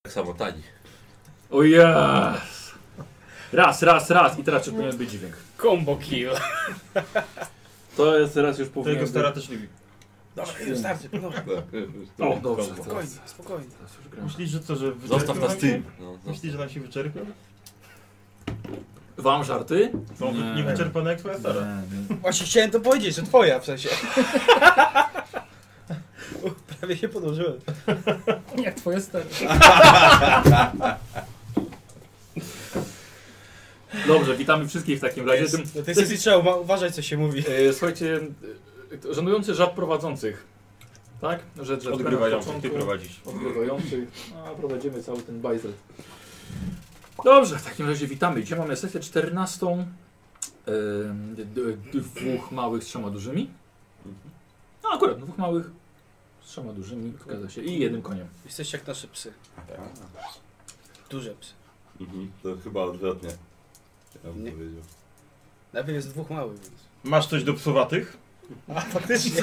Tak samo tani. O yes! Raz. I teraz już powinien być dźwięk. Combo kill. To jest teraz już powinien Tego być... stara też lubi. Dobra, wystarczy, panowie. O, dobrze. Spokojnie. Teraz już gram. Myślisz, że co, że Zostaw nas tym. No, Myślisz, że nam się wyczerpie? Wam żarty? Są niewyczerpane jak twoja stara. Nie. Właśnie chciałem to powiedzieć, że twoja w sensie. Prawie się podłożyłem. Jak twoje stare. Dobrze, witamy wszystkich w takim razie. Na tej sesji trzeba uważać, co się mówi. Słuchajcie, żenujący żart prowadzących. Tak? Że Odgrywających, ty prowadzisz. Odgrywających. A prowadzimy cały ten bajzel. Dobrze, w takim razie witamy. Dzisiaj mamy sesję 14. Dwóch małych z 3 dużymi. No akurat, dwóch małych z 3 dużymi, zgadza się. I jednym koniem. Jesteście jak nasze psy. Duże psy. To chyba odwrotnie. Ja bym Nie. powiedział. Najpierw jest dwóch małych, więc... Masz coś do psowatych? A, faktycznie.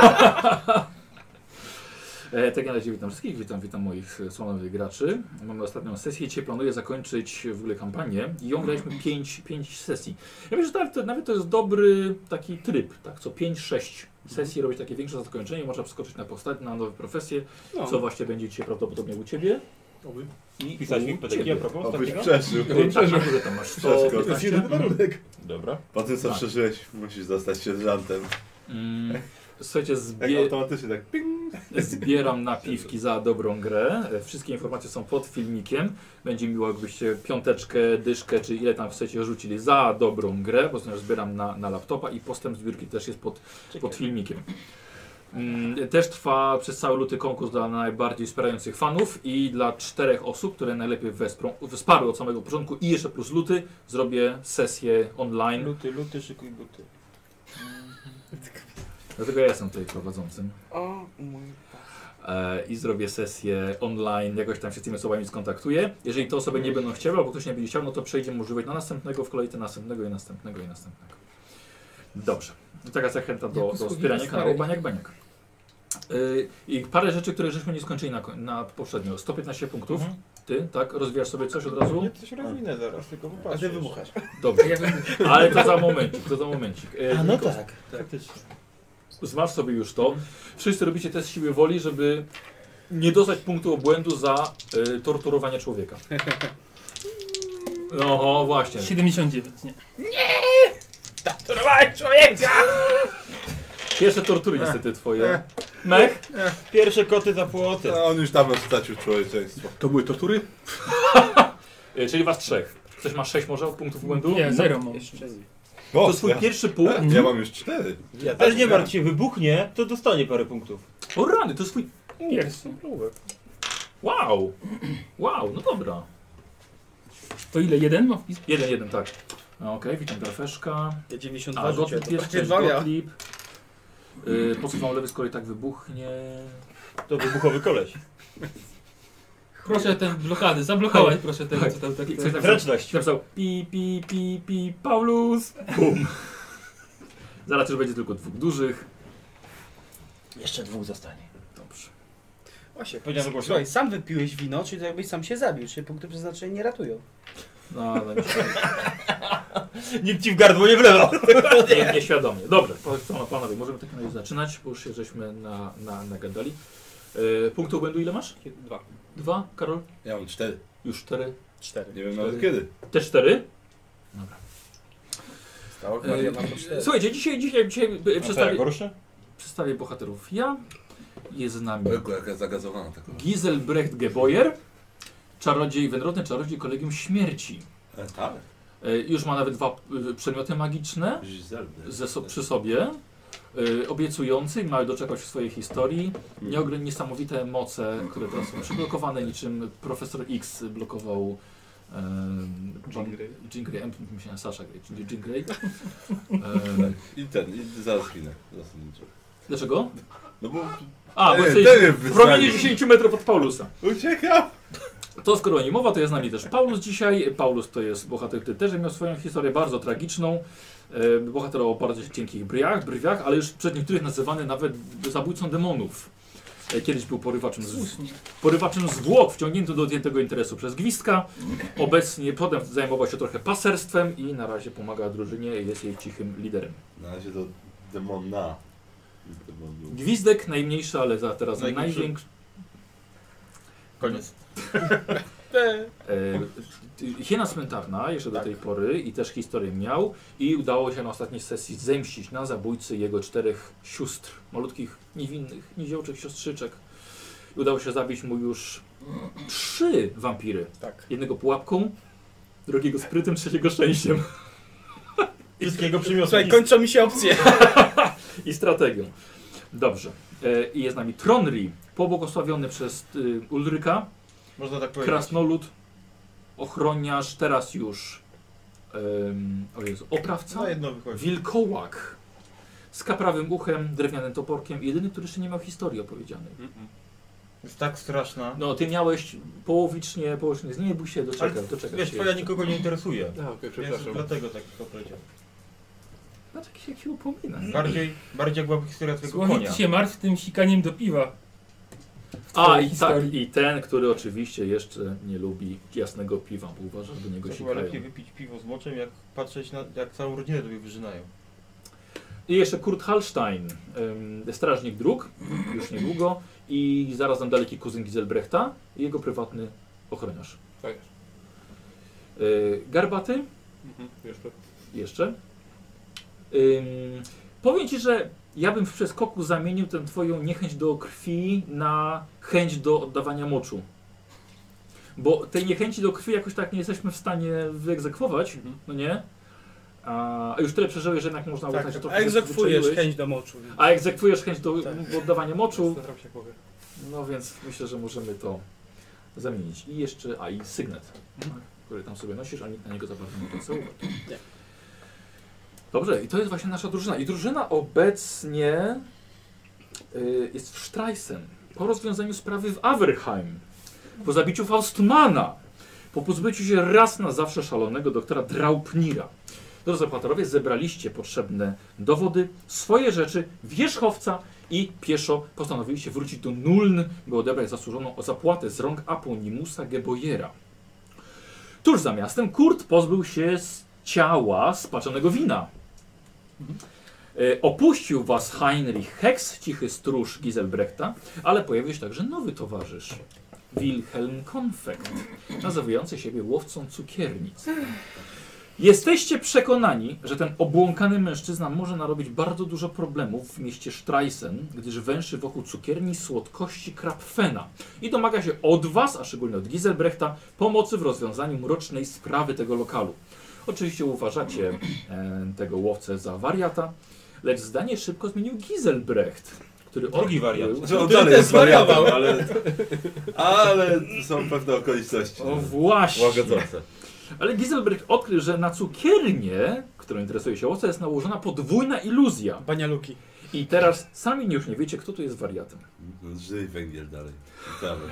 Tak na razie witam wszystkich, witam moich słonowych graczy. Mamy ostatnią sesję, dzisiaj planuję zakończyć w ogóle kampanię i ją graliśmy 5 sesji. Ja myślę, że nawet to jest dobry taki tryb, tak, co 5-6 sesji robić takie większe zakończenie, można przeskoczyć na postać, na nowe profesje, No. co właśnie będzie dzisiaj prawdopodobnie u Ciebie. I Pisać u mi PDG a Ciebie. propos Obyś ostatniego? przeżył. Tak, na górze tam masz 115. Dobra. Po tym co Tak. przeżyłeś, musisz zostać sierżantem. Słuchajcie, Tak automatycznie tak ping. zbieram napiwki za dobrą grę. Wszystkie informacje są pod filmikiem. Będzie miło, jakbyście 5, dyszkę, czy ile tam chcecie rzucili za dobrą grę, bo już zbieram na laptopa i postęp zbiórki też jest pod filmikiem. Też trwa przez cały luty konkurs dla najbardziej wspierających fanów i dla 4 osób, które najlepiej wsparły od samego początku i jeszcze plus luty zrobię sesję online. Luty, szykuj buty. Dlatego ja jestem tutaj prowadzącym. O mój... I zrobię sesję online, jakoś tam się z tymi osobami skontaktuję. Jeżeli te osoby nie będą chciały, albo ktoś nie będzie chciał, no to przejdzie możliwość na następnego w kolejce, następnego i następnego. Dobrze. Taka zachęta do wspierania kanału Baniak Baniak. I parę rzeczy, które żeśmy nie skończyli na poprzednio. 115 punktów. Ty, tak? Rozwijasz sobie coś od razu? Ja coś rozwinę zaraz, tylko A popatrz. ty wybuchasz. Dobrze. Ale to za momencik. A no Nikos, tak, faktycznie. Zmasz sobie już to. Wszyscy robicie test siły woli, żeby nie dostać punktu obłędu za torturowanie człowieka. No właśnie. 79, nie. Torturowałeś człowieka! Pierwsze tortury niestety twoje. Mech? Pierwsze koty za płoty. No, on już dawno stracił człowieczeństwo. To były tortury? Czyli was 3. Ktoś ma 6 może punktów obłędu? Nie, 0 mam. Jeszcze nie. To twój pierwszy punkt? Ja mam już 4. Ale nie martw się, wybuchnie, to dostanie parę punktów. O rany, to jest twój... Pierwszy. Wow! Wow, no dobra. To ile? Jeden ma wpis? 1-1, tak. No, okej, witam Grafeszka. Ja 92 A, rzuciłem, Gottlieb to jest, takie cześć dwa miał. Gottlieb. Posuwam lewy, skoro i tak wybuchnie. To wybuchowy koleś. Proszę te blokady, zablokować proszę tego, co tam tak... Coś tam Zręczność. napisał pi, Paulus. Bum. Zaraz już będzie tylko 2 dużych. Jeszcze 2 zostanie. Dobrze. Właśnie. Powiedziałem głośno. Słuchaj, sam wypiłeś wino, czyli to jakbyś sam się zabił, czyli punkty przeznaczenia nie ratują. No, ale Nikt ci w gardło nie wlewał. nieświadomie. Dobrze, panowie, możemy w takim razie zaczynać, bo już się żeśmy nagadali. Punkty obłędu ile masz? 2. 2, Karol? Ja mam 4. Już 4. 4. Nie wiem nawet kiedy. Też 4? Dobra. Stało ja mam po 4. Słuchajcie, dzisiaj przedstawię bohaterów. Ja, jest z nami Ojku, jaka zagazowana taka. Giselbrecht Geboyer, czarodziej, wędrowny czarodziej Kolegium Śmierci. Tak? Już ma nawet 2 przedmioty magiczne przy sobie. Obiecujący, mały doczekać swojej historii. Niesamowite moce, które teraz są przyblokowane, niczym Profesor X blokował Jean Grey. Myślałem Sasha Grey, Jean Grey. I zaraz chwilę. Zasadniczo. Dlaczego? No bo... Bo jesteś w promieniu 10 metrów od Paulusa. Uciekam! To skoro nie mowa, to jest z nami też Paulus dzisiaj. Paulus to jest bohater, który też miał swoją historię bardzo tragiczną. Bohater o bardzo cienkich brwiach, ale już przez niektórych nazywany nawet zabójcą demonów. Kiedyś był porywaczem zwłok, wciągnięty do odjętego interesu przez Gwizdka. Obecnie potem zajmował się trochę paserstwem i na razie pomaga drużynie i jest jej cichym liderem. Na razie to demona. Demonu. Gwizdek najmniejszy, ale teraz Największy. największy. Koniec. Hiena cmentarna jeszcze do tej pory i też historię miał i udało się na ostatniej sesji zemścić na zabójcy jego 4 sióstr, malutkich, niewinnych, niziołczych siostrzyczek. I udało się zabić mu już 3 wampiry. Tak. Jednego pułapką, drugiego sprytem, trzeciego szczęściem Wszystkiego przymiotów. Słuchaj, kończą mi się opcje. i strategią. Dobrze. I jest z nami Tronri, pobłogosławiony przez Ulryka. Można tak powiedzieć. Krasnolud, ochroniarz, teraz już o Jezu, oprawca, Na jedno wychodzi. wilkołak z kaprawym uchem, drewnianym toporkiem, jedyny, który jeszcze nie miał historii opowiedzianej. Jest tak straszna. No, ty miałeś połowicznie, nie bój się, Ale doczekać wiesz, się twoja jeszcze. nikogo nie interesuje. A, okej, Więc przepraszam. dlatego tak powiedział. Znaczy, jak się upomina. Bardziej jak byłaby historia twojego Słowik, konia. ty się martw tym sikaniem do piwa. A, twojej i tak, historii. i ten, który oczywiście jeszcze nie lubi jasnego piwa, bo uważa, że do niego To chyba sikają. lepiej wypić piwo z moczem, jak patrzeć na jak całą rodzinę tobie wyżynają. I jeszcze Kurt Hallstein, strażnik dróg, już niedługo, i zarazem daleki kuzyn Giselbrechta i jego prywatny ochroniarz. Tak jest. Garbaty, Jeszcze. jeszcze. Powiem Ci, że ja bym w przeskoku zamienił tę Twoją niechęć do krwi na chęć do oddawania moczu. Bo tej niechęci do krwi jakoś tak nie jesteśmy w stanie wyegzekwować, no nie? A już tyle przeżyłeś, że jednak można uznać, że Tak, to a egzekwujesz wyczaiłeś. chęć do moczu. Więc... A egzekwujesz chęć do Tak. oddawania moczu. Staram się jak mogę. No więc myślę, że możemy to zamienić. I jeszcze, i sygnet, który tam sobie nosisz, a nikt na niego za bardzo nie zwraca uwagi. Nie. Dobrze, i to jest właśnie nasza drużyna. I drużyna obecnie jest w Strajsen. Po rozwiązaniu sprawy w Averheim. Po zabiciu Faustmana. Po pozbyciu się raz na zawsze szalonego doktora Draupnira. Drodzy operatorze, zebraliście potrzebne dowody, swoje rzeczy, wierzchowca i pieszo postanowiliście wrócić do Nuln, by odebrać zasłużoną zapłatę z rąk Aponimusa Gebojera. Tuż za miastem Kurt pozbył się z ciała spaczonego wina. Opuścił was Heinrich Hex, cichy stróż Giselbrechta, ale pojawił się także nowy towarzysz. Wilhelm Konfekt, nazywający siebie łowcą cukiernic. Jesteście przekonani, że ten obłąkany mężczyzna może narobić bardzo dużo problemów w mieście Strajsen, gdyż węszy wokół cukierni słodkości Krapfena i domaga się od was, a szczególnie od Giselbrechta, pomocy w rozwiązaniu mrocznej sprawy tego lokalu. Oczywiście uważacie tego łowcę za wariata, lecz zdanie szybko zmienił Giselbrecht, który Drugi wariat. Że on Który dalej też jest wariatem, zwariował. ale są pewne okoliczności. O właśnie. Łagodzące. Ale Giselbrecht odkrył, że na cukiernię, którą interesuje się łowca, jest nałożona podwójna iluzja. Banialuki. I teraz sami już nie wiecie, kto tu jest wariatem. Żyj węgiel dalej. Dalej.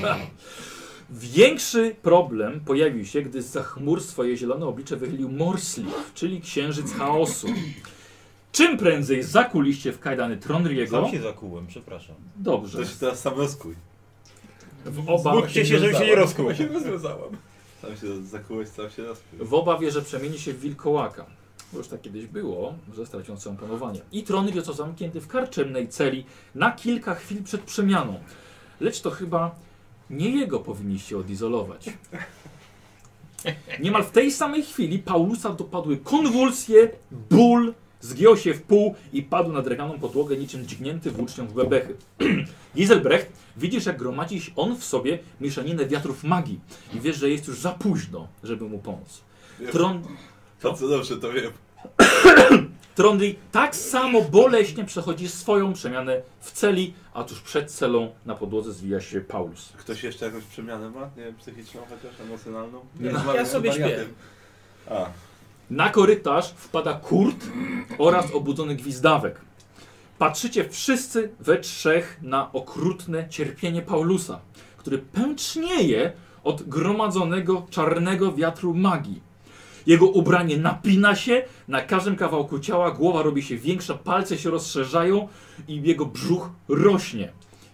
Większy problem pojawił się, gdy zza chmur swoje zielone oblicze wychylił Morsliw, czyli księżyc chaosu. Czym prędzej zakuliście w kajdany Tronriego. Sam się zakułem, przepraszam. Dobrze. To się teraz sam rozkuj. W oba, Zbudźcie się, żeby się nie rozkuł. Sam się zakułeś, sam się rozkuj. w obawie, że przemieni się w wilkołaka. Bo już tak kiedyś było, że stracił całe panowanie. I Tronri został zamknięty w karczemnej celi na kilka chwil przed przemianą. Lecz to chyba nie jego powinniście odizolować. Niemal w tej samej chwili Paulusa dopadły konwulsje, ból, zgiął się w pół i padł na drewnianą podłogę niczym dźgnięty włócznią w bebechy. Giselbrecht, widzisz jak gromadzi on w sobie mieszaninę wiatrów magii i wiesz, że jest już za późno, żeby mu pomóc. To co dobrze, to wiem. Tronri tak samo boleśnie przechodzi swoją przemianę w celi, a tuż przed celą na podłodze zwija się Paulus. Ktoś jeszcze jakąś przemianę ma? Nie wiem, psychiczną chociaż, emocjonalną? Nie z ma. Ja sobie wariatem. A, Na korytarz wpada Kurt oraz obudzony Gwizdawek. Patrzycie wszyscy we trzech na okrutne cierpienie Paulusa, który pęcznieje od gromadzonego czarnego wiatru magii. Jego ubranie napina się, na każdym kawałku ciała głowa robi się większa, palce się rozszerzają i jego brzuch rośnie.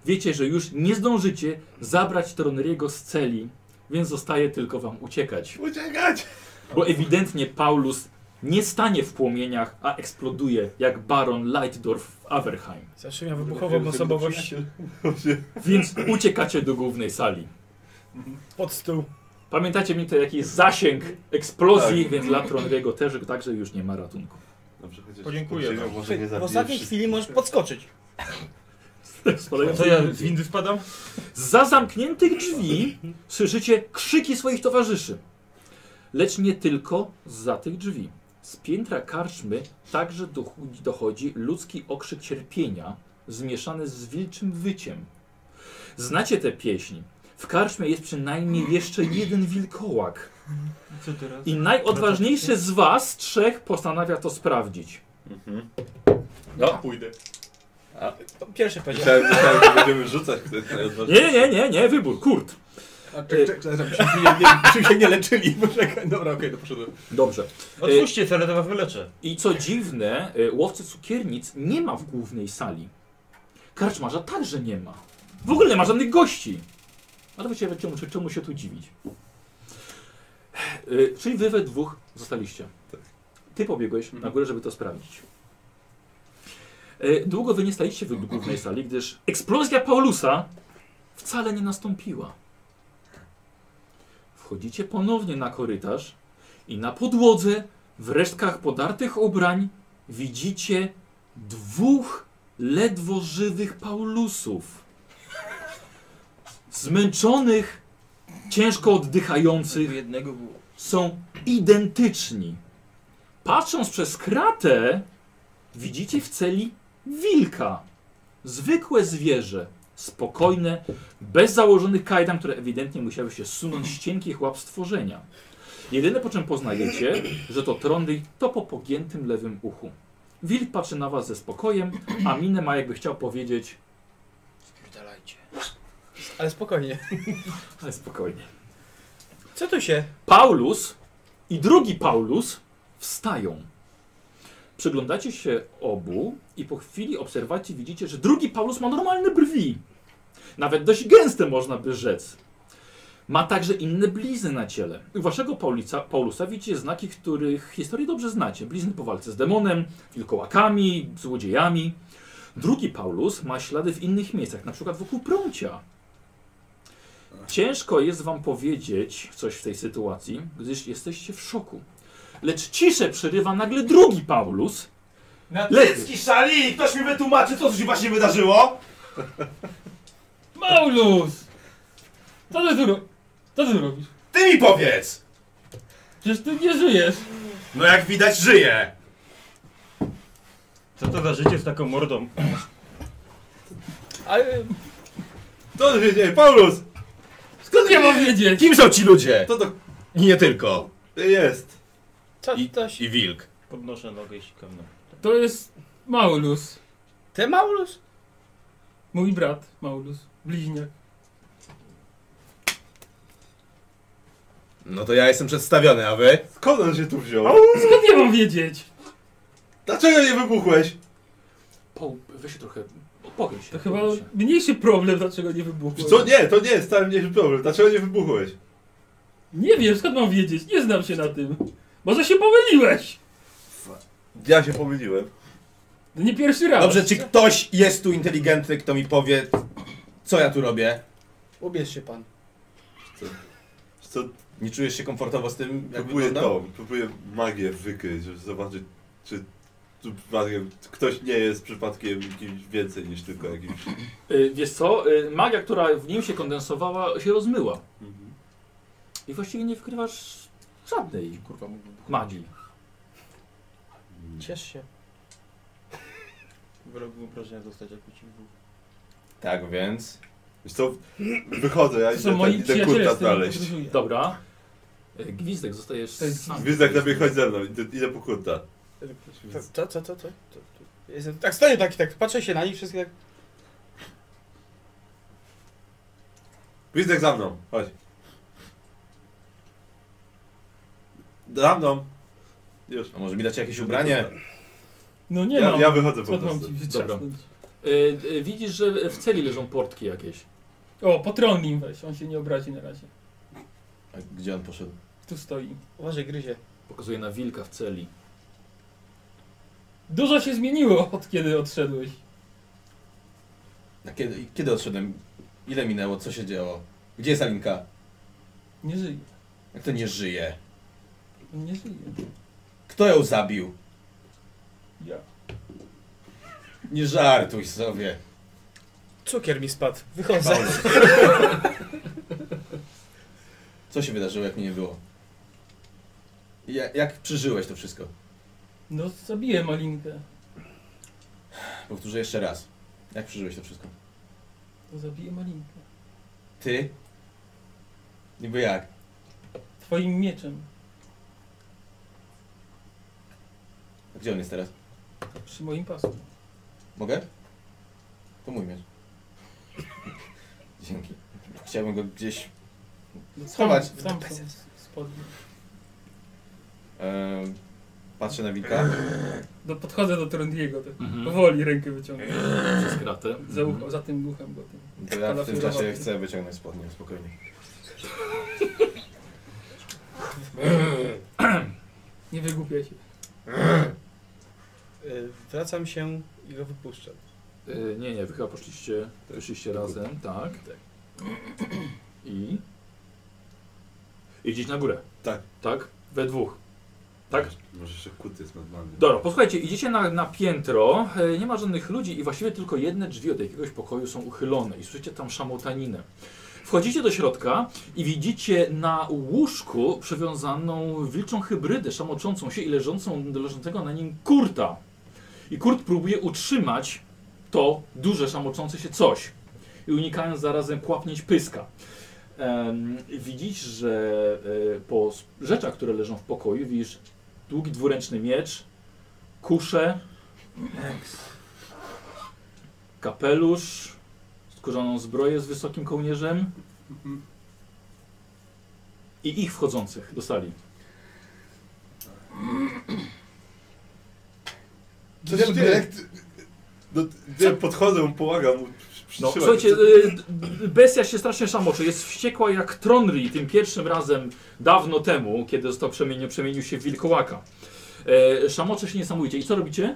Wiecie, że już nie zdążycie zabrać Tronriego z celi, więc zostaje tylko wam uciekać. Uciekać! Bo ewidentnie Paulus nie stanie w płomieniach, a eksploduje jak baron Lightdorf w Averheim. Zawsze miał wybuchową osobowość. Więc uciekacie do głównej sali. Pod stół. Pamiętacie mi to jaki jest zasięg eksplozji, Tak. więc dla Tronriego też także już nie ma ratunku. Dobrze, chociaż Podziękuję. pod ziemią może nie W zabije ostatniej wszystkich. chwili możesz podskoczyć. Co ja z windy spadam? Za zamkniętych drzwi słyszycie krzyki swoich towarzyszy. Lecz nie tylko zza tych drzwi. Z piętra karczmy także dochodzi ludzki okrzyk cierpienia, zmieszany z wilczym wyciem. Znacie tę pieśń. W karczmie jest przynajmniej jeszcze jeden wilkołak. Co teraz? I najodważniejszy z was trzech postanawia to sprawdzić. Mhm. No. Pójdę. Pierwszy powiedział. Myślałem, że będziemy rzucać. Kto jest najodważniejszy. Nie, wybór, Kurt. Myśmy się nie leczyli. Poczekaj. Dobra, okej, to poszedłem. Dobrze. Otwórzcie celę, to was wyleczę. I co dziwne, łowcy cukiernic nie ma w głównej sali. Karczmarza także nie ma. W ogóle nie ma żadnych gości. Ale właściwie czemu się tu dziwić? Czyli wy we dwóch zostaliście. Ty pobiegłeś na górę, żeby to sprawdzić. Długo wy nie staliście w głównej sali, gdyż eksplozja Paulusa wcale nie nastąpiła. Wchodzicie ponownie na korytarz i na podłodze, w resztkach podartych ubrań, widzicie dwóch ledwo żywych Paulusów. Zmęczonych, ciężko oddychających, Jednego było. są identyczni. Patrząc przez kratę, widzicie w celi wilka. Zwykłe zwierzę, spokojne, bez założonych kajdan, które ewidentnie musiały się zsunąć z cienkich łap stworzenia. Jedyne po czym poznajecie, że to Tronry to po pogiętym lewym uchu. Wilk patrzy na was ze spokojem, a minę ma jakby chciał powiedzieć, Spierdalajcie. Ale spokojnie. ale spokojnie. Co tu się? Paulus i drugi Paulus wstają. Przyglądacie się obu i po chwili obserwacji widzicie, że drugi Paulus ma normalne brwi. Nawet dość gęste można by rzec. Ma także inne blizny na ciele. U waszego Paulusa widzicie znaki, których historię dobrze znacie. Blizny po walce z demonem, wilkołakami, złodziejami. Drugi Paulus ma ślady w innych miejscach, na przykład wokół prącia. Ciężko jest wam powiedzieć coś w tej sytuacji, gdyż jesteście w szoku. Lecz ciszę przerywa nagle drugi Paulus. Letecki szali! Ktoś mi wytłumaczy, co tu się właśnie wydarzyło? Paulus! Co ty robisz? Ty mi powiedz! Przecież ty nie żyjesz. No jak widać, żyję! Co to za życie z taką mordą? Ale Co tu się dzieje? Paulus! Skąd ja mam wiedzieć? Kim są ci ludzie? Co to I nie tylko. jest? co to się... I wilk. Podnoszę nogę i sikam na. To jest Maulus. Ty Maulus? Mój brat Maulus. Bliźniak. No to ja jestem przedstawiony, a wy? Skąd on się tu wziął? Skąd ja mam wiedzieć? Dlaczego nie wybuchłeś? Weź się trochę... Pochyl się. To chyba pochyl się. mniejszy problem, dlaczego nie wybuchło. Co? Nie, to nie jest wcale mniejszy problem. Dlaczego nie wybuchłeś? Nie wiem, skąd mam wiedzieć? Nie znam się na tym. Może się pomyliłeś? Ja się pomyliłem. No nie pierwszy raz. Dobrze, czy ktoś jest tu inteligentny, kto mi powie, co ja tu robię? Ubierz się pan. Co? Nie czujesz się komfortowo z tym, jak Próbuję wyglądam? próbuję magię wykryć, żeby zobaczyć, czy tu przypadkiem ktoś nie jest przypadkiem kimś więcej niż tylko jakimś... Wiesz co? Magia, która w nim się kondensowała, się rozmyła. I właściwie nie wykrywasz żadnej Kurwa, mógłbym wybuchnąć. magii. Ciesz się. Wolałbym obrażenia dostać, jak ci był. Tak więc... Wiesz co? Wychodzę, ja To są moi idę przyjaciele, kurta z którymi znaleźć. podróżuję. Dobra. Gwizdek, zostajesz To jest- sam. Gwizdek lepiej chodź ze mną, idę po kurta. Co? Jestem, tak stoję tak, patrzę się na nich wszystkich tak... Gwizdek za mną, chodź. Za mną. Już. A może mi dacie jakieś ubranie? No nie mam. Ja wychodzę po Co to mam prostu. ci wytrzasnąć? Widzisz, że w celi leżą portki jakieś. O, potrągnij im weź, on się nie obrazi na razie. A gdzie on poszedł? Tu stoi. Uważaj, gryzie. Pokazuje na wilka w celi. Dużo się zmieniło od kiedy odszedłeś. A kiedy odszedłem? Ile minęło? Co się działo? Gdzie jest Alinka? Nie żyje. Jak to nie żyje? On nie żyje. Kto ją zabił? Ja. Nie żartuj sobie. Cukier mi spadł. Wychodzę. Co się wydarzyło, jak mnie nie było? Jak przeżyłeś to wszystko? No, zabiję Malinkę. Powtórzę jeszcze raz. Jak przeżyłeś to wszystko? To zabiję Malinkę. Ty? Niby jak? Twoim mieczem. A gdzie on jest teraz? Przy moim pasku. Mogę? To mój miecz. Dzięki. Chciałbym go gdzieś... No, Schować. Sam są spodnie. Patrzę na wilka. Podchodzę do Trondiego, tak Mhm. powoli rękę wyciągam. Przez kratę. Za, za tym uchem go tym. To ja w tym czasie chcę wyciągnąć spodnie, spokojnie. Nie wygłupiaj się. Wracam się i go wypuszczam. Nie, wy chyba poszliście razem, tak. I? Idziecie na górę. Tak. Tak? We dwóch. Tak? Może jeszcze kut jest normalny. Dobra, posłuchajcie, idziecie na piętro, nie ma żadnych ludzi i właściwie tylko jedne drzwi od jakiegoś pokoju są uchylone i słyszycie tam szamotaninę. Wchodzicie do środka i widzicie na łóżku przywiązaną wilczą hybrydę szamoczącą się i leżącego na nim Kurta. I Kurt próbuje utrzymać to duże szamoczące się coś i unikając zarazem kłapnięć pyska. Widzisz, że po rzeczach, które leżą w pokoju, widzisz długi dwuręczny miecz, kuszę, kapelusz, skórzaną zbroję z wysokim kołnierzem i ich wchodzących do sali. No, nie, podchodzę, pomagam mu. No, przytrzymać. słuchajcie, bestia się strasznie szamoczy, jest wściekła jak Tronri tym pierwszym razem dawno temu, kiedy został przemienił się w wilkołaka. Szamocze się niesamowicie. I co robicie?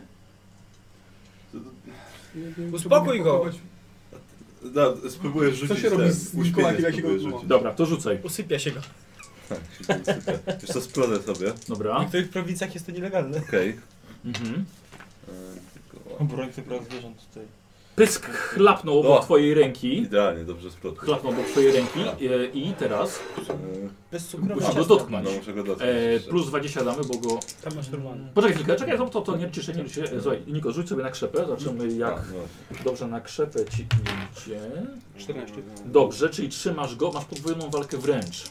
Uspokój go. No, spróbuję rzucić. Co się robi z uśpienie wilkołakiem, jak się spróbuję go rzucić. Dobra, to rzucaj. Usypia się go. Tak, się to usypia. Wiesz co, splonę sobie. W Dobra. niektórych prowincjach jest to nielegalne. Okej. Mhm. Broń sobie praw zwierząt tutaj. Pysk chlapnął obok O! twojej ręki. Idealnie, dobrze splotę. Chlapnął obok twojej ręki i teraz Bez cukrowe musisz go ciasto. dotknąć. No muszę go dotknąć. Plus 20 damy, bo go... Tam masz normalne. Poczekaj chwilkę, czekaj, to nie ciszę, nie ciszę. Słuchaj, Niko, rzuć sobie na krzepę, zobaczymy jak No, dobrze na krzepę ci idzie. 14. Dobrze, czyli trzymasz go, masz podwójną walkę wręcz.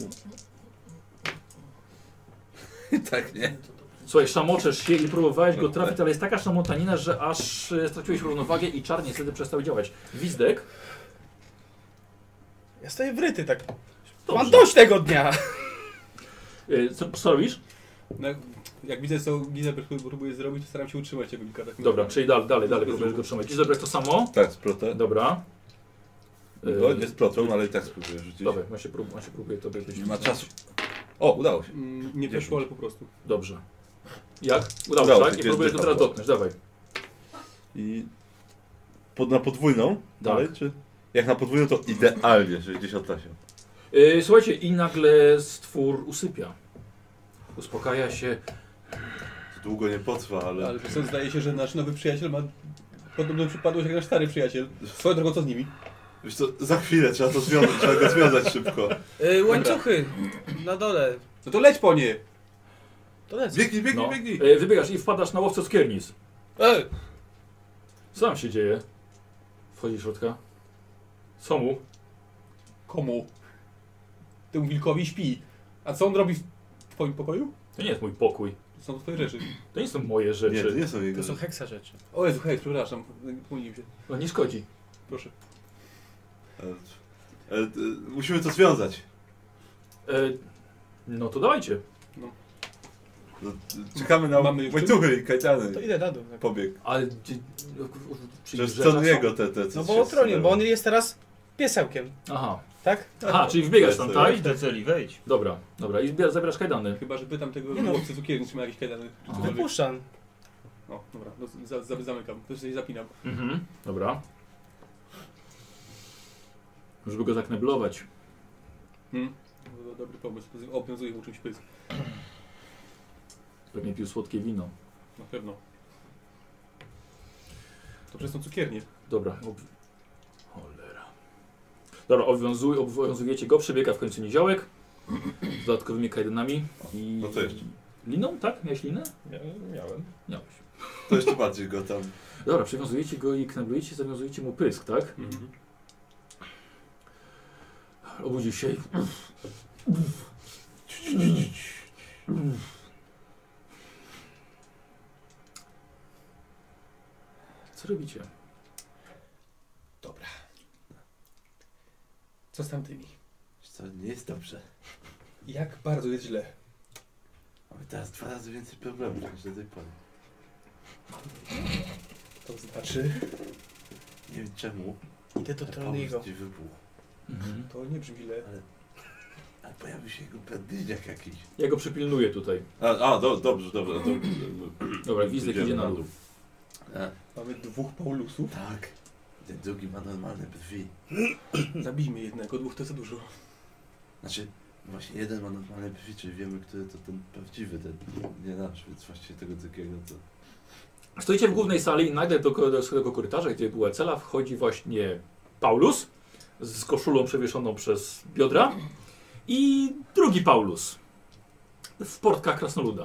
tak, nie? Słuchaj, szamoczesz się i próbowałeś go trafić, ale jest taka szamotanina, że aż straciłeś równowagę i czar niestety przestał działać. Gwizdek. Ja stoję wryty tak. Dobrze. Mam dość tego dnia. Co robisz? No, jak widzę, co Gizelbrecht próbuje zrobić, to staram się utrzymać tego wilka. Tak Dobra, czyli dalej próbujesz go trzymać. Gizelbrecht to samo? Tak, splotę. Dobra. No, nie splotą, ale i tak spróbuję rzucić. Dobra, on się próbuje tobie Nie ma czasu. O, udało się. Nie weszło, ale po prostu. Dobrze. Jak? Udało Udało się, się, tak? I próbujesz go teraz dotknąć, dawaj. I na podwójną? Dalej, Tak. czy? Jak na podwójną to idealnie, 68. Słuchajcie, i nagle stwór usypia. Uspokaja się. Długo nie potrwa, ale... Ale co, zdaje się, że nasz nowy przyjaciel ma podobną przypadłość jak nasz stary przyjaciel. Swoją drogą, co z nimi? Wiesz co, za chwilę trzeba to związać, trzeba go związać szybko. Łańcuchy na dole. No to leć po nie! To lecę. Biegnij, biegnij, No. biegnij! Wybiegasz i wpadasz na łowcę skiernic. Co tam się dzieje? Wchodzi do środka. Co mu? Komu? Temu wilkowi śpi. A co on robi w twoim pokoju? To nie jest mój pokój. To są twoje rzeczy. To nie są moje Nie, rzeczy. to nie są jego To są heksa rzeczy. O Jezu, hej, przepraszam. Pomyliłem się. No nie szkodzi. Proszę. Musimy to związać. No to dawajcie. No, czekamy na Mamy już łańcuchy i To kajtany. idę na dół. Tak. Pobieg. Ale gdzie... Przecież rzeczach to są? jego te co No się bo o tronie, zsunęły. bo on jest teraz piesełkiem, Aha. tak? Aha, czyli wbiegasz tam, tak? Wejdź do celi, wejdź. Dobra, dobra. I zabierasz kajdany. Chyba, że pytam tego Nie no. łowcy cukierni, czy ma jakieś kajdany. Czy Aha. cokolwiek. Wypuszczam. No, dobra, no, zamykam. To się zapinam. Mhm. Dobra. Żeby go zakneblować. No, dobry pomysł. Obwiązuję mu czymś pysk. Pewnie pił słodkie wino. Na pewno. To przez tą cukiernię. Dobra. Cholera. Dobra, obowiązujecie go, przebiega w końcu niziołek. Z dodatkowymi kajdanami. I... No to jeszcze. Liną, tak? Miałeś linę? Miałem. Miałeś. To jeszcze bardziej go tam. Dobra, przywiązujecie go i kneblujecie, zawiązujecie mu pysk, tak? Obudził się i... Co robicie? Dobra. Co z tamtymi? Co, nie jest dobrze. Jak bardzo jest źle. Mamy teraz 2 razy więcej problemów niż do tej pory. To znaczy... Nie wiem czemu. Idę do ale Troniego. Paulus gdzieś wybuchł. Mhm. To nie brzmi źle. Ale pojawił się jego bliźniak jakiś. Ja go przypilnuję tutaj. Dobrze. Dobra, Wizdek idzie na dół. Mamy 2 Paulusów. Tak. Ten drugi ma normalne brwi. Zabijmy jednego, 2 to za dużo. Znaczy, właśnie jeden ma normalne brwi, czyli wiemy, który to ten prawdziwy, ten nie nasz, więc właściwie tego drugiego to... Stoicie w głównej sali i nagle do swojego korytarza, gdzie była cela, wchodzi właśnie Paulus z koszulą przewieszoną przez biodra i drugi Paulus w portkach krasnoluda.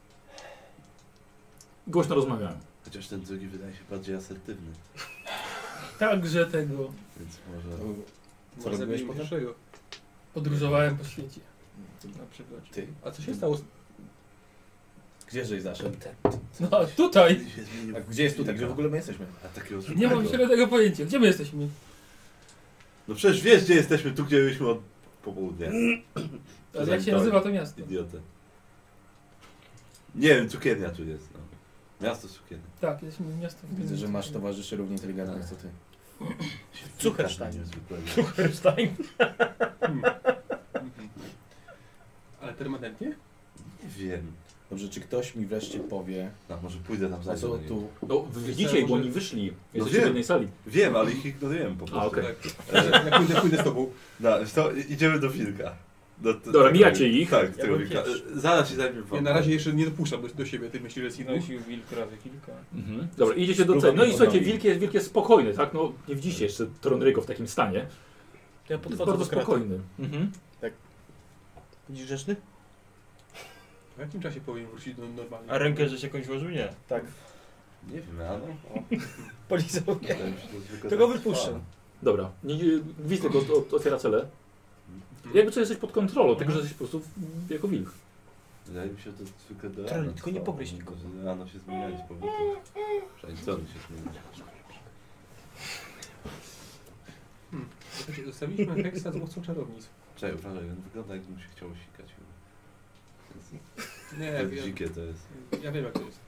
Głośno rozmawiają. Chociaż ten drugi wydaje się bardziej asertywny, Także tego. więc może... Co robiłeś Zabijmy potem? pierwszego. Podróżowałem po świecie. Na przykład. Ty? A co się stało? Gdzieżeś zaszedł? No tutaj! Się zmienił. A gdzie jest tutaj? Gdzie w ogóle my jesteśmy? A takiego Nie mam zwykłego. zielonego pojęcia. Gdzie my jesteśmy? No przecież wiesz, gdzie jesteśmy, tu gdzie byliśmy od popołudnia. Ale jak się nazywa to miasto? Idiotę. Nie wiem, cukiernia tu jest, no. Miasto cukiernia. Tak, jesteśmy w miasto. Widzę, że masz towarzyszy równie inteligentnych co ty. Zuckerstein. Zwykłego. Herstein. Ale permanentnie? Nie wiem. Dobrze, czy ktoś mi wreszcie powie, No może pójdę tam o za co tu... No, wy widzicie ich, bo oni wyszli. Jesteście w wiem. jednej sali. Wiem, ale ich ignorujemy po prostu. A, okej. Tak. Ja pójdę z tobą. No, to idziemy do wilka. Dobra, mijacie ich. Tak, Ja tego bym wilka. pierwszy. Zaraz się zajmie Ja na razie jeszcze nie dopuszczam do siebie, ty myślisz, że jest inny. Nosił wilk razy kilka. Mhm. Dobra, idziecie do celi. No i słuchajcie, wilk jest spokojny, tak? No, nie widzicie jeszcze Tronrygo w takim stanie. Ja Jest podchodzę bardzo do kraty. spokojny. Mhm. Widzisz grzeczny? W jakim czasie powinien wrócić do normalnie? A rękę żeś jakąś włożył? Nie. Tak. Nie wiem, ale... Polizał mnie. Wydaje mi się, że zwykle To go tak wypuszczę. trwa. Dobra, Gwizdek otwiera celę. Jakby co jesteś pod kontrolą, tylko że jesteś po prostu jako wilk. Wydaje mi się, że to zwykle do Troll, rana tylko nie trwa, pogryź bo nikogo. że Rano się zmieniali z powrotem. Przynajmniej strony się zmieniali. Słuchajcie, zostawiliśmy Hexa z łowcą czarownic. Czekaj, uważaj, on wygląda jakby mu się chciało sikać. Więc Nie, to jest ja, dzikie to jest. ja wiem jak to jest.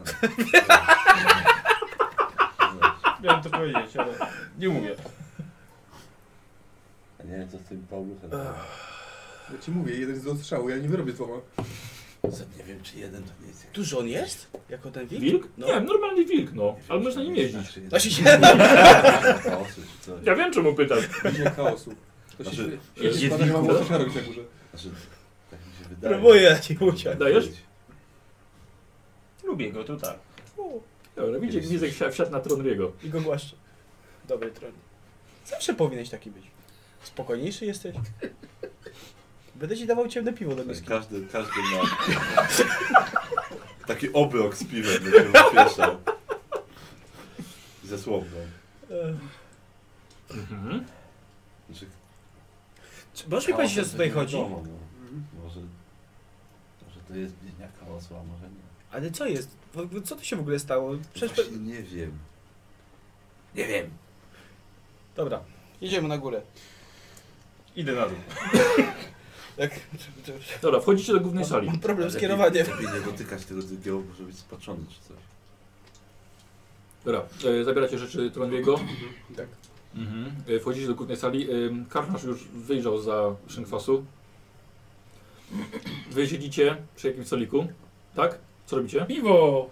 Miałem to powiedzieć, ale nie mówię. A nie wiem co z tym Paulusem. Ja ci mówię, jeden z ostrzału, ja nie wyrobię 2. Nie wiem czy jeden to nie jest jakiś... Duży on jest? Jako ten wilk? Wilk? No. Nie, normalny wilk, no. Nie wiem, Ale czy można to nim jest jeździć. znaczy Znaczy jeden- się... chaosu czy coś. Ja wiem czemu pytam. Bliźniak chaosu. To się Znaczy, świetnie jest składa, że mam wilku? łowcę czarownic na górze. Znaczy, tak mi się wydaje. Próbuję na ciebie uciąć. Dajesz? Lubię go, to tak. Dobra, widzicie, Gwizdek wsiadł na Tronrygo. I go głaszczę. Dobry tron. Zawsze powinieneś taki być. Spokojniejszy jesteś. Będę ci dawał ciemne piwo do miski. Każdy ma taki obrok z piwem, by się rozpieszał. Ze słomką. Mhm. Znaczy, Czy możesz mi powiedzieć, o co tutaj chodzi? Wiadomo, no. Może to jest bliźniak chaosu, a może nie. Ale co jest? Co tu się w ogóle stało? Przecież... Właśnie nie wiem. Nie wiem. Dobra, jedziemy na górę. Idę na dół. Dobra, wchodzicie do głównej sali. Mam problem z Lepiej- kierowaniem. Lepiej nie dotykać tego drugiego, może być spaczony czy coś. Dobra, zabieracie rzeczy Trondiego. Tak. Wchodzicie do głównej sali. Karnasz już wyjrzał za szynkwasu. Wy siedzicie przy jakimś stoliku. Tak? Co robicie? Piwo!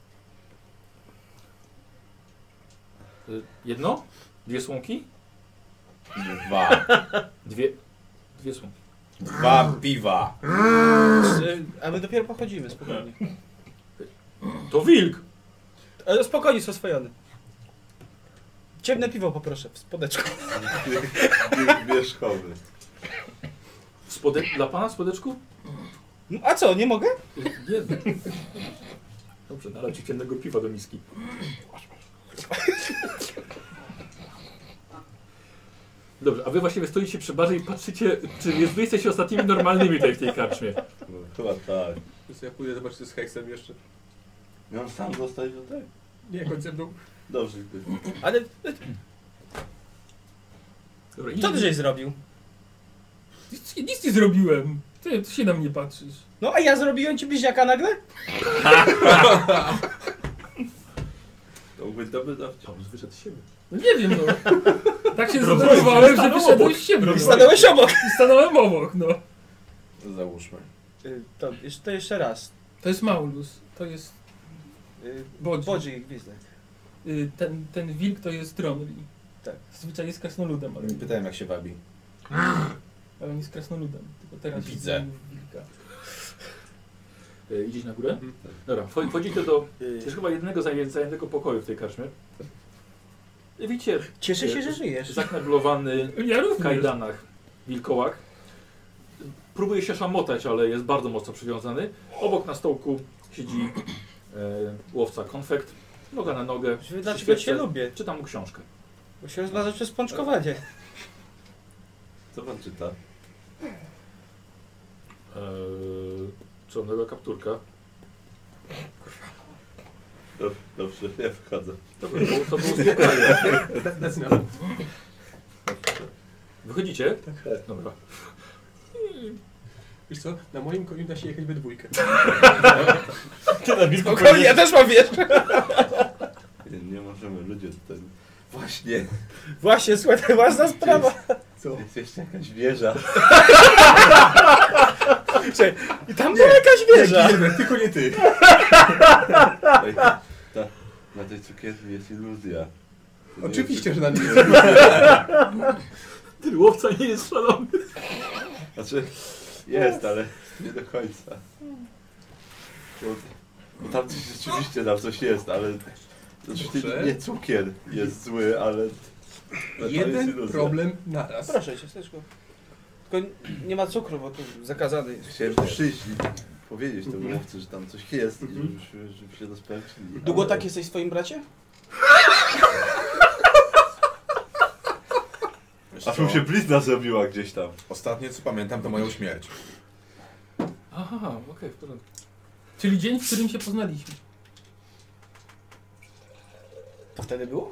Jedno? Dwie słomki? 2. Dwie słomki. 2 piwa. A my dopiero pochodzimy, spokojnie. To wilk! Ale spokojnie, są oswojony. Ciemne piwo poproszę, w spodeczku. Wierzchowy. Dla pana spodeczku? No, a co, nie mogę? Jedno. Dobrze, nalać ci ciemnego piwa do miski. Dobrze, a wy właściwie stoicie przy barze i patrzycie, czy wy jesteście ostatnimi normalnymi tutaj w tej karczmie. No, chyba tak. Więc ja pójdę zobaczyć z Heksem jeszcze. Miałem sam zostać tutaj? Nie, chodź ze mną. Dobrze. Ale Dobra, co ty żeś zrobił? Nic nie zrobiłem. Ty się na mnie patrzysz. No a ja zrobiłem ci bliźniaka nagle? To mógł być dobry dowcip. On wyszedł z siebie. No nie wiem, no. Tak się zdenerwowałem, że wyszedłem z siebie. No. Stanąłeś obok. I stanąłem obok, no. Załóżmy. To jeszcze raz. To jest Maulus. To jest Bodzi. Bodzi i Gwizdek. Ten wilk to jest Tronli. Tak. Zazwyczaj jest krasnoludem, ale Pytałem jak się wabi. on jest krasnoludem. Tylko teraz się Widzę. zmienił w wilka. Idziesz na górę? Dobra, wchodzicie do jest chyba jednego zajętego pokoju w tej karczmie. Widzicie, Cieszę się, że żyjesz. zakneblowany Ja w również. kajdanach wilkołak. Próbuje się szamotać, ale jest bardzo mocno przywiązany. Obok na stołku siedzi łowca konfekt, noga na nogę. Dlaczego cię lubię? Czytam mu książkę. Bo się rozmnaża przez pączkowanie. Co pan czyta? Czarnego kapturka. Dobrze, ja wchodzę. To było spokojnie. Zaczynam. Wychodzicie? Dobra. Wiesz co, na moim koniu da się jechać we dwójkę. Spokojnie, ja też mam wiesz. Nie możemy, ludzie tutaj... Właśnie, Właśnie, słuchaj, ważna sprawa. co? Jest jeszcze jakaś wieża. I tam była jakaś wieża. Nie, tylko nie ty. Ej, na tej cukierni jest iluzja. To nie Oczywiście, jest- że na mnie jest. Ten łowca nie jest szalony. Znaczy, jest, ale nie do końca. Bo tam coś rzeczywiście tam coś jest, ale... Oczywiście Dobrze. nie cukier jest zły, ale... to jest Jeden iluzja. problem naraz. Proszę, ciasteczko. Tylko nie ma cukru, bo to zakazany jest. Chciałem przyjść i powiedzieć temu łowcy, że tam coś jest i żeby się rozpęczyli. Długo ale- tak jesteś w swoim bracie? Wiesz Aż co? mu się blizna zrobiła gdzieś tam. Ostatnie co pamiętam to moją śmierć. Aha, okej, w porządku. Czyli dzień, w którym się poznaliśmy. To wtedy było?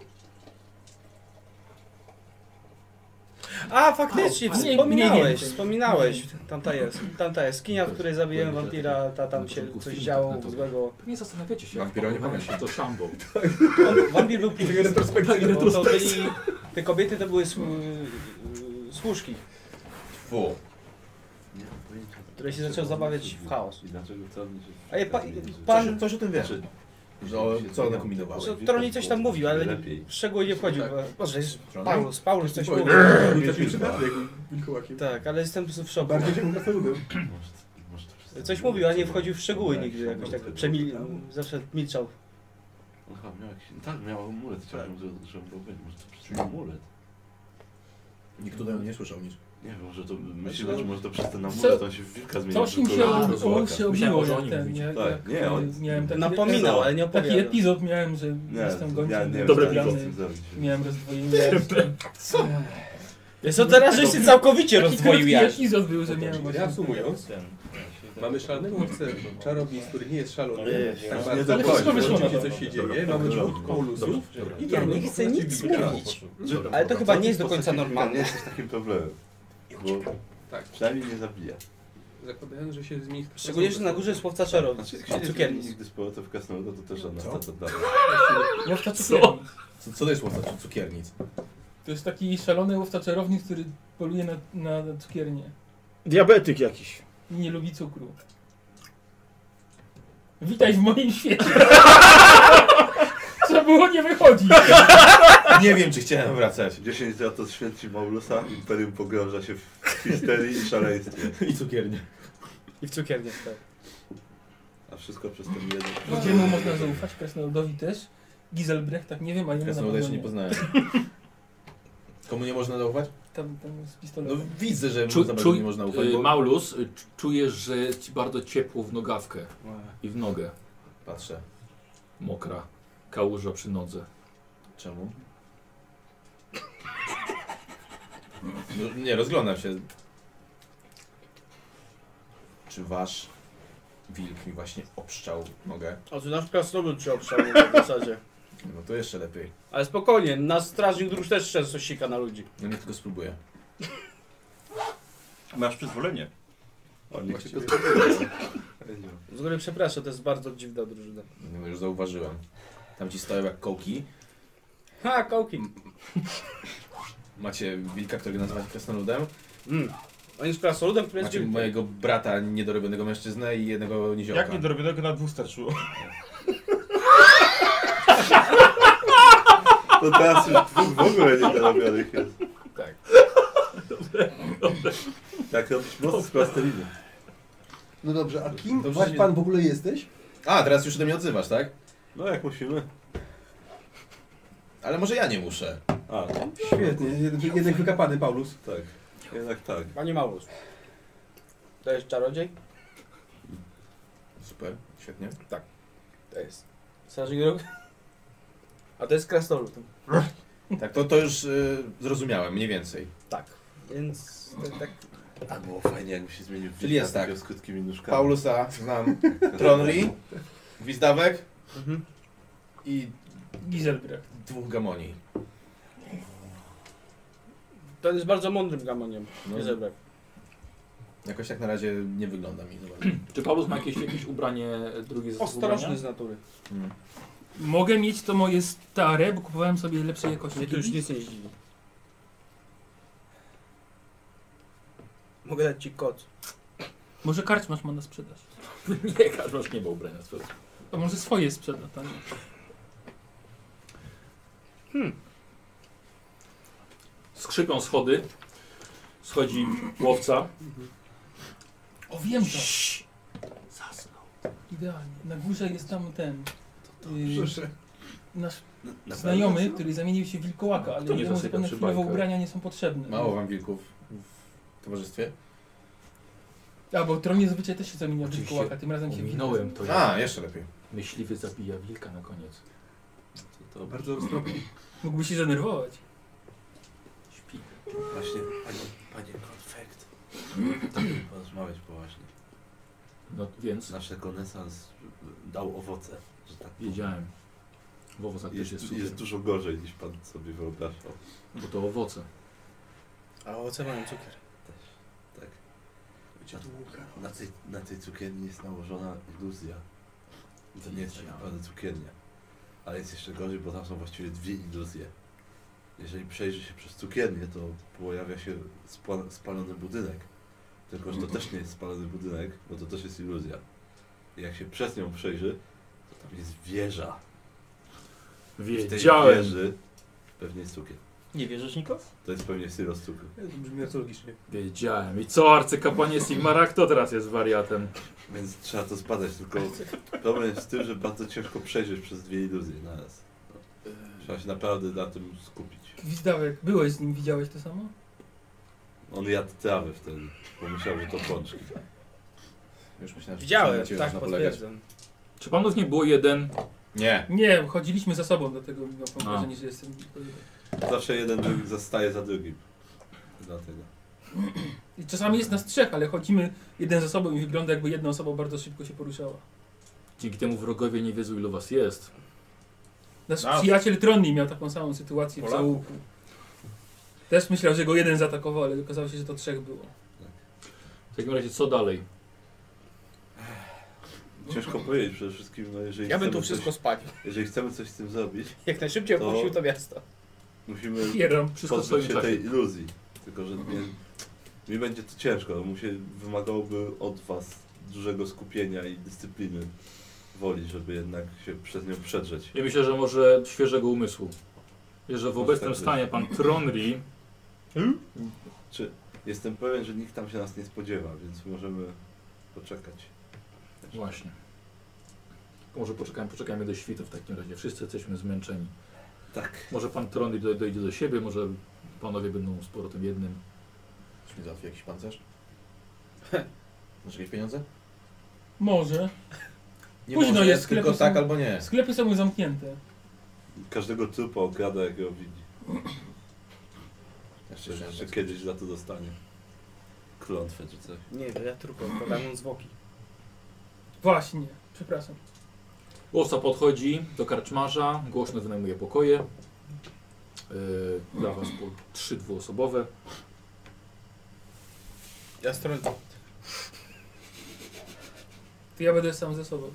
A, faktycznie, A, nie, wspominałeś, nie, nie. wspominałeś. Tamta jaskinia, w której zabiłem wampira, tam się coś działo złego. Pewnie zastanawiacie się, Wampiro nie pamiętam, pamiętam. to Szambo. Wampir był później. Bo to byli, te kobiety to były służki, Fu. Nie mam pojęcia. które się zaczęły zabawiać w chaos. I dlaczego to nie się... A je pan, Coś o tym wiesz. Znaczy, Że co one kombinowały? że Troni coś tam mówił, ale Lepiej. w szczegóły nie wchodził. Boże, Troni? Paulus coś Boję. mówił. Nie taki przypadek wilkołakiem. Tak, ale jestem w szoku. Bardziej się krasnoludem. Może to wszystko Coś było mówił, a nie co- wchodził w szczegóły nigdy, jak jakoś się tak było. zawsze milczał. Aha, miał jakiś... Tak, miał amulet, chciałbym, żeby był być. Może to przez ten amulet. Nikt tutaj nie słyszał nic. Nie wiem, może to... Myślę, że może to przez ten Co- amulet on się w wilka zmienił. Coś im tylko się, do on wilkołaka. się Myślałem, obiło że o jak nim ten, mówicie. jak Nie, on- miałem taki, Napominał, ale nie taki opowiadał. epizod miałem, że jestem Nie, gońcem. nie, Dobre wiem, co piwo. z tym zrobić. Miałem rozdwojenie. Co? Wiesz co, teraz żeś się całkowicie Taki rozdwoił krótki jak. epizod był, że miałem właśnie... Reasumując, mamy szalonego łowcę czarownic, który nie jest szalony. Tak nie bardzo, do ale końca. wszystko wyszło na to, Dobra, coś się dobra, dzieje. dobra, Mamy dobra, dwóch Paulusów i Ja mamy nie chcę postaci nic wilka. mówić. Ale to chyba nie jest do końca normalne. Nie jesteś takim problemem. Bo Tak. Przynajmniej nie zabija. Zakładając, że się zmieni... Szczególnie, że na górze jest łowca czarownic. Znaczy, jak się nie Cukiernic. zmieni nigdy z powrotem w krasnoluda, to też żadna Co? stata dalej. Łowca cukiernic. Co to jest łowca cukiernic? To jest taki szalony łowca czarownic, który poluje na cukiernię. Diabetyk jakiś. I nie lubi cukru. Witaj w moim świecie. Trzeba było nie wychodzić. Nie wiem, czy chciałem wracać. 10 lat od śmierci Maulusa, Imperium pogrąża się w histerii i szaleństwie. I cukiernie. I w cukierniach, tak. A wszystko przez ten jeden. Gdziemu można zaufać, Krasnoludowi też. Giselbrecht, tak nie wiem, a jemu na Krasnoluda jeszcze pewno nie poznałem. Komu nie można zaufać? Tam z No pistoletem. widzę, że Czu, za bardzo czuj, nie można ufać, bo... Maulus, czujesz, że jest ci bardzo ciepło w nogawkę i w nogę. Patrzę. Mokra. Kałuża przy nodze. Czemu? No, nie, rozglądam się. Czy wasz wilk mi właśnie obszczał nogę? A tu nasz krasnolud cię obszał w zasadzie. No to jeszcze lepiej. Ale spokojnie, nasz strażnik dróż też często sika na ludzi. No nie tylko spróbuję. Masz przyzwolenie. Oni Właściwie- właściwie... Z góry przepraszam, to jest bardzo dziwna drużyna. No już zauważyłem. Tam ci stoją jak kołki. Ha, kołki. Macie wilka, którego nazywacie krasnoludem. On jest krasnoludem, który jest Macie wilkiem. mojego brata niedorobionego mężczyznę i jednego niziołka. Jak niedorobionego na 2 starczyło? To teraz już dwóch w ogóle niedorobionych jest. Tak. Tak robisz most z plasteliny. No dobrze, a kim Dobrze, właśnie że- pan w ogóle jesteś? A, teraz już do mnie odzywasz, tak? No jak musimy? Ale może ja nie muszę. A, Świetnie, jednak wykapany Paulus. tak. Jednak tak. Panie Maulus. To jest czarodziej? Super, świetnie. To jest. Strażnik dróg? A to jest krasnolud. Tak, to już zrozumiałem, mniej więcej. Tak. Więc tak. A było fajnie, jakby się zmienił w Czyli jest tak. z krótkimi nóżkami. Paulusa znam. Tronri, Gwizdawek Mhm. i Giselbrecht. 2 gamoni. To jest bardzo mądrym gamoniem. No. Nie zebrek. Jakoś tak na razie nie wygląda mi za bardzo. Czy Paulus ma jakieś ubranie drugie ze Ostrożny z natury. Mm. Mogę mieć to moje stare, bo kupowałem sobie lepszej jakości. Mnie tu już nic nie zdziwi. Mogę dać ci koc. Może karczmasz ma na sprzedaż. Nie, Karmasz nie ma ubrania swego. A może swoje sprzeda, tak? Skrzypią schody. Schodzi łowca. O, wiem to. Zasnął. Idealnie. Na górze jest tam ten... Proszę. nasz Na znajomy, który zamienił się w wilkołaka, ale Kto nie jemu zasypia zupełnie przy chwilowo bajkach? ubrania nie są potrzebne. Mało wam wilków w towarzystwie? A, bo Tronie zazwyczaj też się zamienia w Oczywiście. wilkołaka, tym razem się Ominąłem to ja. A, jeszcze lepiej. Myśliwy zabija wilka na koniec. To Bardzo roztropny. Mógłby się zdenerwować. śpi. Właśnie, panie konfekt. Porozmawiać poważnie. No więc Nasz rekonesans dał owoce, że tak powiem. wiedziałem. W owocach też jest Jest cukier, dużo gorzej niż pan sobie wyobrażał. bo to owoce. A owoce mają cukier. Tak. Na tej cukierni jest nałożona iluzja. I to nie jest tak naprawdę cukiernia. Ale jest jeszcze gorzej, bo tam są właściwie 2 iluzje. Jeżeli przejrzy się przez cukiernię, to pojawia się spalony budynek. Tylko, że to też nie jest spalony budynek, bo to też jest iluzja. I jak się przez nią przejrzy, to tam jest wieża. W tej Wiedziałem. wieży pewnie jest cukier. Nie wierzysz, Nikos? To jest pewnie syros cukru. To brzmi bardzo logicznie. Wiedziałem. I co, arcykapłanie Sigmara? Kto teraz jest wariatem? Więc trzeba to zbadać, tylko problem jest w tym, że bardzo ciężko przejrzeć przez 2 iluzje naraz. No. Trzeba się naprawdę na tym skupić. Gwizdawek, byłeś z nim, widziałeś to samo? On jadł trawę wtedy, bo myślał, że to pączki. Już myślałem, że Widziałem, na ciebie tak, można polegać. potwierdzam. Czy panów nie było jeden? Nie. Nie, chodziliśmy za sobą, dlatego mam wrażenie, że jestem... Zawsze jeden drugi zostaje za drugim. Dlatego. I czasami jest nas 3, ale chodzimy jeden za sobą i wygląda jakby jedna osoba bardzo szybko się poruszała. Dzięki temu wrogowie nie wiedzą, ilu was jest. Nasz A. przyjaciel Tronni miał taką samą sytuację w Polaków. załuku. Też myślał, że go jeden zaatakował, ale okazało się, że to 3 było. W takim razie co dalej? Ciężko powiedzieć przede wszystkim, no jeżeli Ja bym tu chcemy wszystko coś, spalił. jeżeli chcemy coś z tym zrobić, Jak najszybciej To- opuścił to miasto. musimy Pierom. Wszystko w pozbyć swoim się tej czasie. iluzji. Tylko, że mi będzie to ciężko, wymagałoby od was dużego skupienia i dyscypliny woli, żeby jednak się przez nią przedrzeć. Ja myślę, że może świeżego umysłu. Wiesz, że w Może obecnym tak być. stanie pan Tronri Jestem pewien, że nikt tam się nas nie spodziewa, więc możemy poczekać. Właśnie. To może poczekajmy do świtu w takim razie. Wszyscy jesteśmy zmęczeni. Tak. Może pan Tronri dojdzie do siebie, może panowie będą z powrotem jednym. Czy mi załatwi jakiś pancerz? Masz jakieś pieniądze? Może. Nie Późno może, jest, tylko sklepy tak są- albo nie. Sklepy są już zamknięte. Każdego trupa okrada, jak ją widzi. Jeszcze Jeszcze kiedyś za to dostanie klątwę czy coś. Nie, to ja tylko podam zwłoki. Właśnie. Przepraszam. Łowca podchodzi do karczmarza, głośno wynajmuje pokoje. Dla was po 3 dwuosobowe. Ja stronę. To ja będę sam ze sobą.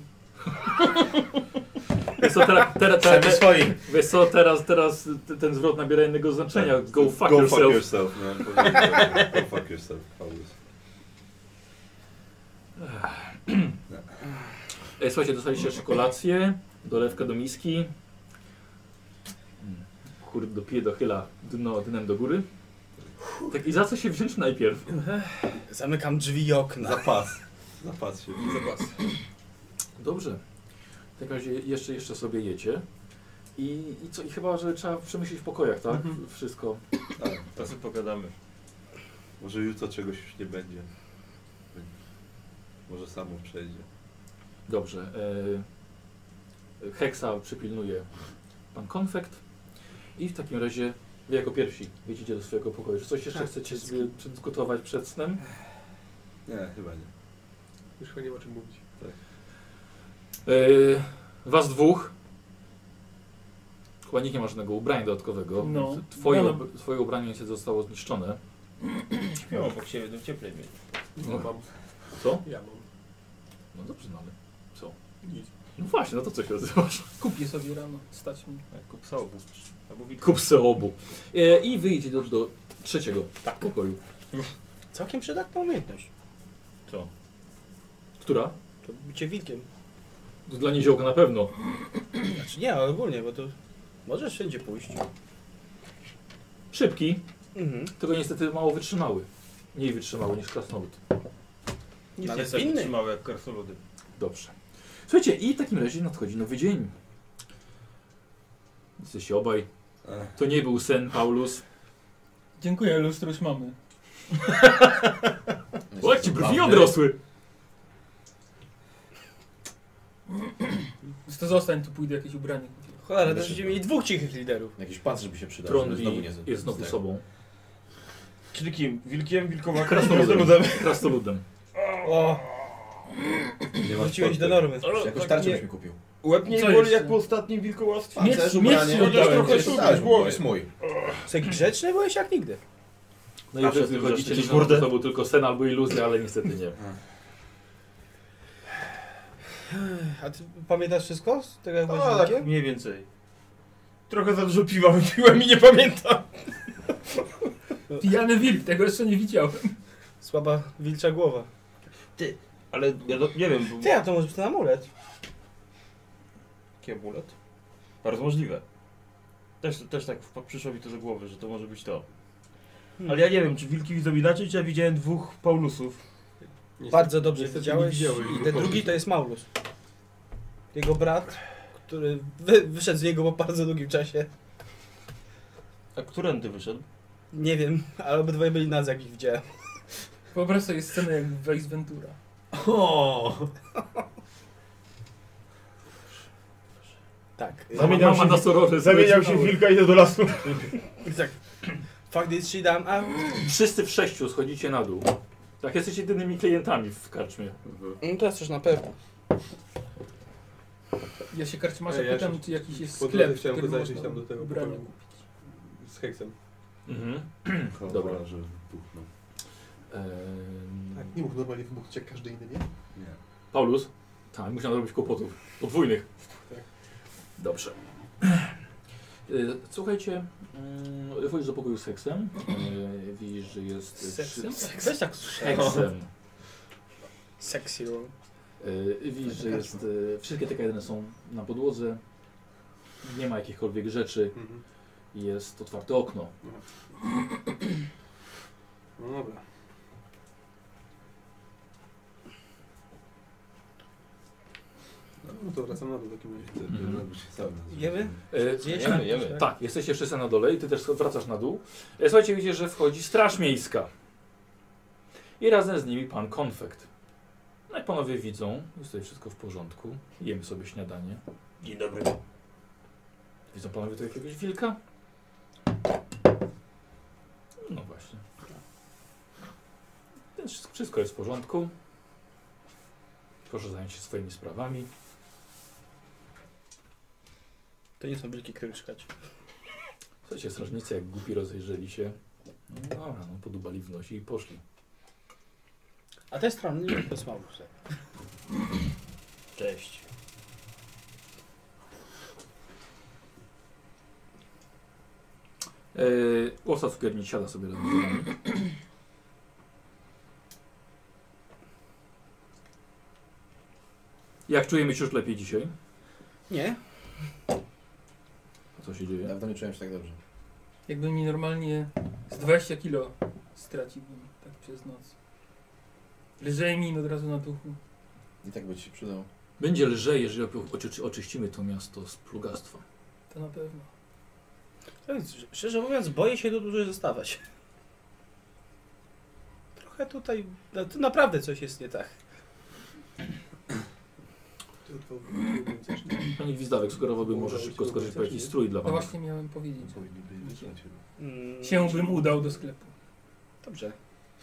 Wiesz co, Sami swoi. wiesz co, teraz ten zwrot nabiera innego znaczenia. Go fuck Go yourself. fuck yourself, no. Go fuck yourself, Paulus. Słuchajcie, dostaliście jeszcze kolację, dolewkę do miski. Kurde, dochyla dnem do góry. Tak, i za co się wziąć najpierw? Zamykam drzwi i okna. Zapas się. Zapas. Dobrze. W takim razie jeszcze sobie jecie. I co? I chyba, że trzeba przemyśleć w pokojach, tak? Wszystko. Tak. To sobie pogadamy. Może jutro czegoś już nie będzie. Może samo przejdzie. Dobrze. Heksa przypilnuje pan konfekt. I w takim razie wy jako pierwsi wyjdziecie do swojego pokoju. Czy coś jeszcze chcecie sobie przedyskutować przed snem? Nie, chyba nie. Już chyba nie ma o czym mówić. Was dwóch. Chyba nikt nie ma żadnego ubrania dodatkowego. No. Twoje ubranie niestety zostało zniszczone. Śpią obok siebie, to cieplej mieć. No mam. Co? Ja mam. No dobrze, no ale co? Nic. No właśnie, no to co się nazywasz? Kupię sobie rano. Stać mi. Kup sołbu. Albo wilka. Kup se obu. I wyjdzie do trzeciego pokoju. Całkiem przydatna umiejętność. Co? Która? To bycie wilkiem. To dla niziołka na pewno. Znaczy nie, ale ogólnie, bo to możesz wszędzie pójść. Szybki, Mhm. tylko niestety mało wytrzymały. Mniej wytrzymały niż krasnolud. Nic Ale nie jest tak inny. wytrzymałe jak krasnoludy. Dobrze. Słuchajcie, i w takim razie nadchodzi nowy dzień. Jesteście obaj. To nie był sen, Paulus. Dziękuję, lustro już mamy. O, jak ci brwi odrosły! To zostań, tu pójdę jakieś ubranie kupię. Cholera, też będziemy mieli dwóch cichych liderów. Jakiś pancerz by się przydał, Tron żeby znowu nie z- jest znowu z tego. sobą. Czyli kim? Wilkiem, wilkołakiem, Krasnoludem. Krasnoludem. O, Nie wróciłeś do normy. Jakoś tarczę byś mi kupił. Łeb nie Co boli jeszcze? jak po ostatnim wilkołactwie. Pancerz, miecz ubranie. ci Chociaż oddałem, trochę coś szukać, z bo głowy. jest mój. Co, jaki grzeczny byłeś jak nigdy. No i Zawsze wy z tym wychodzicie, rzeczy, że kurde. to był tylko sen albo iluzja, ale niestety nie. A ty pamiętasz wszystko z tego jak byłeś A, tak wilkiem? mniej więcej. Trochę za dużo piwa wypiłem i nie pamiętam. Pijany wilk, tego jeszcze nie widziałem. Słaba wilcza głowa. Ale ja nie wiem, bo... Ty, a to może być ten amulet. Jaki amulet? Bardzo możliwe. Też tak przyszło mi to do głowy, że to może być to. Ale ja nie wiem, czy wilki widzą inaczej, czy ja widziałem dwóch Paulusów. Bardzo dobrze Niestety widziałeś. nie widziałem. I ten drugi to jest Maulus. Jego brat, który wyszedł z niego po bardzo długim czasie. A którędy wyszedł? Nie wiem, ale obydwoje byli nadzy, jak ich widziałem. Wyobraź sobie scenę jak w Ace Ventura. O! Tak. Zamieniał Mama się- na soroże. Zamieniał się w wilka i idę do lasu. Tak. Fuck this shit, I'm out. Wszyscy w 6 schodzicie na dół. Tak, jesteście jedynymi klientami w karczmie. No to jest też na pewno. Ja się karczmarza Ja pytam, się czy jakiś jest po sklep, drodze w chciałem którym zajrzeć można tam do tego ubrania pokoju. kupić. Z heksem. Mhm. Dobra, Dobra. że wybuchnął. Tak, nie mógł normalnie wybuchnąć jak każdy inny, nie? Nie. Paulus? Tak, musiałem robić kłopotów. Podwójnych. Tak. Dobrze. Słuchajcie, wchodzisz do pokoju z seksem. Widzisz, że jest... Seksem? Weź tak Seksem. Sexy room. Widzisz, że jest... Wszystkie te kajemy są na podłodze. Nie ma jakichkolwiek rzeczy. Mhm. Jest otwarte okno. No dobra. No to wracam na dół w takim razie. Mhm. Robi się sam. Jemy? Zjeść? Jemy. Tak, jesteście wszyscy na dole i ty też wracasz na dół. Słuchajcie, widzicie, że wchodzi straż miejska. I razem z nimi pan konfekt. No i panowie widzą, jest tutaj wszystko w porządku. Jemy sobie śniadanie. Dzień dobry. Widzą panowie tu jakiegoś wilka? No właśnie. Więc wszystko jest w porządku. Proszę zająć się swoimi sprawami. To nie są wielkie kryczkać. Słuchajcie, strażnicy jak głupi rozejrzeli się. No dobra, no podubali w nosie i poszli. A te strony nie to słabo. Cześć. Łowca cukierni siada sobie razem z wami. Jak czujemy się już lepiej dzisiaj? Nie? Co się dzieje? Dawno nie czułem się tak dobrze. Jakbym mi normalnie z 20 kilo straciłbym tak przez noc. Lżej mi od razu na duchu. I tak by ci się przydał. Będzie lżej, jeżeli oczyścimy to miasto z plugastwa. To na pewno. Szczerze mówiąc, boję się tu dłużej zostawać. Trochę tutaj, no, tu naprawdę coś jest nie tak. Tylko byłbym coś, nie? Pani Gwizdawek sugerowałby może szybko skoczyć po jakiś strój dla No pana. właśnie miałem powiedzieć. Powinni byli wysłać chyba. Się bym udał do sklepu. Dobrze.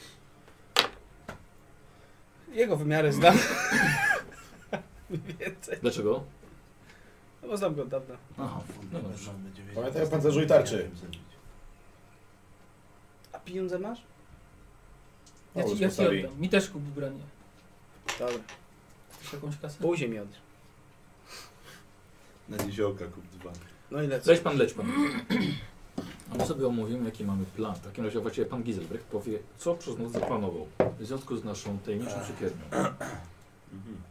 Jego wymiary znam. Mniej więcej. Dlaczego? No bo znam go od dawna. Aha, no dobrze. Pamiętaj o pancerzu i tarczy. A pieniądze masz? Ja ci postawi. oddam. Mi też kup ubranie. Dobra. Chcesz jakąś kasę? Buzię mi oddasz. Na niziołka kup 2. No i lecę. Leć pan. A my sobie omówimy, jaki mamy plan. W takim razie właściwie pan Giselbrecht powie, co przez noc zaplanował w związku z naszą tajemniczą cukiernią. Mhm.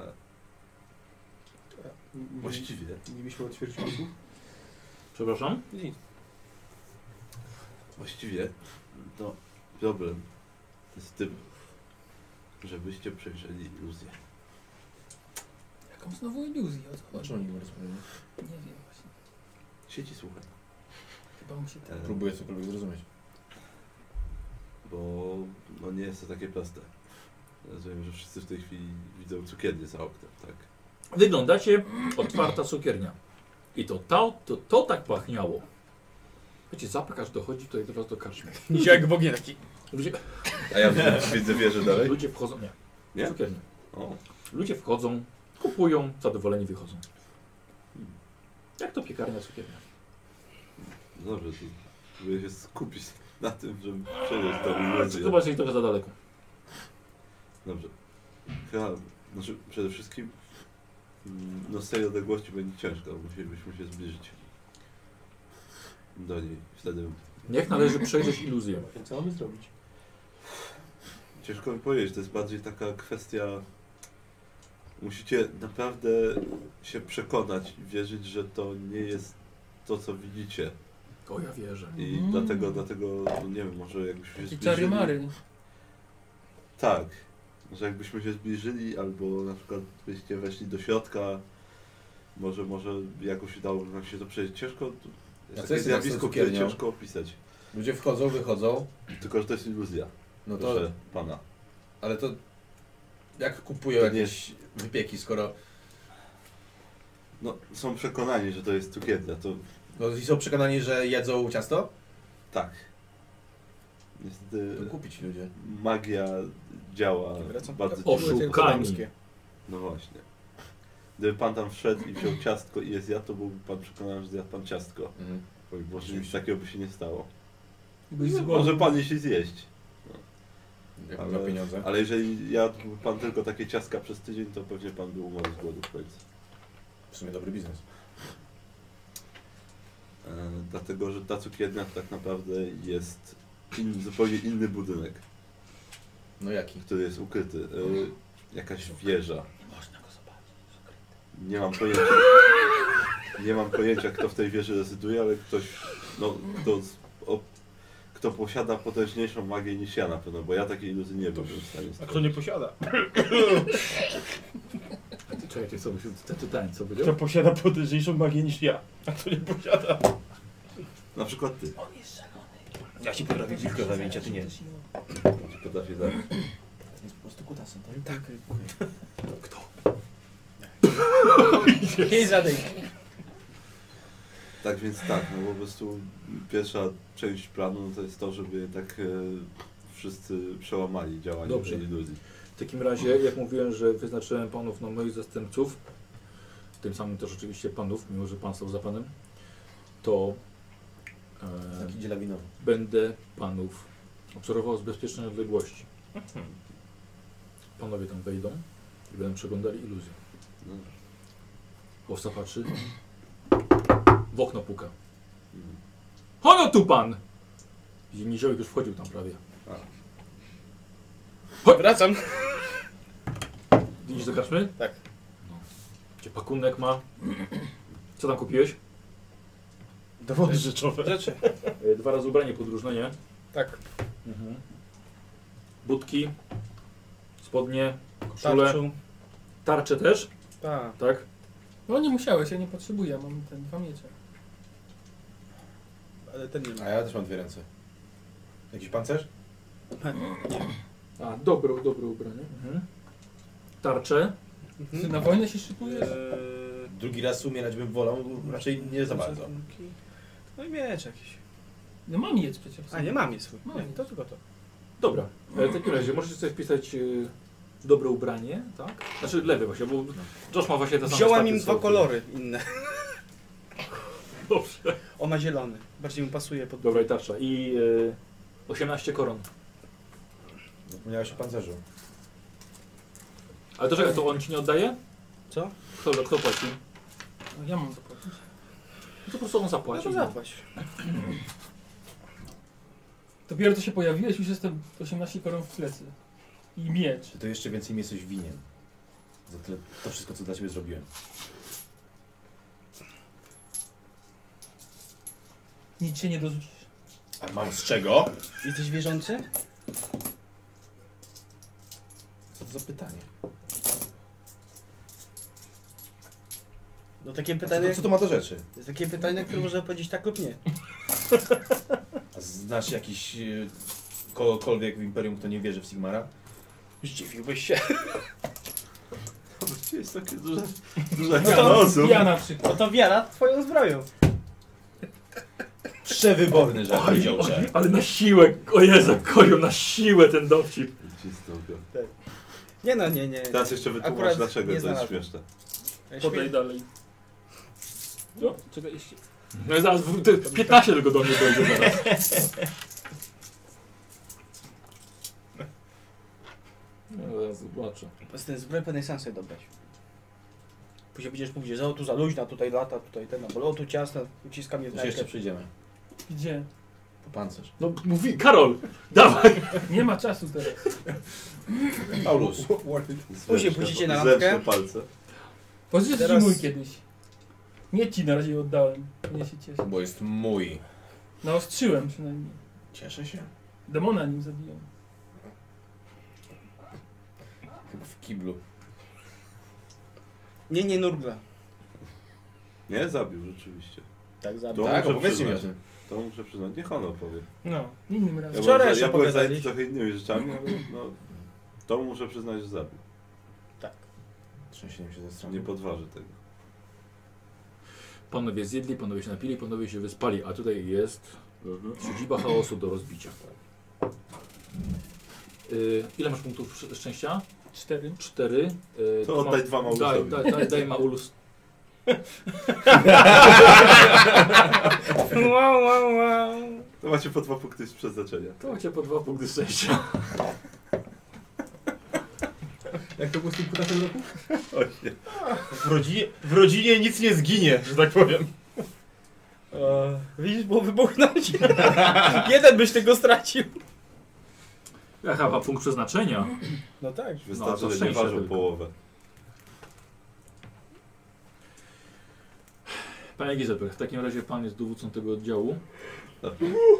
Właściwie. Nie mieliśmy otwierdzić usług? Przepraszam? Nic. Właściwie to problem jest z tym, żebyście przejrzeli iluzję. Jaką znowu iluzję? O co O chodzi? czym oni rozmawiają? Nie wiem właśnie. Siedzi słuchaj. Chyba musi tak. Próbuję cokolwiek zrozumieć. Bo no nie jest to takie proste. Rozumiem, że wszyscy w tej chwili widzą cukiernię za oknem, tak? Wyglądacie otwarta cukiernia. I to tak pachniało. Wiecie, zapach aż dochodzi tutaj do was do karczmy. Jak w ogóle taki. Ludzie, A ja widzę wieżę dalej? ludzie wchodzą, nie, Nie? cukiernia. O, Ludzie wchodzą, kupują, zadowoleni wychodzą. Jak to piekarnia, cukiernia? dobrze, to próbuję się skupić na tym, żeby przejrzeć tą iluzję. Zobacz, że trochę za daleko. Dobrze. Chyba, znaczy przede wszystkim no z tej odległości będzie ciężko, musielibyśmy się zbliżyć do niej. Wtedy Niech należy przejrzeć iluzję. Więc co mamy zrobić? ciężko mi powiedzieć, to jest bardziej taka kwestia. Musicie naprawdę się przekonać i wierzyć, że to nie jest to, co widzicie. O, ja wierzę. I dlatego, no nie wiem, może jakbyśmy się Takie zbliżyli. czary-mary. Tak. Może jakbyśmy się zbliżyli, albo na przykład byście weszli do środka, może jakoś udało nam się to przejść. Ciężko, to A jest co takie jest z tą zjawisko, które cukiernią? ciężko opisać. Ludzie wchodzą, wychodzą, Tylko, że to jest iluzja, no to... proszę pana. Ale to... Jak kupują To nie- jakieś wypieki, skoro... No, są przekonani, że to jest cukiernia, to No i są przekonani, że jedzą ciasto? tak. Niestety To kupić ludzie. magia działa Wracam. bardzo Oszukani. ciężko. Damskie. No właśnie. Gdyby pan tam wszedł i wziął ciastko i je zjadł, to byłby pan przekonany, że zjadł pan ciastko. Mhm. Może nic takiego by się nie stało. Byś Może pan jeśli zjeść. Jak ma pieniądze. Ale jeżeli jadł pan tylko takie ciastka przez tydzień, to pewnie pan by umarł z głodu w końcu. W sumie dobry biznes. Dlatego, że ta cukiernia tak naprawdę jest zupełnie inny budynek, No jaki? który jest ukryty. Jakaś wieża. Można go zobaczyć. Nie mam pojęcia, kto w tej wieży rezyduje, ale ktoś, no, kto posiada potężniejszą magię niż ja na pewno, bo ja takiej iluzji nie byłbym w stanie A stworzyć. kto nie posiada? Czekajcie, co by się czytałem, co Kto będzie? posiada potężniejszą magię niż ja, a kto nie posiada. Na przykład ty. Ja ci potrafię wilka zamienić, a ty nie. Potrafię zabić. Jest po prostu kutasem, Tak. Kto? Hej, zadej. Tak więc tak, no po prostu pierwsza część planu to jest to, żeby tak wszyscy przełamali działanie Dobrze. tej iluzji. W takim razie, jak mówiłem, że wyznaczyłem panów na moich zastępców, tym samym też oczywiście panów, mimo że pan stał za panem, to Tak idzie lawinowo. będę panów obserwował z bezpiecznej odległości. Panowie tam wejdą i będą przeglądali iluzję. No. Łowca patrzy, w okno puka. Mhm. Hono tu pan! Widzi, Niziołek już wchodził tam prawie. Wracam. Widzisz do karczmy? Tak. No. Gdzie pakunek ma? Co tam kupiłeś? Dowody rzeczowe. Rzeczy. 2 razy ubranie podróżne, nie? Tak. Mhm. Budki, spodnie, koszule, Tarczu. tarcze też, Tak. tak? No nie musiałeś, ja nie potrzebuję, mam ten 2 miecze. Ale ten nie A ma. ja też mam 2 ręce. Jakiś pancerz? A, dobre ubranie. Mhm. Tarcze. Ty na wojnę się szykujesz? Drugi raz umierać bym wolał, raczej nie za bardzo. No i miecz jakiś. No mam miecz przecież. A nie mam je swój. Mam. Nie, to tylko to. Dobra, w takim razie możecie sobie wpisać dobre ubranie, tak? Znaczy lewy właśnie, bo Josh ma właśnie te same Wziąłem staty, im 2 co- kolory inne. Dobrze. On ma zielony. Bardziej mi pasuje pod... Dobra i tarcza. I 18 koron. Zapomniałeś o pancerzu. Ale to czekaj, to on ci nie oddaje? Co? Kto płaci? No, ja mam zapłacić. No to po prostu on No zapłaci. to zapłać. Dopiero co się pojawiłeś, już jestem 18 koron w plecy. I miecz. To jeszcze więcej mi jesteś winien. Za tyle, to wszystko, co dla ciebie zrobiłem. Nic się nie dorzucisz. A mam z czego? Jesteś wierzący? Co to za pytanie? No takie A pytanie... co to ma do rzeczy? To jest takie pytanie, na które można powiedzieć tak lub nie. A znasz jakiś kogokolwiek w Imperium, kto nie wierzy w Sigmara? Zdziwiłbyś się. Właściwie jest takie duża No grono to osób. Ja na przykład. No to wiara twoją zbroją. Przewyborny żart, wiedziałcze. Ale na siłę, o Jezu, Koriu, na siłę ten dowcip. Cisnął go. Nie no, nie. Teraz jeszcze wytłumacz, Akurat dlaczego nie to jest znalazłem. śmieszne. Podaj dalej. Co? Czekaj, jeszcze. No i zaraz 15 tylko do mnie dojdzie zaraz. No zaraz zobaczę. Ten zbroję pewnej sam sobie dobrać. Później będziesz mówić, że o tu za luźna, tutaj lata, tutaj ten, bo o tu ciasna, uciska mnie w To jeszcze rękę. przyjdziemy. Gdzie? Po pancerz. No mówi, Karol, dawaj. Nie ma czasu teraz. Paulus. Później pójdziecie na Zręczne lampkę. palce. Pożycz ci Teraz- mój kiedyś. Mieć ci na razie oddałem. Nie się cieszę. Bo jest mój. Naostrzyłem przynajmniej. Cieszę się. Demona nim zabiłem. Chyba w kiblu. Nie nurgla. Nie, zabił rzeczywiście. Tak, To Tak, muszę opowiedzcie mi o przyznać. tym. To muszę przyznać, niech on opowie. No, innym razem. Ja Wczoraj byłem, jeszcze ja byłem zajęty opowiadaliście. trochę innymi rzeczami, ale no, to muszę przyznać, że zabił. Trzęsieniem się ze strony. Nie podważy tego. Panowie zjedli, panowie się napili, panowie się wyspali, a tutaj jest siedziba chaosu do rozbicia. Ile masz punktów szczęścia? 4. 4. To oddaj 2 Maulusowi. Daj Maulus. Wow. To macie po 2 punkty z przeznaczenia. To macie po 2 punkty szczęścia. Jak to było z tym kutasem roku? W rodzinie nic nie zginie, że tak powiem. Widzisz, było wybuchnąć. Jeden byś tego stracił. Aha, ma punkt przeznaczenia. No tak. Wystarczy, to że nie szczęście ważył tylko. połowę. Panie Gizelbrecht, w takim razie pan jest dowódcą tego oddziału. Tak.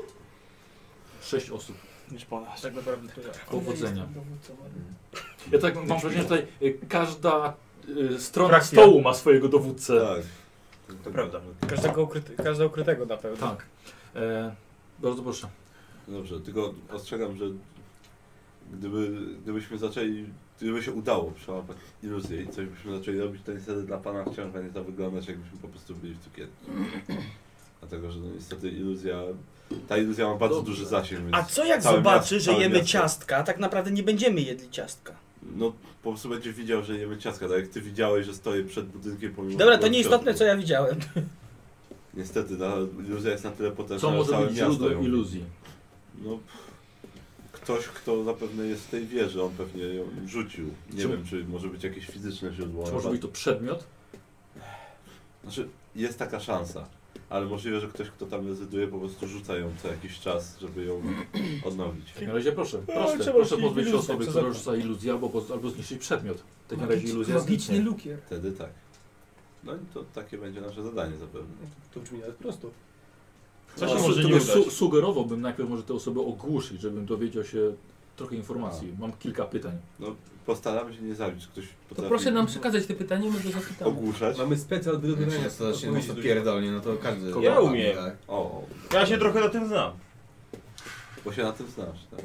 6 osób. Niż po nas. Tak naprawdę to ja. Powodzenia. Jestem dowódcą, ale- Ja tak mam wrażenie, że tutaj każda strona Frakcja. stołu ma swojego dowódcę. Tak. To prawda. Każdego ukrytego na pewno. Tak. Bardzo proszę. Dobrze, tylko ostrzegam, że gdybyśmy zaczęli, gdyby się udało przełapać iluzję i coś byśmy zaczęli robić, to niestety dla pana wciąż będzie to wyglądać, jakbyśmy po prostu byli w cukierni. Dlatego, że no niestety ta iluzja ma bardzo duży zasięg, więc A co jak całe zobaczy, miasto- że całe jemy miasto- ciastka, tak naprawdę nie będziemy jedli ciastka. No po prostu będzie widział, że jemy ciastka, tak jak ty widziałeś, że stoję przed budynkiem pomimo... Dobra, że to byłem w nieistotne środku. co ja widziałem. Niestety, ta iluzja jest na tyle potężna, Co że może całe być miasto źródłem ją... iluzji? No, ktoś, kto zapewne jest w tej wieży, on pewnie ją rzucił. Nie Czy- wiem, czy może być jakieś fizyczne źródło. Czy ale może być to przedmiot? Znaczy, jest taka szansa, ale możliwe, że ktoś, kto tam rezyduje, po prostu rzuca ją co jakiś czas, żeby ją odnowić. W takim razie proszę. Proste. trzeba Proszę rzucić pozbyć się iluzję, osoby, co która za- rzuca iluzję albo zniszczyć przedmiot. W takim razie iluzja Magiczny zniknie. lukier. Wtedy tak. No i to takie będzie nasze zadanie zapewne. To brzmi nawet prosto. Co się No, może to nie by udać? sugerowałbym najpierw może te osoby ogłuszyć, żebym dowiedział się trochę informacji. Mam kilka pytań. No, postaramy się nie zabić. Ktoś To potrafi proszę nam przekazać te pytania, my go zapytamy. ogłuszać. Mamy specjal do wybrania. To zacznie mocno pierdolnie, no to każdy... Ja umiem. Tak. O, Ja się trochę na tym znam. bo się na tym znasz, tak?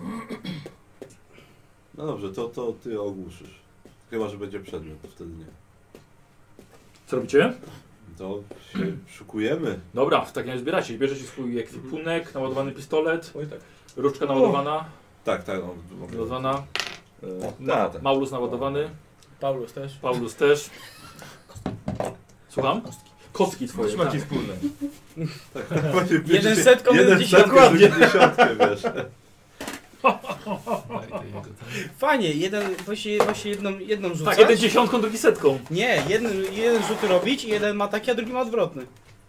No dobrze, to ty ogłuszysz. Chyba, że będzie przedmiot, to wtedy nie. Co robicie? To się szukujemy. Dobra, w takim razie zbieracie się. Bierzecie swój ekwipunek, naładowany pistolet, Oj tak. różdżka naładowana, Tak, mogę. naładowana, Tak. Maulus naładowany, Paulus też. Paulus też. Słucham? Kostki twoje. Coś macie Tak. wspólne. Tak, właśnie Jeden bierzecie- setką, jeden jeden dziesiątką. setką, drugi dziesiątkę, wiesz. Fajnie, właśnie jedną rzucać. Tak, jeden dziesiątką, drugi setką. Nie, jeden rzut robić i jeden ma taki, a drugi ma odwrotny.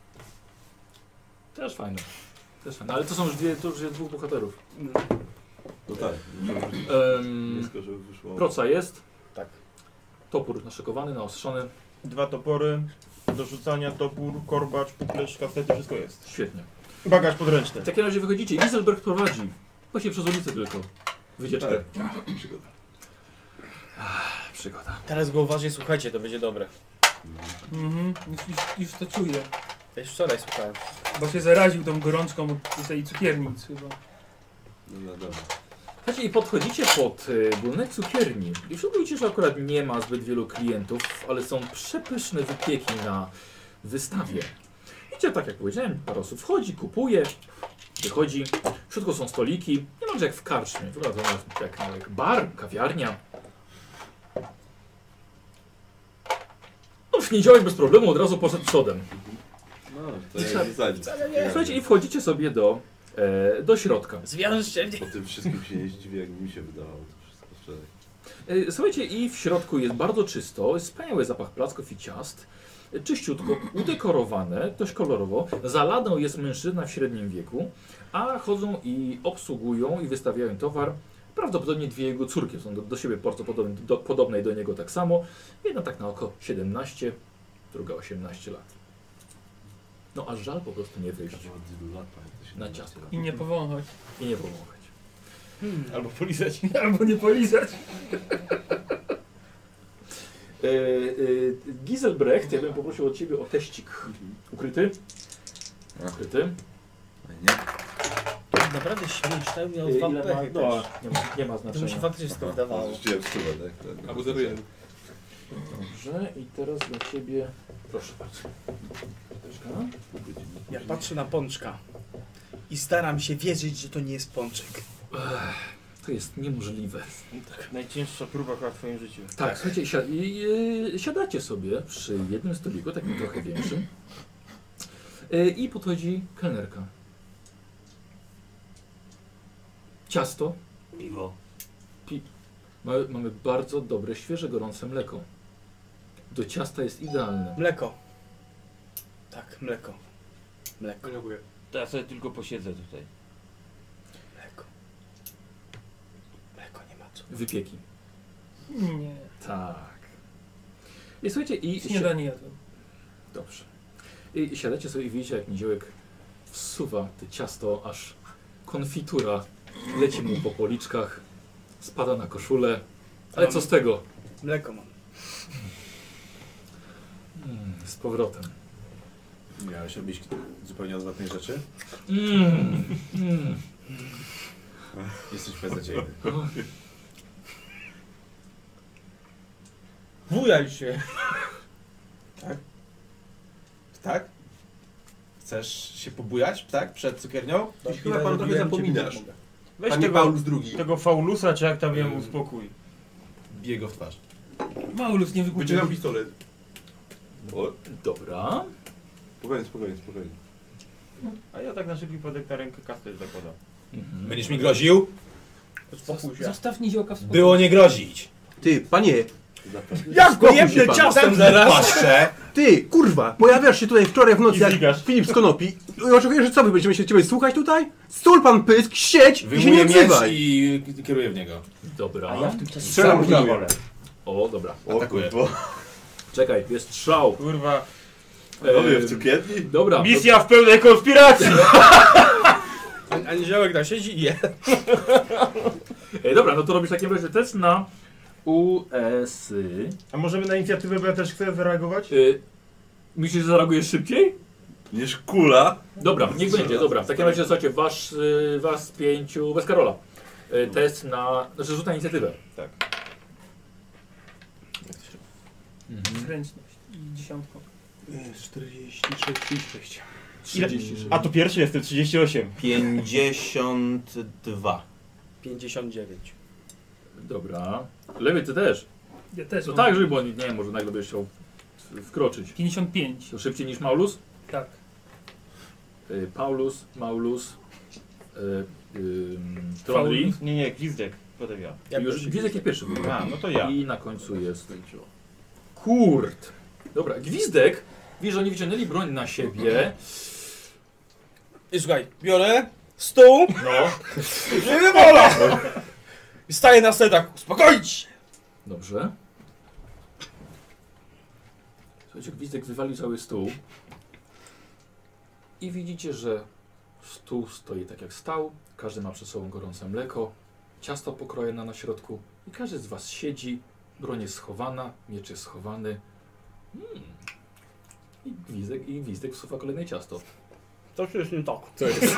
Też fajne. Też fajne. Ale to są już dwóch bohaterów. No tak, Um, blisko, żeby wyszło. proca jest. Tak. Topór naszykowany, naostrzony. 2 topory, do rzucania topór, korbacz, puklerz, kastety, wszystko jest. Świetnie. Bagaż podręczny. W takim razie wychodzicie. Giselberg prowadzi. Właśnie przez ulicę tylko. Wycieczkę. Tak, przygoda. Przygoda. Teraz go uważnie słuchajcie, to będzie dobre. Mhm, już to czuję. Ja już wczoraj słuchałem. Bo się zaraził tą gorączką od tej cukiernic chyba. No dobra. Słuchajcie, i podchodzicie pod budynek cukierni. I w środku widzicie, że akurat nie ma zbyt wielu klientów, ale są przepyszne wypieki na wystawie. Widzicie, tak jak powiedziałem, parę osób wchodzi, kupuje, wychodzi. W środku są stoliki, niemalże jak w karczmie. Wygląda to jak bar, kawiarnia. No w niedziałek bez problemu od razu poszedł przodem. No, to Trzeba- ja nie zanim. Słuchajcie, i wchodzicie sobie do środka. Zwiążcie mnie. Po tym wszystkim się nie zdziwię, jakby mi się wydawało to wszystko wczoraj. Słuchajcie, i w środku jest bardzo czysto, jest wspaniały zapach placków i ciast. Czyściutko, udekorowane, dość kolorowo. Za ladą jest mężczyzna w średnim wieku, a chodzą i obsługują i wystawiają towar. Prawdopodobnie dwie jego córki są do siebie bardzo podobnej do niego tak samo. Jedna tak na oko 17, druga 18 lat. No aż żal po prostu nie wyjść Od ilu lat, pamiętam, się na nie ciastko I nie powąchać. i nie pomagać. Albo polizać. Albo nie polizać. Giselbrecht, ja bym poprosił od Ciebie o teścik. Ukryty? Ukryty. Nie. Naprawdę śmieć, tak miał Ile dwa ma? pechy No, też. nie ma To mi się znaczenia. faktycznie wszystko wydawało. Rzuciłem stówę, tak? Albo 0,1. Dobrze, i teraz dla Ciebie... Proszę bardzo. Teczka. Ja patrzę na pączka i staram się wierzyć, że to nie jest pączek. To jest niemożliwe. Najcięższa próba chyba w twoim życiu. Tak, słuchajcie, siadacie sobie przy jednym stoliku, takim trochę większym. I podchodzi kelnerka. Ciasto. Piwo. Mamy bardzo dobre, świeże, gorące mleko. Do ciasta jest idealne. Mleko. Tak, mleko. Mleko. Dziękuję. To ja sobie tylko posiedzę tutaj. Mleko. Mleko nie ma co. Wypieki. Nie. Tak. I słuchajcie, i... Śniadanie jadłem. Dobrze. I siadacie sobie i widzicie, jak Niziołek wsuwa to ciasto, aż konfitura leci mu po policzkach, spada na koszulę. Ale co z tego? Mleko mam. Z powrotem. Miałeś robić zupełnie odwrotnej rzeczy? Jesteś beznadziejny. Bujaj się. Tak? Chcesz się pobujać, tak? Przed cukiernią? Chyba pan trochę zapominasz. Weź Panie tego, Paulus II. tego faulusa, czy jak tam jemu uspokój. Bije go w twarz. Maulus nie wykupił. Wyciągam pistolet. O, Dobra. spokojnie. A ja tak na szybki podek na rękę kastet zakładam. Będziesz mi groził? Spokój się. Zostaw Niziołka w spokoju. Było nie grozić. Ty, panie, Jak go jebnie ciastem zaraz? Paszcze! ty, kurwa, pojawiasz się tutaj wczoraj w nocy I jak zigasz. Filip z Konopi. I oczekujesz, że co, my będziemy się ciebie słuchać tutaj? Stul pan pysk, siedź i się nie Wyjmuję miecz odzywaj. i kieruję w niego. Dobra. A ja w tym czasie Strzelam w na niego. wolę. O, dobra. O Atakuję. kurwa. Czekaj, jest strzał. Kurwa. Panowie w cukierni? Dobra. Misja w pełnej konspiracji! A Niziołek tam siedzi i je. Dobra, no to robisz w takim razie test na US-y. A możemy na inicjatywę, bo ja też chcę zareagować? Myślisz, że zareagujesz szybciej? Niż kula. Dobra, niech będzie, dobra. W takim razie słuchajcie, was 5 bez Karola. Test na... Znaczy rzut na inicjatywę. Tak. Zręczność i dziesiątką. 46, 36. 36. A to pierwszy jestem, 38. 52. 59. Dobra. Lewy, ty też. Ja też. No mam. tak, żeby on, nie wiem, może nagle byś chciał wkroczyć. 55. To szybciej niż Maulus? Tak. Paulus, Maulus, Tronri. Faulus. Nie, Gwizdek. Potem ja. Już Gwizdek jest pierwszy. był. A, no to ja. I na końcu jest Kurt. Dobra, Gwizdek. Widzisz, że oni wyciągnęli broń na siebie. I słuchaj, biorę stół, No. nie wywola! I staję na setach, uspokoić! Dobrze. Słuchajcie, Gwizdek wywalił cały stół. I widzicie, że stół stoi tak jak stał. Każdy ma przed sobą gorące mleko. Ciasto pokrojone na środku. I każdy z was siedzi. Broń jest schowana. Miecz jest schowany. I Gwizdek wsuwa kolejne ciasto. To przecież nie tak. Co jest?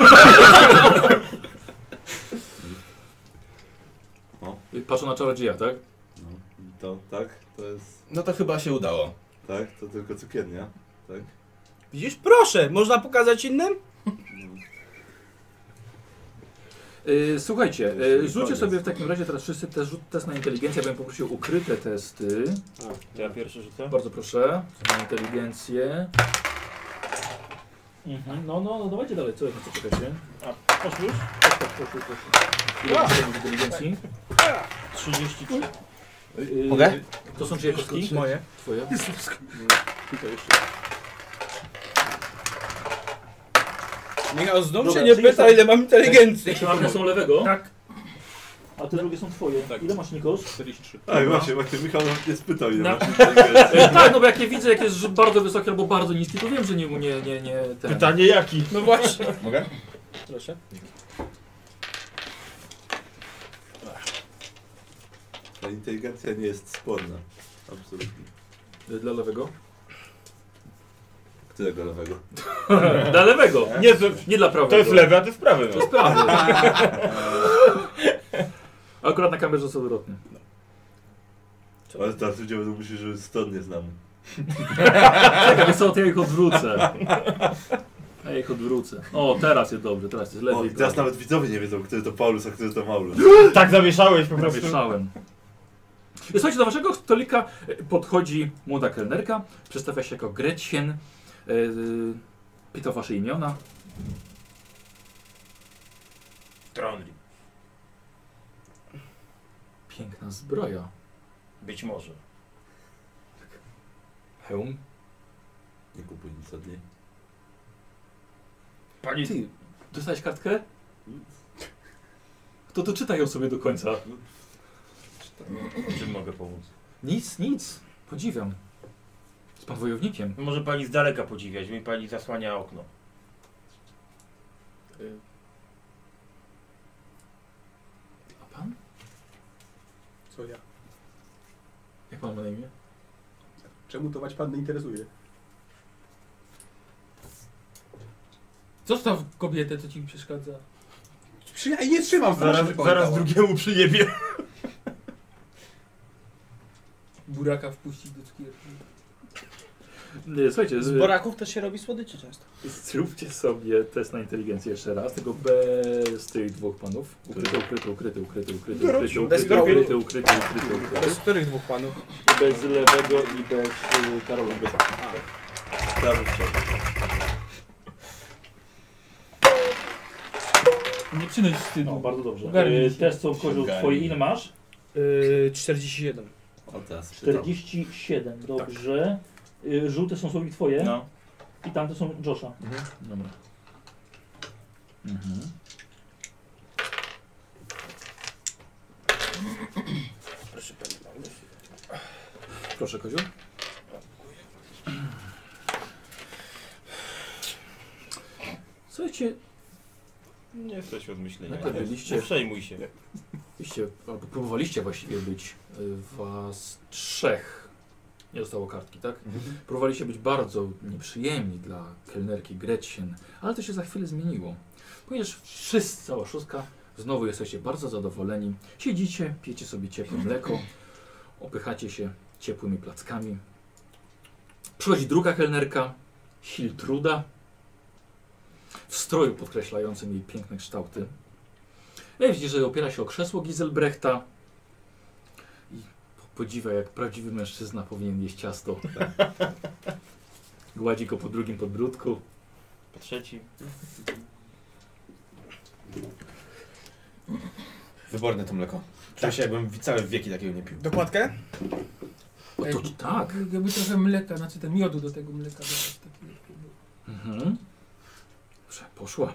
Patrzą na czarodzieja, tak? No, to tak, to jest... No to chyba się udało. Tak, to tylko cukiernia. Tak. Widzisz? Proszę, można pokazać innym? Słuchajcie, rzućcie sobie w takim razie teraz wszyscy test na inteligencję. Ja bym poprosił ukryte testy. To ja pierwszy rzucę. Bardzo proszę. Na inteligencję. No, dawajcie dalej. Co czekacie? A, poszły już? Ile macie inteligencji? 33. Mogę? To są czyje kostki? Moje. Twoje? Michał znów Dobra, się nie czyli pyta, są- ile mam inteligencji. Czarne są lewego, Tak. a te drugie są twoje. Ile masz, Nikos? 43. Tak, właśnie, Michał nie spytał ile Na- masz inteligencji. Tak, no bo jak je widzę, jak jest bardzo wysoki albo bardzo niski, to wiem, że nie ten. Pytanie jaki? No właśnie. Mogę? Proszę. Ta inteligencja nie jest sporna. Absolutnie. Dla lewego? Którego lewego? Dla lewego! Nie, to, Nie dla prawego. to jest lewy, a to jest prawy. To No. jest prawy. Akurat na kamerze są odwrotne. Ale teraz ludzie będą myśleć, że stronnie znam. Czekaj, wiesz co, to ja ich odwrócę. Ja ich odwrócę. O, teraz jest dobrze, teraz jest lewy O, i i teraz prawy. nawet widzowie nie wiedzą, który to Paulus, a który to Maulus. Tak zamieszałeś po prostu. Zamieszałem. Słuchajcie, do waszego stolika podchodzi młoda kelnerka, przedstawia się jako Gretchen, pyta o wasze imiona. Tronli. Piękna zbroja. Być może. Hełm. Nie kupuj nic od niej. Pani... Ty, dostałeś kartkę? To czytaj ją sobie do końca. Czym mogę pomóc? Nic. Podziwiam. Jest pan wojownikiem. Może pani z daleka podziwiać, mi pani zasłania okno. A pan? Co ja? Jak pan ma na imię? Czemu to wać pan nie interesuje? Zostaw kobietę, co ci przeszkadza. Ja jej nie trzymam, Zaraz drugiemu przyjebie. Buraka wpuścić do cukierki. Słuchajcie, Z boraków też się robi słodycze często. zróbcie sobie test na inteligencję jeszcze raz, tylko bez tych dwóch panów. Ukryty. Bez których dwóch panów? Bez lewego i bez Karolowego. Nie przynoś wstydu. No, bardzo dobrze. Ogarnij się. Test są kozioł twoje. Ile masz? 47. O teraz czytam. 47, dobrze. Żółte są słowi twoje No. i tamte są Josha. Dobra. Proszę pani Magnus. Proszę kozioł. Słuchajcie, Nie jesteś od myślenia. Najpierw byliście- Nie przejmuj się. albo próbowaliście właściwie być was trzech. Nie dostało kartki, tak? Próbowaliście być bardzo nieprzyjemni dla kelnerki Gretchen, ale to się za chwilę zmieniło. Ponieważ wszyscy, cała szóstka, znowu jesteście bardzo zadowoleni. Siedzicie, pijecie sobie ciepłe mleko, opychacie się ciepłymi plackami. Przychodzi druga kelnerka, Hiltruda, w stroju podkreślającym jej piękne kształty. Widzicie, że opiera się o krzesło Giselbrechta i podziwia, jak prawdziwy mężczyzna powinien jeść ciasto. Gładzi go po drugim podbródku. Po trzeci. Wyborne to mleko. Czuję się, jakbym całe wieki takiego nie pił. Dokładkę? O, to tak. Jakby trochę mleka, znaczy ten miodu do tego mleka dodać. Mhm. Dobrze, poszła.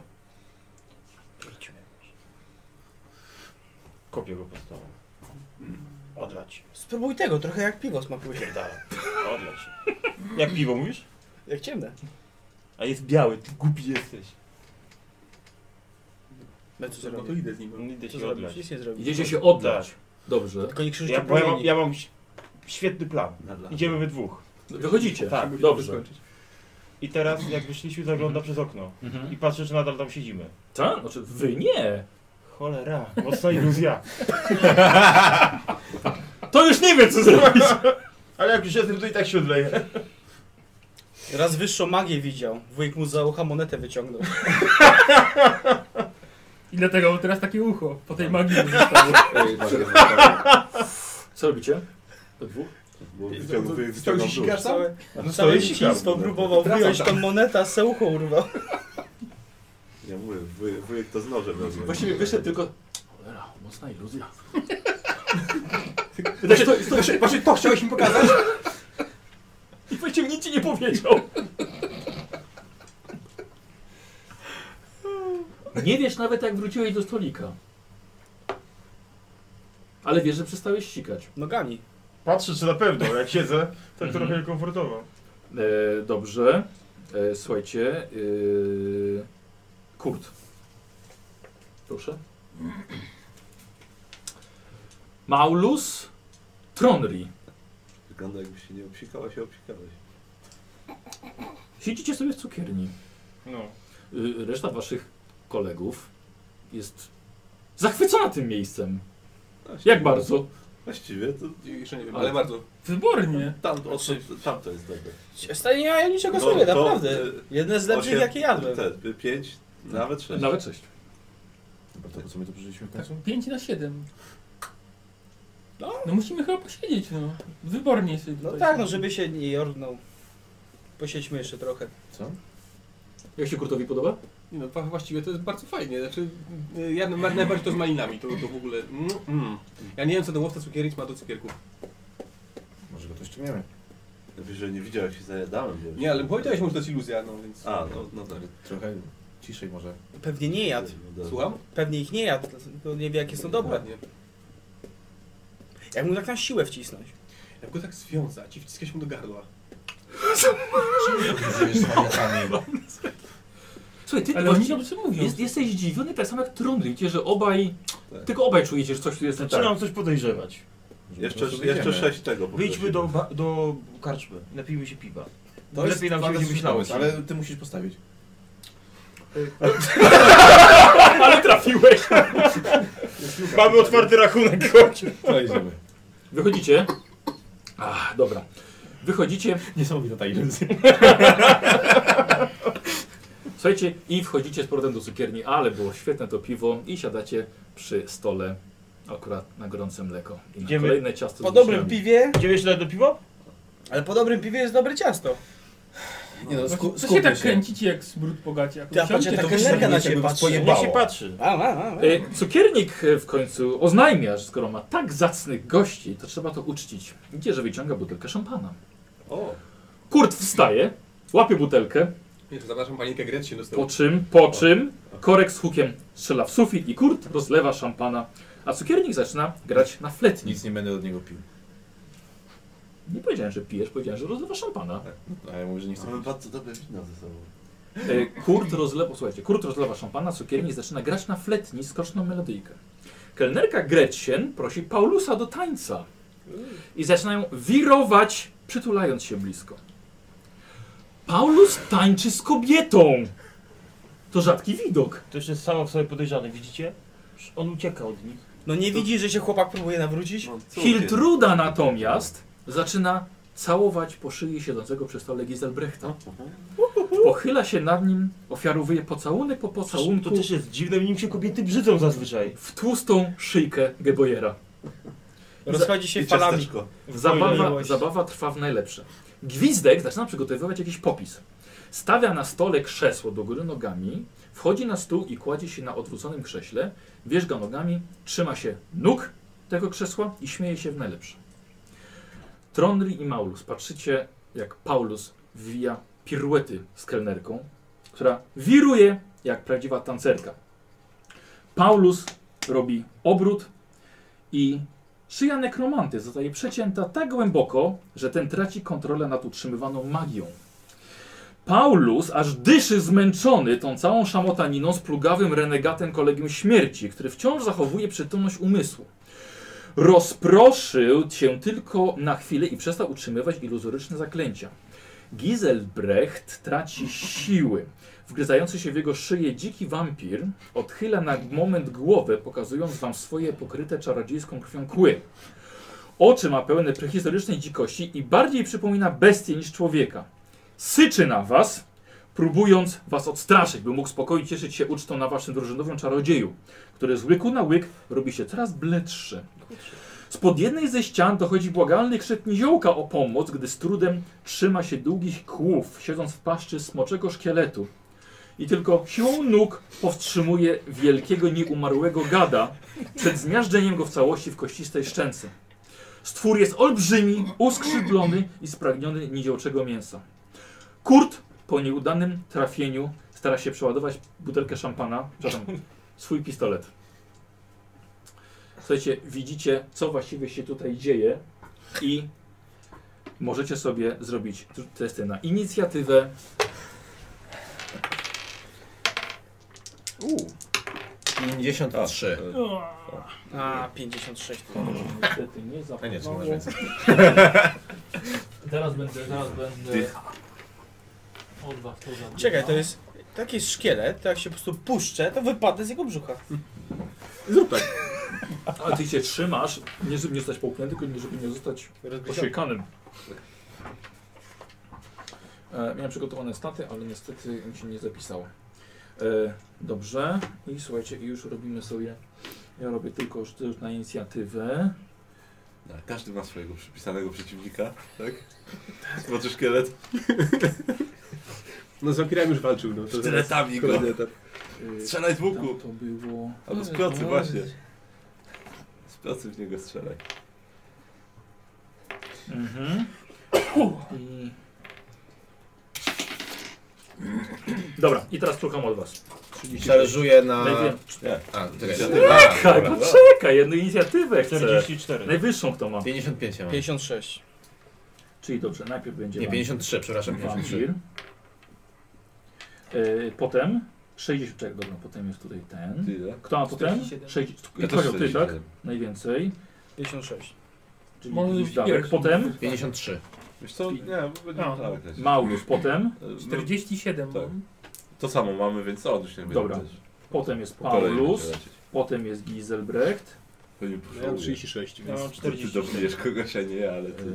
Kopię go pod stołem. Odlać. Spróbuj tego, trochę jak piwo smakuje. Pierdala. Odlać. Jak piwo mówisz? Jak ciemne. A jest biały, ty głupi jesteś. No co No to zrobić? idę z nim. No idę Co ci zrobić? odlać. Nic nie zrobić. Idziecie się oddać. Dobrze. Tylko nie krzyżcie Ja promieni. mam świetny plan. Idziemy we dwóch. Wychodzicie. Tak, Musimy dobrze. skończyć. I teraz jak wyszliśmy, zagląda przez okno. Mhm. I patrzę, czy nadal tam siedzimy. Co? Znaczy, wy nie. Cholera, mocna iluzja. To już nie wiem, co zrobić. Ale jak już jestem, to i tak się odleję. Raz wyższą magię widział. Wujek mu za ucha monetę wyciągnął. I dlatego teraz takie ucho. Po tej magii mu zostało. Co robicie? Do dwóch? Bo Stał się sikasz tam? No całe dzieciństwo próbował wyjąć tą monetę, a se ucho urwał. Ja mówię, wujek to z nożem robi. Właściwie wyszedł tylko... Cholera, mocna iluzja. Właśnie to chciałeś mi pokazać? I właściwie nic ci nie powiedział. Nie wiesz nawet, jak wróciłeś do stolika. Ale wiesz, że przestałeś ścikać. Nogami. Patrzę, czy na pewno, jak siedzę, to Mhm. trochę niekomfortowo. Dobrze. Słuchajcie. Kurt. Proszę. Maulus Tronri. Wygląda jakbyś się nie obsikał, a się obsikałeś. Siedzicie sobie w cukierni. No. Reszta waszych kolegów jest zachwycona tym miejscem. Jak bardzo? Właściwie to... Jeszcze nie wiem, Ale- ale bardzo. Wybornie. Tam to jest dobre. Stary, nie mają niczego No, sobie, to, naprawdę. Jedne z lepszych, jakie jadłem. 5, nawet 6. Nawet 6. Dobra, to co my tu przeżyliśmy w końcu? 5/7. No musimy chyba posiedzieć, no. Wybornie sobie No tutaj. tak, no żeby się nie jorgnął. Posiedźmy jeszcze trochę. Co? Jak się Kurtowi podoba? No właściwie to jest bardzo fajnie. Znaczy, ja najbardziej to z malinami, to w ogóle. Ja nie wiem, co ten łowca cukiernic ma do cukierków. Może go to jeszcze wiemy. Lepiej, że nie widział, jak się zajadałem. Bo Nie, ale powiedziałeś mu, że to jest iluzja, no więc. no tak. Trochę ciszej może. Pewnie nie jadł. Słucham? Pewnie ich nie jadł, tylko nie wie jakie są dobre. Dokładnie. Jak mu tak na siłę wcisnąć. Jak go tak związać i wciskać mu do gardła. Słuchaj, ty Ale oni właściwie dobrze mówią. jesteś zdziwiony tak samo jak Trondry, wiecie, że obaj, Tak. tylko obaj czujecie, że coś tu jest nie tak. Zaczynam coś podejrzewać. Jeszcze 6 tego. Wyjdźmy do karczmy, napijmy się piwa. To Lepiej nam się będzie myślało. ale ty musisz postawić. Ale trafiłeś! Mamy otwarty rachunek, chodź. To idziemy. Wychodzicie. Dobra. Wychodzicie, Niesamowita ta iluzja. słuchajcie, i wchodzicie z powrotem do cukierni, ale było świetne to piwo i siadacie przy stole akurat na gorące mleko. I na Idziemy kolejne ciasto Po z dobrym wiśniami. piwie, Idziemy jeszcze dalej do piwa? ale po dobrym piwie jest dobre ciasto. Nie no, Co się skupmy tak kręcicie jak smród po gacie? Ty, a patrz, Usiądźcie, ta to kelnerka na jakby ciebie was patrzy. pojebało. Niech się patrzy. Cukiernik w końcu oznajmia, że skoro ma tak zacnych gości, to trzeba to uczcić. Widzicie, że wyciąga butelkę szampana. O! Kurt wstaje, łapie butelkę, Nie, to zapraszam panienkę Gretchen do po stołu. czym korek z hukiem strzela w sufit i Kurt rozlewa szampana, a cukiernik zaczyna grać na fletni. Nic nie będę od niego pił. Nie powiedziałem, że pijesz, powiedziałem, że rozlewa szampana. A ja mówię, że nie chcę Mamy pić. bardzo dobre wino ze sobą. Kurt rozlewa szampana, cukiernik zaczyna grać na fletni skoczną melodyjkę. Kelnerka Gretchen prosi Paulusa do tańca i zaczynają wirować, przytulając się blisko. Paulus tańczy z kobietą! To rzadki widok. To już jest samo w sobie podejrzane, widzicie? On ucieka od nich. No nie widzi, że się chłopak próbuje nawrócić? No, cukier. Hiltruda natomiast zaczyna całować po szyi siedzącego przy stole Giselbrechta. Pochyla się nad nim, ofiarowuje pocałunek po pocałunku To też jest dziwne, nim się kobiety brzydzą zazwyczaj. w tłustą szyjkę Gebojera. Rozchodzi się I falami. ciasteczko. Zabawa trwa w najlepsze. Gwizdek zaczyna przygotowywać jakiś popis. Stawia na stole krzesło do góry nogami, wchodzi na stół i kładzie się na odwróconym krześle, wierzga nogami, trzyma się nóg tego krzesła i śmieje się w najlepsze. Trondry i Maulus, patrzycie jak Paulus wywija piruety z kelnerką, która wiruje jak prawdziwa tancerka. Paulus robi obrót i szyja nekromanty zostaje przecięta tak głęboko, że ten traci kontrolę nad utrzymywaną magią. Paulus aż dyszy zmęczony tą całą szamotaniną z plugawym renegatem kolegium śmierci, który wciąż zachowuje przytomność umysłu. Rozproszył się tylko na chwilę i przestał utrzymywać iluzoryczne zaklęcia. Giselbrecht traci siły. Wgryzający się w jego szyję dziki wampir odchyla na moment głowę, pokazując wam swoje pokryte czarodziejską krwią kły. Oczy ma pełne prehistorycznej dzikości i bardziej przypomina bestię niż człowieka. Syczy na was, próbując was odstraszyć, by mógł spokojnie cieszyć się ucztą na waszym drużynowym czarodzieju, który z łyku na łyk robi się coraz bledszy. Spod jednej ze ścian dochodzi błagalny krzyk niziołka o pomoc, gdy z trudem trzyma się długich kłów, siedząc w paszczy smoczego szkieletu. I tylko siłą nóg powstrzymuje wielkiego, nieumarłego gada przed zmiażdżeniem go w całości w kościstej szczęce. Stwór jest olbrzymi, uskrzydlony i spragniony niziołczego mięsa. Kurt po nieudanym trafieniu stara się przeładować butelkę szampana, przepraszam, swój pistolet. Słuchajcie, widzicie, co właściwie się tutaj dzieje i możecie sobie zrobić testy na inicjatywę. 53. A, 56. Niestety nie A nie, czy zapasowało. masz więcej? Zaraz będę od was to zabrał. Czekaj, to jest taki szkielet, to jak się po prostu puszczę, to wypadnę z jego brzucha. Zrób tak. Ale ty się trzymasz, nie żeby nie zostać połknięty, tylko żeby nie zostać osiekanym. Miałem przygotowane staty, ale niestety mi się nie zapisało. Dobrze. I słuchajcie, już robimy sobie... Ja robię tylko już na inicjatywę. Każdy ma swojego przypisanego przeciwnika, tak? Złoty szkielet. No z wampirami już walczył, no. To Sztyletami go. kolejny etap. Strzelaj z łuku. Tam to było... Albo z procy właśnie. Z procy w niego strzelaj. Mhm. I... Dobra, i teraz szukam od was. Szarżuję na... Nie. A, czekaj. Czekaj, dobra. poczekaj, jedną inicjatywę chcę. 44. Najwyższą kto ma. 55 ja mam. 56. Czyli dobrze, najpierw będzie Nie, 53, przepraszam, 53. wampir. Potem 60, czekaj, dobra, potem jest tutaj ten. Tyle. Kto ma potem? 47. 60, Ja też Kozioł, ty, tak? 47. Najwięcej. 56. Czyli Może być Gwizdawek. pierwszy. Potem 53. Wiesz co? Nie, będzie A. tak lecieć. Maulus, potem. 47 tak. mam. To samo mamy, więc on już nie będzie. Dobra. lecieć. Potem jest Po kolei Paulus. będzie lecieć. Potem jest Giselbrecht. Pewnie Ja mam poszło. 36. Ja mam Ty 44. dobijesz kogoś, a nie, ale ty.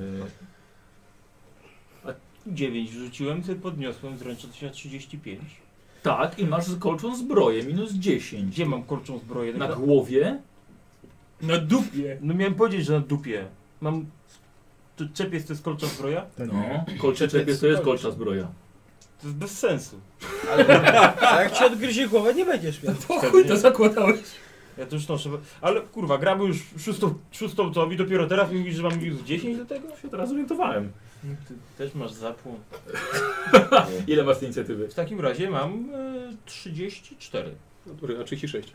9 wrzuciłem, ty podniosłem z ręczy 35. Tak, i masz kolczą zbroję, minus 10. Gdzie mam kolczą zbroję? Na głowie. Na dupie. No miałem powiedzieć, że na dupie. Mam... To czepiec to jest kolcza zbroja? No, kolcze czepiec to jest kolcza zbroja. To jest bez sensu. A jak ci odgryzie głowę, nie będziesz miał. Po chuj to zakładałeś. Ja to już noszę. Ale kurwa, gramy już szóstą to i dopiero teraz mi mówisz, że mam minus 10 do tego? Się teraz zorientowałem. Ty też masz zapłon. Ile masz tej inicjatywy? W takim razie mam 34. No, dobra, a 36.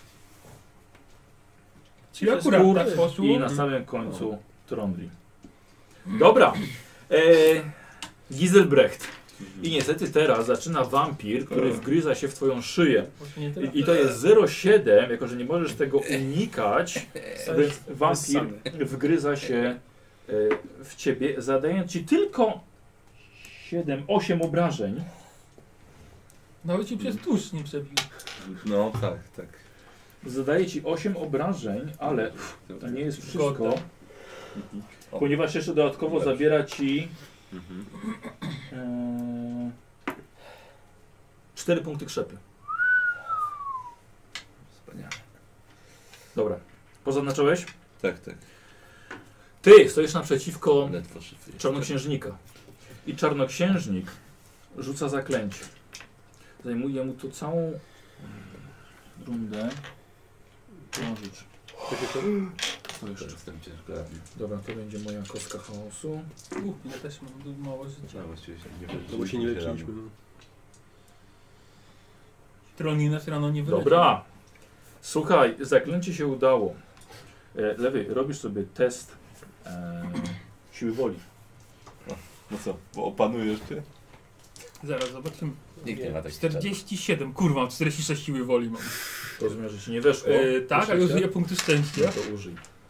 Czyli akurat Skór tak poszło. I na samym końcu Trondri. Dobra. Giselbrecht. I niestety teraz zaczyna wampir, który wgryza się w twoją szyję. Właśnie nie teraz. I to jest 0,7, jako że nie możesz tego unikać, więc wampir wgryza się w ciebie, zadając ci tylko 8 obrażeń. Nawet ci przez tłuszcz nie przebił. No tak, tak. Zadaje ci 8 obrażeń, ale to nie jest wszystko, Zgoda. ponieważ jeszcze dodatkowo zabiera ci 4 punkty krzepy. Wspaniale. Dobra. Pozaznaczyłeś? Tak, tak. Ty stoisz naprzeciwko Ledwo szyfry. czarnoksiężnika. I czarnoksiężnik rzuca zaklęcie. Zajmuje mu tu całą rundę. Rzuć. To jeszcze. Jestem ciężko robił. Dobra, to będzie moja kostka chaosu. Ja też mam mało życia. Ja właściwie się nie No bo się nie leczyliśmy. No. Troni nas rano nie wyleczył. Dobra. Słuchaj, zaklęcie się udało. Lewy, robisz sobie test siły woli. No co, bo opanujesz cię? Zaraz zobaczymy. Nikt nie ma takich 47, kurwa, mam 46 siły woli mam. Rozumiem, że ci nie weszło. Tak, a ja użyję punkty No szczęścia. to użyj.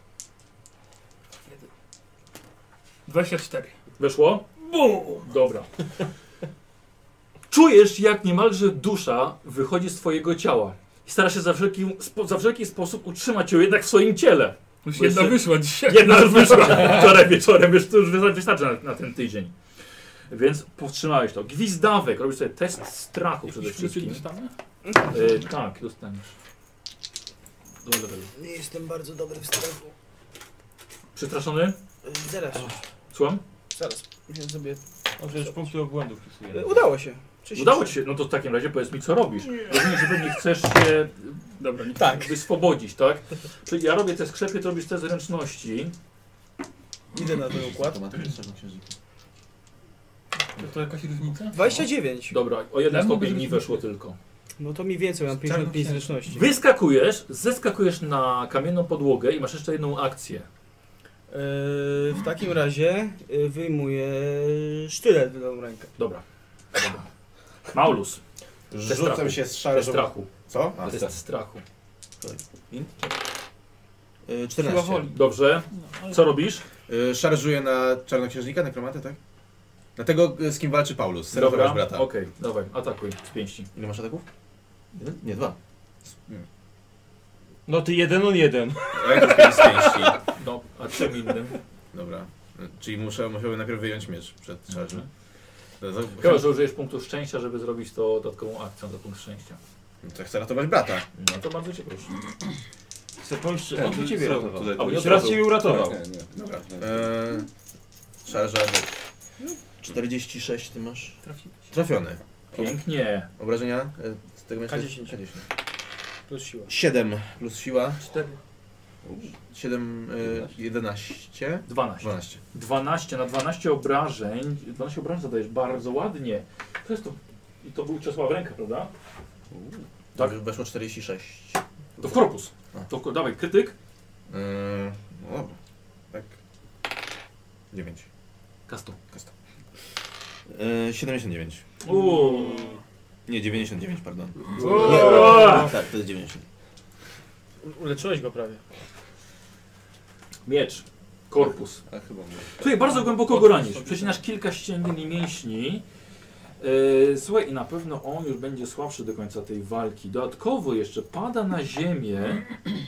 24. Weszło? Bum! Dobra. Czujesz, jak niemalże dusza wychodzi z twojego ciała. I stara się za wszelki sposób utrzymać ją jednak w swoim ciele. Już Bo jedna jeszcze- wyszła dzisiaj. Jedna już wyszła wczoraj wieczorem, wiesz, to już wystarczy na ten tydzień. Więc powstrzymałeś to. Gwizdawek, robisz sobie test strachu przede wszystkim. Tak, dostaniesz. Dobra. Nie jestem bardzo dobry w strachu. Przestraszony? Zaraz, Słucham? zaraz. Musiałem sobie... On przecież punkty obłędu wpisuje. Udało się. Udało ci się, no to w takim razie powiedz mi, co robisz. Rozumiem, że pewnie chcesz się Dobra, nie Tak. wyswobodzić, tak? Czyli ja robię test skrzepie, to robisz test zręczności. Idę na ten układ. To ma takie czarnoksiężniki. To jakaś różnica? 29. Dobra, o jeden Dla mnie stopień bez mi weszło tylko. No to mi więcej, mam 55 zręczności. Zeskakujesz na kamienną podłogę i masz jeszcze jedną akcję. W takim razie wyjmuję sztylet w lewą rękę. Dobra. Maulus, Rzucam się z test szarżą. strachu. Co? A, Test strachu. 14. Siła woli. Dobrze, No, ale- co robisz? Szarżuję na czarnoksiężnika, nekromantę, tak? Na tego, z kim walczy Paulus, Dobra, Serafina brata. okej, dawaj, atakuj z pięści. Ile masz ataków? Jeden? Nie, 2. No ty 1 on 1. A jak to jest 5 z pięści? No, a czym innym? Dobra. Czyli musiałbym najpierw wyjąć miecz przed szarżą. Chyba, że użyjesz punktu szczęścia, żeby zrobić to dodatkową akcją za punkt szczęścia. To chcę ratować brata. No to bardzo cię proszę. Chcę pomyśleć, Nie, on by ciebie co, ratował. tutaj- A, Jeszcze raz ciebie Nie, uratował. nie. Dobra. Szarża. 46 ty masz? Trafiłeś. Trafiony. Pięknie. Obrażenia? Z tego miasta K10. K10. Plus siła. 7 plus siła. 4. 7, 11. 12. 12. 12 na 12 obrażeń. 12 obrażeń zadajesz bardzo ładnie. To jest to. I to był cios w rękę, prawda? Tak. Weszło 46. To w korpus. A. To dawaj, krytyk. No dobra. Tak. 9. Kasto. 79. Nie, 99, pardon. Uuu. Tak, to jest 90. Uleczyłeś go prawie. Miecz. Korpus. A chyba nie. Słuchaj, bardzo głęboko go ranisz. Przecinasz kilka ścięgien i mięśni. Słuchaj, i na pewno on już będzie słabszy do końca tej walki. Dodatkowo jeszcze pada na ziemię.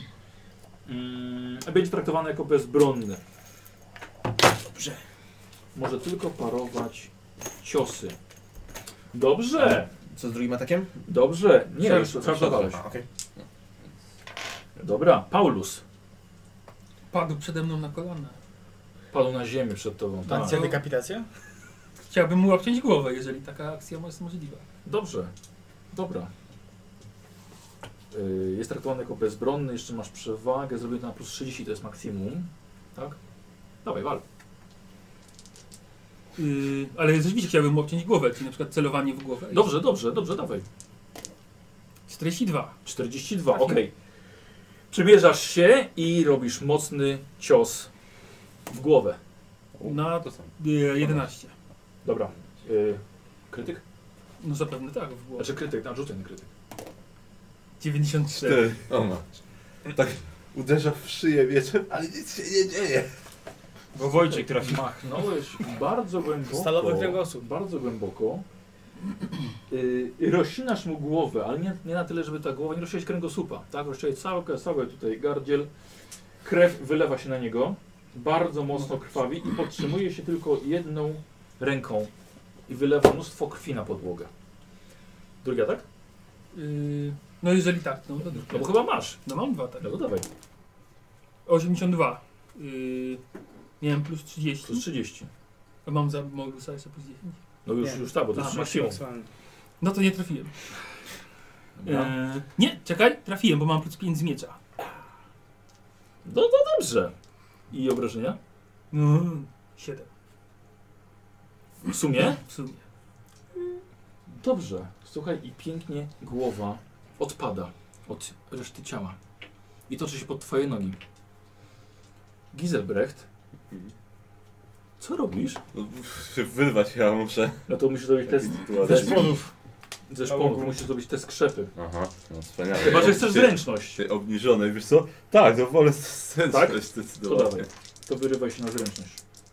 Będzie traktowany jako bezbronny. Dobrze. Może tylko parować ciosy. Dobrze. Co z drugim atakiem? Dobrze. Nie, już traktowałeś. A, okej. Dobra, Paulus. Padł przede mną na kolana. Padł na ziemię przed tobą. Tak. Akcja dekapitacja? Chciałbym mu obciąć głowę, jeżeli taka akcja jest możliwa. Dobrze. Dobra. Jest traktowany jako bezbronny, jeszcze masz przewagę, zrobię to na plus 30, to jest maksimum. Tak? Dawaj, wal. Ale rzeczywiście chciałbym mu obciąć głowę, czyli na przykład celowanie w głowę. Dobrze, dawaj. 42. 42, Tak. ok. Przymierzasz się i robisz mocny cios w głowę. Na To samo. 11. Dobra. Krytyk? No zapewne tak, w głowę. Znaczy krytyk, tam rzucę ten krytyk. 94. O ma. Tak uderza w szyję mieczem, ale nic się nie dzieje. Bo Wojciech trafił. Machnąłeś bardzo głęboko. Stalowy kręgosłup. Bardzo głęboko. Rozcinasz mu głowę, ale nie na tyle, żeby ta głowa nie rozciąć kręgosłupa. Tak, rozciąć cały tutaj gardziel. Krew wylewa się na niego. Bardzo mocno krwawi i podtrzymuje się tylko jedną ręką. I wylewa mnóstwo krwi na podłogę. Drugi atak? No jeżeli tak, no to No drugie. bo chyba masz. No mam 2 tak. No to dawaj. 82. Miałem plus 30. Plus 30. A mam za Mogusa jeszcze plus 10. No już tak, bo to jest maksimum. maksymalny. No to nie trafiłem. Dobra. Nie, czekaj, trafiłem, bo mam plus 5 z miecza. No to dobrze. I obrażenia? No, 7 W sumie? w sumie. Dobrze. Słuchaj, i pięknie głowa odpada od reszty ciała. I toczy się pod twoje nogi. Giselbrecht, co robisz? No, wyrwać ja muszę. No to musisz zrobić test Sytuacja. ze szponów. Ze szponów musisz zrobić test krzepy. Aha, no wspaniale. Chyba, że chcesz zręczność. Ty obniżonej, wiesz co? Tak, to wolę Tak? zręczność To zdecydowanie. dawaj. To wyrywaj się na zręczność.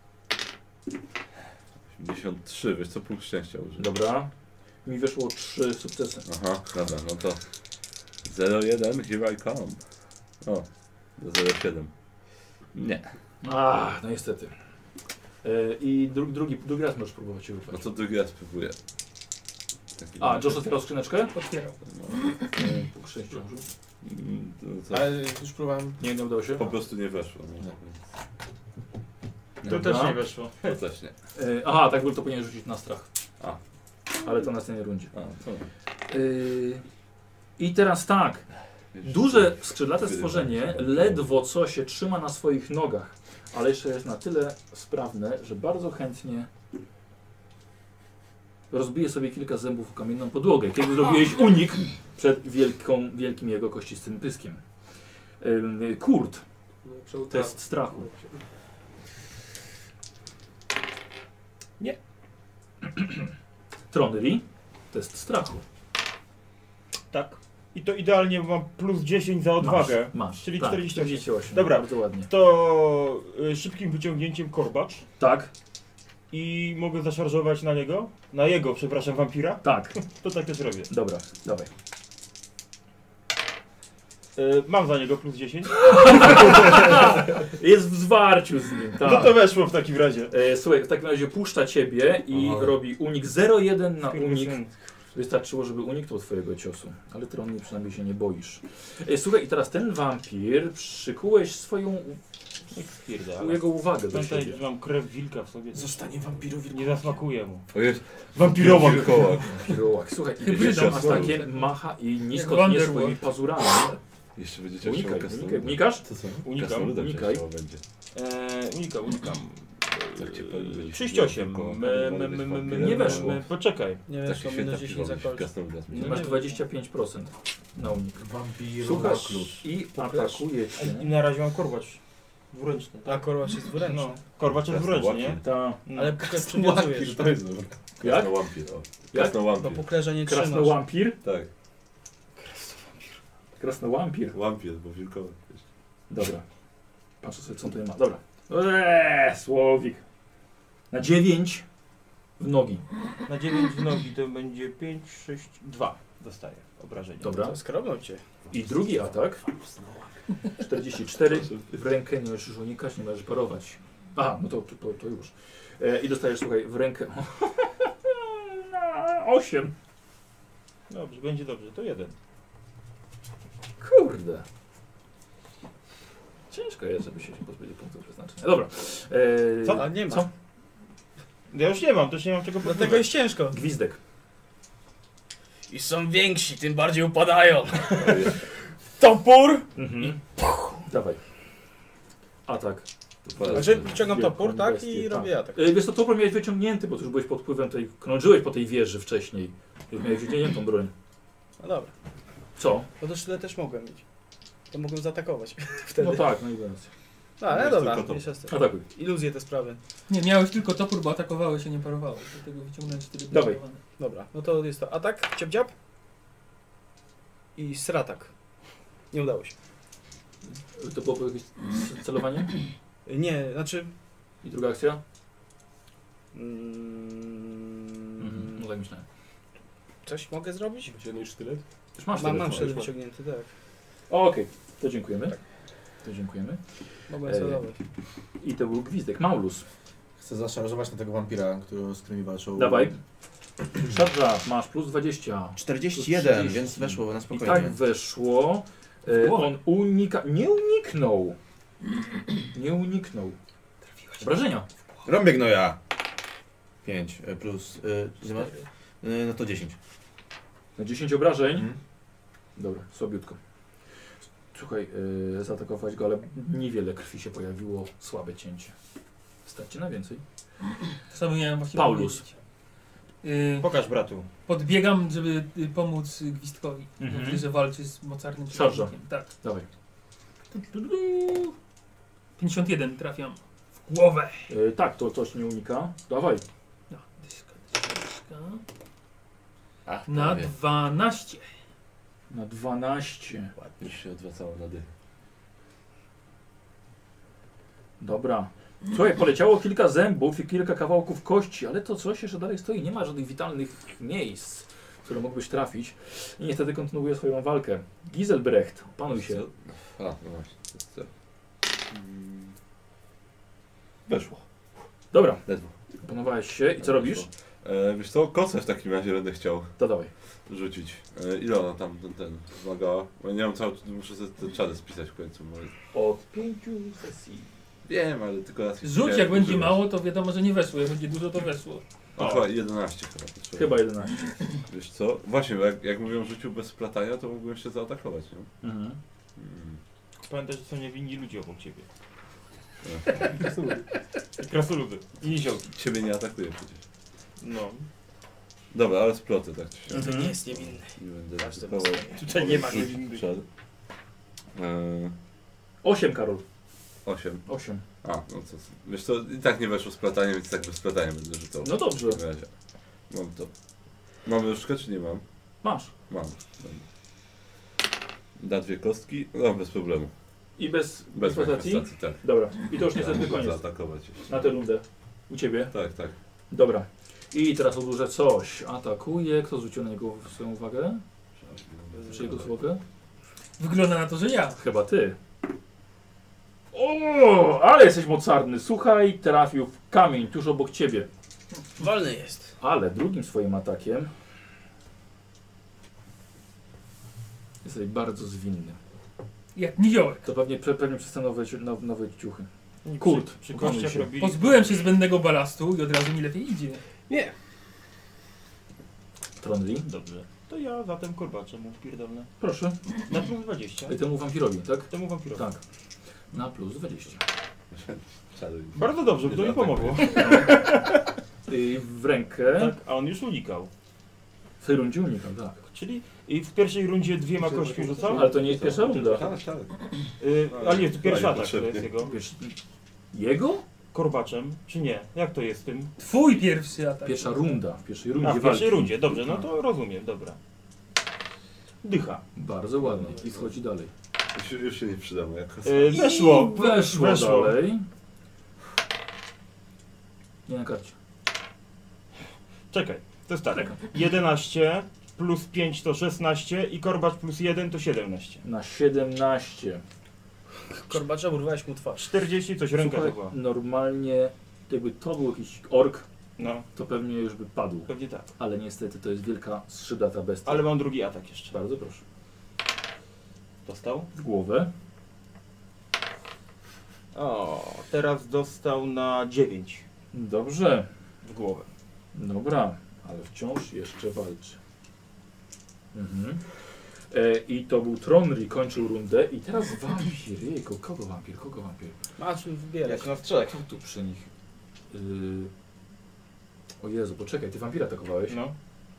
83, wiesz co? Punkt szczęścia użyję. Dobra. Mi wyszło 3 sukcesy. Aha, dobra, no to 0,1, here I come. O, do 0,7. Nie. No niestety. I drugi raz możesz próbować się No wypać. to drugi raz próbuję. Taki A, Josh otwierał skrzyneczkę? Otwierał. Po szczęściu może. to Ale już próbowałem. Nie udało się? po prostu nie weszło. No. To Dobra. też nie weszło. To też nie. Aha, tak, to powinien rzucić na strach. A. Ale to na następnej rundzie. A, to. I teraz tak. Duże skrzydlate stworzenie ledwo co się trzyma na swoich nogach, ale jeszcze jest na tyle sprawne, że bardzo chętnie rozbije sobie kilka zębów o kamienną podłogę, kiedy zrobiłeś unik przed wielkim jego kościstym pyskiem. Kurt, test strachu. Nie. Tronry, test strachu. Tak. I to idealnie, bo mam plus 10 za odwagę. Masz. Czyli tak, 48. 48. Dobra. Bardzo ładnie. To szybkim wyciągnięciem korbacz Tak, i mogę zaszarżować na niego? Na jego, przepraszam, wampira? tak. To tak też robię. Dobra, dawaj. Mam za niego plus 10. Jest w zwarciu z nim, tak. No to weszło w takim razie. Słuchaj, w takim razie puszcza ciebie i Aha. robi unik 0,1 na unik Wystarczyło, żeby uniknął twojego ciosu, ale Tronni przynajmniej się nie boisz. Słuchaj, i teraz ten wampir, przykułeś swoją jego uwagę do Pamiętaj, siebie. że mam krew wilka w sobie. Zostanie wampirów Nie zasmakuje mu. To jest Wampirowa wilkołak. Pirołak. Słuchaj, i Hybryda. wiesz, atakiem macha i nisko tnie Wonderwall. swoimi pazurami. Jeszcze będziecie Unikaj, chciał unikaj. Unikasz? To co? Unikam, Krasnoludem unikaj. się chciało będzie. Unikam. Jak cię powiem, 38. Nie weszło. Poczekaj. Nie Tak wiesz, się o świetna minus 10 za kolcz. krasnoluda zmienia. Masz 25% na unik. Wampir, Słuchasz i atakuje cię. I na razie mam korwacz dwuręczny. A korwacz jest dwuręczny. No, korwacz jest dwuręczny, nie? Ta, No. Ale puklerz przywiązujesz. To jest dobre. Krasnołampir, o. Jak? Bo Krasnołampir. puklerza nie trzymasz. krasnołampir? Tak, Krasnołampir. łampir, bo wilkołak. wiesz. Dobra. Patrzę sobie, co tutaj ma. Dobra. Słowik. Na 9 w nogi. Na 9 w nogi to będzie 5, 6, 2 dostaję obrażenia. Dobra. Skrobnął cię. I drugi atak. 44. W rękę nie możesz unikać, nie możesz parować. Aha, no to już. I dostajesz, słuchaj, w rękę. 8. Dobrze, będzie dobrze, to 1. Kurde. Ciężko jest, żeby się pozbyć punktów przeznaczenia. Dobra. Co? A nie ma. Co? Ja już nie mam, też nie mam czego Dlatego jest ciężko. Gwizdek. I są więksi, tym bardziej upadają. Topór! Mhm. Dawaj. Atak. Znaczy, wyciągam topór, Wielką tak? bestię, I tak. robię atak. Wiesz co, topór miałeś wyciągnięty, bo tu już byłeś pod wpływem tej... krążyłeś po tej wieży wcześniej. Już miałeś wyciągniętą broń. No dobra. Co? No to sztylet też mogłem mieć. To mogłem zaatakować wtedy. No tak, no i teraz. Ale Jest dobra, tylko to. mniejsza z tym. Atakuj. Iluzje te sprawy. Nie, miałeś tylko topór, bo atakowałeś, a nie parowałeś. Dlatego wyciągnąłem 4 Dawaj. blokowane. Dobra, no to jest to atak, ciap i sratak. Nie udało się. To było jakieś celowanie? Nie, znaczy... I druga akcja? Mm, tak myślałem. coś mogę zrobić? Jeden i sztylet. Już masz Mam telefon. sztylet wyciągnięty, tak. Okej, to dziękujemy. To dziękujemy. Mogłem celować. I to był gwizdek. Maulus. Chcę zaszarżować na tego wampira, z którymi walczą. Dawaj. Szarża, masz plus 20. 41, więc weszło na I spokojnie. tak weszło. On unika... Nie uniknął. Nie uniknął. Obrażenia. Rąbię gnoja! 5 plus... no to 10. Na 10 obrażeń. Mhm. Dobra, słabiutko. Słuchaj, zaatakować go, ale niewiele krwi się pojawiło. Słabe cięcie. Starcie na więcej. To samo miałem właśnie Paulus. powiedzieć. Pokaż bratu. Podbiegam, żeby pomóc Gwizdkowi. Mhm. Mówi, że walczy z mocarnym Szarża. przeciwnikiem. Tak. Dawaj. 51 trafiam w głowę. Tak, to coś nie unika. Dawaj. No, dyszka. Ach, Na prawie. 12. Na 12. Już się odwracało na dych. Dobra. Słuchaj, poleciało kilka zębów i kilka kawałków kości, ale to coś jeszcze dalej stoi. Nie ma żadnych witalnych miejsc, w które mógłbyś trafić. I niestety kontynuuje swoją walkę. Giselbrecht, opanuj się. A, no właśnie. To jest to. Weszło. Dobra, Ledwo. opanowałeś się i co robisz? Wiesz co, kosę w takim razie będę chciał To dawaj. rzucić. Ile ona tam ten wymagała? Bo ja nie mam muszę sobie ten czas spisać w końcu. Bo... Od 5 sesji. Wiem, ale tylko raz... Rzuć, jak będzie mało, to wiadomo, że nie weszło. Jak będzie dużo, to weszło. No, chyba 11 chyba. potrzeba. Chyba 11. Wiesz co? Właśnie, bo jak mówią w rzuciu bez splatania, to mógłbym się zaatakować, nie? Mhm. Pamiętaj, że są niewinni ludzie obok ciebie. Krasnoludy. I niziołki. Ciebie nie atakuje przecież. No. Dobra, ale sploty tak czy siak. To nie jest niewinny. Nie będę Każdy ryzykował. ma swoje. Tutaj nie ma Rzuć niewinnych. przed. 8, Karol. 8. 8. A, no co? Wiesz co, i tak nie weszło splatanie, więc tak bez splatania będę rzucał. No dobrze. W takim razie. Mam to. Mam różdżkę, czy nie mam? Masz. Mam. Dobra. Da 2 kostki? No, bez problemu. I bez Bez manifestacji? manifestacji, tak. Dobra. I to już niestety koniec. Zaatakować jeszcze. Na tę rundę. U ciebie. Tak, tak. Dobra. I teraz odłożę coś. Atakuje. Kto zwrócił na niego swoją uwagę? Czy jego uwagę? Wygląda na to, że ja. Chyba ty. O, ale jesteś mocarny. Słuchaj, trafił w kamień tuż obok ciebie. Wolny jest. Ale drugim swoim atakiem Jesteś bardzo zwinny. Jak niziołek. To pewnie przez te nowe ciuchy. I Kurt, Przy opanuj kościach się. robili... Pozbyłem się zbędnego balastu i od razu mi lepiej idzie. Nie. Tronli. Dobrze. To ja zatem korbaczem mu pierdolę. Proszę. Na plus 20. I temu wampirowi, tak? Temu wampirowi. Tak. Na plus 20. Czaruj. Bardzo dobrze, bo to mi pomogło. W rękę. Tak, a on już unikał. W tej rundzie unikał, tak. Czyli i w pierwszej rundzie 2 kośćmi rzucał? Ale to nie jest pierwsza runda. Tak, tak. Ale nie, to pierwszy Ale atak to potrzebnie. jest jego. Jego? Korbaczem, czy nie? Jak to jest z tym? Twój pierwszy atak. Pierwsza runda. W pierwszej rundzie A, w pierwszej walki. rundzie, dobrze, no to rozumiem, dobra. Dycha. Bardzo ładnie. I schodzi dalej. Już się nie przyda moja kosa. Weszło. Weszło dalej. Nie na karcie. Czekaj, to jest tak. Czekam. 11 plus 5 to 16 i korbacz plus 1 to 17. Na 17. Korbacza, urwałeś mu twarz. 40 coś ręka Słuchaj, to była. normalnie, jakby to był jakiś ork, No, to pewnie już by padł. pewnie tak. Ale niestety to jest wielka skrzydlata bestia. Ale mam drugi atak jeszcze. Bardzo proszę. Dostał? W głowę. O, teraz dostał na 9 Dobrze. w głowę. Dobra, ale wciąż jeszcze walczy. Mhm. I to był Tronri, kończył rundę. I teraz wampir. Jejku, kogo wampir? Kogo wampir? Masz wybierać. Jak na strzech. Kto tu przy nich? O Jezu, poczekaj, ty wampira atakowałeś? No.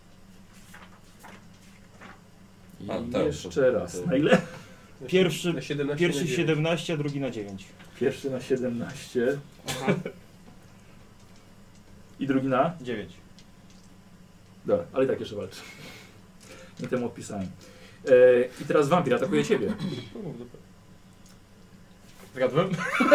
I A, tak, jeszcze to- raz. to- Na ile? Pierwszy, Na 17 pierwszy na 9. 17, a drugi na 9. Pierwszy na 17. I drugi na? 9. Dobra, ale i tak jeszcze walczy. Nie temu odpisałem. I teraz wampir atakuje ciebie. Zgadłem?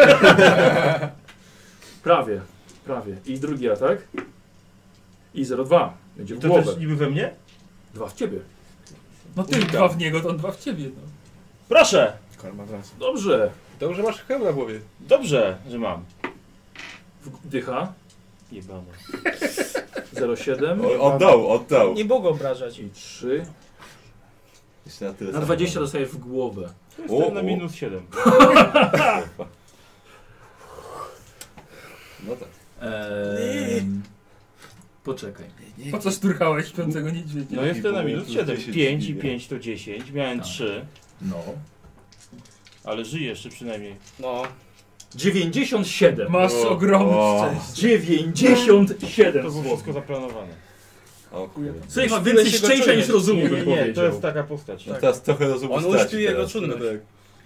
Prawie, prawie. I drugi atak. I 0,2. Będzie I w to głowę. też niby we mnie? 2 w ciebie. No ty dwa w niego, to on dwa w ciebie. No. Proszę! Karma teraz. Dobrze. Dobrze, masz hełm na głowie. Dobrze, że mam. Dycha. Jebane. 0,7. Oddał. Nie mogę obrażać. I 3. Jeszcze na tyle Na samo. 20 dostajesz w głowę. Jestem na minus 7. No tak. Poczekaj. Po co szturchałeś piątego niedźwiedzia? No jestem na minus 7. 10 5 i ginie. 5 to 10. Miałem Tak. 3. No. Ale żyję jeszcze przynajmniej. No. 97. Masz ogromny szczęście. 97 To było zł. wszystko zaplanowane. O kurde. Słuchaj, ma Uśpiłeś więcej jego szczęścia czujność. niż rozumu, Nie, bym nie, nie, to powiedział. jest taka postać. No teraz trochę rozumu On straci uśpił jego teraz. czujność. Tak.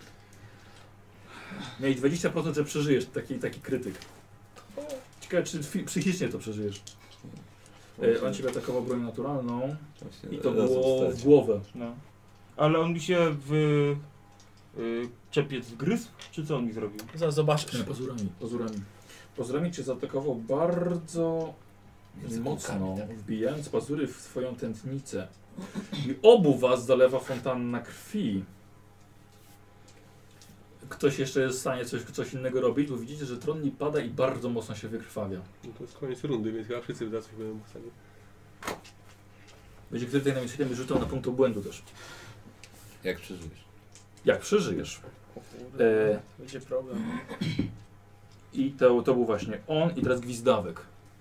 Miałeś 20%, że przeżyjesz taki krytyk. Ciekawe, czy psychicznie to przeżyjesz. On ciebie atakował bronią naturalną Właśnie i to rozum było w straci. głowę. No. Ale on mi się w czepiec wgryzł? Czy co on mi zrobił? Zaraz zobaczysz. Nie, pazurami. Pazurami cię zaatakował bardzo mocno, wbijając pazury w twoją tętnicę. I obu was zalewa fontanna krwi. Ktoś jeszcze jest w stanie coś innego robić, bo widzicie, że Tronni pada i bardzo mocno się wykrwawia. No to jest koniec rundy, więc chyba wszyscy za coś będą w stanie. Będzie krytyk na misję rzucał na punkt obłędu też. Jak przeżyjesz? Jak przeżyjesz? O kurde, E, będzie problem. I to był właśnie on i teraz gwizdawek.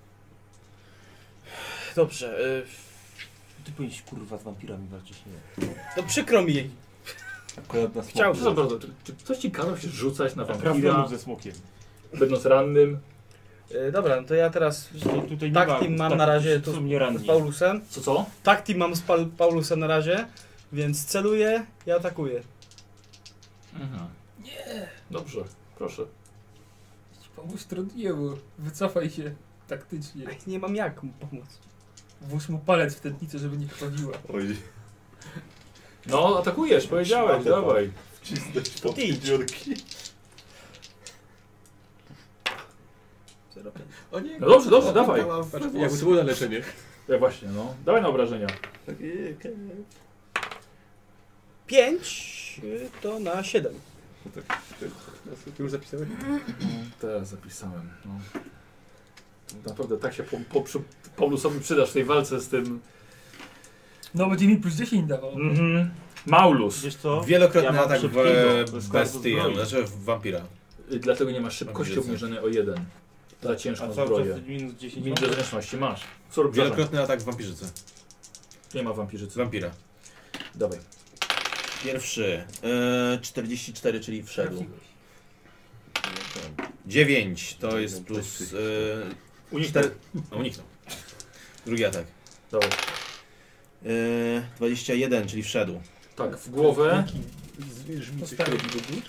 Dobrze, Ty powinieneś kurwa z wampirami walczyć, nie? no przykro mi. Akurat na Chciałbym. smoku. Przepraszam bardzo, czy ktoś ci kazał się rzucać na wampira, Krasnolud ze smokiem. będąc rannym? Dobra, no to ja teraz Tutaj Tak, nie ma, team mam na razie to tu są mnie z ranni. Paulusem. Co? Tak, team mam z Paulusem na razie, więc celuję i atakuję. Mhm. Nie. Dobrze, proszę. Pomóż Trondiemu. Wycofaj się taktycznie. Ej, nie mam jak mu pomóc. Włóż mu palec w tętnicę, żeby nie krwawiła. Oj, No, atakujesz, powiedziałeś, Szmatę, dawaj. wcisnąć To pod ty idź. dziurki. 0,5. O nie. No dobrze, dawaj. Patrz, jakby to było na leczenie. Ja właśnie, no. Dawaj na obrażenia. 5 to na 7. Ty już zapisałeś? Teraz zapisałem, no. Naprawdę tak się Paulusowi przydasz w tej walce z tym. No będzie mi plus 10 dawał. Mhm. Maulus. Wiesz co? Wielokrotny mam atak w szybkiego, to jest bardzo bestię, zbroi. znaczy w wampira. Dlatego nie masz szybkości Wampirzycy. obniżonej o 1. Za ciężką A cały zbroję. czas minus 10 Minus mam? do zręczności masz. Co robisz? Wielokrotny atak w wampirzycy. Nie ma wampirzycy. Wampira. Dawaj. Pierwszy. 44, czyli wszedł. Trafiłeś. 9 to jest plus... Uniknął. Uniknął. Drugi atak. Dawaj. 21, czyli wszedł. Tak, w głowę. Postawię.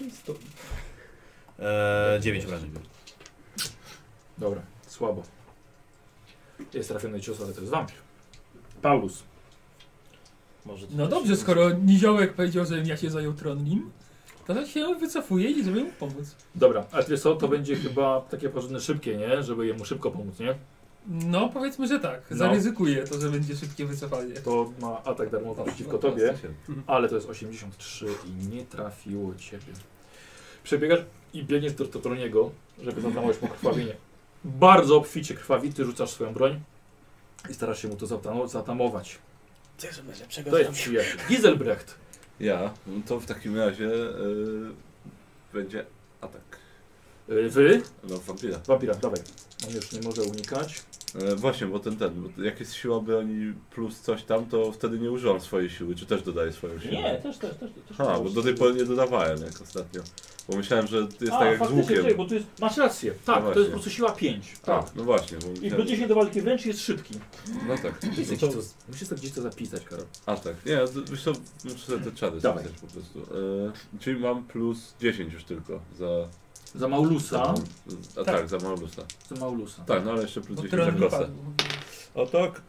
9 obrażeń. Dobra, słabo. Jest trafiony cios, ale to jest wampir. Paulus. Może No coś- dobrze, skoro Niziołek powiedział, żebym ja się zajął Tronlim, to się wycofuję i żeby mu pomóc. Dobra, ale wiesz co, to będzie chyba takie porządne szybkie, nie? Żeby jemu szybko pomóc, nie? No powiedzmy, że tak. No. Zaryzykuję to, że będzie szybkie wycofanie. To ma atak darmowy przeciwko tobie, ale to jest 83 i nie trafiło ciebie. Przebiegasz i biegniesz do Troniego, żeby zatamować mu krwawienie. Bardzo obficie krwawi, ty rzucasz swoją broń i starasz się mu to zatamować. Co jest lepszego To jest przyjaciel. Giselbrecht. Ja, no to w takim razie będzie atak. Wy? No, wampira. Wampira, dawaj. On już nie może unikać. Właśnie, bo bo jak jest siła broni plus coś tam, to wtedy nie używam swojej siły, czy też dodaję swoją siłę? Nie, też. A, bo do tej pory nie dodawałem jak ostatnio. Bo myślałem, że to jest A, tak jak z faktycznie, łukiem. czekaj, bo tu jest, masz rację. Tak, to właśnie. jest po prostu siła 5. Tak. No właśnie, bo I myślałem, plus 10 do walki wręcz jest szybki. no tak. No to, Musisz to gdzieś to zapisać, Karol. a tak, nie, wiesz co, muszę sobie te czary Dawaj. zapisać po prostu. Czyli mam plus 10 już tylko Za Maulusa. tak, za Maulusa. Za Maulusa. Tak, no ale jeszcze plus Bo 10 za Tron mi kosę. padł. A tak.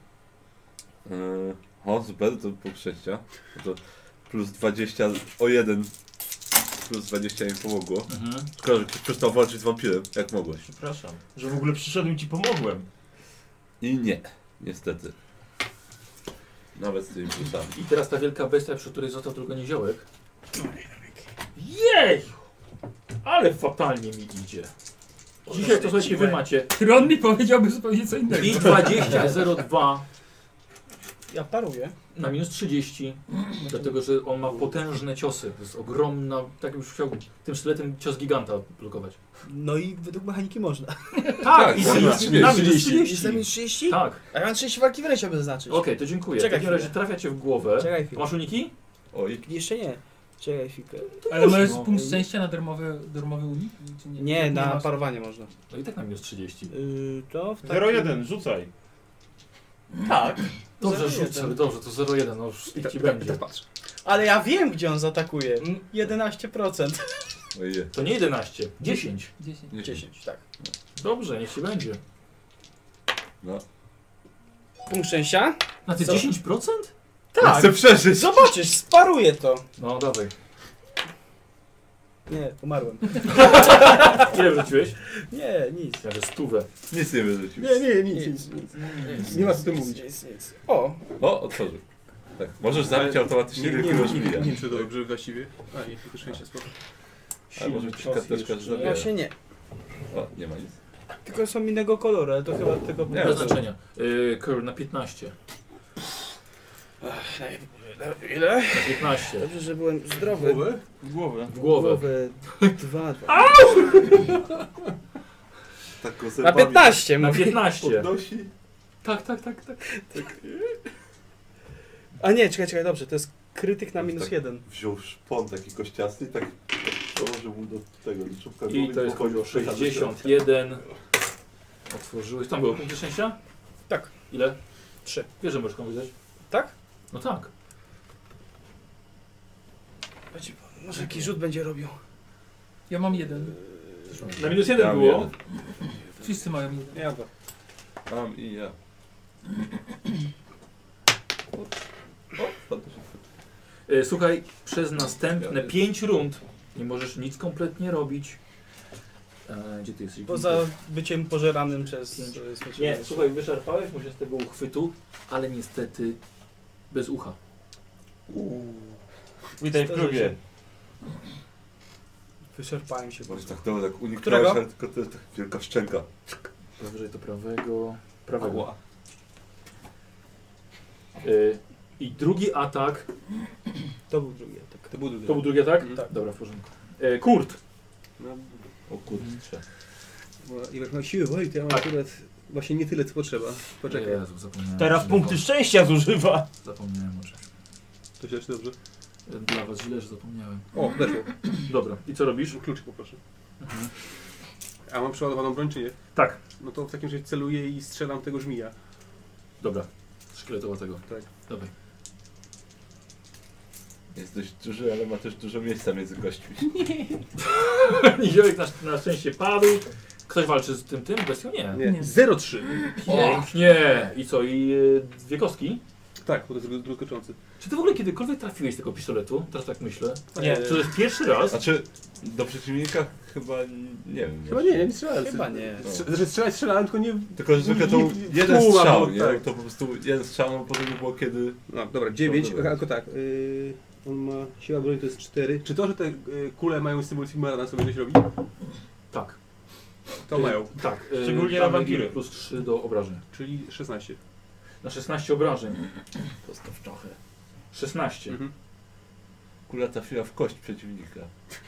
O, super, to pół szczęścia. To plus 20 o 1. Plus 20 mi pomogło. Mhm. Szkoda, że ktoś przestał walczyć z wampirem, jak mogłeś. Przepraszam, że w ogóle przyszedłem i ci pomogłem. I nie, niestety. Nawet z tymi plusami. I teraz ta wielka bestia, przy której został tylko niziołek. Jej! Ale fatalnie mi idzie. Dzisiaj to słuchajcie, wy macie Tron mi powiedziałby zupełnie co innego. i 20,02 Ja paruję. na minus 30, dlatego że on ma potężne ciosy. To jest ogromna, tak już chciał tym sztyletem cios giganta blokować. No i według mechaniki można. Tak, i można. na minus 30. Jestem minus 30? Tak, A ja mam 30 walki wręcz, aby zaznaczyć. okej, to dziękuję. Czekaj w takim razie chwilę. trafia cię w głowę. Czekaj A chwilę. masz uniki? Oj, Jeszcze nie. Czekaj chwilkę. Ale możesz no. punkt szczęścia na darmowy unik? Czy nie? Nie, na masz. parowanie można. No i tak na minus 30. To w 0,1, rzucaj. Tak. Dobrze, 0,1. rzuć sobie, dobrze, to 0,1, no już niech ci będzie. patrz. Ale ja wiem, gdzie on zaatakuje. 11%. ojej. To nie 11, 10. 10. 10, tak. Dobrze, niech ci będzie. No. Punkt szczęścia? Na ty Co? 10%? Ja Tak. chcę przeżyć! Zobaczysz, sparuję to. No dawaj. Nie, umarłem. Ile wrzuciłeś? Nie, nic. Ja że 100. Nic nie wyrzucił. Nic. Nie ma co tym mówić. Nic. O, O, otworzył. Tak, możesz zabić automatycznie Nie tylko wiem, rozbija. czy to dobrze właściwie. A, nie, tylko szczęście, spoko. Ale może być karteczka, że zabiera. właśnie nie. O, nie ma nic. Tylko są innego koloru, ale to chyba tego... Nie, Bez to- znaczenia. Curl na 15. Ile? Na 15. Dobrze, że byłem zdrowy. Głowę? W głowę. W głowę. 2. Tak go Na zębami 15 Na mówię. 15. podnosi. Tak. A nie, czekaj, dobrze, to jest krytyk na Tak. minus 1. Wziął szpon taki kościasty i tak położył mu do tego, do czubka I głowy to jest pochodził chodzi o 61. Otworzyłeś. Tam było punkty szczęścia? Tak. Ile? 3. Wiesz, że możesz komuś dać? Tak? No tak. Może jakiś rzut będzie robił. Ja mam 1. Na minus 1 Tam było. jeden. Wszyscy mają 1. Ja dwa. Mam i ja. Słuchaj, przez następne 5 rund nie możesz nic kompletnie robić. Gdzie ty jesteś? Poza byciem pożeranym przez... Nie, słuchaj, wyczerpałeś mu się z tego uchwytu, ale niestety bez ucha. Witaj w klubie. Wyczerpałem się. Bo jest tak dobrze, tak uniknąłeś, Którego? ale tylko to jest tak wielka szczęka. Powyżej to prawego. Prawego. Ała. I drugi atak To był drugi atak. To był drugi. To był drugi atak? Tak. Dobra, w porządku. Kurt. No, O kurczę. bo jak miał siły woli, to ja mam Tak. akurat właśnie nie tyle, co potrzeba. Poczekaj. Jezu, zapomniałem. Teraz punkty szczęścia zużywa. Zapomniałem o czymś. To się dobrze. Dla was źle, że zapomniałem. O, weszło. Dobra, i co robisz? Kluczyk poproszę. Mhm. A mam przeładowaną broń, czy nie? Tak. No to w takim razie celuję i strzelam tego żmija. Dobra. Szkieletowatego. Tak. Dawaj. Jest dość duży, ale ma też dużo miejsca między kośćmi. Niziołek na szczęście padł. Ktoś walczy z tym bestią? Nie. Nie. Nie. 0,3. Pięknie. I co? I dwie kostki? Tak, bo to jest druskoczący. Czy ty w ogóle kiedykolwiek trafiłeś z tego pistoletu? Teraz tak myślę. Nie. Czy to jest pierwszy raz? Znaczy, do przeciwnika chyba nie wiem. Chyba nie strzelałem. Chyba nie. Znaczy strzelałem, tylko nie... Tylko, że zwykle to Nie- jeden tłum, strzał, albo nie? tak. To po prostu jeden strzał, no potem nie było kiedy... No dobra, 9, Dobra. tylko tak. On ma siła broni to jest 4. Czy to, że te kule mają symbol Sigmara na sobie coś robi? Tak. To mają. Tak. Szczególnie Tam na wampiry. Plus 3 do obrażeń. Czyli 16. Na 16 obrażeń. Postaw trochę. 16. Mhm. Kula trafiła w kość przeciwnika.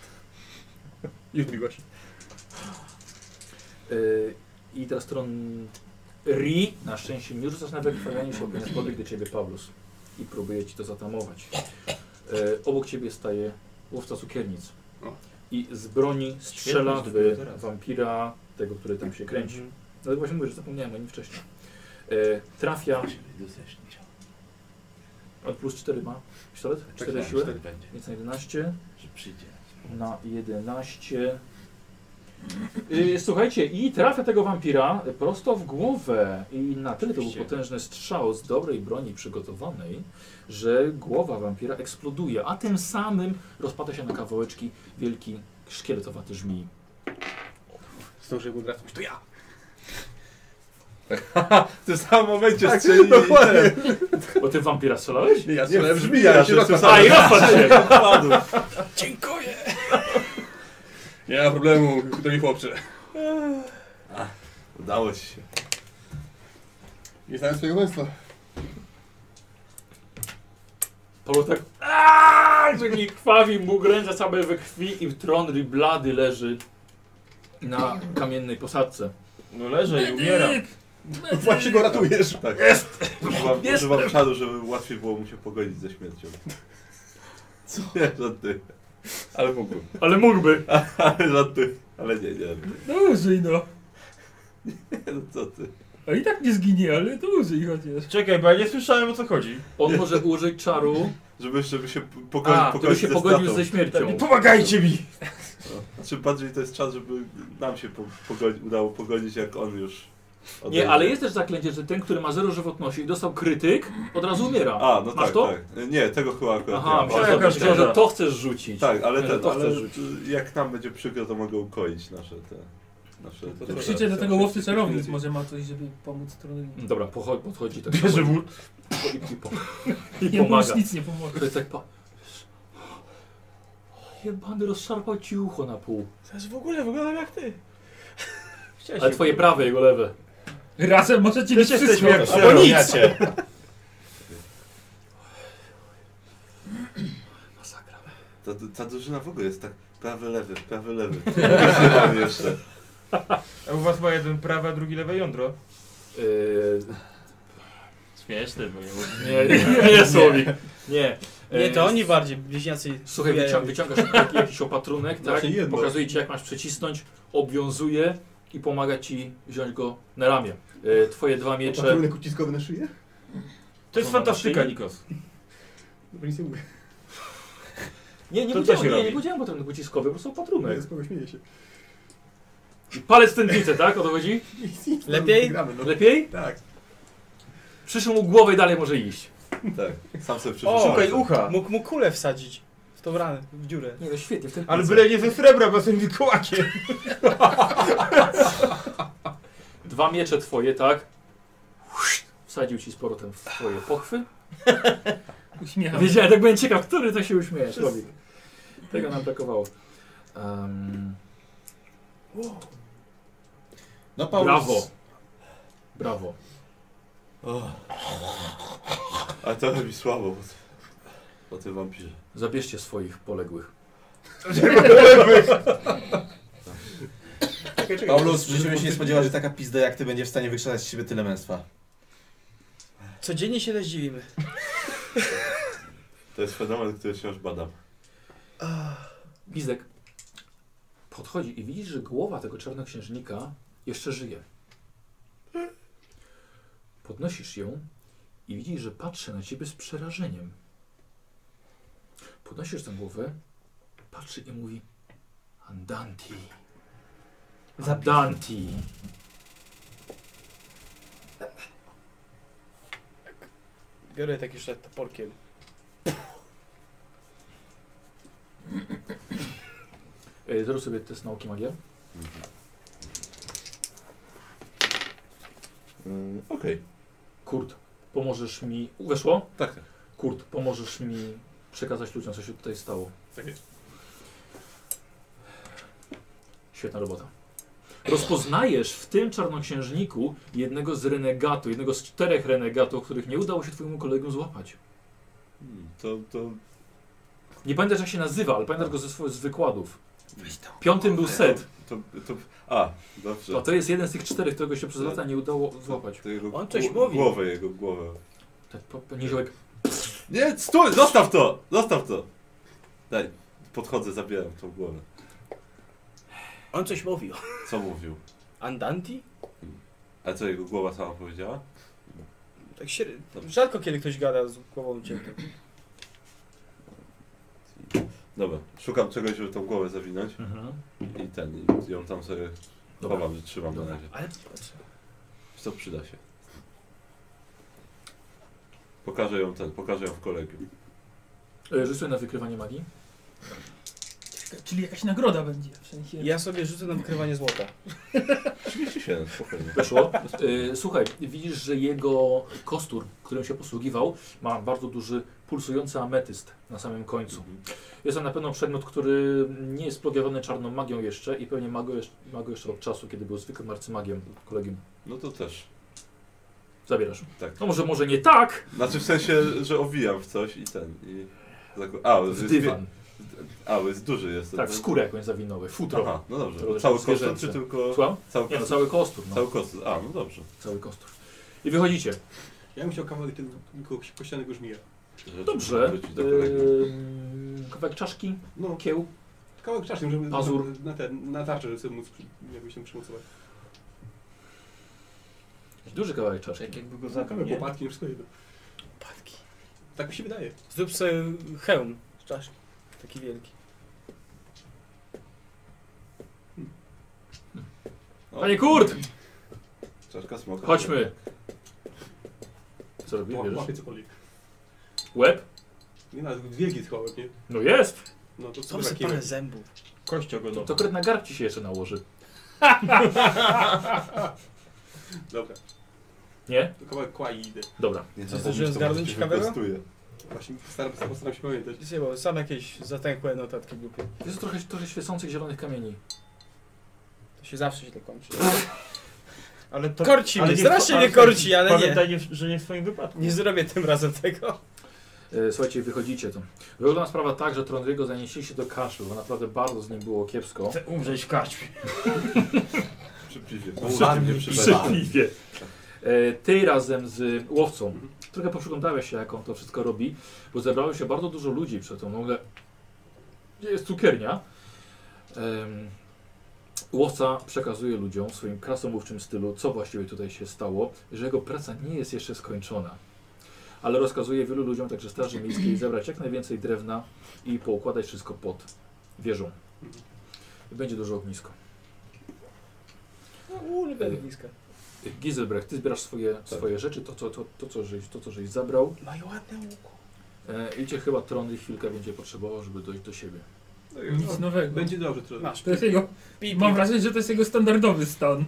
I odbiła się. I teraz stron Ri, na szczęście nie rzucasz na wykrwawianie się, więc pobiegł do ciebie Pawlus i próbuje ci to zatamować. Obok ciebie staje łowca cukiernic O. i z broni strzela Świetnie, w teraz. wampira, tego, który tam się kręci. No właśnie mówię, że zapomniałem o nim wcześniej. Trafia, od plus 4 ma pistolet, 4 siły, będzie, więc na 11. że przyjdzie. Na 11. Słuchajcie, i trafia tego wampira prosto w głowę. I na tyle to był Oczywiście. potężny strzał z dobrej broni przygotowanej, że głowa wampira eksploduje, a tym samym rozpada się na kawałeczki wielki szkieletowaty żmij. Zdążyłem mu drapnąć. To ja! W tym samym momencie Tak, strzelili dokładnie. Bo ty w wampira strzelałeś? Nie, ja Nie, strzelałem w żmija, ja się żmija, że rozpadł. A, i rozpadł się! Padł. Dziękuję! Nie ma problemu, to mi chłopcze. Udało ci się. Nie znałem swojego państwa. Paweł tak, że mi krwawi, mu ręce całe we krwi i tron blady leży na kamiennej posadzce. No leżę i umieram. Właśnie go ratujesz. Tak. Używam czadu, żeby łatwiej było mu się pogodzić ze śmiercią. Co? Nie, żarty. Ale mógłbym. Ale mógłby. Ale żarty. Ale nie. No użyj no. No co ty? A i tak nie zginie, ale to użyj chociaż. Czekaj, bo ja nie słyszałem o co chodzi. On może użyć czaru, Żeby się żeby pogodzić się ze pogodził stratą. ze śmiercią. Pomagajcie mi! No. Znaczy bardziej to jest czas, żeby nam się udało pogodzić, jak on już odejdzie. Nie, ale jest też zaklęcie, że ten, który ma 0 żywotności i dostał krytyk, od razu umiera. A, no Masz tak, to? tak. Nie, tego chyba akurat Aha, nie mam. myślałem, jakaś że szkoda. to chcesz rzucić. Tak, ale, Że to ale chcesz rzucić. jak nam będzie przykro, to mogę ukoić nasze To krzyczę do tego łowcy czarownic, może ma coś, żeby pomóc tronowi. Dobra, podchodzi tak Bierze wór. i Jemu już pomaga. nic nie pomoże. To jest tak Jebany rozszarpał ci ucho na pół. Zaraz w ogóle wyglądam jak ty. Ale twoje prawe, jego lewe. Razem możecie mieć jesteśmy wszystko. jak Albo nic. Rozumiecie? Masakra. Ta drużyna w ogóle jest tak prawy, lewy. Nie mam jeszcze. A u was ma jeden prawe, a drugi lewe jądro. Śmieszne, bo Nie, Słowik. Nie. Nie, to oni bardziej, bliźniacy. Słuchaj, wyciągasz jakiś opatrunek, tak? Właśnie jedno. Pokazuje ci, jak masz przycisnąć, obwiązuje i pomaga ci wziąć go na ramię. Twoje dwa miecze. Patrunek uciskowy na szyję? To jest Co ma na fantastyka, szyi? Nikos. Dobra, nic nie mówię. Nie To co się nie robi? powiedziałem o tym uciskowy, po prostu opatrunek. Ja spoko śmieję się. I palec w tętnicę, tak? O to chodzi? Lepiej? Gramy, no. Lepiej? Tak. Przyszło mu głowę i dalej może iść. Tak, sam sobie O, przeczytałem. Szukaj ucha. Mógł mu kulę wsadzić w tą ranę, w dziurę. Nie, no świetnie, w tętnicę. Ale byle nie ze srebra, bo jestem wilkołakiem. Dwa miecze twoje, tak? Wsadził ci z powrotem w twoje pochwy. Uśmiecham. Wiedziałem, tak byłem ciekaw, który to się uśmieje, Słowik. Tego nam brakowało. No Paulus. Brawo. Brawo. Ale to robi słabo. O tym wampirze. Zabierzcie swoich poległych. Paulus, w życiu bym się nie spodziewał, że taka pizda jak ty będzie w stanie wykrzesać z siebie tyle męstwa. Codziennie się zdziwimy. To jest fenomen, który wciąż badam. Bizdek podchodzi i widzisz, że głowa tego czarnoksiężnika jeszcze żyje. Podnosisz ją i widzisz, że patrzy na ciebie z przerażeniem. Podnosisz tę głowę, patrzy i mówi: Andanti. Andanti. Biorę taki szat toporkiem. Zrób sobie test nauki magia. Okej. Kurt, pomożesz mi... Weszło? Tak, tak. Kurt, pomożesz mi przekazać ludziom, co się tutaj stało. Tak jest. Świetna robota. Rozpoznajesz w tym czarnoksiężniku jednego z renegatów, jednego z 4 renegatów, których nie udało się twojemu kolegom złapać. To Nie pamiętasz, jak się nazywa, ale pamiętasz go z wykładów. 5 był Seth. Dobrze. A to jest jeden z tych 4, którego się przez lata nie udało złapać. To jego On coś mówi. Jego głowę. Tak, niziołek. Nie, stój! Zostaw to! Zostaw to! Daj, podchodzę, zabieram tą głowę. On coś mówił. Co mówił? Andanti? A co jego głowa sama powiedziała? Tak rzadko kiedy ktoś gada z głową uciętą. Dobra, szukam czegoś, żeby tą głowę zawinąć i ją tam sobie Dobra. chowam, że trzymam na razie. Ale Co przyda się. Pokażę ją w kolegium. Rzuć sobie na wykrywanie magii. Czyli jakaś nagroda będzie. W sensie... ja sobie rzucę na wykrywanie złota. 37, spokojnie. Weszło. Słuchaj, widzisz, że jego kostur, którym się posługiwał, ma bardzo duży pulsujący ametyst na samym końcu. Jest to na pewno przedmiot, który nie jest splogiowany czarną magią jeszcze i pewnie ma go jeszcze od czasu, kiedy był zwykłym arcymagiem kolegium. No to też. Zabierasz. Tak. No może nie tak! Znaczy w sensie, że owijam w coś i W dywan. Jest duży jest. Tak, w skórę jakąś zawinowy, futro. Aha, no dobrze. To Cały zwierzęce. kostur czy tylko... Słucham? Cały Nie no, kostur? cały kostur. No. Cały kostur. No dobrze. Cały kostur. I wychodzicie. Ja bym chciał kawałek tego kościanego żmija. Dobrze. Wrócić do kolegium. Kawałek czaszki, No, kieł. kawałek czaszki, żeby Pazur. na tarczę, żeby sobie móc jakoś się przymocować. Duży kawałek czaszki. Jakby go Kawałek zabił, nie? łopatki, wszystko jedno. Łopatki. Tak mi się wydaje. Zrób sobie hełm z czaszki. Taki wielki. Panie Kurt! Czaszka smoka. Chodźmy. Co robisz? Bierzesz? Łapie cokolwiek. Łeb? Nie no, wielki schowek, nie? No jest! No to Są sobie parę zębów. Kość ogonowa. To kret na garb ci się jeszcze nałoży. Dobra, Nie? to kawałek kła i idę. Dobra. Nie Coś zapomnisz, zdążyłem to zgarnąć może cię ciekawego? wyprostuje. Właśnie postaram się pamiętać. Dzisiaj, bo sam jakieś zatęchłe notatki głupie. Jest trochę świecących zielonych kamieni. To się zawsze źle kończy. Ale to... Korci mnie, nie- strasznie ale mnie korci, ale nie. Pamiętaj, że nie w swoim wypadku. Nie zrobię tym razem tego. Słuchajcie, wychodzicie tu. Wygląda sprawa tak, że Trondriego zanieśliście do kaszlu, bo naprawdę bardzo z nim było kiepsko. Chcę umrzeć w karczmie. Przy piwie. Umarli Przy przy piwie. Piwie. Ty razem z łowcą trochę poprzyglądałeś się, jak on to wszystko robi, bo zebrało się bardzo dużo ludzi przed tą nagle. Gdzie jest cukiernia? Łowca przekazuje ludziom w swoim krasomówczym stylu, co właściwie tutaj się stało, że jego praca nie jest jeszcze skończona. Ale rozkazuje wielu ludziom, także Straży Miejskiej, zebrać jak najwięcej drewna i poukładać wszystko pod wieżą. I będzie duże ognisko. Lubię bliska. Giselbrecht, ty zbierasz swoje rzeczy, to co żeś zabrał. Mają ładne łuku. I cię chyba Trondry chwilkę będzie potrzebował, żeby dojść do siebie. Nic nowego. Będzie dobrze, trochę. Masz. To jest jego, mam wrażenie, że to jest jego standardowy stan.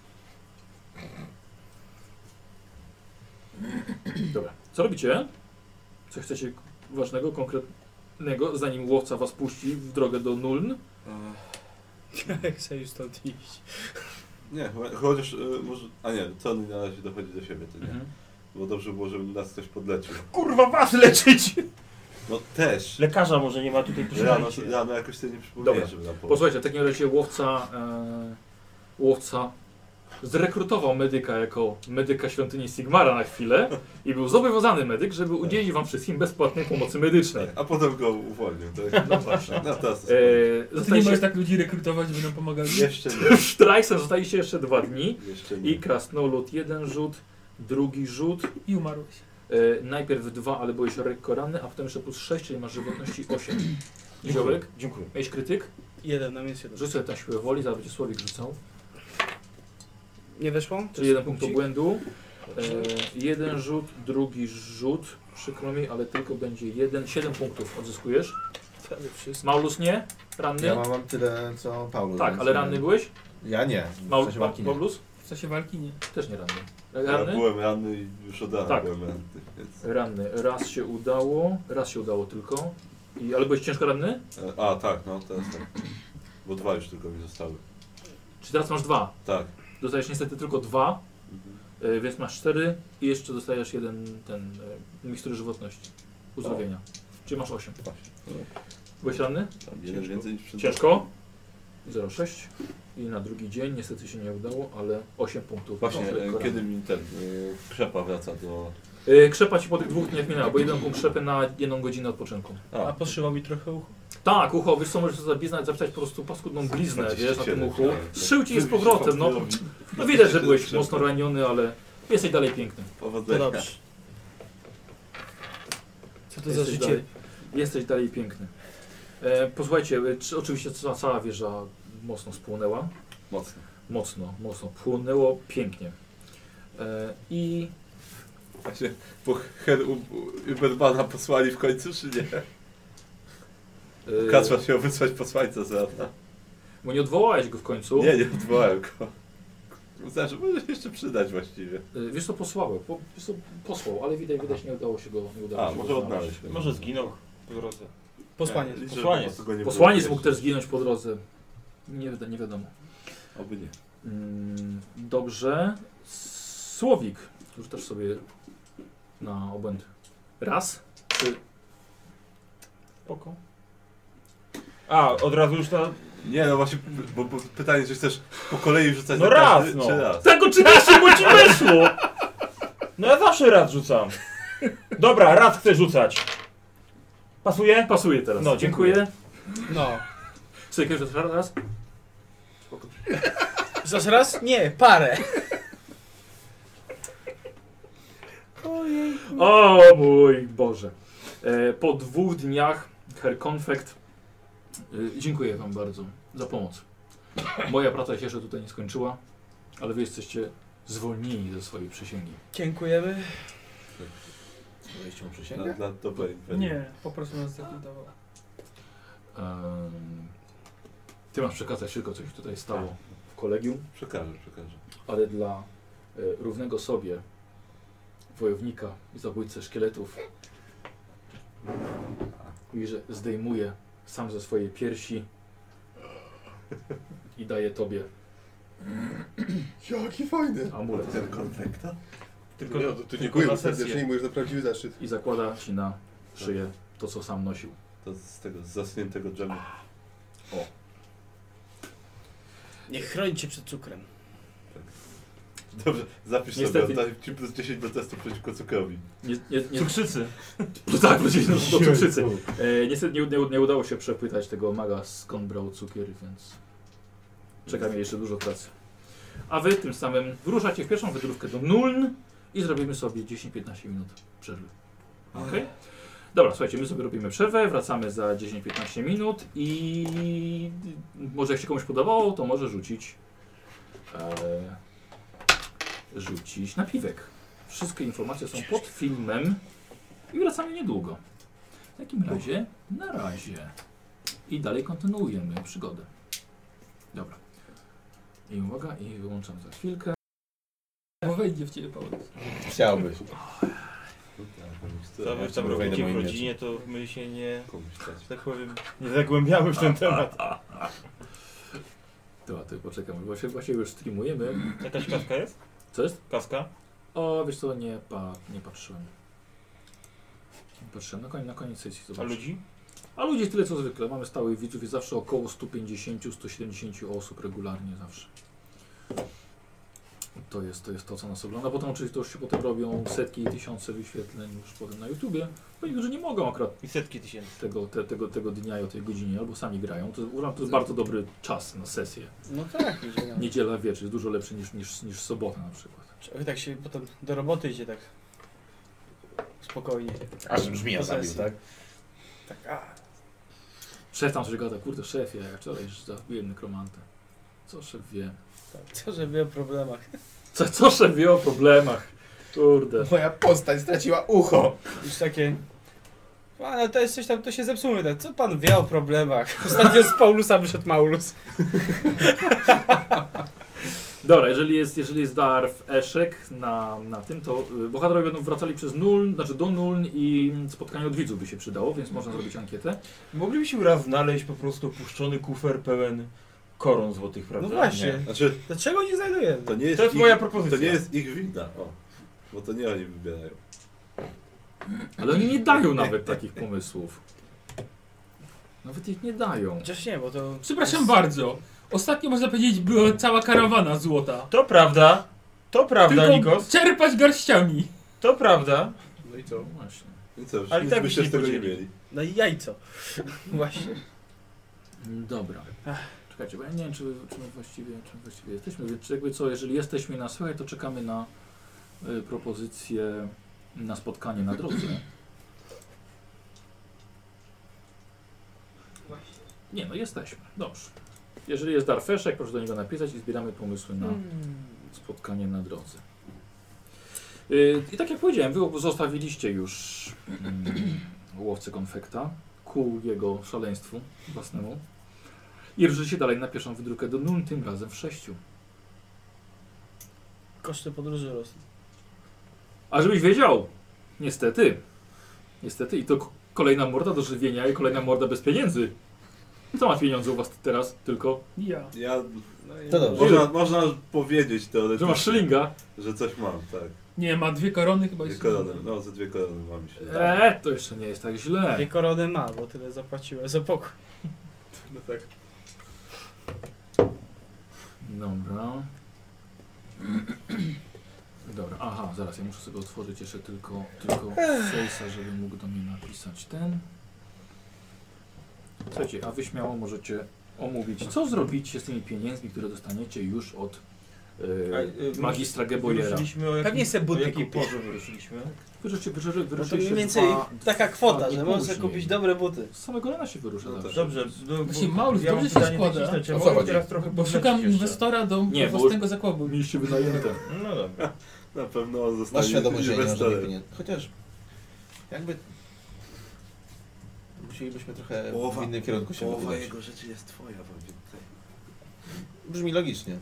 Dobra, co robicie? Coś chcecie ważnego, konkretnego, zanim łowca was puści w drogę do Nuln? Chcę już stąd iść. Nie, chociaż może... A nie, co on na razie dochodzi do siebie, to nie. Mhm. Bo dobrze było, żeby nas ktoś podlecił. Kurwa, was leczyć! No też. Lekarza może nie ma tutaj poszukajcie. Rano jakoś sobie nie przypomniałem, Dobra. żeby nam Posłuchajcie, w takim razie łowca zrekrutował medyka jako medyka świątyni Sigmara na chwilę i był zobowiązany medyk, żeby udzielić wam wszystkim bezpłatnej pomocy medycznej. A potem go uwolnił. Tak? No właśnie. No teraz Ty nie Zostaliście możesz tak ludzi rekrutować, żeby nam pomagali? jeszcze nie. Strajsem, zostaliście jeszcze 2 dni Jeszcze nie. i krasnolud 1 rzut, drugi rzut, I umarłeś. najpierw 2, ale byłeś lekko ranny, a potem jeszcze plus 6, czyli masz żywotności 8. Ziołek, Dziękuję. miałeś krytyk? Jeden, nam jest jeden. Rzuć sobie na siłę woli, zaraz będzie Słowik rzucał. Nie weszło? Czyli 1 punkt obłędu. Jeden rzut, drugi rzut. Przykro mi, ale tylko będzie 1. 7 punktów odzyskujesz. Maulus nie? Ranny? Ja mam tyle co Paulus. Tak, więc ale nie- ranny byłeś? Ja nie. W sensie walki nie. Maulus? W czasie walki nie. Też nie ranny. Ja Ranny? byłem ranny i już od rana Tak. byłem ranny. Więc... Ranny. Raz się udało tylko. Ale byłeś ciężko ranny? A tak, no teraz tak. Bo 2 już tylko mi zostały. Czy teraz masz 2? Tak. Dostajesz niestety tylko 2, więc masz 4 i jeszcze dostajesz jeden mikstury żywotności. Uzdrowienia. Czyli masz 8. Byłeś ranny? Tam jeden więcej niż przed Ciężko. 0,6 i na drugi dzień niestety się nie udało, ale 8 punktów. Właśnie, Lekko kiedy ranny. mi ten krzepa wraca do... Krzepa ci po tych 2 dniach minęła, bo 1 punkt krzepy na 1 godzinę odpoczynku. A poszywał mi trochę ucho? Tak, ucho, wiesz co, możesz sobie zapisać po prostu paskudną bliznę, wiesz, na tym 27, uchu. tak. Zszył ci je z powrotem, no. No widać, że byłeś mocno raniony, ale jesteś dalej piękny. To Powodzenia. dobrze. Co to za Jesteś życie? dalej, jesteś dalej piękny. Posłuchajcie, oczywiście cała wieża mocno spłonęła. Mocno. Mocno płonęło pięknie. I Właśnie, po Ubermana posłali w końcu, czy nie? Kacper chciał wysłać posłańca z rana. bo nie odwołałeś go w końcu. Nie odwołałem go. Znaczy, może się jeszcze przydać właściwie. Wiesz co, posłał, ale widać nie udało się go A, może odnaleźć. Może zginął po drodze. Posłanie. Liczę, że Posłaniec. po prostu go nie było Posłaniec widać. mógł też zginąć po drodze. Nie wiadomo. Oby nie. Dobrze. Słowik. Rzucasz sobie na obłęd. Raz. Czy... Spoko. A, od razu już ta... Nie, no właśnie, bo pytanie, czy chcesz po kolei rzucać No na raz, każdy, no. czy raz? Tak oczywiście, bo ci weszło! No ja zawsze raz rzucam. Dobra, raz chcę rzucać. Pasuje? Pasuje teraz. No, dziękuję. No. Słuchaj, jeszcze raz. Zaś raz? Nie, parę. O mój Boże. Po 2 dniach Herr Konfekt, dziękuję wam bardzo za pomoc. Moja praca się jeszcze tutaj nie skończyła, ale wy jesteście zwolnieni ze swojej przysięgi. Dziękujemy. Byliście mu przysięgę? Na dobrej Nie, po prostu nas zakrytował. Ty masz przekazać tylko, co się tutaj stało w kolegium, Przekażę. ale dla równego sobie wojownika i zabójcę szkieletów i że zdejmuje sam ze swojej piersi i daje tobie Jaki fajny. amulet Ten konfekta? Tylko, No, to dziękuję na mu serdecznie sesję. i mówię, że to prawdziwy zaszczyt. i zakłada ci na szyję to, co sam nosił. To z tego zasniętego dżemu. Niech chroni cię przed cukrem. Dobrze, zapisz Niestety. sobie, oddaj ci plus 10 do testu przeciwko cukrowi. Nie, Cukrzycy. tak, wrócić do cukrzycy. Niestety nie udało się przepytać tego maga, skąd brał cukier, więc czeka mnie jeszcze dużo pracy. A wy tym samym wyruszacie w pierwszą wędrówkę do Nuln i zrobimy sobie 10-15 minut przerwy. Ok? Dobra, słuchajcie, my sobie robimy przerwę, wracamy za 10-15 minut i może jak się komuś podobało, to może rzucić napiwek. Wszystkie informacje są pod filmem i wracamy niedługo. W takim razie, na razie. I dalej kontynuujemy przygodę. Dobra. I uwaga, i wyłączam za chwilkę. Bo wejdzie w ciebie, Paweł. Chciałbyś. Co wy tam wejdę robicie w moim rodzinie, to my się nie, Komuś stać. że tak powiem, nie zagłębiamy w ten temat. Dobra, to poczekam. Właśnie już streamujemy. Jakaś kaska jest? Co jest? Kaska? O, wiesz co, nie patrzyłem. Patrzę, na koniec sesji A zobaczę. ludzi? A ludzi jest tyle co zwykle. Mamy stałych widzów, jest zawsze około 150-170 osób regularnie zawsze. To jest to, co nas ogląda. Potem oczywiście to już się potem robią setki i tysiące wyświetleń już potem na YouTubie. Bo niektórzy nie mogą akurat I setki tysięcy. tego dnia i o tej godzinie, albo sami grają. Uważam, to jest bardzo dobry czas na sesję. No tak, że nie. Niedziela wieczór jest dużo lepszy niż sobota na przykład. Wy tak się potem do roboty idzie tak spokojnie. Aż brzmi Po zabił, sesji. tak? Tak, a. Szef tam sobie gada, kurde szefie, ja wczoraj już zabiłem nekromantę. Co szef wie? Tak, co, że wie o problemach. Co szef wie o problemach? Kurde. Moja postać straciła ucho. Już takie... A, no to jest coś tam, to się zepsuło. Tak. Co pan wie o problemach? Ostatnio z Paulusa wyszedł Maulus. Dobra, jeżeli jest Darf Eszek na tym, to bohaterowie będą wracali przez Nuln, znaczy do Nuln i spotkanie od widzów by się przydało, więc można zrobić ankietę. Moglibyśmy raz znaleźć po prostu opuszczony kufer pełen koron złotych, prawda? No właśnie. Nie. Znaczy, Dlaczego nie znajdujemy? to nie jest To jest ich, moja propozycja. To nie jest ich wina, o. Bo to nie oni wybierają. Ale oni nie dają nawet takich pomysłów. Nawet ich nie dają. Chociaż nie, bo to... Przepraszam bardzo. Ostatnio można powiedzieć była cała karawana złota. To prawda, Tylko Nikos, czerpać garściami. to prawda. No i co? No właśnie. I co, Ale i nic tak byście byście z tego nie podzieli. mieli. No i jajco. Właśnie. Dobra. Czekajcie, bo ja nie wiem, czy my właściwie jesteśmy. Więc jakby co, jeżeli jesteśmy na słuchaj, to czekamy na propozycję na spotkanie na drodze. Nie, no jesteśmy. Dobrze. Jeżeli jest Darfeszek, proszę do niego napisać i zbieramy pomysły na spotkanie na drodze. I tak jak powiedziałem, wy zostawiliście już łowcę konfekta ku jego szaleństwu własnemu i ruszycie dalej na pierwszą wydrukę do Nuln, tym razem w 6. Koszty podróży rosną. A żebyś wiedział, niestety i to kolejna morda do żywienia i kolejna morda bez pieniędzy. Kto ma pieniądze u was teraz tylko? Ja. Ja, To dobrze. można powiedzieć teoretycznie, Że masz szylinga? że coś mam, tak. Nie, ma 2 korony chyba Dwie jest. korony, no ze 2 korony mam się. To jeszcze nie jest tak źle. Dwie korony ma, bo tyle zapłaciłem za pokój. No tak. Dobra. Dobra, aha, zaraz, ja muszę sobie otworzyć jeszcze tylko Face'a, żeby mógł do mnie napisać ten. Słuchajcie, a wy śmiało możecie omówić, co zrobicie z tymi pieniędzmi, które dostaniecie już od magistra Gebojera. Wyruszyliśmy o Pewnie se buty o jakiej kupię. porze wyruszyliśmy? To Wyruszyliście mniej więcej taka kwota, dni że można sobie później. kupić dobre buty. Z samego rana się wyrusza No zawsze. Dobrze, Właśnie Maulus, ja mam dobrze się pytanie składa. techniczne, czy O co mogę chodzi? teraz trochę Bo podlecieć szukam jeszcze? inwestora do Nie, bo- własnego zakładu. Mieliście wynajęte. No dobra. Na pewno on Masz zostanie świadomość, że nie ma żadnych inwestorem. pieniędzy. Chociaż jakby musielibyśmy trochę Połowa- w innym kierunku się Połowa wypowiedzieć. jego rzeczy jest twoja, powiem. Brzmi logicznie.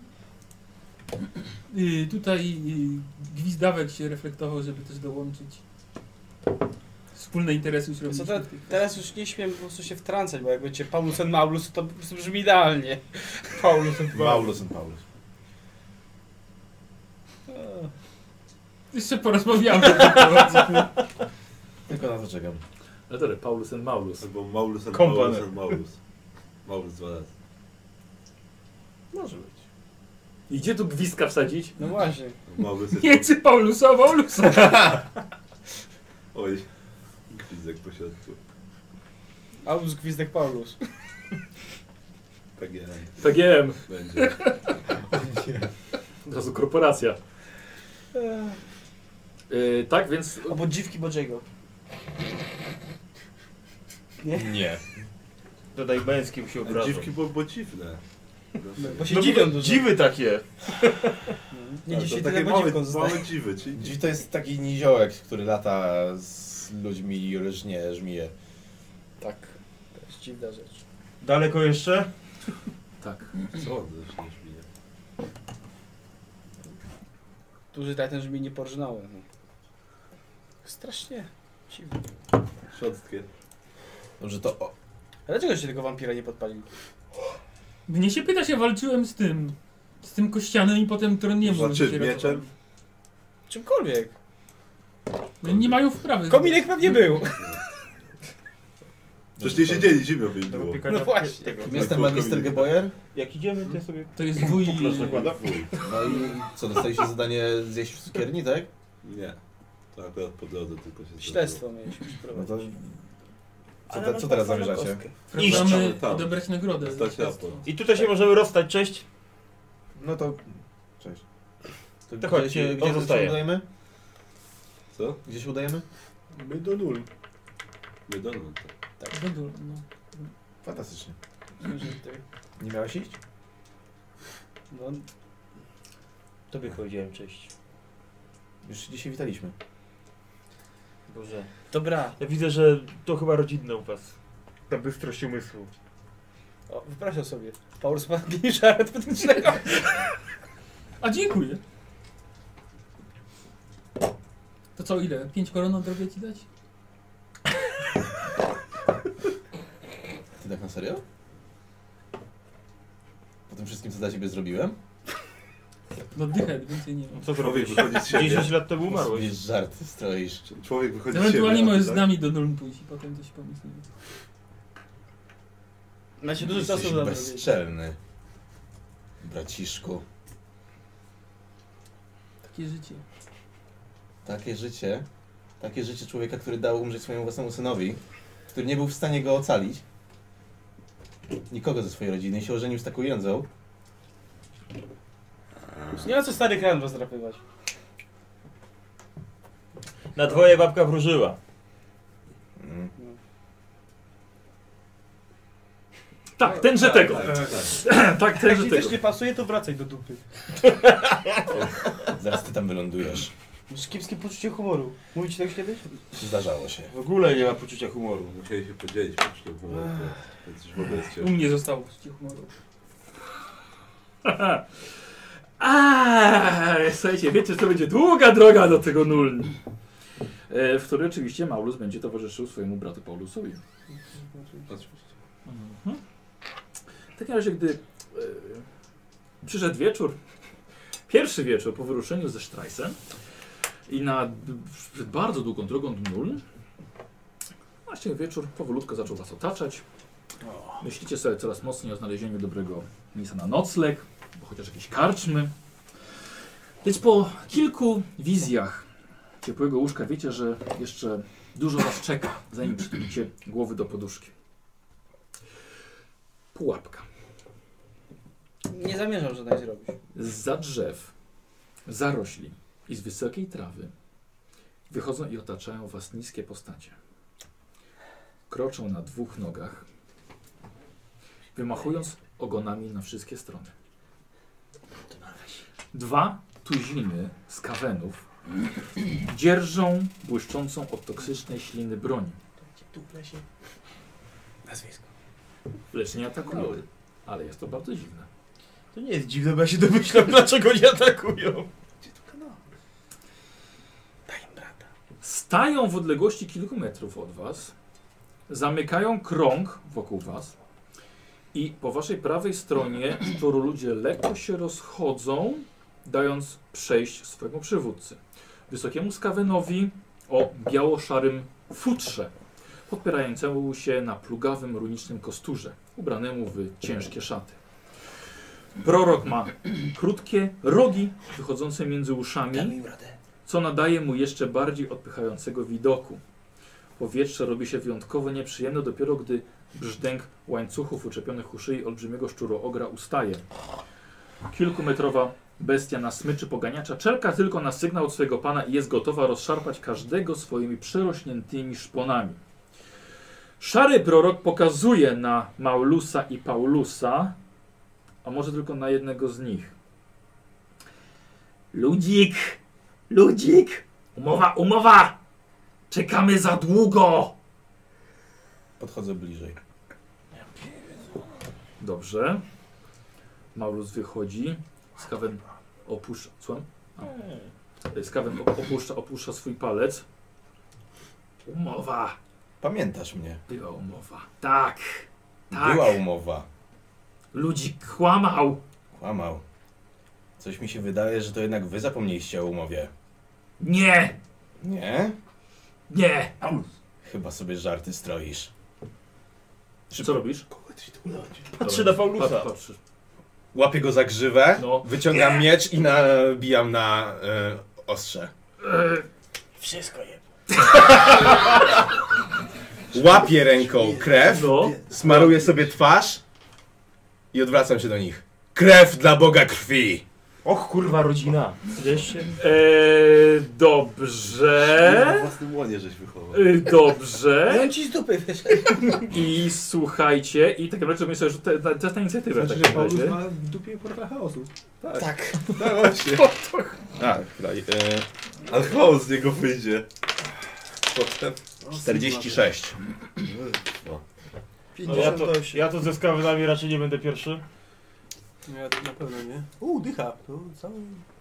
Tutaj Gwizdawek się reflektował, żeby też dołączyć. Wspólne interesy już Co robiliśmy. teraz już nie śmiem po prostu się wtrącać, bo jak będzie Paulus and Maulus, to po prostu brzmi idealnie. Paulus Paulus. Jeszcze porozmawiamy. Tylko na to czekam. Ale dobra, Paulus and Maulus. Albo Maulus and Kompany. Maulus and Maulus. Maulus 2 razy. Może być. I gdzie tu gwizdka wsadzić? No właśnie. Maulus jest... Nie czy Paulusa, a Maulusa. Oj. Gwizdek po środku. Paulus, Gwizdek, Paulus. PGM PGM. będzie. Od razu korporacja. Tak, więc Albo dziwki Bodziego. Nie? Nie. Dodaj męskim się A obrażą. dziwki bo dziwne. Bo się dziwią dużo. Dziwy takie. Nie A, dziw to się takie tyle, bo małe, dziwką zostaje. małe dziwy, czyli Dziś to jest taki niziołek, który lata z ludźmi i lżnie żmije. Tak. To jest dziwna rzecz. Daleko jeszcze? tak. co on zresztą śmieje? Duży Titan, żeby nie porżnąłem. Strasznie dziwne. Szotkie. Dobrze, to A dlaczego się tego wampira nie podpalił? Mnie się pyta, się walczyłem z tym kościanem i potem tron nie Za mógł czym? się Mieczem? ratować. Czymkolwiek. No nie mają wprawy. Kominek pewnie był. Przecież nie siedzieli, zimno by im było. No właśnie. Jestem magister Geboyer. Jak idziemy, to sobie... To jest wuj... No i co, dostaliście zadanie zjeść w cukierni, tak? Nie. To akurat po drodze tylko się Śledztwo mieliśmy No przeprowadzić. to co teraz zamierzacie? Mamy tam. odebrać nagrodę. za Dostać śledztwo. raport. I tutaj się możemy rozstać, cześć. No to... Cześć. To chodźcie, Gdzie on się zostaje. udajemy? Co? Gdzie się udajemy? My do nul. Nie do nas. Dobra, no. Fantastycznie. Myślę, że tutaj- Nie miałeś iść? No, Tobie powiedziałem cześć. Już się dzisiaj witaliśmy. Boże. dobra. Ja widzę, że to chyba rodzinne u was. Ta bystrość umysłu. O, wypraszam sobie. Paul spadnie żart petycznego. A dziękuję. To co, ile? 5 koron odrobię ci dać? Ty tak na serio? Po tym wszystkim, co dla ciebie zrobiłem? No dychę, więcej nie mam. Co Człowiek zrobisz? wychodzi z siebie. 10 lat temu umarłeś. Wiesz, żarty stroisz. Człowiek wychodzi z siebie. Ewentualnie a możesz ty z tak? nami do Nuln pójść i potem coś pomyślimy. Macie dużo Jesteś czasu na bezczelny. Braciszku. Takie życie. Takie życie człowieka, który dał umrzeć swojemu własnemu synowi, który nie był w stanie go ocalić. Nikogo ze swojej rodziny i się ożenił z taką jędzą. Nie ma co stary kran rozdrapywać. Na dwoje babka wróżyła. Mm. Tak, tenże tego. Tak, tenże Jak ci tego. też nie pasuje, to wracaj do dupy. Zaraz ty tam wylądujesz. Masz kiepskie poczucie humoru. Mówić tak kiedyś? Zdarzało się. W ogóle nie ma poczucia humoru. Musieli się podzielić przecież, bo to coś w ogóle jest U ciężko. mnie zostało poczucie humoru. Słuchajcie, wiecie, to będzie długa droga do tego Nuln. W której oczywiście Maulus będzie towarzyszył swojemu bratu Paulusowi. Oczywiście. W takim razie, gdy przyszedł wieczór, pierwszy wieczór po wyruszeniu ze Streisem i na bardzo długą drogą do Nuln, właśnie wieczór powolutku zaczął was otaczać. Myślicie sobie coraz mocniej o znalezieniu dobrego miejsca na nocleg, bo chociaż jakieś karczmy. Więc po kilku wizjach ciepłego łóżka wiecie, że jeszcze dużo was czeka, zanim przytulicie głowy do poduszki. Pułapka. Nie zamierzam żadnej zrobić. Zza drzew, zarośli i z wysokiej trawy wychodzą i otaczają was niskie postacie. Kroczą na dwóch nogach, wymachując ogonami na wszystkie strony. Dwa tuziny z kawenów dzierżą błyszczącą od toksycznej śliny broń, Tupnę się. Nazwisko. lecz nie atakują. Ale jest to bardzo dziwne. To nie jest dziwne, bo ja się domyślam, dlaczego nie atakują. Gdzie tu kanał? Daj im brata. Stają w odległości kilku metrów od was, zamykają krąg wokół was i po waszej prawej stronie ludzie lekko się rozchodzą, dając przejść swojemu przywódcy. Wysokiemu skawenowi o biało-szarym futrze, podpierającemu się na plugawym runicznym kosturze, ubranemu w ciężkie szaty. Prorok ma krótkie rogi wychodzące między uszami, co nadaje mu jeszcze bardziej odpychającego widoku. Powietrze robi się wyjątkowo nieprzyjemne dopiero gdy brzdęk łańcuchów uczepionych u szyi olbrzymiego szczuroogra ustaje. Kilkumetrowa bestia na smyczy poganiacza czeka tylko na sygnał od swojego pana i jest gotowa rozszarpać każdego swoimi przerośniętymi szponami. Szary prorok pokazuje na Maulusa i Paulusa, a może tylko na jednego z nich. Ludzik! Ludzik! Umowa, umowa! Czekamy za długo! Podchodzę bliżej. Dobrze. Maulus wychodzi. Skaven opuszcza. Słucham? Skaven opuszcza swój palec. Umowa! Pamiętasz mnie. Była umowa. Tak! Tak! Była umowa. Ludzik kłamał! Kłamał. Coś mi się wydaje, że to jednak wy zapomnieliście o umowie. Nie! Nie? Nie! Chyba sobie żarty stroisz. Co robisz? Patrzy na Paulusa. Patrzysz. Łapię go za grzywę, No. wyciągam miecz i nabijam na ostrze. Wszystko je. Łapię ręką krew, No. smaruję sobie twarz i odwracam się do nich. Krew dla Boga krwi! Och kurwa, rodzina. Wiesz? Dobrze. Na własnym łonie żeś wychował. Dobrze. On ci z dupy wyszedł. I słuchajcie, i tak naprawdę zrobimy sobie test na inicjatywę w Znaczy, że takim Paulus razie. ma w dupie portal chaosu. Tak. Tak właśnie. A, Ale chaos z niego wyjdzie. potem 46. No. No ja to ze skawynami raczej nie będę pierwszy. Ja na pewno nie. Dycha. To cały...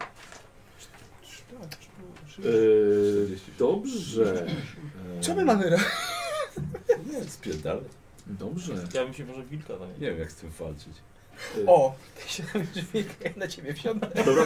Dobrze. Co my mamy robić? Nie, spierdalaj. Dobrze. Ja bym się może wilka zamienił. Nie wiem jak z tym walczyć. O! Ty się drzwi, jak na ciebie wsiądę. Dobra.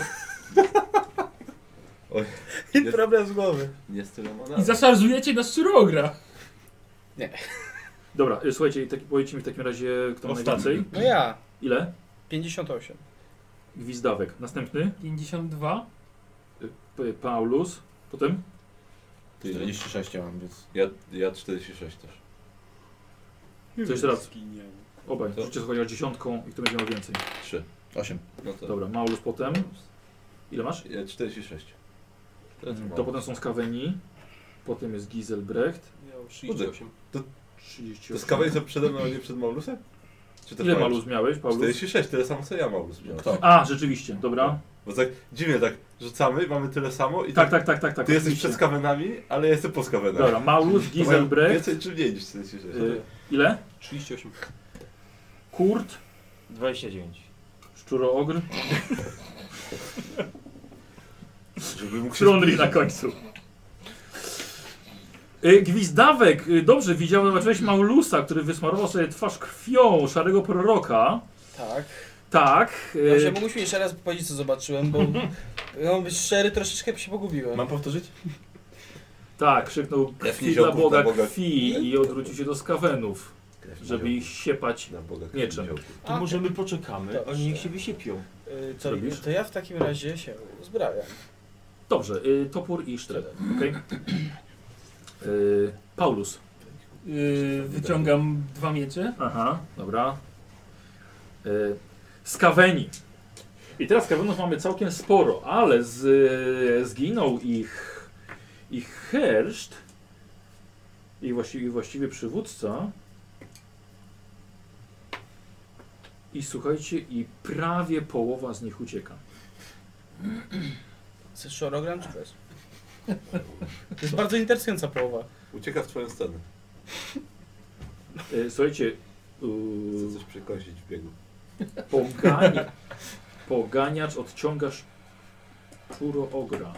Oj, I problem z głowy. nie z tyle I zaszarżujecie na szczurogra. Dobra, słuchajcie, powiedzcie mi w takim razie, kto ma Ostatni. najwięcej. No ja. Ile? 58. Gwizdawek. Następny. 52. Paulus. Potem? 46 ja mam, więc... Ja 46 też. To jeszcze raz. Obaj. Co? Rzućcie sobie dziesiątką i kto będzie miał więcej. 3. 8. No to. Dobra, Maulus potem. Ile masz? Ja 46. To potem są Skaweni. Potem jest Giselbrecht. Ja mam 38. 38. To skawaj co przede mną, a nie przed Maulusem? Czy to Ile Paulus? Maulus miałeś, Paulus? 46, tyle samo co ja Maulus miałem. Kto? A, rzeczywiście, dobra. Bo tak dziwnie tak rzucamy, mamy tyle samo i Tak. Ty Ty jesteś przed skawenami, ale ja jestem po skawenach. Dobra, Maulus, To mają Giselbrecht. więcej czy mniej niż 46? Ile? 38. Kurt, 29. Szczuroogr, Żeby mógł się Trondri na końcu. Gwizdawek, dobrze, zobaczyłeś Maulusa, który wysmarował sobie twarz krwią szarego proroka. Tak. Tak. Dobrze, mógłbyś mi jeszcze raz powiedzieć, co zobaczyłem, bo mam być szczery, troszeczkę się pogubiłem. Mam powtórzyć? Tak, krzyknął Krew krwi dla niziołków Boga na Boga krwi i odwrócił się do skawenów, Krew żeby ich siepać. na Boga mieczem. niziołków. To A, może my poczekamy, Dobrze. oni niech się wysypią. Co robisz? To ja w takim razie się uzbrajam. Dobrze, topór i sztylet, okej? Paulus. Wyciągam 2 miecze. Aha, dobra. Skaweni. I teraz skawenów mamy całkiem sporo, ale zginął ich herszt i właściwie przywódca. I słuchajcie, i prawie połowa z nich ucieka. Chcesz szorogram czy bez? To jest bardzo interesująca połowa. Ucieka w twoją stronę. Słuchajcie, Chcę coś przekąsić w biegu. poganiacz odciąga szczuroogra.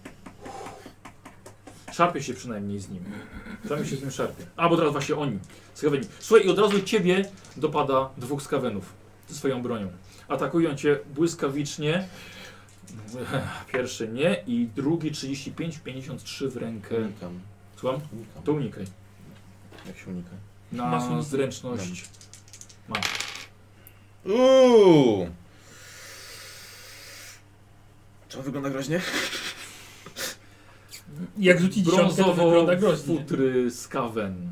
Szarpie się przynajmniej z nim. Przynajmniej się z nim szarpie. A, bo teraz właśnie oni. Skaweni. Słuchaj, i od razu ciebie dopada 2 skawenów ze swoją bronią. Atakują cię błyskawicznie. Pierwszy nie i drugi 35-53 w rękę. Unikam. Słucham? Unikam. To unikaj. Jak się unika? Masz Na unikać. zręczność. Czy on wygląda groźnie? Jak rzucić dziesiątkę, to wygląda groźnie. Brązowo-futry skawen.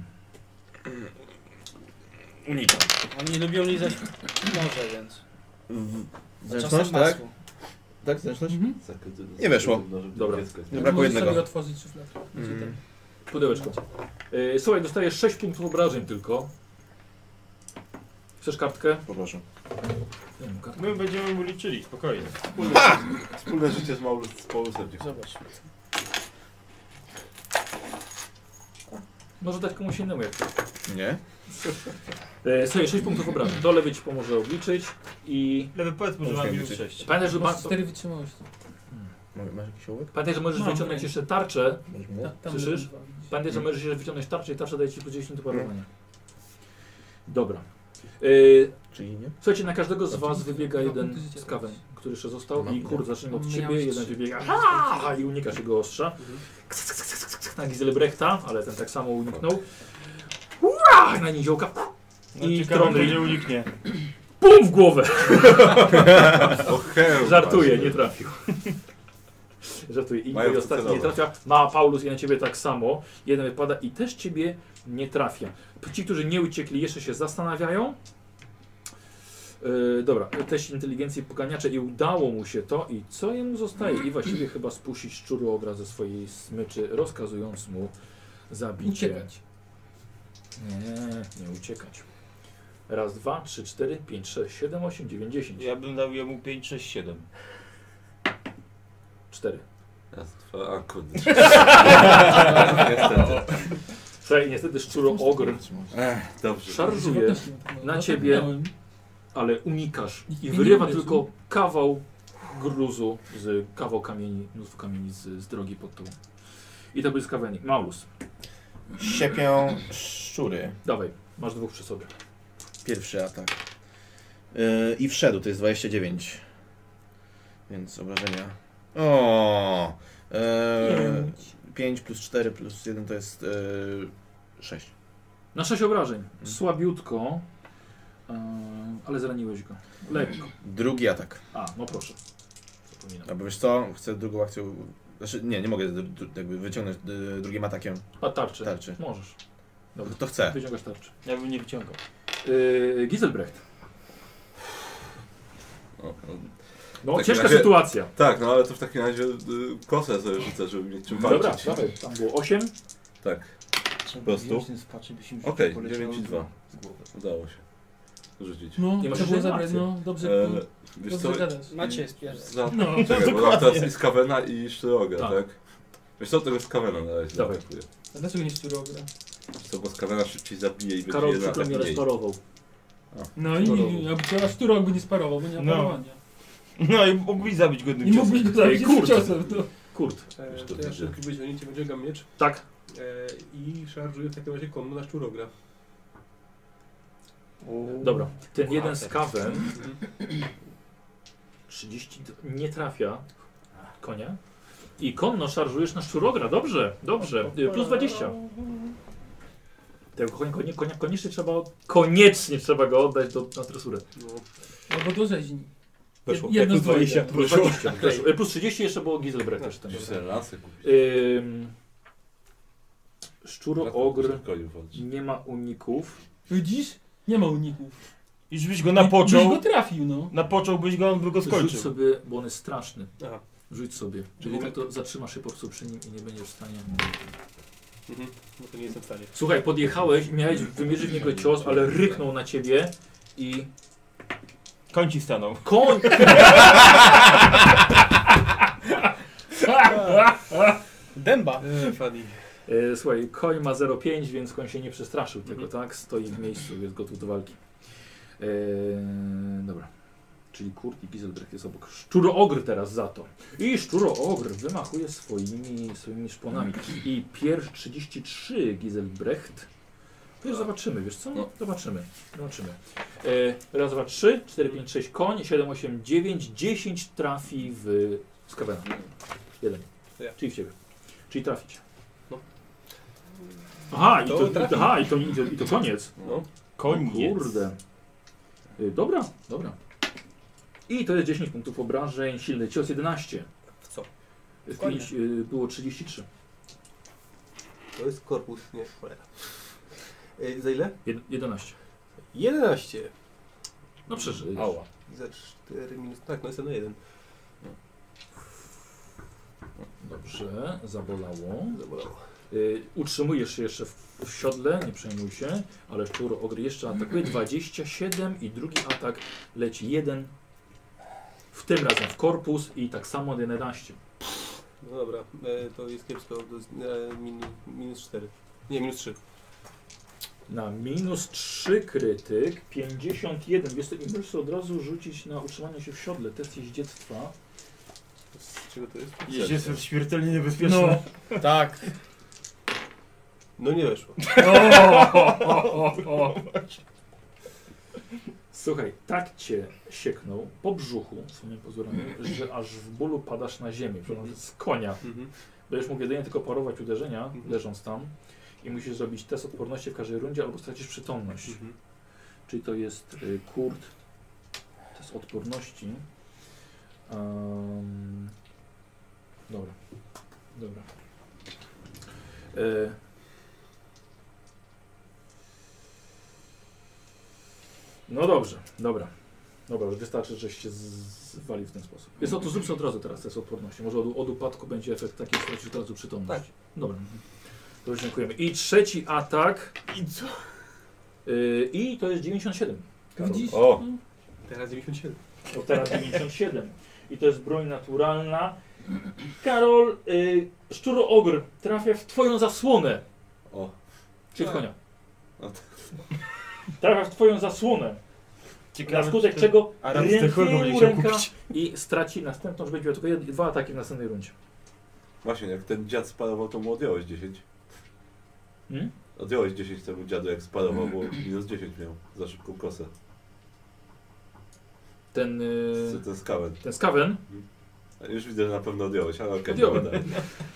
Unikam. Oni lubią lizać noże, więc... Zręczność, Czasem tak? masło. Tak, zręczność? Mhm. Nie weszło. Dobra. Brakło Możesz jednego. sobie otworzyć szufladkę. Mhm. Pudełeczko. Słuchaj, dostajesz 6 punktów obrażeń tylko. Chcesz kartkę? Poproszę. Nie wiem, kartkę. My będziemy mu liczyli, spokojnie. Wspólne życie z Paulusem. Zobacz. Może dać komuś innemu jak to. Nie? Słuchaj, 6 punktów obrażeń. To lewy ci pomoże obliczyć i... Lewy powiedz mu, że Muszę mam minus liczyć. 6. Pamiętaj, że, Masz 4 wytrzymałości. Masz jakiś ołówek? pamiętaj, że możesz Mam, wyciągnąć wiem. jeszcze tarczę. Możesz mi dać? Tam Słyszysz? leży 2, widzisz. Pamiętaj, że możesz jeszcze wyciągnąć tarczę i tarcza daje ci po 10 punktów parowania. Dobra. Czyli nie? Słuchajcie, na każdego z was wybiega 2 jeden punkty życia. skawen, który jeszcze został Mam i kurde, zaczniemy od Miałeś ciebie, jeden 3. wybiega i unikasz jego ostrza. ciach na Giselbrechta, ale ten tak samo uniknął. Ura! Na niziołka. No, I ciekawe, Tronry. nie uniknie. Pum w głowę! O hełm, Żartuję, właśnie. nie trafił. Żartuję. I Mają ostatni nie celować. trafia. Ma Paulus i na ciebie tak samo. Jeden wypada i też ciebie nie trafia. Ci, którzy nie uciekli, jeszcze się zastanawiają. Dobra, teść inteligencji poganiacza i udało mu się to. I co jemu zostaje? I właściwie chyba spuścić szczurogra ze swojej smyczy, rozkazując mu zabicie. Uciekać. Nie uciekać. Raz, 2, 3, 4, 5, 6, 7, 8, 9, 10. Ja bym dał jemu 5, 6, 7. 4. Raz, dwa, a kurde. Niestety. Słuchaj, niestety szczuro-ogr Dobrze. szarżuje na ciebie, Zapomniałem. ale unikasz i Nie wyrywa uderzył. tylko kawał gruzu, kawał kamieni, mnóstwo kamieni z drogi pod tobą. I to błyskawienie. Maulus, Siepią szczury. dawaj, masz dwóch przy sobie. Pierwszy atak. I wszedł, to jest 29. Więc obrażenia. O! 5 plus 4 plus 1 to jest 6. Na 6 obrażeń. Słabiutko, ale zraniłeś go. Lekko. Drugi atak. A, no proszę. Zapominam. Albo wiesz co? Chcę drugą akcją. Znaczy, nie mogę jakby wyciągnąć drugim atakiem A tarczy. tarczy. Możesz. Dobra. To chcę. Wyciągasz tarczę. Ja bym nie wyciągał. Giselbrecht. O, No, W takim ciężka razie- sytuacja. tak, no ale to w takim razie kosę sobie rzucę, żeby mieć czym Dobra, walczyć. dawaj. Tam było 8. Tak, po prostu. Okej, 9 i 2. Udało się rzucić. No, Nie masz to było jeszcze zabrać, akcji. no, dobrze, Wiesz co? dobrze gadasz. Macie spierdol. Za... No, Czekaj, bo mam teraz i Skawena i Szczeroga, Tak. tak? Wiesz co, tego Skawena na razie Dawaj. zaatakuję. A dlaczego nie szczurogra? Wiesz co, bo Skawena szybciej zabije i Karol będzie przykro mnie mniej. rozparował. No i a szczurok by nie sparował, bo nie ma No. parowania. No i mógłbyś zabić go jednym Nie ciosem. mógłbyś go zabić Ej, jednym kurde. ciosem. No. Kurt. Wiesz, to To ja będzie. szybki wyciągnięcie wyciągam miecz Tak. i szarżuję w takim razie konno na szczurogra. Dobra. Ten jeden z kawem 30 nie trafia konia. I konno szarżujesz na szczurogra. Dobrze, dobrze. Plus 20. Tego konia koniecznie trzeba go oddać na tresurę. No. Albo do rzeźni. Weszło. Jedno z Plus 20. dwojga. Plus 20. Weszło. Plus 30 jeszcze było Giselbrecht też tam. Musisz sobie lansy kupić. Szczuro-ogr Koniu walczy. nie ma uników. Widzisz? Nie ma uników. Już byś go Byś napoczął, go trafił, no. napocząłbyś go, on by go Rzuć skończył. sobie, bo on jest straszny. Aha. Rzuć sobie. Czyli tak to zatrzymasz się po prostu przy nim i nie będziesz w stanie. Mhm. No to nie jestem w stanie. Słuchaj, podjechałeś, miałeś wymierzyć w niego cios, ale ryknął na ciebie i Koń ci stanął. koń. Dęba. Funny. Słuchaj, koń ma 0,5, więc koń się nie przestraszył tego, tak? Stoi w miejscu, jest gotów do walki. Dobra. Czyli Kurt i Giselbrecht jest obok. Szczuro-ogr teraz za to. I Szczuro-ogr wymachuje swoimi szponami. I pierw 33 Giselbrecht. To już zobaczymy, wiesz co? No. Zobaczymy. Raz, dwa, 3, 4, 5, 6 koń, 7, 8, 9, 10 trafi w Skawena. 1. Ja. Czyli w ciebie. Czyli trafić. No. Aha, To trafi. i to koniec. No. Koniec. Kurde. Dobra, dobra. I to jest 10 punktów obrażeń, silny cios 11. W co? W 5, było 33. To jest korpus, nie cholera. Za ile? 11. 11. No przeżyjesz. Ała. Za 4 minus... Tak, no jestem na 1. Dobrze, zabolało. Zabolało. Utrzymujesz się jeszcze w siodle, nie przejmuj się, ale Szczuro-ogr jeszcze atakuje 27 i drugi atak leci 1. W tym razem w korpus i tak samo 11. No dobra, to jest kiepsko. To jest, minus 4. Nie, minus 3. Na minus 3 krytyk, 51. Wiesz co, i możesz sobie od razu rzucić na utrzymanie się w siodle, test jeździectwa. Z czego to jest? Jeździec jest śmiertelnie niebezpieczny. No. Tak. No nie weszło. Słuchaj, tak cię sieknął po brzuchu, swoimi pozorami, że aż w bólu padasz na ziemię, z konia. Mhm. Będziesz mógł jedynie tylko parować uderzenia, leżąc tam. I musisz zrobić test odporności w każdej rundzie, albo stracisz przytomność. Czyli to jest kurt. Test odporności. Dobra. Dobra. No dobrze, dobra. Dobra, wystarczy, żeś się zwali w ten sposób. Jest to zrób sobie od razu teraz test odporności. Może od upadku będzie efekt taki, że stracisz od razu przytomność. Tak. Dobra. Dobrze, dziękujemy. I trzeci atak. I co? I to jest 97. Widzisz? O! Teraz 97. O, teraz 97. I to jest broń naturalna. Karol, szczuro-ogr trafia w twoją zasłonę. O! Czy w konia. No Trafia w twoją zasłonę. Na skutek czego A raz zdechłego ręcznie będzie mu chciał ręka kupić. i straci następną, że będzie miał tylko 2 ataki w następnej rundzie. Właśnie, jak ten dziad sparował, to mu odjąłeś 10. Hmm? Odjąłeś 10 temu dziadu, jak sparował, bo minus 10 miał za szybką kosę. Ten Ten skawen. ten skawen. Już widzę, że na pewno odjąłeś, ale okej. Odjąłem. dobra.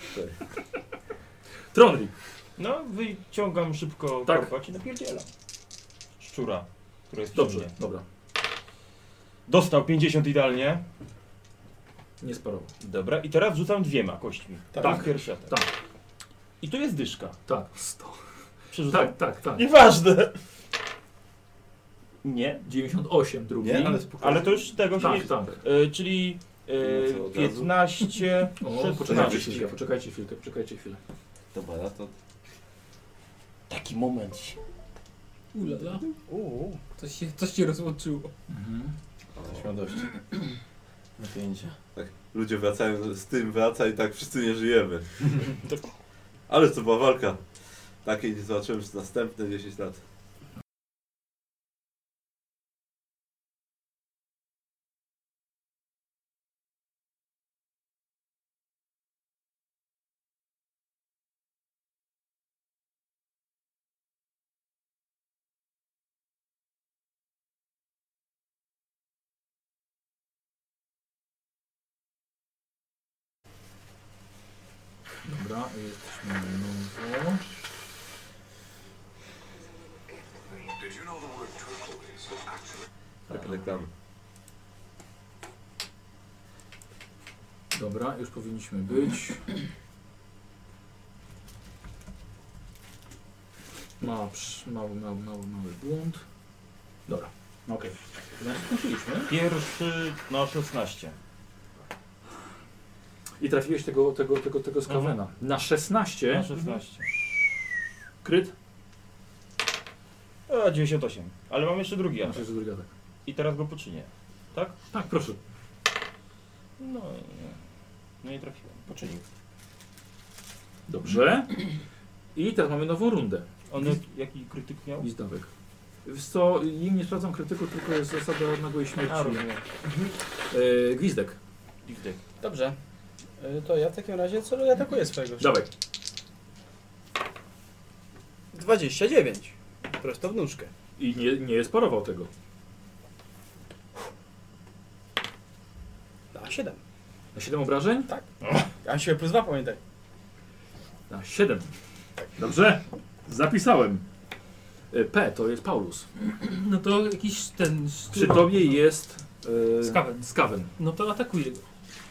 Tronri. No, wyciągam szybko Tak. korpacz i napierdzielam. Szczura, który jest przy Dobrze, mnie. dobra. Dostał 50 idealnie. Nie sparował. Dobra, i teraz rzucam 2 kośćmi. Tak. To jest pierwszy atak. Tak. I tu jest dyszka. Tak. 100. Przerzucam? Tak. Nieważne. Nie. 98 drugi. Nie, ale spokojnie. Ale to już tego się nie... Tak. Czyli No co, od razu? 15, O, 16. poczekajcie chwilę. Dobra, to Taki moment. Ulala. Coś się rozłączyło. Świadomości. Napięcia. tak. Ludzie wracają, z tym wraca i tak wszyscy nie żyjemy. Ale to była walka. Takiej nie zobaczyłem przez następne 10 lat. Dobra, jesteśmy na nowo. Tak, reklamy. Dobra, już powinniśmy być. Mały błąd. Dobra, okej. Skończyliśmy. Pierwszy na 16. I trafiłeś tego skawena. Na 16. Na 16. Kryt? 98. Ale mam jeszcze drugi Masz atak. jeszcze drugi atak. I teraz go poczynię. Tak? Tak, proszę. No nie. No nie trafiłem. Poczynił. Dobrze. I teraz mamy nową rundę. On jaki krytyk miał? I zdawek. Wiesz co, im nie sprawdzam krytyku, tylko jest zasada nagłej śmierci. A, rozumiem. Gwizdek. Gwizdek. Dobrze. To ja w takim razie celuję, atakuję swojego. Dawaj. 29. Prosto w nóżkę. I nie sparował tego. Na 7. Na 7 obrażeń? Tak. A siłę plus 2 pamiętaj. Na 7. Dobrze. Zapisałem. P to jest Paulus. No to jakiś ten... Przy tobie jest Skaven. Skaven. No to atakuję go.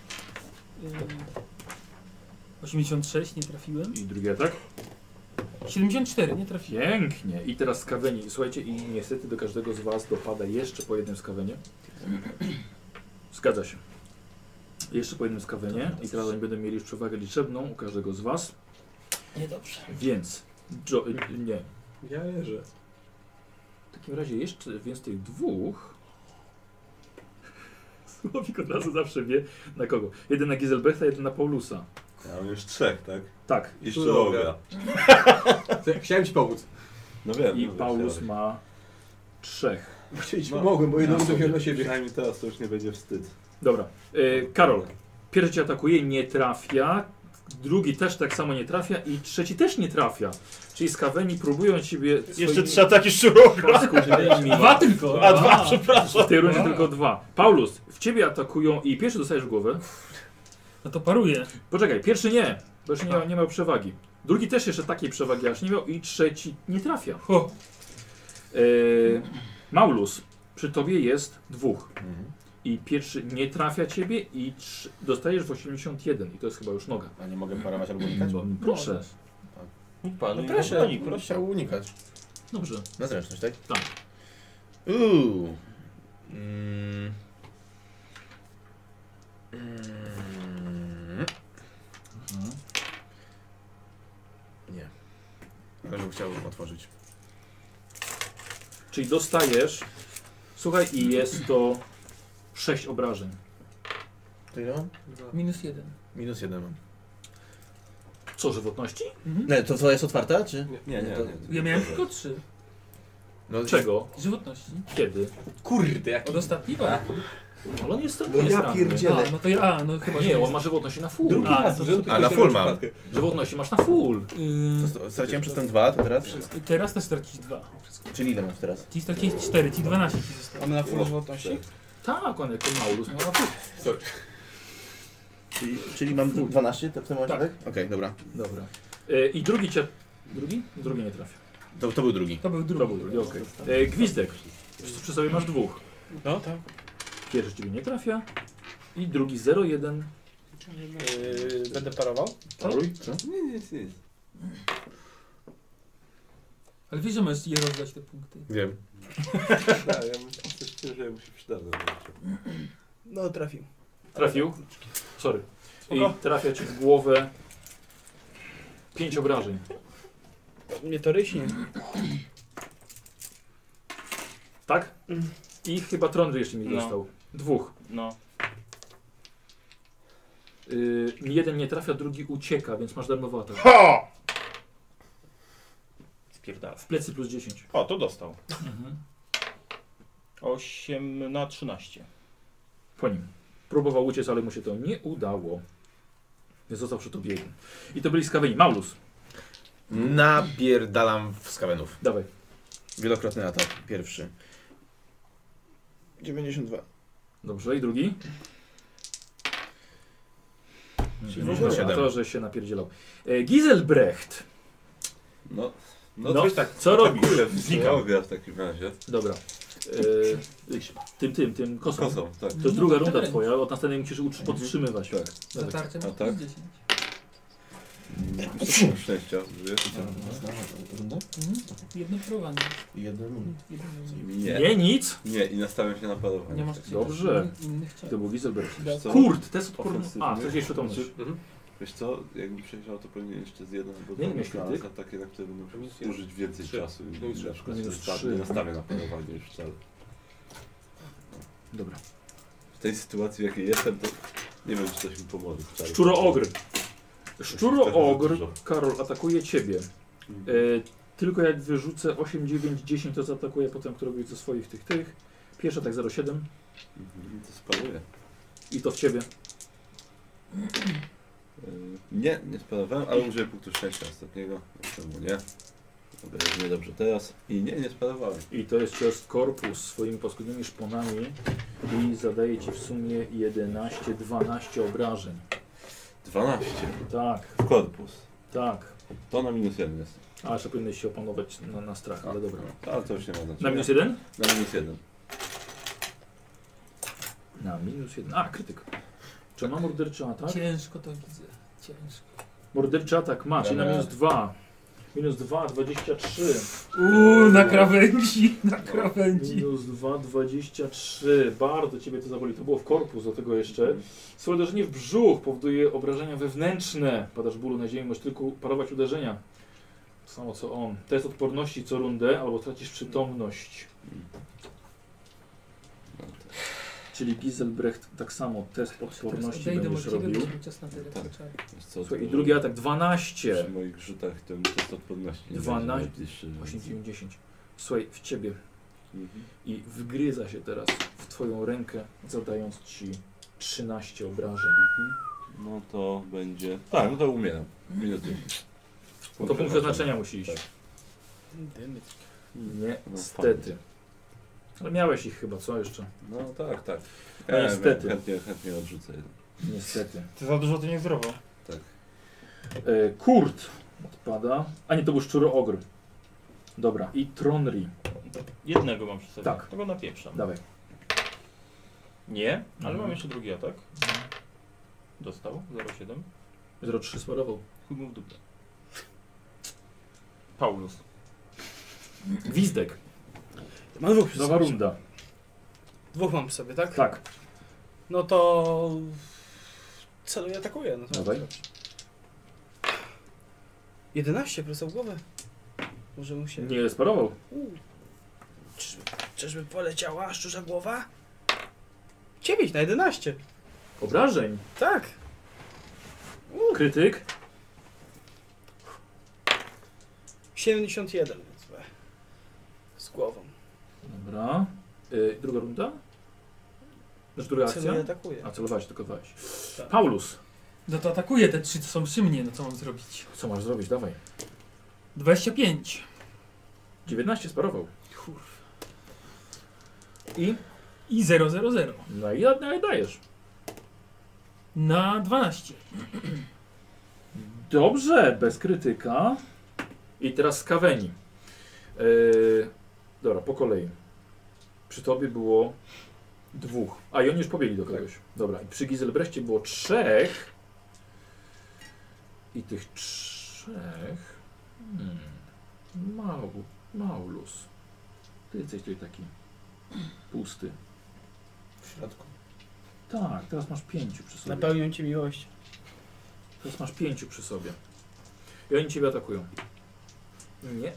86, nie trafiłem. I drugi atak. 74, nie trafiłem. Pięknie. I teraz skaweni. Słuchajcie, i niestety do każdego z was dopada jeszcze po jednym skawenie. Zgadza się. Jeszcze po jednym skawenie. I teraz oni będą mieli już przewagę liczebną u każdego z was. Niedobrze. Więc... nie. Ja leżę. W takim razie jeszcze więc tych dwóch. Słowik od razu zawsze wie na kogo. Jeden na Giselbrechta, jeden na Paulusa. Ja mam już 3, tak? Tak. I szczuroga. Chciałem ci pomóc. No wiem. I no Paulus wiem. ma 3. Właściwie ci No. pomogłem, bo jedną wziąłem na siebie. Przynajmniej teraz to już nie będzie wstyd. Dobra. Karol. Pierwszy cię atakuje, nie trafia. Drugi też tak samo nie trafia. I trzeci też nie trafia. Czyli skaweni próbują ciebie... Jeszcze 3 ataki szczuroga. paskudnymi... 2 tylko. A 2, przepraszam. W tej rundzie tylko 2. Paulus, w ciebie atakują i pierwszy dostajesz w głowę. No to paruję. Poczekaj, pierwszy nie. Bo już nie miał przewagi. Drugi też jeszcze takiej przewagi aż nie miał i trzeci nie trafia. O, Maulus, przy tobie jest 2. Mhm. I pierwszy nie trafia ciebie i dostajesz w 81 i to jest chyba już noga. A nie mogę parować albo unikać? Proszę. Panu No proszę, proszę chciał unikać. Dobrze. Na zręczność, tak? Tak. Uuu. Nie. Ale bym chciał otworzyć. Czyli dostajesz, słuchaj, i jest to 6 obrażeń. To ile mam? -1. -1 mam. Co, żywotności? Nie, to jest otwarte, czy? Nie. Ja miałem tylko 3 No, Czego? żywotności. Kiedy? Kurde, jak Od ostatniego. Ale on jest No ja ranny. pierdzielę. A, no to ja, no chyba Nie, on ma żywotności na full. drugi raz, A, na full mam. Żywotności masz na full. Straciłem przedtem 2, to teraz? Teraz też stracić 2. Czyli ile mam teraz? Ci straciłeś 4, ci 12 ci zostało. Mamy na full żywotności? Tak, on jako Maulus ma na full. Czyli mam 12 w tym momencie, Tak. tak? Okej, dobra. Dobra. I drugi cię... Drugi? Drugi nie trafia. To był drugi. To był drugi. To był drugi, okej. Gwizdek. Przy sobie masz 2. No tak. Pierwszy ciebie nie trafia. I drugi 0,1. Będę parował? Paruj. Nic. Ale wiesz, że możesz je rozdać te punkty. Wiem. Tak, ja myślę, że mu się przyda. No trafił. Trafił. Sorry. I Spoko. trafia ci w głowę 5 obrażeń. Mnie to ryśnie. Tak? I chyba Trondry jeszcze mi No. dostał. 2. No. Jeden nie trafia, drugi ucieka, więc masz darmowy atak. Ha! Spierdala. W plecy plus 10. O, to dostał. Mhm. 8 na 13. Po nim. Próbował uciec, ale mu się to nie udało. Więc został przy tobie jeden. I to byli skaweni. Maulus, Napierdalam w skawenów. dawaj. Wielokrotny atak. Pierwszy. 92. Dobrze, i drugi? Czyli Dobra, 7. to, że się napierdzielał. Giselbrecht. No, No, coś tak co robisz? Znikał w takim razie. Dobra. Tym kosą. Kosą, tak. To jest druga runda twoja, od następnej musisz podtrzymywać. Tak. Dawaj. Zatarcie A na tak? plus 10. Szczęścia, wiesz? Jedno parowanie. Jeden. Nie, nic. Nie, i nastawiam się na parowanie. Nie masz Dobrze. innych ciał. To był Giselbrecht. Wiesz co? Kurt, test odporny. Ofensywny. A, coś jeszcze to Znaczy, masz. Wiesz co, jakbym przejrzał, to pewnie jeszcze z jedną albo Nie, dwa miałeś szanse, krytyk? takie, na które będę musiał Minus zużyć więcej trzy. czasu i Minus na przykład minus nie trzy. nastawię na parowanie już wcale. Dobra. W tej sytuacji, w jakiej jestem, to nie wiem, czy coś mi pomoże. wcale. Szczuro-ogr. Szczuro-ogr, Dużo. Karol, atakuje ciebie. Mhm. Tylko jak wyrzucę 8, 9, 10, to zaatakuje potem, kto robi ze swoich tych. Pierwszy atak 0,7 To sparuję. i to w ciebie. Nie sparowałem, ale użyję punktu szczęścia ostatniego. Czemu nie? Będzie niedobrze teraz. I nie sparowałem. I to jest cios w korpus swoimi paskudnymi szponami i zadaje ci w sumie 11, 12 obrażeń. 12 Tak, w korpus. tak. To na -1 jest. A jeszcze powinieneś się opanować na strach, ale dobra. Ale to już nie ma znaczenia. Na -1? Na -1. Na -1. A, krytyk. Czy ma morderczy atak? Ciężko to widzę. Ciężko. Morderczy atak ma, czyli na Dobra. -2. -2, 23. Na krawędzi, na krawędzi. -2, 23. Bardzo ciebie to zaboli. To było w korpus do tego jeszcze. Swoje uderzenie w brzuch powoduje obrażenia wewnętrzne. Padasz bólu na ziemi, możesz tylko parować uderzenia. To samo co on. Test odporności co rundę, albo tracisz przytomność. Czyli Giselbrecht tak samo test odporności Odejdę od będziesz ciebie, robił. bo czas na tyle Tak. czar. Wiesz co, Słuchaj, i to- drugi atak 12. Przy moich rzutach ten test odporności nie 12. będzie najbliższy. 8, 9, 10. Słuchaj, w ciebie. Mhm. I wgryza się teraz w twoją rękę, zadając ci 13 obrażeń. No to będzie... Tak, no to umieram. Minuty. To punkt przeznaczenia musi iść. Tak. Niestety. Ale miałeś ich chyba, co jeszcze? No tak. No niestety. Chętnie odrzucę jeden. Niestety. Ty za dużo ty nie zdrowo. Tak. Kurt odpada. A nie, to był szczuroogr. Dobra, i Tronri. Jednego mam przy sobie. Tak. Tego napieprzam. Dawaj. Nie, ale Mhm. mam jeszcze drugi atak. Dostał 0,7. 0,3 sparował. Chuj mu w dupę. Paulus. Gwizdek. Mam dwóch przy Nowa sobie. runda. Dwóch mam przy sobie, tak? Tak, No to... celuję, atakuję. No to dawaj. 11 prosto w głowę. Może mu się... Nie sparował. Czyżby poleciała szczurza głowa? 9 na 11. Obrażeń. Tak. Krytyk. 71, więc z głową. Dobra. Druga runda? Znaczy druga akcja? Celuję, atakuję. A celowałeś, tylko wałeś. Tak. Paulus. No to atakuję te 3, co są przy mnie, no co mam zrobić? Co masz zrobić? Dawaj. 25. 19 sparował. I? I 0,00. No i dajesz. Na 12. Dobrze, bez krytyka. I teraz Skaweni. Dobra, po kolei. Przy tobie było 2. A i oni już pobiegli do kogoś. Dobra, i przy Giselbrechcie było 3. I tych 3... Maulus. Ty jesteś tutaj taki pusty. W środku. Tak, teraz masz 5 przy sobie. Napełnią ci miłość. Teraz masz 5 przy sobie. I oni ciebie atakują. Nie.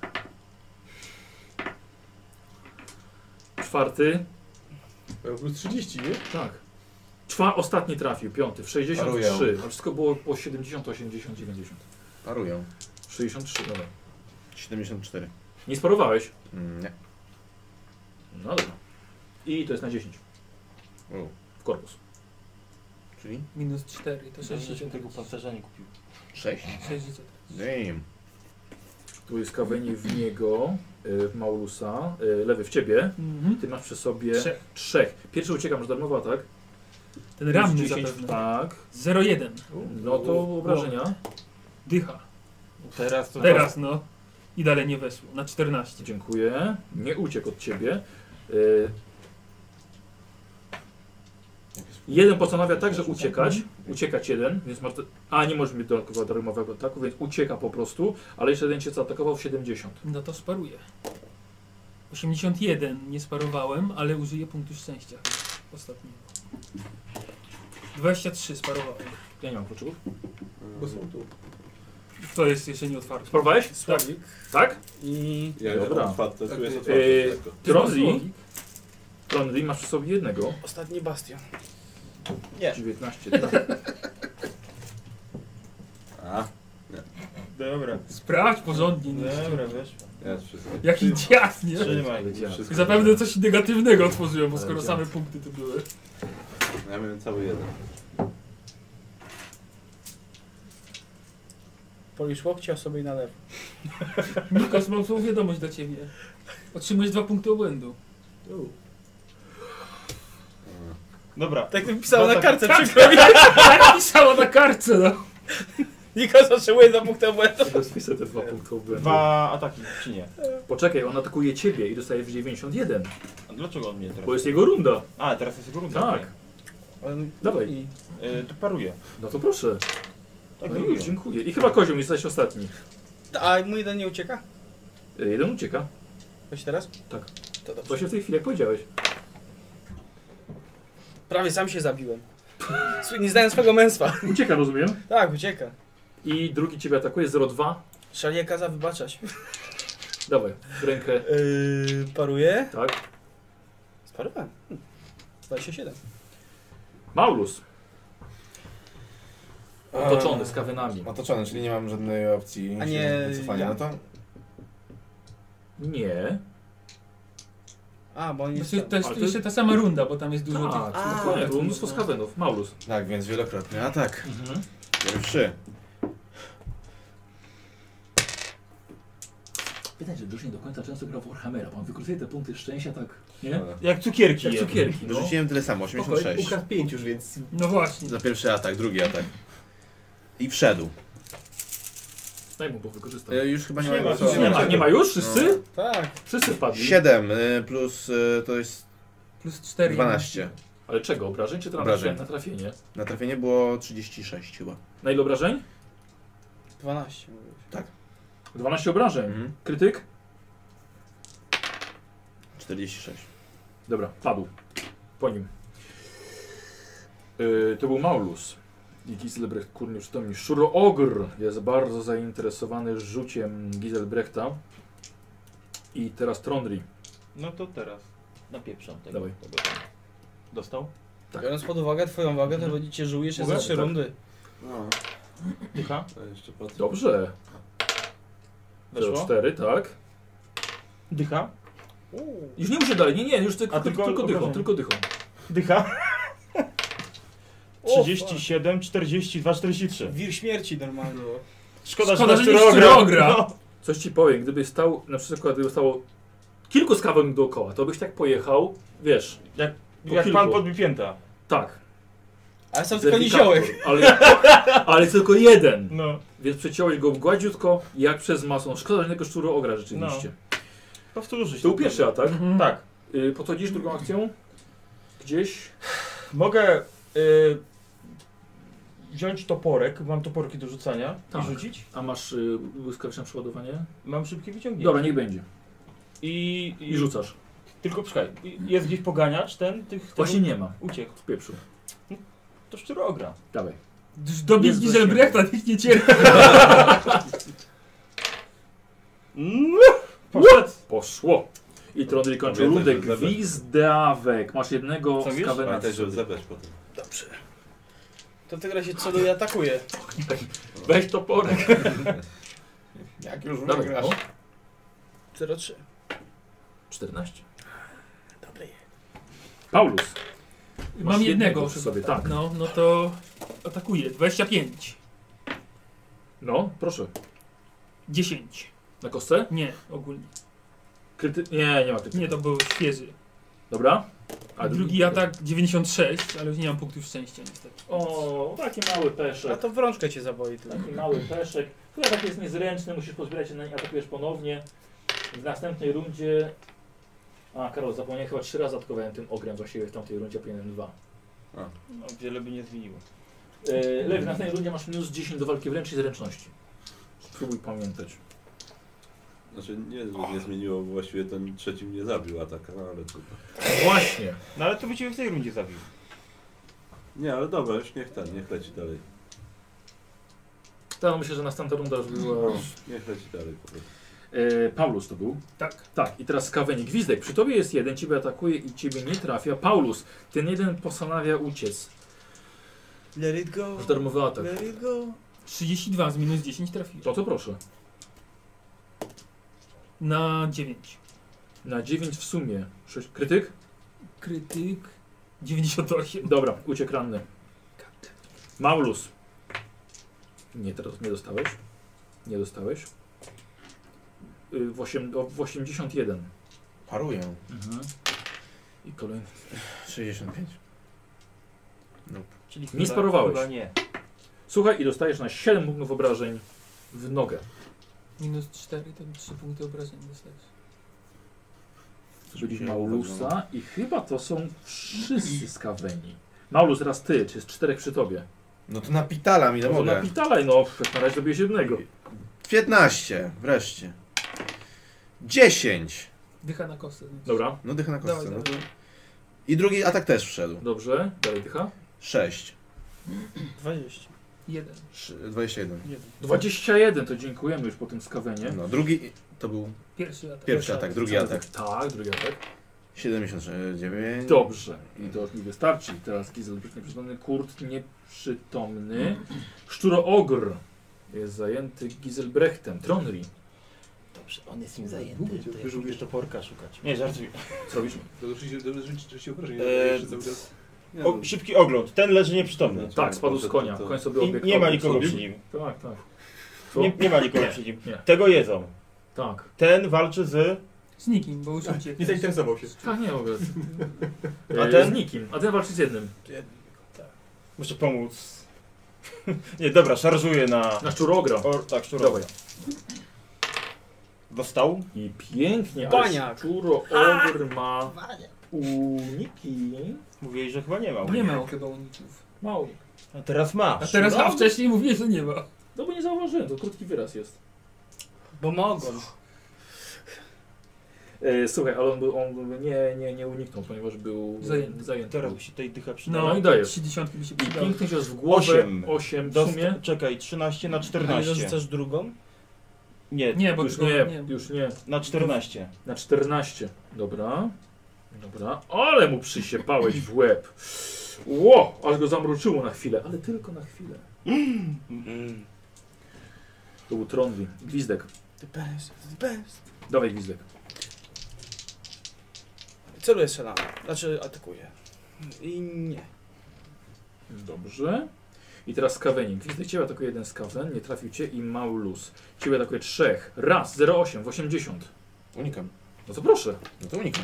4. Plus 30, nie? Tak. Ostatni trafił, 5. W 63. A wszystko było po 70, 80, 90. Parują. 63, dobra. 74. Nie sparowałeś? Nie. No dobra. I to jest na 10. W korpus. Czyli? Minus 4 to 60. Tego pancerza nie kupił. 6. 60. Damn. Tu jest Skaweni w niego, w Maulusa, lewy w ciebie. Mhm. Ty masz przy sobie 3. 3. Pierwszy ucieka, masz darmowy atak. Ten ranny Plus 10, zapewne. tak. 0,1. No to obrażenia. Dycha. Teraz to... Teraz no. I dalej nie weszło. Na 14. Dziękuję. Nie uciekł od ciebie. Jeden postanawia także uciekać. Uciekać jeden, więc masz. A nie możesz mieć dodatkowego darmowego ataku, więc ucieka po prostu, ale jeszcze jeden cię zaatakował w 70. No to sparuję. 81 nie sparowałem, ale użyję punktu szczęścia. Ostatniego. 23 sparowałem. Ja nie mam kluczyków. Bo są tu. To jest jeszcze nie otwarte. Sparowałeś? Słowik. Tak? I... Ja Dobra. mam otwarte, tu jest Yy, otwarte. Tronli masz przy sobie jednego. ostatni bastion. 19. Tak. A, Dobra. Sprawdź porządnie. Nie? Dobra, weszło. jest wszystko. Jaki dziad, nie? Trzymaj. Wszystko. Zapewne coś negatywnego otworzyłem, bo Ale skoro dziad. same punkty tu były. Ja miałem cały jeden. Polisz łokcia sobie na lewo. Nikos, mam złą wiadomość dla ciebie. Otrzymujesz 2 punkty obłędu. Dobra. Tak napisało na tak- kartce, przykro mi. Tak pisało na kartce, no. Nikos otrzymuje 2 punkty obłędu. Tego spisę te 2 punkty obłędu. 2 ataki, czy nie? Poczekaj, on atakuje ciebie i dostaje w 91. A dlaczego on mnie teraz? Bo jest jego runda. A, teraz jest jego runda. Tak. okej. Dawaj. To paruję. No to proszę. Tak, No już, paruję. dziękuję. I chyba kozioł, jesteś ostatni. A mój jeden nie ucieka? Jeden ucieka. Weź teraz? Tak. To dobrze. Właśnie w tej chwili, jak powiedziałeś. Prawie sam się zabiłem. Nie znając swego męstwa. Ucieka, rozumiem. Tak, ucieka. I drugi ciebie atakuje, 0,2. Szalię kaza wybaczać. Dawaj, w rękę. Paruję. Tak. Sparowałem. 27. Maulus. Otoczony z kawenami. Otoczony, czyli nie mam żadnej opcji A nie wycofania. ja? No to Nie. A, bo on jest... Znaczy, to jest Ale to jeszcze ta sama runda, bo tam jest dużo Tak, tych... dokładnie. Było mnóstwo z kawenów. Maulus. tak, więc wielokrotny atak. Mhm. Pierwszy. Pytanie, że Dusz nie do końca często gra w Warhammera. Pan wykorzystuje te punkty szczęścia tak, nie? Jak cukierki Jak jem. cukierki, no. Dorzuciłem tyle samo, 86. Ukradł 5 już, więc... No właśnie. Za pierwszy atak, drugi atak. I wszedł. Daj mu, bo wykorzystam. Już chyba nie Nie ma ma, co. Nie ma już? Wszyscy? Tak. Wszyscy wpadli. 7 plus to jest Plus 4. 12. Ale czego? Obrażeń czy Obrażeń. na trafienie? Na trafienie było 36 chyba. Na ile obrażeń? 12 mówisz. 12 obrażeń. Mhm. Krytyk? 46. Dobra, padł. Po nim. To był Maulus. I Giselbrecht kurnie przytomni. Szuro-ogr jest bardzo zainteresowany rzuciem Giselbrechta. I teraz Trondri. No to teraz napieprzam tego. Dawaj. Tego. Dostał? Tak. Biorąc pod uwagę twoją wagę, to będziecie żył jeszcze za Mogę? 3 Tak. rundy. No, Dycha? to jeszcze patrzę. Dobrze. Weszło? 4, tak. Dycha? Już nie muszę dalej, nie, już tylko dychą, obrażenia. tylko dychą. Dycha? O, 37, 42, 43. Wir śmierci normalnie. Szkoda, że że nie szczurogra. No. Coś ci powiem, gdyby stał, na przykład gdyby stało kilku skawek dookoła, to byś tak pojechał, wiesz, Jak kilku. pan podbił pięta. tak. Ale są tylko Zerwikator, niziołek. ale tylko jeden. No. Więc przeciąłeś go gładziutko, jak przez masło. Szkoda, że tego szczuru ogra rzeczywiście. Powtórzyć. To był pierwszy atak. Tak. Podchodzisz drugą akcją? Gdzieś? Mogę wziąć toporek, mam toporki do rzucania Tak. i rzucić. A masz błyskawiczne przeładowanie? Mam szybkie wyciągnięcie. Dobra, niech będzie. I I rzucasz. Tylko czekaj, jest gdzieś poganiacz ten? Właśnie nie ma. Uciekł. W pieprzu. To szczurogra. Dawaj. Dobić Jest Giselbrechta, nikt nie cierpi. Poszedł. Poszło. I Trondri kończy Pamiętaj, rundę. żeby zebrać. Gwizdawek. Masz jednego Co wiesz? skawę na Pamiętaj, żeby sobie. zebrać potem. Dobrze. To teraz się celuje i atakuje. Weź toporek. Jak już Dawaj. wygrasz. O, 0,3. 14. Dobry. Paulus. Masz Mam jednego przy sobie, tak. No to atakuję. 25. No, proszę. 10. Na kostce? Nie, ogólnie. Nie ma krytyki. Nie, to był świeży. Dobra. A drugi atak 96, ale już nie mam punktów szczęścia niestety. O, taki mały A peszek. to w rączkę cię zaboi tylko. Taki mały peszek. Który atak jest niezręczny, musisz pozbierać się, atakujesz ponownie. W następnej rundzie... A, Karol, zapomniałem, chyba 3 razy atakowałem tym ogrem właściwie w tamtej rundzie, powinienem 2. No, wiele by nie zmieniło. Lew, w następnej rundzie masz minus 10 do walki wręcz i zręczności. Spróbuj pamiętać. Znaczy nie, że nie zmieniło, bo właściwie ten trzeci mnie zabił ataka, no ale trudno. Właśnie. No ale to by cię w tej rundzie zabił. Nie, ale dobra, już niech leci dalej. To myślę, że następna runda już była... Niech leci dalej po prostu. Paulus to był. Tak. Tak, i teraz skaweni. Gwizdek, przy tobie jest jeden, ciebie atakuje i ciebie nie trafia. Paulus, ten jeden postanawia uciec. Let it go. Masz darmowy atak. Let it go. 32 z minus 10 trafiłem. To proszę. Na 9. Na 9 w sumie. 6. Krytyk? Krytyk 98. Dobra, uciek ranny. Maulus. Nie, teraz nie dostałeś. Nie dostałeś. W 81. Paruję. I kolejny. 65. Czyli Nie sparowałeś. Chyba nie. Słuchaj, i dostajesz na 7 punktów obrażeń w nogę. Minus 4 to 3 punkty obrażeń dostajesz. Byli Maulusa i chyba to są wszyscy skaweni. Maulus, raz ty, czy jest 4 przy tobie? No to napitalam ile No to mogę. napitalaj, no, jak na razie dobiłeś jednego. 15, wreszcie. 10. Dycha na kostce. Dobra, No dycha na kostce. Dawaj, No. dawaj. I drugi atak też wszedł. dobrze, dalej dycha. 6. 20. 1. 21. 21, to dziękujemy już po tym skawenie. No drugi to był Pierwszy atak. pierwszy atak, drugi atak. Tak, drugi atak. 79. Dobrze, i to już mi wystarczy. Teraz Giselbrecht nieprzytomny, Kurt nieprzytomny. Szczuro-ogr jest zajęty Giselbrechtem. Tronri, Dobrze, on jest im zajęty. To ja lubię toporka szukać. Nie, żartuję. co robisz? To się obrażeń. Nie, no, Szybki ogląd. Ten leży nieprzytomny. Tak, spadł z konia. Koń sobie I obiekt nie ma obiekt nikogo zrobił. przy nim. Tak, tak. Co? Nie ma nikogo przy nim. Nie. Tego jedzą. Tak. Ten walczy z... Z nikim, bo już uciekł. Nie zainteresował się. Tak, nie mogę. A ten? Z nikim. A ten walczy z jednym. Muszę pomóc. Nie, dobra, szarżuję na... Na szczurogra. Tak, szczurogra. Dawaj. Dostał. I pięknie, ale Baniak. szczuro-ogr ma uniki. Mówiłeś, że chyba nie ma. Nie ma chyba uników. Mało. A teraz ma. A teraz, a wcześniej mówiłeś, że nie ma. No bo nie zauważyłem, to krótki wyraz jest. Bo mogą. Słuchaj, ale on nie uniknął, ponieważ był zajęty. Teraz by się tej dycha przyda. No i dajesz. 30 by się I przydały. piękny cios w głowę. 8 w Dost- sumie. Czekaj, 13 na Ale 14. dorzucasz drugą? Nie, Nie, bo Już tylko- nie, już nie. na 14. Na 14. Dobra. Dobra. Ale mu przysiepałeś w łeb. Ło! Aż go zamroczyło na chwilę, ale tylko na chwilę. To był Trondli. Gwizdek. The best, the best. Dawaj gwizdek. Celuję strzelamy. Znaczy atakuję. I nie. Dobrze. I teraz skawenik. Gwizdek ciebie atakuje jeden skawen, nie trafił cię i Maulus. Ciebie atakuje 3. Raz, 0,8 w 80. Unikam. No to proszę. No to unikam.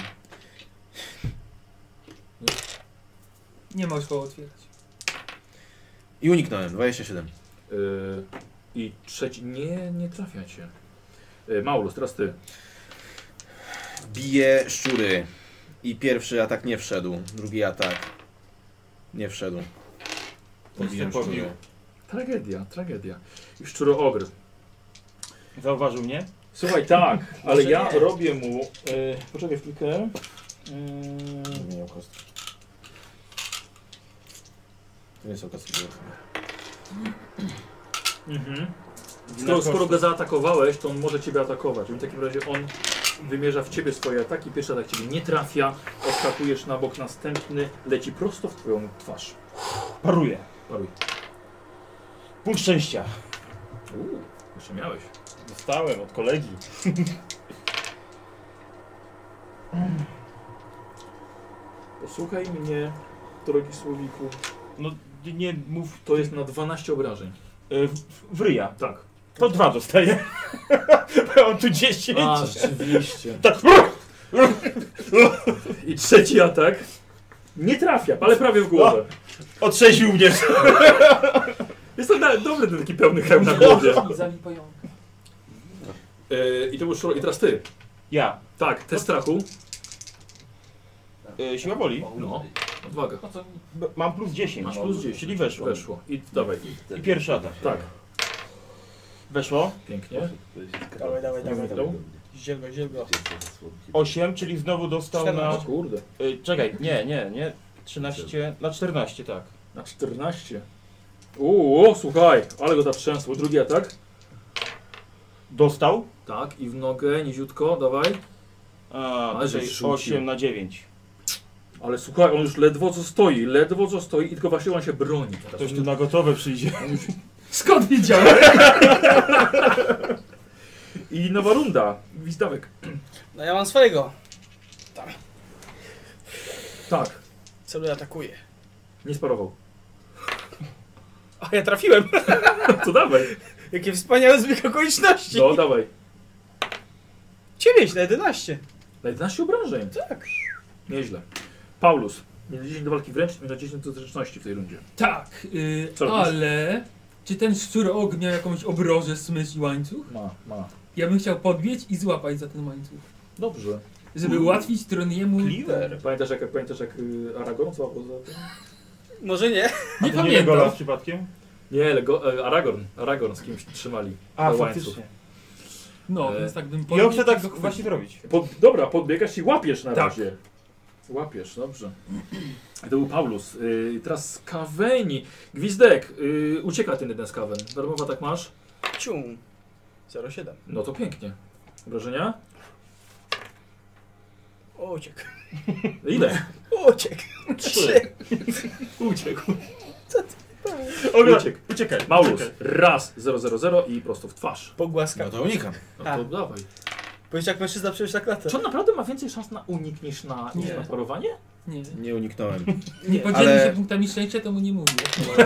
Nie ma już koło otwierać. I uniknąłem. 27. I trzeci. Nie trafia cię. Maulus, teraz ty. Bije szczury. I pierwszy atak nie wszedł. Drugi atak nie wszedł. Pobijam pobił. szczury. Tragedia. I szczuro-ogr. Zauważył mnie? Słuchaj, tak, ale Może ja nie. robię mu. Poczekaj chwilkę. Nie miał kostki. To nie są kostki. Mhm. Skoro go zaatakowałeś, to on może ciebie atakować. Więc w takim razie on wymierza w ciebie swoje ataki. Pierwszy atak ciebie nie trafia, odskakujesz na bok, następny leci prosto w twoją twarz. Paruję. Paruj. Punkt szczęścia. Jeszcze miałeś. Dostałem od kolegi. Posłuchaj mnie, drogi słowiku. No nie mów. To jest na 12 obrażeń. W ryja. Tak. To 2 dostaję. Bo ja mam tu 10. A, rzeczywiście. Tak. I trzeci atak. Nie trafia, ale prawie w głowę. Otrzeźwił mnie. Jest to dobry ten taki pełny hełm na głowie. Zabij pająka. I to był szur... I teraz ty. Ja. Tak, test strachu. Siła woli. No, odwaga. Mam plus 10. Masz plus 10. Czyli weszło. Weszło. I dawaj. I pierwszy atak. Tak, Weszło. pięknie. Dawaj. Ziel go. 8, czyli znowu dostał 14. O kurde. Czekaj, nie. 13, na 14, tak. Na 14. Słuchaj, ale go zatrzęsło. Drugi atak. Dostał. Tak, i w nogę, niziutko, dawaj. Ale Czyli żeś rzucił. 8 na 9. Ale słuchaj, on już ledwo co stoi i tylko właśnie on się broni. Teraz Ktoś on tu na gotowe przyjdzie. Skąd wiedziałem? I nowa runda. Gwizdawek. No ja mam swojego. Tak, Celuję, atakuję. nie sparował. A ja trafiłem. To dawaj. Jakie wspaniałe zbieg okoliczności. No, dawaj. 9 na 11. Na 11 obrażeń. Tak. Nieźle. Paulus. Minus 10 do walki wręcz, minus 10 do zręczności w tej rundzie. Tak, Co robisz? ale... Czy ten szczur-og miał jakąś obrożę, smycz i łańcuch? Ma. Ja bym chciał podbiec i złapać za ten łańcuch. Dobrze. Żeby ułatwić Troniemu... Cleaver. Pamiętasz jak Aragorn złapał za tym? Może nie. Nie To nie Legolas pamiętam. przypadkiem? Nie, Aragorn z kimś trzymali. A, za faktycznie. No, E, więc tak bym I on podbiegł chce tak i go właśnie zrobić. Dobra, podbiegasz i łapiesz na Tak. razie. Łapiesz, dobrze. To był Paulus. Teraz skaweni. Gwizdek. Ucieka ten jeden skawen. Darmowa tak masz? Cium. 0,7. No to pięknie. Wrażenia? Uciekł. Ile? Uciekł. 3. Uciekł. Uciekł. Uciekaj. Maulus. Uciekaj. Raz, 000 i prosto w twarz. Pogłaska. No to unikam. No to A. dawaj. Powiedz jak mężczyzna przejść na klatę. Czy on naprawdę ma więcej szans na unik niż na Nie. parowanie? Nie. Nie uniknąłem. Nie podzielił ale- się punktami szczęścia, to mu nie mówię.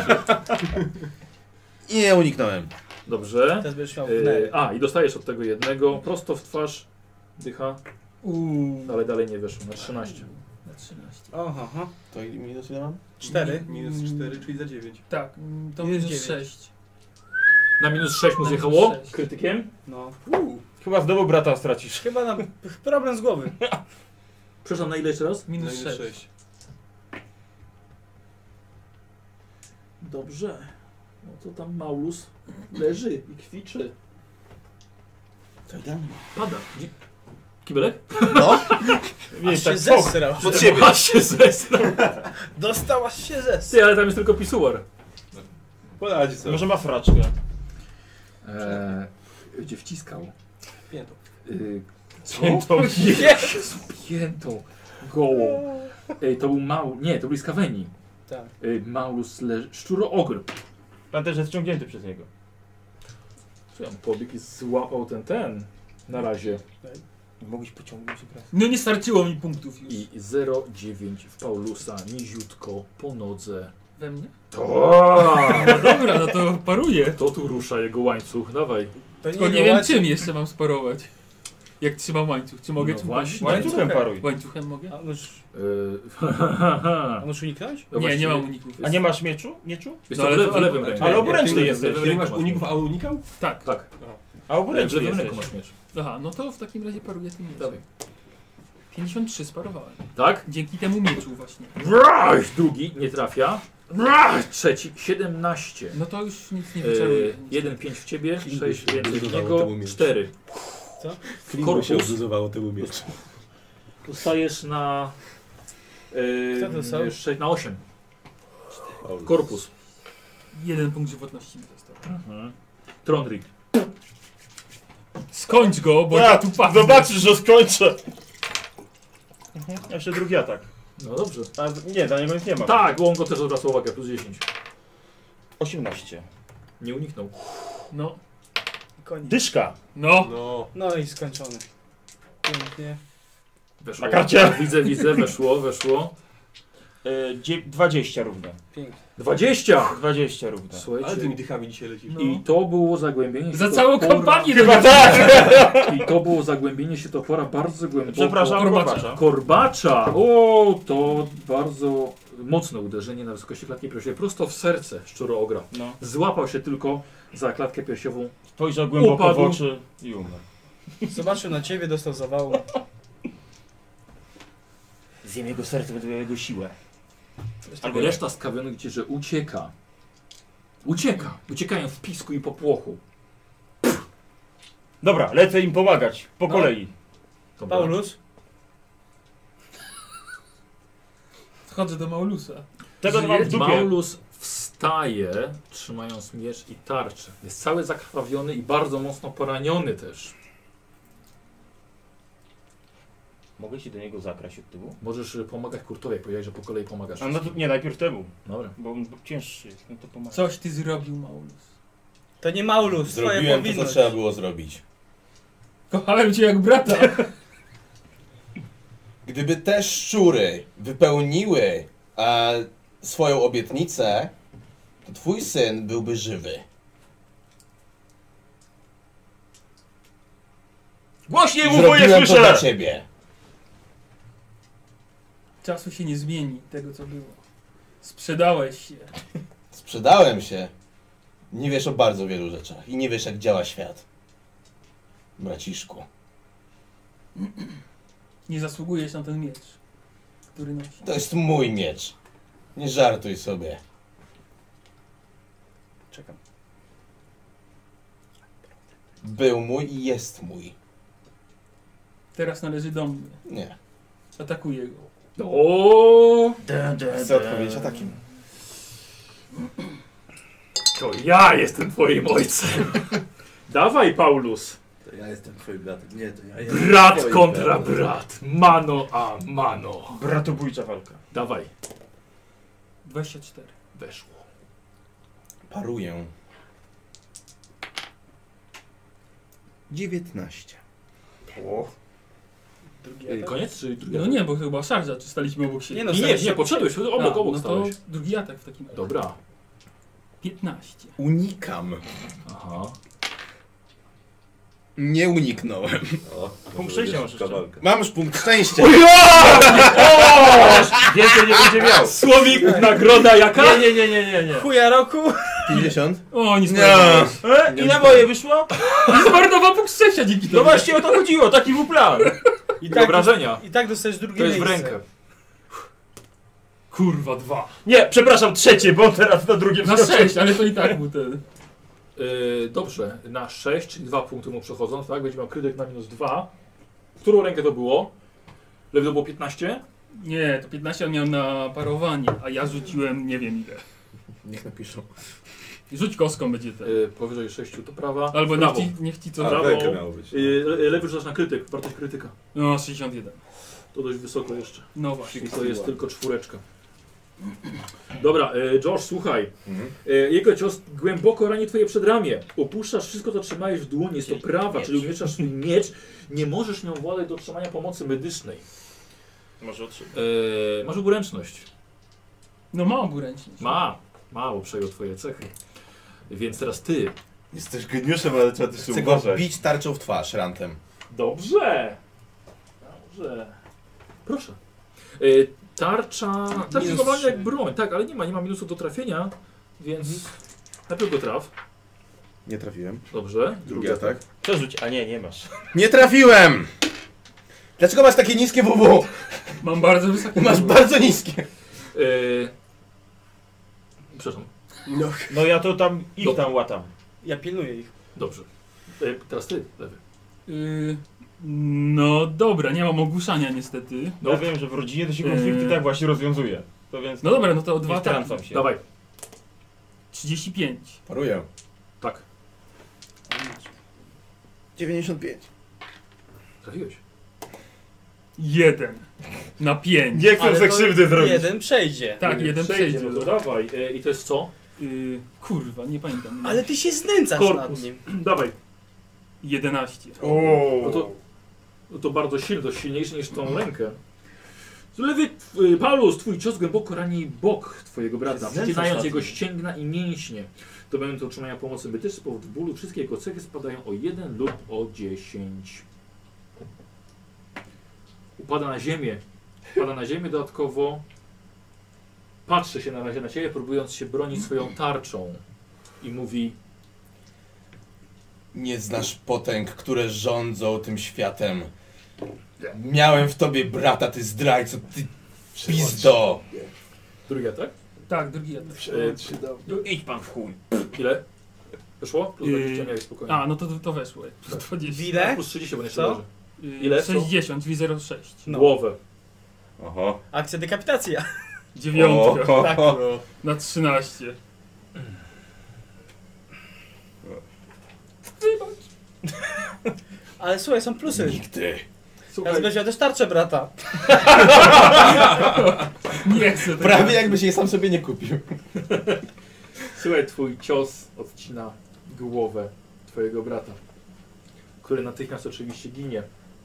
I nie uniknąłem. Dobrze. Teraz będziesz miał wnę. I dostajesz od tego jednego prosto w twarz. Dycha. Uuu. Ale dalej nie wyszło. Na 13. Na 13. Oho, To minus ile mam? 4. Minus 4, czyli za 9. Tak, to Minus minus 9. 6. Na minus 6 mu Na zjechało? minus 6. Krytykiem? No. Chyba znowu brata stracisz. Chyba na problem z głowy. Przepraszam, na ile jeszcze raz? Minus Minus 6. 6. Dobrze. No to tam Maulus leży i kwiczy. To idealnie. Pada. Kibelek? No, Aż się tak, zesrał. pod siebie. Aż się zesrał. Dostałaś się zesrał. Ty, ale tam jest tylko pisuar. Poradzi sobie. Może ma fraczkę. Gdzie wciskał? Piętą. Piętą. Jezu, piętą. Gołą. To był Nie, to był z Kaweni. Tak. Maulus leży. Szczuro-ogr. Pan też jest ściągnięty przez niego. Czy on pobiegł i złapał ten. Na razie. Mogłeś pociągnąć obraz. No nie starczyło mi punktów już. I 0,9 w Paulusa. Niziutko po nodze. We mnie? To! No dobra, no to paruję. To tu rusza jego łańcuch. Dawaj. To Tylko nie wiem czym jeszcze mam sparować. Jak trzymam łańcuch. Czy mogę No czym właśnie. Łańcuchem paruj. Łańcuchem mogę? A możesz, Yy, a możesz uniknąć? no Nie, właściwie- nie mam uników. A nie masz mieczu? Mieczu? Jest No, to ale w to- lewym ręku. Ale obręczny Ty jesteś. nie masz uników, a unikał? Tak. Tak. A W obręczny lewym jesteś. ręku masz miecz. Aha, no to w takim razie paruję tym mieczem. Dawaj. 53 sparowałem. Tak? Dzięki temu mieczu właśnie. Wraś! Drugi nie trafia. Wraś! Trzeci 17. No to już nic nie wyczaruję. 1,5 w ciebie, Klingo 6 się więcej w budowało niego, temu mieczu. 4. Klingo się Korpus. obuzowało temu mieczu. Dostajesz na... Kto dostał? 6 na 8. Korpus. 1 punkt żywotności mi został. Trondrik. Skończ go, bo Ja, ja tu padnę. zobaczysz, że skończę. Jeszcze drugi atak. No dobrze. A, nie, dla niego nic nie ma. Tak, bo on go też odwraca uwagę, plus 10. 18. Nie uniknął. No, Koniec. Dyszka. no. No. No i skończony. Pięknie. Weszło. Na karcie. Widzę, weszło. 20 równe. Pięknie. 20! 20 równe. Ale Słuchajcie. tymi dychami dzisiaj lecisz. No. I to było zagłębienie się Za to całą pora- kompanię Chyba robię. tak! I to było zagłębienie się to pora bardzo głęboko. Przepraszam, Korbacza. Korbacza. Korbacza! O, to bardzo mocne uderzenie na wysokości klatki piersiowej. Prosto w serce szczuroogra. No. Złapał się tylko za klatkę piersiową. Spojrzał głęboko Upadł. w oczy i umarł. Zobaczył na ciebie, dostał zawału. Zjem jego serce, będę miał jego siłę. Albo reszta skawionych gdzie, że ucieka. Uciekają w pisku i popłochu. Dobra, lecę im pomagać. Po No. kolei. Dobra. Paulus? Wchodzę do Maulusa. Tego mam w dupie. Maulus wstaje, trzymając miecz i tarczę. Jest cały zakrwawiony i bardzo mocno poraniony też. Mogę się do niego zakraść od tyłu? Możesz pomagać Kurtowi, jak powiedziałeś, że po kolei pomagasz. A no to nie, najpierw temu, Dobra. bo on cięższy jest, no to pomaga. Coś ty zrobił, Maulus. To nie Maulus, twoja Zrobiłem to, co powinność. trzeba było zrobić. Kochałem cię jak brata. Gdyby te szczury wypełniły swoją obietnicę, to twój syn byłby żywy. Głośniej mów, bo nie Zrobiłem to dla słyszę! ciebie. Czasu się nie zmieni, tego co było. Sprzedałeś się. Sprzedałem się. Nie wiesz o bardzo wielu rzeczach i nie wiesz, jak działa świat. Braciszku. Nie zasługujesz na ten miecz, który nosisz. To jest mój miecz. Nie żartuj sobie. Czekam. Był mój i jest mój. Teraz należy do mnie. Nie. Atakuję go. O, Chcę odpowiedzieć atakiem. to ja jestem twoim ojcem. Dawaj, Paulus. To ja jestem twoim bratem. Nie, to ja jestem Brat twoim kontra bratem. brat. Mano a mano. Bratobójcza walka. Dawaj. 24. Weszło. Paruję. 19. Drugi atak? Koniec czy drugi No atak? nie, bo chyba szarża, czy staliśmy obok siebie. Nie no, Nie, stałeś nie, się podszedłeś, obok, A, obok no to stałeś. drugi atak w takim razie. Dobra. 15. Unikam. Aha. Nie uniknąłem. O, Punkt szczęścia masz jeszcze. walkę. Mam już punkt szczęścia. Więcej nie będzie miał. Słowik, nagroda jaka? Nie. Chuja roku. 50? O, nie zmarnowałeś. I na moje wyszło? Nie zmarnował punkt szczęścia dzięki temu. No właśnie o to chodziło, taki był plan. I tak, Obrażenia. I tak dostajesz drugie To jest w miejsce. rękę. Kurwa, 2. Nie, przepraszam, trzecie, bo teraz na drugie Na wskoczyłem. 6, ale to i tak był ten. Dobrze, na 6, czyli 2 punkty mu przechodzą, tak? Będzie miał krytyk na -2. W którą rękę to było? Lewy to było 15? Nie, to 15 on miał na parowanie, a ja rzuciłem nie wiem ile. Niech napiszą. Rzuć kostką będzie ten. Powyżej 6 to prawa. Albo prawo. niech ci co A, da. Brawo. rękę miało być. Lewy rzucasz na krytyk, wartość krytyka. No, 61. To dość wysoko jeszcze. No właśnie. I to jest tylko 4. Dobra, Josh, słuchaj. Mhm. Jego cios głęboko rani twoje przedramię. Opuszczasz wszystko, co trzymałeś w dłoni. Jest to prawa, czyli umieszczasz swój miecz. Nie możesz nią władać do otrzymania pomocy medycznej. Może otrzymać. Masz oburęczność. No ma oburęczność. Ma, bo przejął twoje cechy. Więc teraz ty. Jesteś geniuszem, ale trzeba też Chcę go uważać. bić tarczą w twarz rantem. Dobrze. Proszę. Tarcza jest Minus normalnie 3. jak broń, tak, ale nie ma minusów do trafienia, więc najpierw go traf. Nie trafiłem. Dobrze. Drugi atak. Przerzuć, a nie masz. Nie trafiłem! Dlaczego masz takie niskie WW? Mam bardzo wysokie. Masz bardzo niskie. Przepraszam. No ja to tam, ich Dobra. tam łatam. Ja pilnuję ich. Dobrze. Teraz ty, lewy. No dobra, nie mam ogłuszania niestety. No. Ja wiem, że w rodzinie to się konflikty tak właśnie rozwiązuje. To więc No dobra, no to o nie 2 ataki. wtrącam się. Dawaj. 35. Paruję. Tak. 95. Trafiłeś. 1 na 5. Nie chcę sobie krzywdy zrobić. Jeden przejdzie. Tak, jeden przejdzie. No to dawaj. I to jest co? Kurwa, nie pamiętam. Ale ty się znęcasz Korpus. nad nim. Dawaj. 11. No to bardzo silny, to silniejszy niż tą rękę. Lewy, Paulus, twój cios głęboko rani bok twojego brata, przecinając jego ścięgna i mięśnie. To będą do otrzymania pomocy medycznej z powodu bólu. Wszystkie jego cechy spadają o 1 lub o 10. Upada na ziemię. Pada na ziemię dodatkowo. Patrzy się na razie na ciebie, próbując się bronić swoją tarczą. I mówi: Nie znasz potęg, które rządzą tym światem. Miałem w tobie brata, ty zdrajco, ty pizdo. drugi atak? Tak, drugi atak. No idź pan w chuj. Ile? Wyszło? Plus 20 miałeś spokojnie. A, no to weszło. Plus 20. Ile? Plus 30, bo nie Co? leży. Ile? 60, czyli 0,6. No. Głowę. Oho. Akcja dekapitacja. 9 Tak. na 13. Ale słuchaj, są plusy. Nigdy. Słuchaj, Teraz będzie też tarczę brata. Nie chcę tego. Prawie jakbyś jej sam sobie nie kupił. słuchaj, twój cios odcina głowę twojego brata, który natychmiast oczywiście ginie.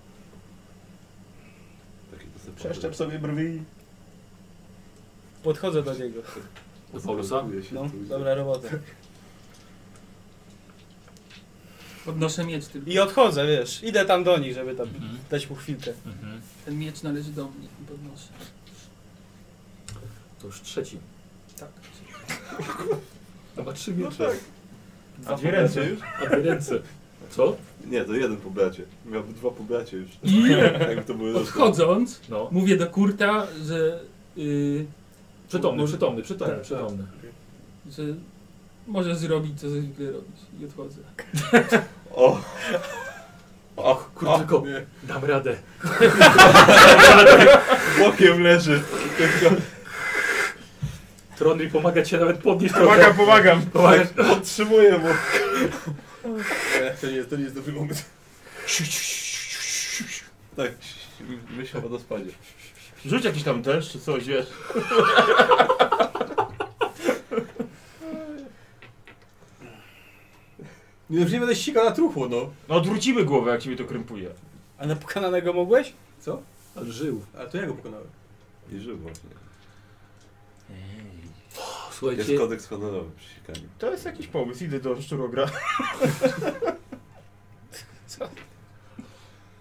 Taki to sobie Przeszczep sobie brwi. Podchodzę do niego. Do Paulusa? No, dobra robota. Podnoszę miecz tylko. I odchodzę, wiesz. Idę tam do nich, żeby tam Mhm. dać mu chwilkę. Mhm. Ten miecz należy do mnie. Podnoszę. To już trzeci. Tak. Ma 3 miecze. A dwie ręce już? A 2 ręce. Co? Nie, to jeden po bracie. Miałby 2 po bracie już. I Jakby to były odchodząc, No. mówię do Kurta, że... Przytomny, może- przytomny. że może zrobić, co zwykle robić. I odchodzę. O! Och, kurczę, dam radę. Bokiem leży. Tronry pomaga ci nawet podnieść Pomagam. Pomagasz. Podtrzymuję mu. To nie jest dobry moment. Tak, myślę o wodospadzie. Rzuć jakiś tam deszcz czy coś, wiesz. Nie, już nie będę ścigał na truchło, no. No odwrócimy głowę, jak ciebie to krępuje. A na pokonanego mogłeś? Ale żył. Ale to ja go pokonałem. I żył właśnie. Słuchajcie, Jest kodeks honorowy przy sikaniu. To jest jakiś pomysł, idę do szczurogra.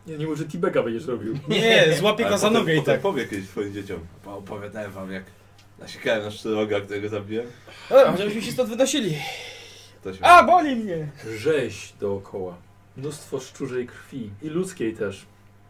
Nie mów, że T-Bega będziesz robił. Nie, złapię Ale go za potem- nogę i potem tak. Powiem kiedyś swoim dzieciom. Opowiadałem wam, jak nasikałem na czteroga, którego zabiłem. Dobra, może byśmy się stąd wynosili. To się... A, boli mnie! Rzeź dookoła. Mnóstwo szczurzej krwi. I ludzkiej też.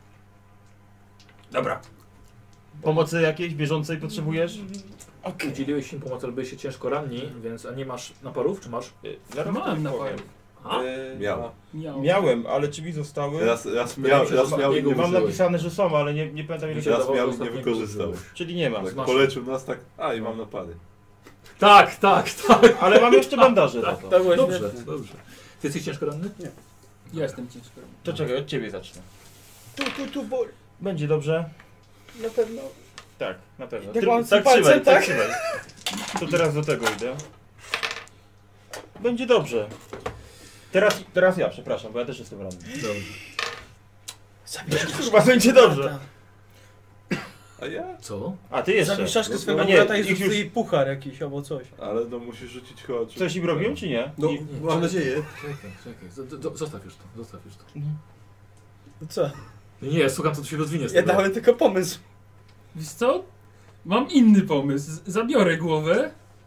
Dobra. Pomocy jakiejś bieżącej potrzebujesz? Okej. Udzieliłeś im pomocy, ale byłeś się ciężko ranni, więc... A nie masz naparów, czy masz? Zaraz Mam powiem. naparów. A? Miał. Miałem, ale czy mi zostały? Raz Wydaje mi się, że miał i jego nie Mam użyłeś. napisane, że są, ale nie pamiętam ile Mi się się Raz wydawało, miał że i nie ostatniego wykorzystał. użyłeś. Czyli nie mam. Tak Masz. poleczył nas tak, a i mam napady. Tak, tak, tak. Ale mam jeszcze bandaże na to. To było Dobrze, świetne. dobrze. Ty jesteś ciężko ranny? Ja jestem ciężko. To czekaj, od ciebie zacznę. Tu boli. Będzie dobrze? Na pewno. Tak, na pewno. Jak mam tak palcem, trzymaj, tak? trzymaj. To teraz do tego idę. Będzie dobrze. Teraz ja, przepraszam, bo ja też jestem ranny. Dobrze. Chyba będzie dobrze. A ja? Co? A ty jeszcze. Zabij czaszkę No, swojego a nie, brata i ich zrób już- jej puchar jakiś albo coś. Ale no musisz rzucić chyba... Coś im robią, czy nie? No, I- mam nadzieję. Czekaj. Zostaw już to, zostaw już to. No co? Nie, słucham, co tu się rozwinie z Ja tego. dałem tylko pomysł. Wiesz co? Mam inny pomysł. Zabiorę głowę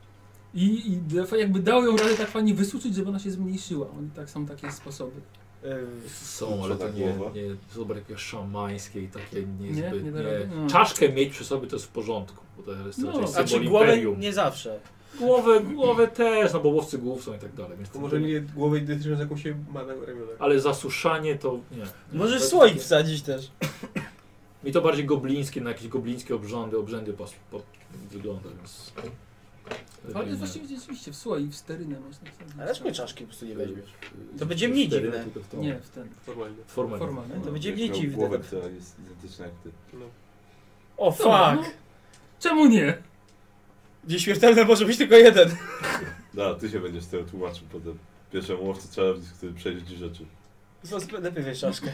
i jakby dał ją radę tak fajnie wysuszyć, żeby ona się zmniejszyła. Tak są takie sposoby. Są, ale to Co ta nie, głowa? nie zobacz, jakieś szamańskie i takie Nie? niezbyt. Nie da Nie. rady? No. Czaszkę mieć przy sobie to jest w porządku, bo to jest, No, to jest A czy symbol głowę imperium. nie zawsze. Głowę też, no bo łowcy głów są i tak dalej. Więc To może nie głowę identyczną z jaką się ma na ramionach. Ale zasuszanie to nie. Możesz To- słoik wsadzić też. Mi to bardziej goblińskie, na jakieś goblińskie obrzędy wygląda, więc... Ale nie. właściwie rzeczywiście w słoik, w sterynę można wsadzić. Ale swój czaszki po prostu nie weźmiesz. Y, To będzie mniej sterynę, dziwne. tylko w tą- Nie, w ten. Formalnie. Formalnie. Formalnie. To No. będzie Będziesz mniej miał dziwne. głowę, która jest identyczna jak ty. No. O Dobra, fuck! no. Czemu nie? Gdzie śmiertelne może być tylko jeden. No, ty się będziesz z tego tłumaczył potem. Pierwszemu łowcy czarownic, który przejdzie ci rzeczy. Lepiej weź czaszkę.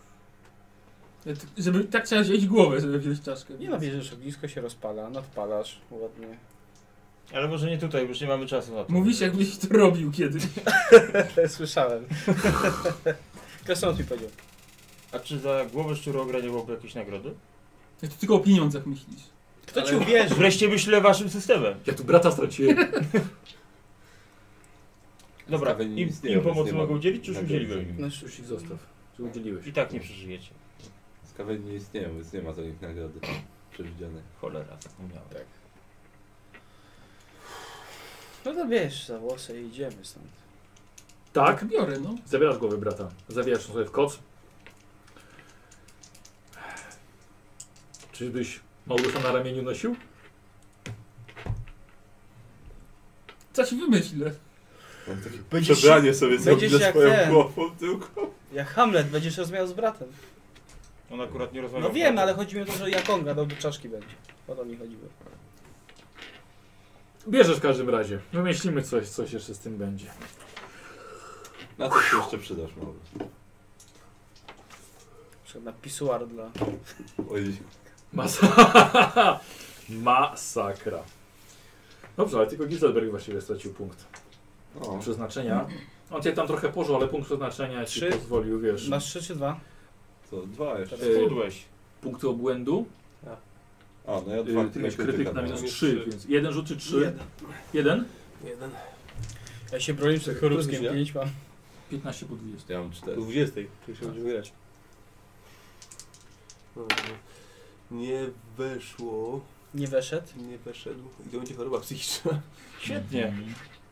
Żeby tak trzeba wziąć głowę, żeby wziąć czaszkę. Nie no, bierzesz ognisko, się rozpala, nadpalasz ładnie. Ale może nie tutaj, bo już nie mamy czasu na to. Mówisz, jakbyś to robił kiedyś. Słyszałem. Krasnolud mi powiedział. A czy za głowę szczurogra nie byłoby jakiejś nagrody? Jak ty tylko o pieniądzach myślisz. Kto ci uwierzy? Wreszcie myślę waszym systemem. Ja tu brata straciłem. Dobra, Stawień nie im istnieją, więc pomocy nie ma mogę udzielić, czy już nagrody. udzieliłem im? No, Już ich zostaw. Że udzieliłeś. I tak nie przeżyjecie. Skaweni nie istnieją, więc nie ma za nich nagrody przewidzianej. Cholera, zapomniałem. Tak. No to bierz za włosy i idziemy stąd. Tak? Biorę, no. Zabierasz głowę brata. Zawijasz ją sobie w koc. Czyżbyś Małgosię na ramieniu nosił? Co ci wymyślę? Mam takie Będziesz przebranie sobie zrobić będziesz ze jak swoją ten. głową tylko. Jak Hamlet, będziesz rozmawiał z bratem. On akurat nie rozmawiał. No wiem, ale chodzi mi o to, że jak on gadał, do czaszki będzie. O to mi chodziło. Bierzesz w każdym razie. Wymyślimy coś jeszcze z tym będzie. Na co się jeszcze przydasz, Małgoś? Na przykład na pisuar dla... Oj, Masakra. Dobrze, ale tylko Giselberg właściwie stracił punkt o. przeznaczenia. On cię tam trochę pożył, ale punkt przeznaczenia ci 3. pozwolił, wiesz. Masz 3 czy 2? To dwa jeszcze. Schudłeś. Punkty obłędu. A, no ja dwa Ty miałeś krytyk na minus Minus 3, trzy. więc jeden rzuty 3. Jeden? Jeden. Ja się bronię przed choróbskiem, Plus, nie? 5 mam. 15 po 20. Ja mam 4. Do 20. Tu się będziemy grać. Nie weszło. Nie weszedł. Nie weszedł. I to będzie choroba psychiczna. Świetnie. Mm,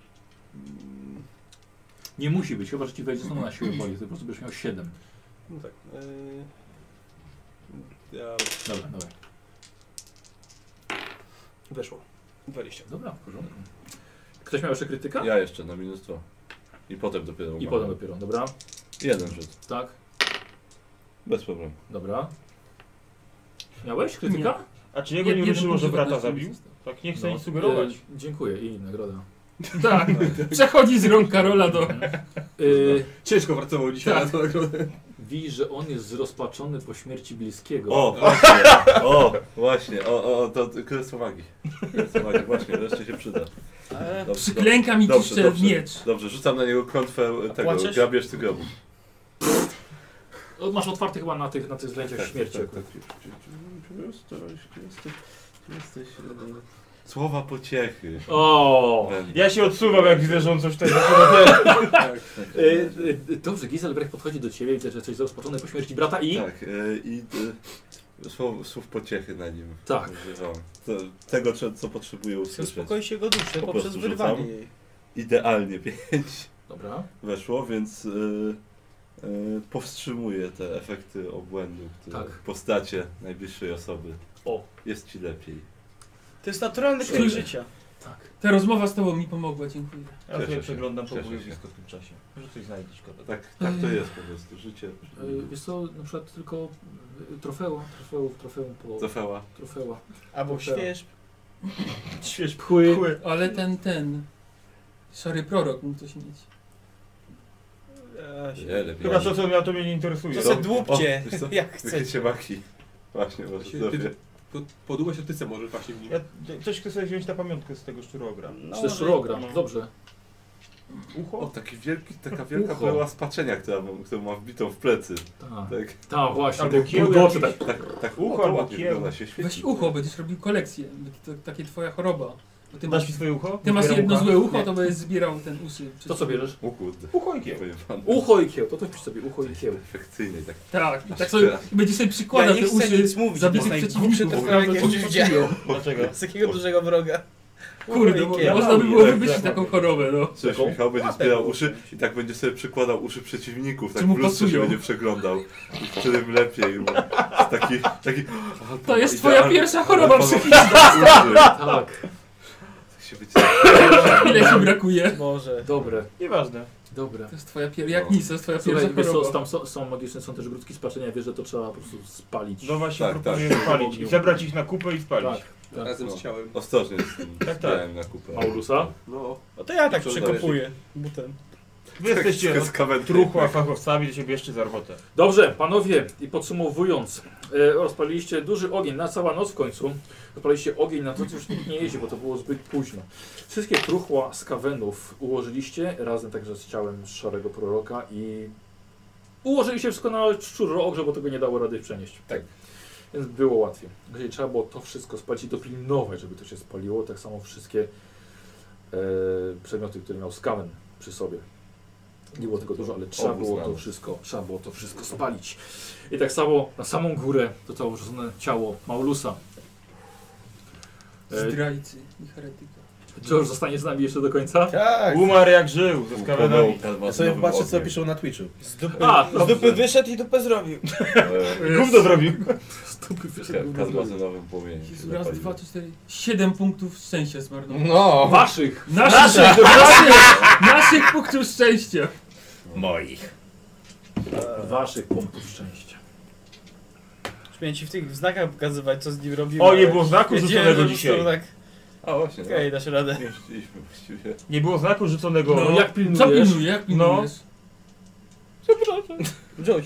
Nie musi być, chyba że ci wejdzie znowu na siłę woli, ty po prostu będziesz miał 7. No tak. Ja Dobra, dobra. weszło. 20. Dobra, w porządku. Ktoś miał jeszcze krytyka? Ja jeszcze na minus 2. I potem dopiero I umarłem. potem dopiero, dobra. Jeden rzut. Tak, Bez problemu. dobra. Miałeś krytyka? A czy jego nie ruszyło, że brata punkt zabił? został. Tak nie chcę No, nic sugerować. Dziękuję i nagroda. Tak, przechodzi z rąk Karola do... Ciężko pracował dzisiaj Tak. na tą nagrodę. Widzisz, że on jest zrozpaczony po śmierci bliskiego. O, właśnie. O, właśnie. To królestwo magii. Królestwo magii, właśnie, wreszcie się przyda. Ale... Dobrze, Przyklęka mi dobrze, jeszcze dobrze. miecz. Dobrze, rzucam na niego klątwę tego, płaczesz? grabieżcy grobu. Masz otwarty chyba na tych zdjęciach śmierci. Tak. Gdzie jesteś? Słowa pociechy. O! Ja się odsuwam, jak widzę, że on coś tego. Dobrze, Giselbrecht podchodzi do ciebie, widzę, że coś rozpoczęte po śmierci brata i... Tak, słów pociechy na nim. Tak. Używam. Tego, co potrzebuję usłyszeć. Uspokoi się go duszę Po poprzez prostu wyrwanie rzucam. jej. Idealnie 5 Dobra. weszło, więc powstrzymuję te efekty obłędu, które Tak. w postacie najbliższej osoby. O. Jest ci lepiej. To jest naturalny Czyli- tryb życia. Tak. Ta rozmowa z tobą mi pomogła, dziękuję. Ja sobie Cieszę się, przeglądam cieszę pobojowisko w tym czasie. Może coś znajdziesz, szkoda. Tak to jest po prostu. Życie. Wiesz co, na przykład tylko trofeum po... Zafała. Trofeua. Albo Dobra. śwież. Śwież Pchły. Ale ten szary prorok mógł coś mieć. Nie, lepiej. Chyba to, co miał, to mnie nie interesuje. To Co? se dłubcie, O, wiesz co? jak chcecie. Wiecie maki. Właśnie, może Właśnie, sobie. Po długość otyce możesz właśnie w nim. Ja coś chcę sobie wziąć na pamiątkę z tego szczurogra. No, Czy też szrogram. no. Dobrze. Ucho? O, taka wielka Ucho. pełna spaczenia, którą ma wbitą w plecy. Tak. Tak, Tak, właśnie. Albo Te kieł bulgoty, jakiś. tak Ucho o, to albo ładnie kieł. wygląda, się świeci. Weź ucho, będziesz robił kolekcję. To takie twoja choroba. Bo ty Dasz masz, mi swoje ucho? ty masz Zbieram jedno ucha? złe ucho, Nie. to będziesz zbierał ten uszy. To co bierzesz? O kurde. Ucho i kieł. Pojebane. Ucho i kieł. To pisz sobie ucho i kieł. Efekcyjnie, tak. Tak, i Aż tak sobie teraz. będziesz sobie Ja przykładał nie te chcę uszy nic mówić, to zabitych jest najgłupszy przeciwników. trofeum, prawda, jakie co widziałem. poczują. Dlaczego? Z takiego dużego wroga. Kurde, bo Kieł. można by było Tak, wymyślić tak. taką chorobę, no. Cześć, Taką? Michał będzie Łapę zbierał było. uszy i tak będzie sobie przykładał uszy przeciwników, tak Czy mu w lustrze się pasują? będzie przeglądał. I w którym lepiej. Bo taki To jest twoja pierwsza choroba psychiczna. Tak. Tak się Ile ci brakuje? Może. Dobre. Nieważne. Dobre. To jest twoja jak nic, to jest twoja Słuchaj, pierwsza wiesz co, choroba. tam są magiczne, są też grudki spaczenia, wiesz, że to trzeba po prostu spalić. No właśnie Tak, proponuję tak. spalić. I zebrać ich na kupę i spalić. Tak. tak. Razem z ciałem. Ostrożnie z tym Tak, tak. zbierałem na kupę. Paulusa? No. No to ja tak Co przekopuję butem. Wy jesteście z kawałkiem. truchła fachowcami, to się bierzcie za robotę. Dobrze, panowie, i podsumowując, rozpaliliście duży ogień, na cała noc w końcu. Rozpaliliście ogień, na to już nikt nie jeździ, bo to było zbyt późno. Wszystkie truchła z kawenów ułożyliście, razem także z ciałem szarego proroka i ułożyliście wszystko na szczurze ogrze, bo tego nie dało rady przenieść. Tak. Więc było łatwiej. Jeżeli trzeba było to wszystko spalić i dopilnować, żeby to się spaliło, tak samo wszystkie przedmioty, które miał skawen przy sobie. Nie było tego dużo, ale trzeba było to wszystko spalić. I tak samo na samą górę to całe wrzucone ciało Maulusa. Zdrajcy i heretyka. George zostanie z nami jeszcze do końca? Tak. Umarł jak żył, ze skawenami. Ja sobie patrzę, co piszą na Twitchu. Z dupy, A, z dupy wyszedł i dupę zrobił. Gówno zrobił. Stupy Kazmazynowym płomieniem. Jezu, raz, dwa, trzy, cztery. 7 punktów szczęścia zmarnował. No, Waszych! Naszych punktów szczęścia. moich. Waszych punktów szczęścia. Już miałem ci w tych znakach pokazywać, co z nim robimy. O, nie było znaku Wiedziałem, rzuconego że dzisiaj. to tak, A właśnie, okej, dasz radę. nie chcieliśmy właściwie. Nie było znaku rzuconego. No, jak Co pilnujesz? pilnuje? Jak pilnujesz? Rzuć.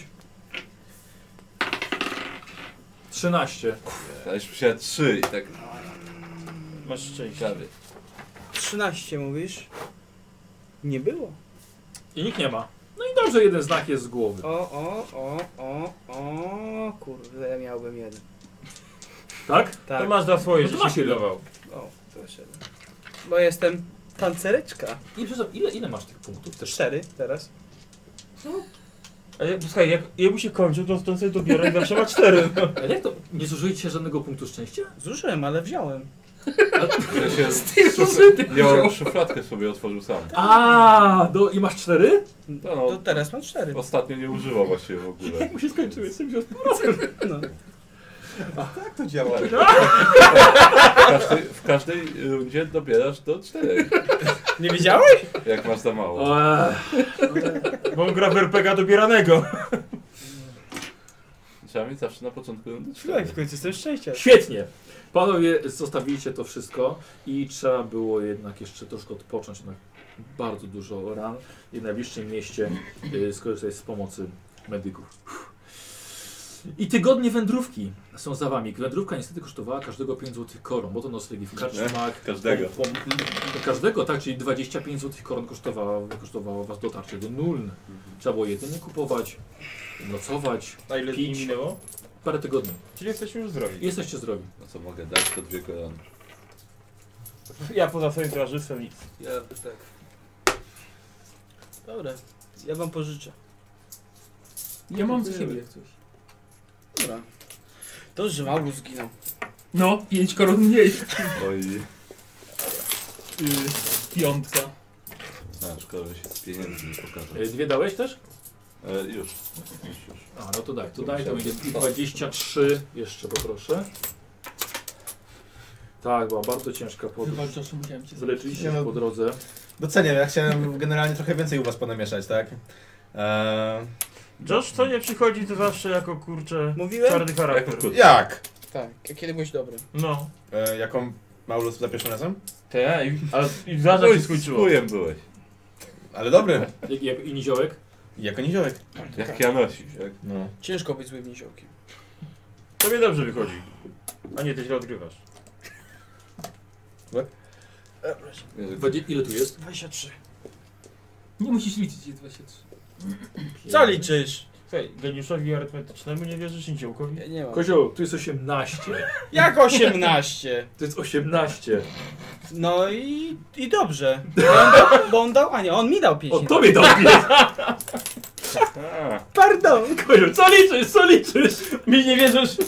13. A już musiałem 3 i tak. Masz szczęście. Ciekawy. 13 mówisz? Nie było. I nikt nie ma. No i dobrze, jeden znak jest z głowy. O, kurde, miałbym jeden. Tak? Tak. To masz za swoje, No to że masz się jeden. pilnował. O, to jeszcze jeden. Bo jestem tancereczka. I przepraszam, ile masz tych punktów? Też 4 teraz. A ja, słuchaj, jak jemu się kończy, to stąd sobie dobiera i zawsze ma 4. No. Ale jak to? Nie zużyjecie żadnego punktu szczęścia? Zużyłem, ale wziąłem. Ja się nie mam szufladkę sobie otworzył sam. A, i masz 4? No, To teraz mam 4. ostatnio nie używał właściwie w ogóle. Jak mu się skończyły, jestem wziął No. Jak to działa? W każdej rundzie dobierasz do 4, Nie wiedziałeś? jak masz za mało. Bo on gra w RPG dobieranego. Trzeba mieć zawsze na początku rundy Słuchaj, 4. w końcu jestem szczęścia. Świetnie. Panowie, zostawiliście to wszystko i trzeba było jednak jeszcze troszkę odpocząć na bardzo dużo ran i w najbliższym mieście skorzystać z pomocy medyków. I tygodnie wędrówki są za wami. Wędrówka niestety kosztowała każdego 5 zł koron, bo to noclegi w karczmach. Każdego. Każdego, tak, czyli 25 zł koron kosztowało was dotarcie do Nuln. Trzeba było jedzenie kupować, nocować, Na ile dni pić. minęło? Parę tygodni. Czyli jesteśmy już zdrowi. Jesteście zdrowi. No co mogę dać, to 2 korony. Ja poza swoim towarzystwem nic. Ja tak. Dobra, ja wam pożyczę. Ja mam za siebie jak coś. Dobra. To, że Maulus zginął. No, 5 koron mniej. Oj, Piątka. szkoda, że się z pieniędzy nie pokaże. 2 dałeś też? Już. A, no to daj, to będzie 23 jeszcze poproszę. Tak, była bardzo ciężka podróż. Chyba Joshu musiałem cię Wyleczyliście Nie się no. po drodze. Doceniam, ja chciałem generalnie trochę więcej u was ponamieszać, tak? Josh, co nie przychodzi, to zawsze jako kurczę Mówiłem? czarny charakter. Jak? Tak, kiedy byłeś dobry. No. Jaką Maulus za pierwszym razem? Ale i zaraz się skończyło. Chujem byłeś. Ale dobry. Jak i niziołek? Jako niziołek. Jak ja nosisz, jak? No. Ciężko być złym niziołkiem. Tobie dobrze wychodzi. A nie, ty źle odgrywasz. Ile tu jest? 23. Nie musisz liczyć, jest 23. Co liczysz? Słuchaj, geniuszowi arytmetycznemu nie wierzysz niziołkowi? Ja nie mam. Kozioł, tu jest 18. Jak 18? To jest 18. No i dobrze. Bo on dał, a nie, on mi dał 5. O, tobie dał 5. Pardon. Kozioł, co liczysz, co liczysz? Mi nie wierzysz?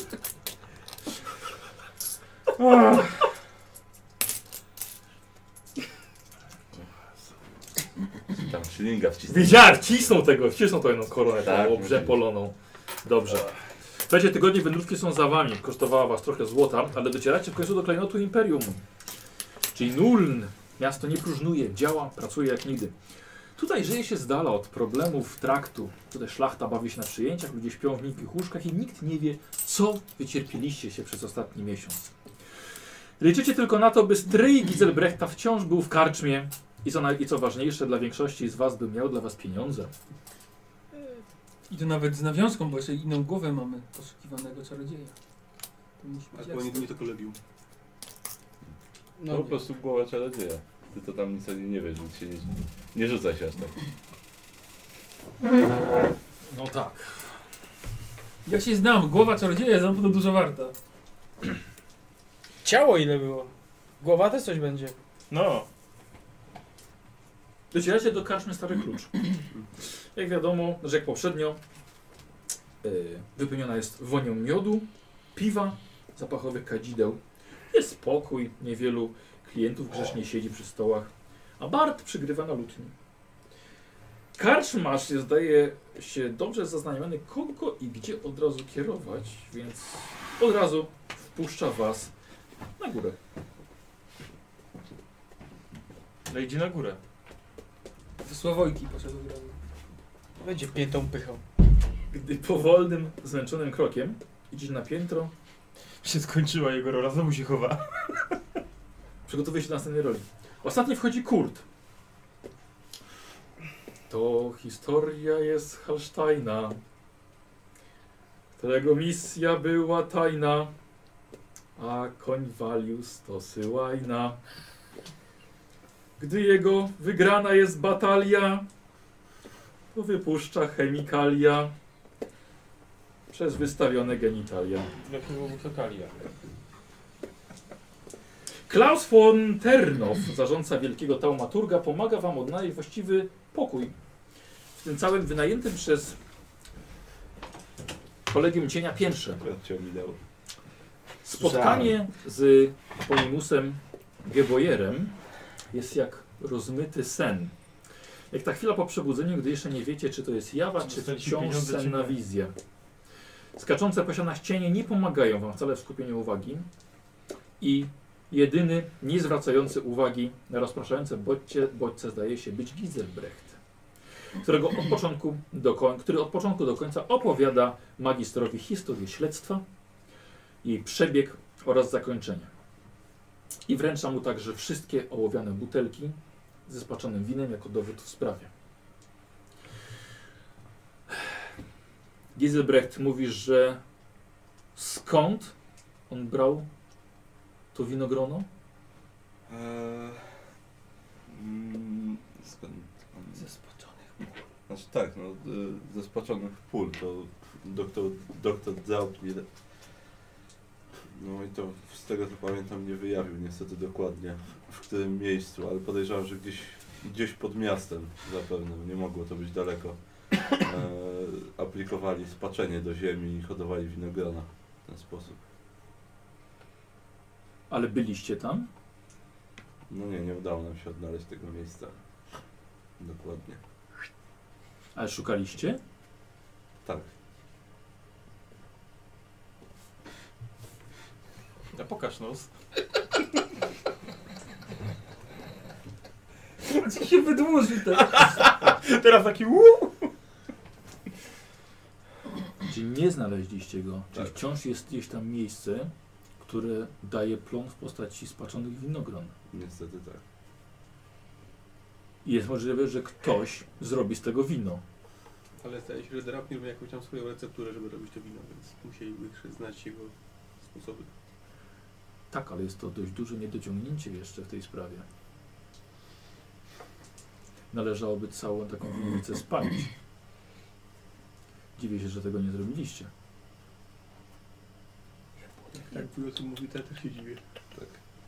Tam szylinga wcisnął. Wiedziałem, wcisnął tą jedną koronę, Tak, tą obrzepoloną. Dobrze. Słuchajcie, tygodnie wędrówki są za wami. Kosztowała was trochę złota, ale docieracie w końcu do klejnotu Imperium. Czyli Nuln. Miasto nie próżnuje, działa, pracuje jak nigdy. Tutaj żyje się z dala od problemów traktu. Tutaj szlachta bawi się na przyjęciach, ludzie śpią w miękkich łóżkach i nikt nie wie, co wycierpieliście się przez ostatni miesiąc. Liczycie tylko na to, by stryj Giselbrechta wciąż był w karczmie i co ważniejsze dla większości z was, by miał dla was pieniądze. I to nawet z nawiązką, bo jeszcze inną głowę mamy poszukiwanego czarodzieja. To musi być Albo jasne. nie to kolegium. No po prostu głowa czarodzieja. Ty to tam nic o nim nie wiesz, więc się nie rzucaj się aż tak. No tak. Ja się znam, głowa czarodzieja jest na pewno dużo warta. Ciało ile było? Głowa też coś będzie. No. Docieracie do karczmy Stary Klucz. Jak wiadomo, że jak poprzednio, wypełniona jest wonią miodu, piwa, zapachowych kadzideł. Jest spokój, niewielu klientów grzecznie siedzi przy stołach, a Bart przygrywa na lutni. Karczmarz zdaje się dobrze zaznajomiony, kogo i gdzie od razu kierować, więc od razu wpuszcza was na górę. No idzie na górę. Do Sławojki poszedł od razu. Będzie piętą pychał. Gdy powolnym, zmęczonym krokiem idziesz na piętro, Się skończyła jego rola, znowu się chowa. przygotowuje się do następnej roli. Ostatni wchodzi Kurt. To historia jest Hallsteina, którego misja była tajna, a koń Valius to Syłajna. Gdy jego wygrana jest batalia, to wypuszcza chemikalia przez wystawione genitalia. Jakiego wysokalia. Klaus von Ternow, zarządca wielkiego taumaturga, pomaga wam odnaleźć właściwy pokój. W tym całym wynajętym przez Kolegium Cienia piętrze. Akurat cię ominęło. Spotkanie z Ponimusem Gebojerem jest jak rozmyty sen. Jak ta chwila po przebudzeniu, gdy jeszcze nie wiecie, czy to jest jawa, czy Dostaliście wciąż pieniądze, czy senna nie. wizja. Skaczące po ścianach cienie nie pomagają wam wcale w skupieniu uwagi i jedyny nie zwracający uwagi na rozpraszające bodźce zdaje się być Giselbrecht, który od początku do końca opowiada magistrowi historię śledztwa, jej przebieg oraz zakończenie. I wręcza mu także wszystkie ołowiane butelki ze spaczonym winem jako dowód w sprawie. Giselbrecht, mówisz, że skąd on brał to winogrono? Skąd on... Ze spoczonych. Znaczy tak, no, ze spaczonych pól, to doktor Draupnir. No i to z tego co pamiętam nie wyjawił niestety dokładnie w którym miejscu, ale podejrzewam, że gdzieś pod miastem zapewne, nie mogło to być daleko. Aplikowali spaczenie do ziemi i hodowali winogrona w ten sposób. Ale byliście tam? No nie udało nam się odnaleźć tego miejsca. Dokładnie. Ale szukaliście? Tak. A pokaż nos. Ci się wydłuży teraz. Teraz taki Czy nie znaleźliście go? Czy Tak. wciąż jest gdzieś tam miejsce, które daje plon w postaci spaczonych winogron? Niestety tak. I jest możliwe, że ktoś zrobi z tego wino. Ale zdaje się, że Draupnir miał jakąś tam swoją recepturę, żeby robić to wino, więc musieliby znać jego sposoby. Tak, ale jest to dość duże niedociągnięcie jeszcze w tej sprawie. Należałoby całą taką winnicę spalić. Dziwię się, że tego nie zrobiliście. Jak wuj o tym mówi, to ja też się dziwię. Tak.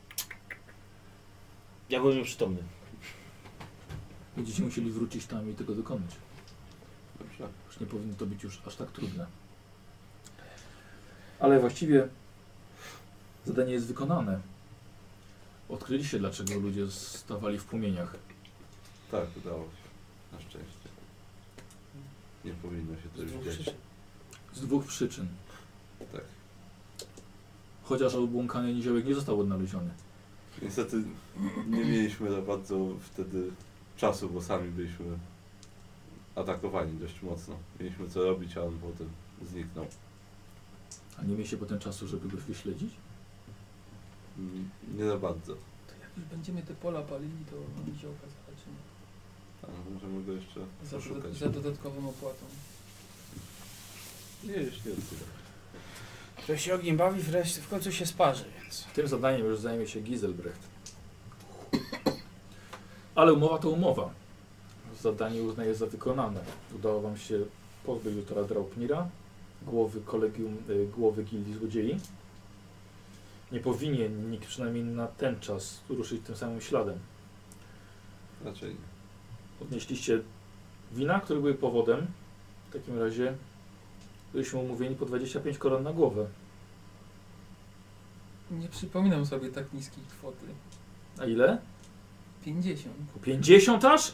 Ja byłem nieprzytomny. Będziecie musieli wrócić tam i tego dokonać. Dobrze. Już nie powinno to być już aż tak trudne. Ale właściwie zadanie jest wykonane. Odkryliście, dlaczego ludzie stawali w płomieniach. Tak, udało się. Na szczęście. Nie powinno się to już dziać. Z dwóch przyczyn. Tak. Chociaż obłąkany niziołek nie został odnaleziony. Niestety nie mieliśmy za bardzo wtedy czasu, bo sami byliśmy atakowani dość mocno. Mieliśmy co robić, a on potem zniknął. A nie mieliście potem czasu, żeby go wyśledzić? Nie za bardzo. To jak już będziemy te pola palili, to niziołka zobaczymy. A możemy go jeszcze poszukać. Za dodatkową opłatą. Nie, już nie odsyła. Kto się ogniem bawi, wreszcie w końcu się sparzy, więc... Tym zadaniem już zajmie się Giselbrecht. Ale umowa to umowa. Zadanie uznaje za wykonane. Udało wam się pozbyć doktora Draupnira, głowy kolegium, głowy gildii złodziei. Nie powinien nikt przynajmniej na ten czas ruszyć tym samym śladem. Raczej nie. Odnieśliście wina, które były powodem. W takim razie byliśmy umówieni po 25 koron na głowę. Nie przypominam sobie tak niskiej kwoty. A ile? 50. Po 50 aż?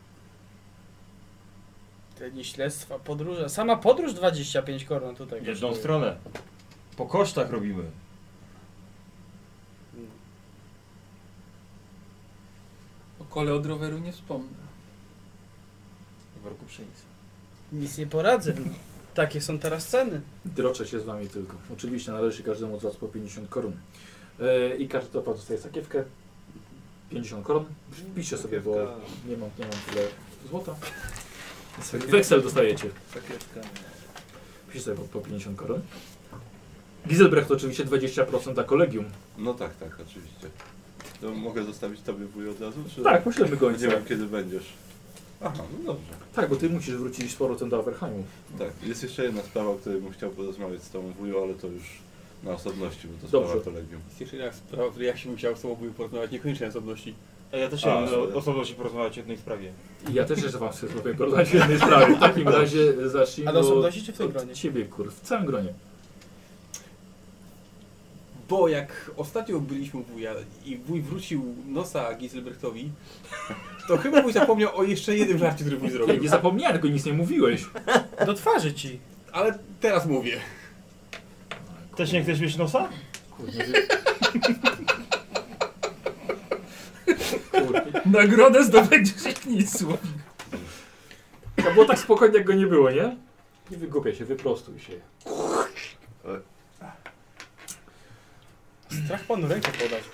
Te dni śledztwa, podróże. Sama podróż 25 koron tutaj. W jedną kosztuje. stronę. Po kosztach robimy. O kole od roweru nie wspomnę. W worku pszenicy. Nic nie poradzę. No. Takie są teraz ceny. Droczę się z wami tylko. Oczywiście należy każdemu z was po 50 koron. I każdy to dostaje sakiewkę. 50 koron. Wpiszcie sobie, bo nie mam tyle złota. Weksel dostajecie. Wpiszcie sobie po 50 koron. Giselbrecht oczywiście 20% dla kolegium. No tak, oczywiście. To mogę zostawić tobie wuj od razu? Czy Tak, poślemy nie gońca. wiem kiedy będziesz. Aha, no dobrze. Tak, bo ty musisz wrócić z powrotem do Averheimu. Tak, jest jeszcze jedna sprawa, o której bym chciał porozmawiać z tobą wuju, ale to już na osobności, bo to Dobrze. sprawa kolegium. Jest jeszcze jedna sprawa, o której ja się musiał z tobą wuju porozmawiać, niekoniecznie na osobności. A ja też A, chciałem sorry. osobności porozmawiać o jednej sprawie. I ja też jeszcze wam chcę spróbuję porozmawiać w jednej sprawie. W takim razie zacznijmy A do osobności czy w tym gronie? ciebie, w całym gronie. Bo jak ostatnio byliśmy u wuja i wuj wrócił nosa Giselbrechtowi, to chyba wuj zapomniał o jeszcze jednym żarcie, który wuj Ja zrobił. nie zapomniałem, tylko nic nie mówiłeś. Do twarzy ci. Ale teraz mówię. Też nie chcesz mieć nosa? Kurde, kurde. Nagrodę zdobędziesz jak nic. To było tak spokojnie, jak go nie było, nie? Nie wygłupiaj się, wyprostuj się. Strach panu rękę podać.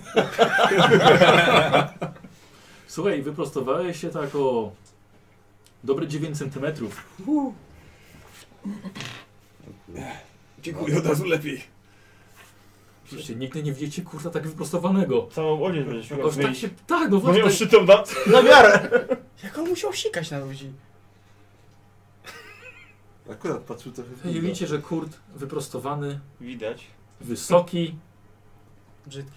Słuchaj, wyprostowałeś się tak o dobre 9 cm. Dziękuję, od razu lepiej. Przecież nigdy nie widzicie kurta tak wyprostowanego. Całą odzież będziesz miał Aż tak zmienić. się, tak, no Bo właśnie. miał Tak, szytą na... miarę! Jak on musiał sikać na ludzi? Akurat patrzył trochę w I górę. widzicie, że kurt wyprostowany, Widać. wysoki. Brzydki.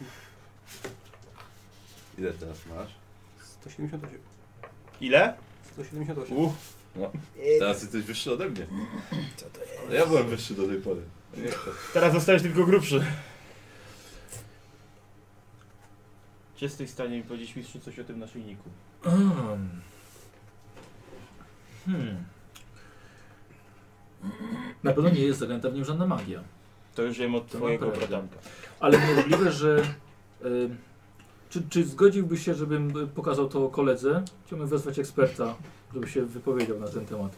Ile teraz masz? 178. Ile? 178. Teraz jesteś wyższy ode mnie. Co to jest? Ja byłem wyższy do tej pory. Nie chcę. Teraz zostałeś tylko grubszy. Czy jesteś w stanie mi powiedzieć, mistrzu, coś o tym naszyjniku? Na pewno nie jest zagraniczna w nim żadna magia. To już wiem od To twojego naprawdę. bratanka. Ale możliwe, że... czy zgodziłbyś się, żebym pokazał to koledze? Chciałbym wezwać eksperta, żeby się wypowiedział na ten temat.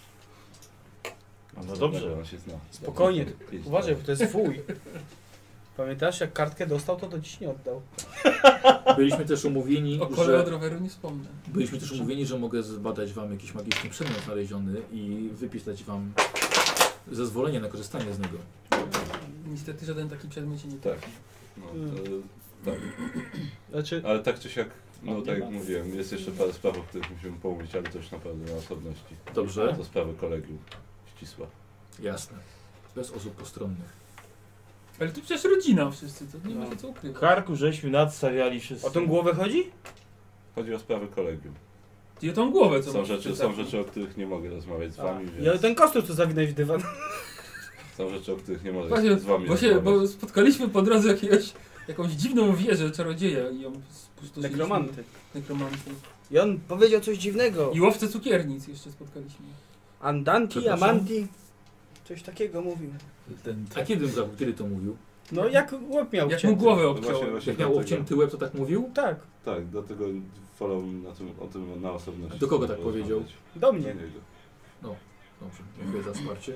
No dobrze. On się zna. Spokojnie, Idź uważaj, tam. bo to jest wuj. Pamiętasz, jak kartkę dostał, to do dziś nie oddał. Byliśmy też umówieni, O kole od że... roweru nie wspomnę. Byliśmy też umówieni, że mogę zbadać wam jakiś magiczny przedmiot znaleziony i wypisać wam zezwolenie na korzystanie z niego. Niestety żaden taki przedmiot się nie Tak. trafi. No, to, tak. Znaczy, Ale tak czy siak, no Nie tak ma. jak mówiłem, jest jeszcze parę spraw, o których musimy pomówić, ale to już naprawdę na osobności. Dobrze? To sprawy kolegium ścisła. Jasne. Bez osób postronnych. Ale to przecież rodzina wszyscy, to nie ma No. się co ukrywać. Karku żeśmy nadstawiali wszyscy. o tą głowę chodzi? Chodzi o sprawy kolegium. I o tą głowę, co Są masz rzeczy, przy są taku. rzeczy, o których nie mogę rozmawiać z wami, Ja więc ten kostur tu zawinąć w dywan. są rzeczy, o których nie mogę Właśnie, z wami bo rozmawiać. spotkaliśmy po drodze jakąś dziwną wieżę czarodzieja i ją spustoszyliśmy. Nekromanty. Nekromanty. I on powiedział coś dziwnego. I łowcę cukiernic jeszcze spotkaliśmy. Andanti, Przepraszam? Amanti. Coś takiego mówił. A kiedy to mówił? No jak łeb miał Jak wcięty. mu głowę No obciął. właśnie Jak miał dlatego- obcięty łeb, to tak mówił? Tak, Tak, dlatego wolę o tym na osobności. A do kogo tak porozmawiać. powiedział? do Do mnie. niego. Dobrze, dziękuję za wsparcie.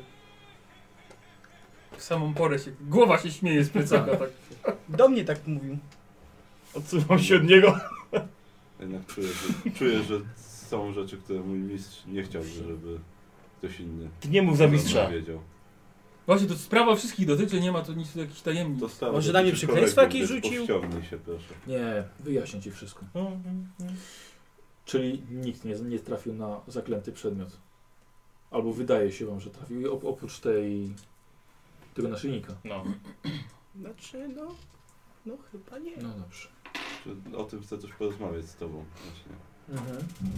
W samą porę się, głowa się śmieje z plecaka, tak. Do mnie tak mówił. Odsuwam się od niego. Jednak czuję, że są rzeczy, które mój mistrz nie chciałby, żeby ktoś inny Ty nie mów za mistrza. wiedział. Właśnie, to sprawa wszystkich dotyczy, nie ma tu nic jakichś tajemnic. To sprawa Może dotyczy na mnie przekleństwo kolegium, jakieś więc rzucił? Powściągnij się, proszę. Nie, wyjaśnię ci wszystko. Czyli nikt nie trafił na zaklęty przedmiot. Albo wydaje się wam, że trafił, oprócz tego naszyjnika. No. Znaczy, no chyba nie. No dobrze. Czy o tym chcę coś porozmawiać z tobą. Właśnie.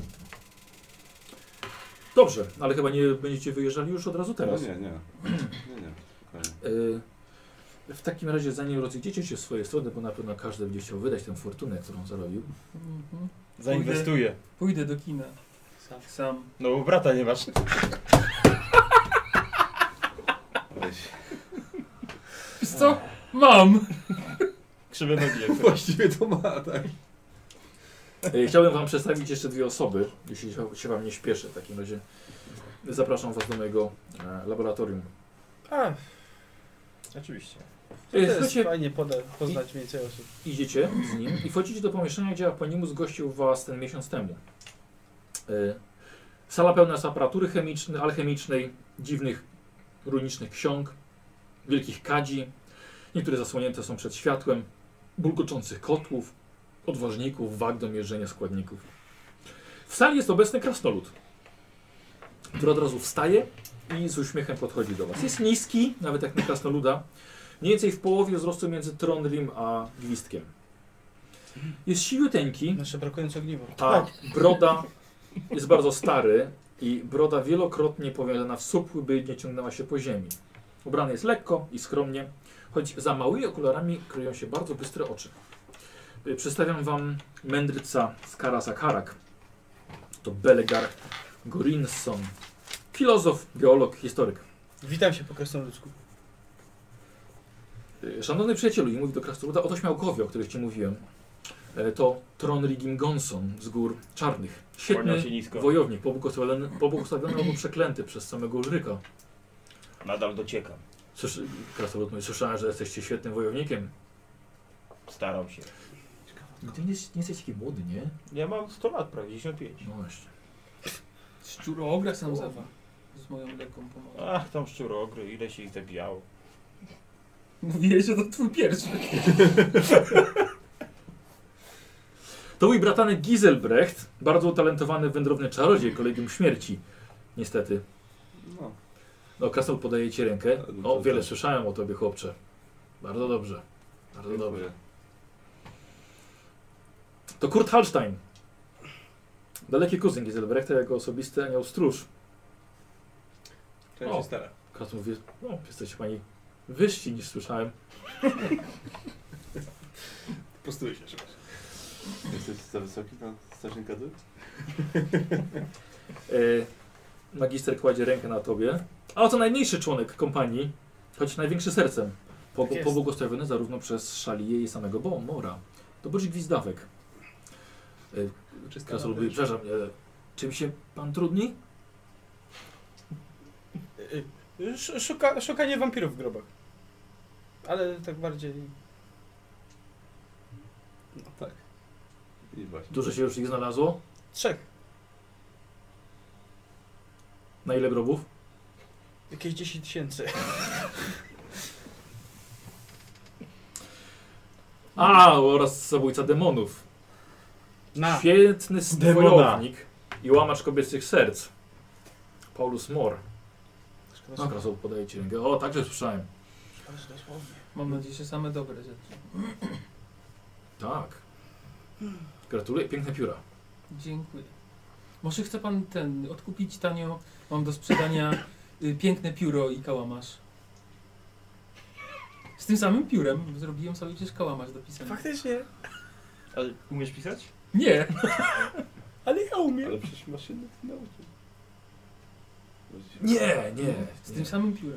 Dobrze, ale chyba nie będziecie wyjeżdżali już od razu teraz. No nie. Spokojnie. W takim razie, zanim rozejdziecie się w swoje strony, bo na pewno każdy będzie chciał wydać tę fortunę, którą zarobił. Mhm. Zainwestuję. Pójdę do kina. Sam. Sam. No bo brata nie masz. Weź. Wiesz co? Mam! Krzywe nogi jak Właściwie to ma, tak. Chciałbym wam przedstawić jeszcze dwie osoby, jeśli się wam nie śpieszy. W takim razie zapraszam was do mojego laboratorium. A, Oczywiście. to jest Słuchajcie, fajnie poznać więcej osób. idziecie z nim i wchodzicie do pomieszczenia, gdzie Aponimus gościł was ten miesiąc temu. Sala pełna jest aparatury alchemicznej, dziwnych, runicznych ksiąg, wielkich kadzi. Niektóre zasłonięte są przed światłem, bulgoczących kotłów, odważników, wag do mierzenia składników. W sali jest obecny krasnolud, który od razu wstaje i z uśmiechem podchodzi do was. Jest niski, nawet jak na krasnoluda, mniej więcej w połowie wzrostu między Trondrim a Gwizdkiem. Jest siwiuteńki, Nasze brakujące ogniwo. a broda jest bardzo stary i broda wielokrotnie powiązana w supły, by nie ciągnęła się po ziemi. Ubrany jest lekko i skromnie, choć za małymi okularami kryją się bardzo bystre oczy. Przedstawiam wam mędrca z Karasakarak. To Belegar Gorinson, filozof, geolog, historyk. Witam się po krasnoludzku. Szanowny przyjacielu, i mówi do krasnoluda, oto śmiałkowie, o których ci mówiłem. To Tronrigim Gonson z Gór Czarnych. Świetny Kłaniam się nisko. wojownik, pobłogosławiony albo przeklęty przez samego Ulryka. Nadal dociekam. Krasnolud mówi, słyszałem, że jesteście świetnym wojownikiem. Staram się. Ty nie jesteś taki młody, nie? Ja mam 100 lat, prawie 95. No właśnie. Szczuroogras nam zawa. z moją lekką pomocą. Ach, tam szczurogry, ile się ich zabijało. Mówiłeś, że to twój pierwszy. To mój bratanek Giselbrecht, bardzo utalentowany wędrowny czarodziej Kolegium Śmierci. Niestety. No. No, Krasnol podaje ci rękę. No, O, to wiele też. słyszałem o tobie, chłopcze. Bardzo dobrze. Bardzo dobrze. To Kurt Hallstein. Daleki kuzyn Giselbrechta jako osobisty anioł stróż. To O. się stara. Krasnol mówi, no, jesteście pani wyżsi niż słyszałem. Prostuję się, przepraszam. Jesteś za wysoki na strażnika dół? Magister kładzie rękę na tobie. A oto najmniejszy członek kompanii, choć największy sercem. Tak jest. Pobłogosławiony zarówno przez Szalię i samego Mora. To Boży Gwizdawek. Krasnol mówi, przepraszam, czym się pan trudni? Szukanie wampirów w grobach. Ale tak bardziej... No tak. I właśnie. Dużo się już ich znalazło? 3. Na ile grobów? Jakieś 10 000. Oraz zabójca demonów. Na. Świetny Demona. wojownik i łamacz kobiecych serc. Paulus Mor. No, Krasnol podaje ci rękę. O, także słyszałem. Dosłownie. Mam nadzieję, że same dobre rzeczy. Tak. Gratuluję, piękne pióra. Dziękuję. Może chce pan odkupić tanio? Mam do sprzedania piękne pióro i kałamarz. Z tym samym piórem zrobiłem sobie przecież kałamarz do pisania. Faktycznie. Ale umiesz pisać? Nie! Ale ja umiem. Ale przecież masz się nauczyć. Nie. Z tym samym piórem.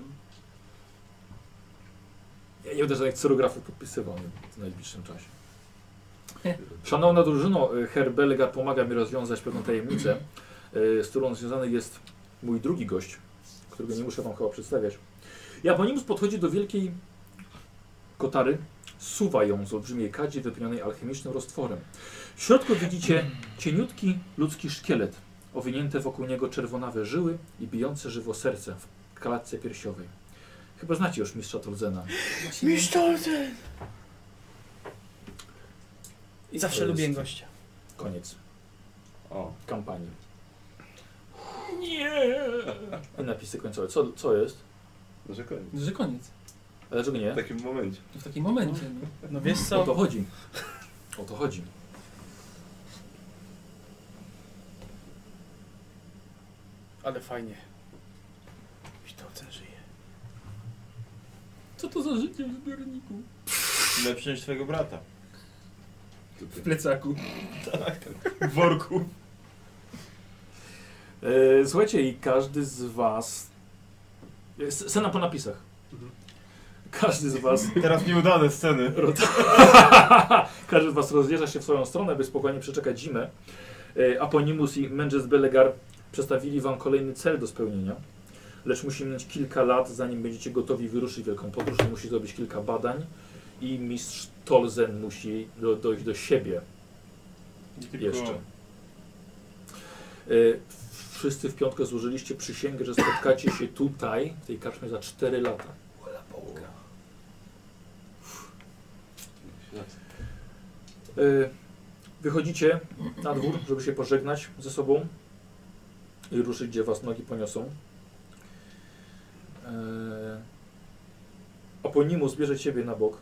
Ja nie będę żadnych cyrografów podpisywał w najbliższym czasie. Szanowna drużyno, Herr Belga pomaga mi rozwiązać pewną tajemnicę, z którą związany jest mój drugi gość, którego nie muszę wam chyba przedstawiać. Japonimus podchodzi do wielkiej kotary, suwa ją z olbrzymiej kadzi wypełnionej alchemicznym roztworem. W środku widzicie cieniutki ludzki szkielet, owinięte wokół niego czerwonawe żyły i bijące żywo serce w klatce piersiowej. Chyba znacie już mistrza Tolzena. Mistrz Tolzen! I zawsze To jest lubię gościa. Koniec O, kampanii. Nie! I napisy końcowe. Co jest? że koniec. Że koniec. A dlaczego nie? W takim momencie. W takim momencie. No. No wiesz O co? to chodzi. O to chodzi. Ale fajnie. Mistrz Tolzen żyje. Co to za życie w zbiorniku? Lepszy niż twojego brata. W plecaku. W worku. Słuchajcie, i każdy z was... Scena po napisach. Każdy z was... Teraz nieudane sceny. Każdy z was rozjeżdża się w swoją stronę, by spokojnie przeczekać zimę. Aponimus i Menges Belegar przedstawili wam kolejny cel do spełnienia. Lecz musi minąć kilka lat, zanim będziecie gotowi wyruszyć w wielką podróż. Musi zrobić kilka badań i mistrz Tolzen musi dojść do siebie jeszcze. Wszyscy w piątkę złożyliście przysięgę, że spotkacie się tutaj, w tej karczmie za 4 lata. Wychodzicie na dwór, żeby się pożegnać ze sobą i ruszyć, gdzie was nogi poniosą. Aponimus bierze ciebie na bok.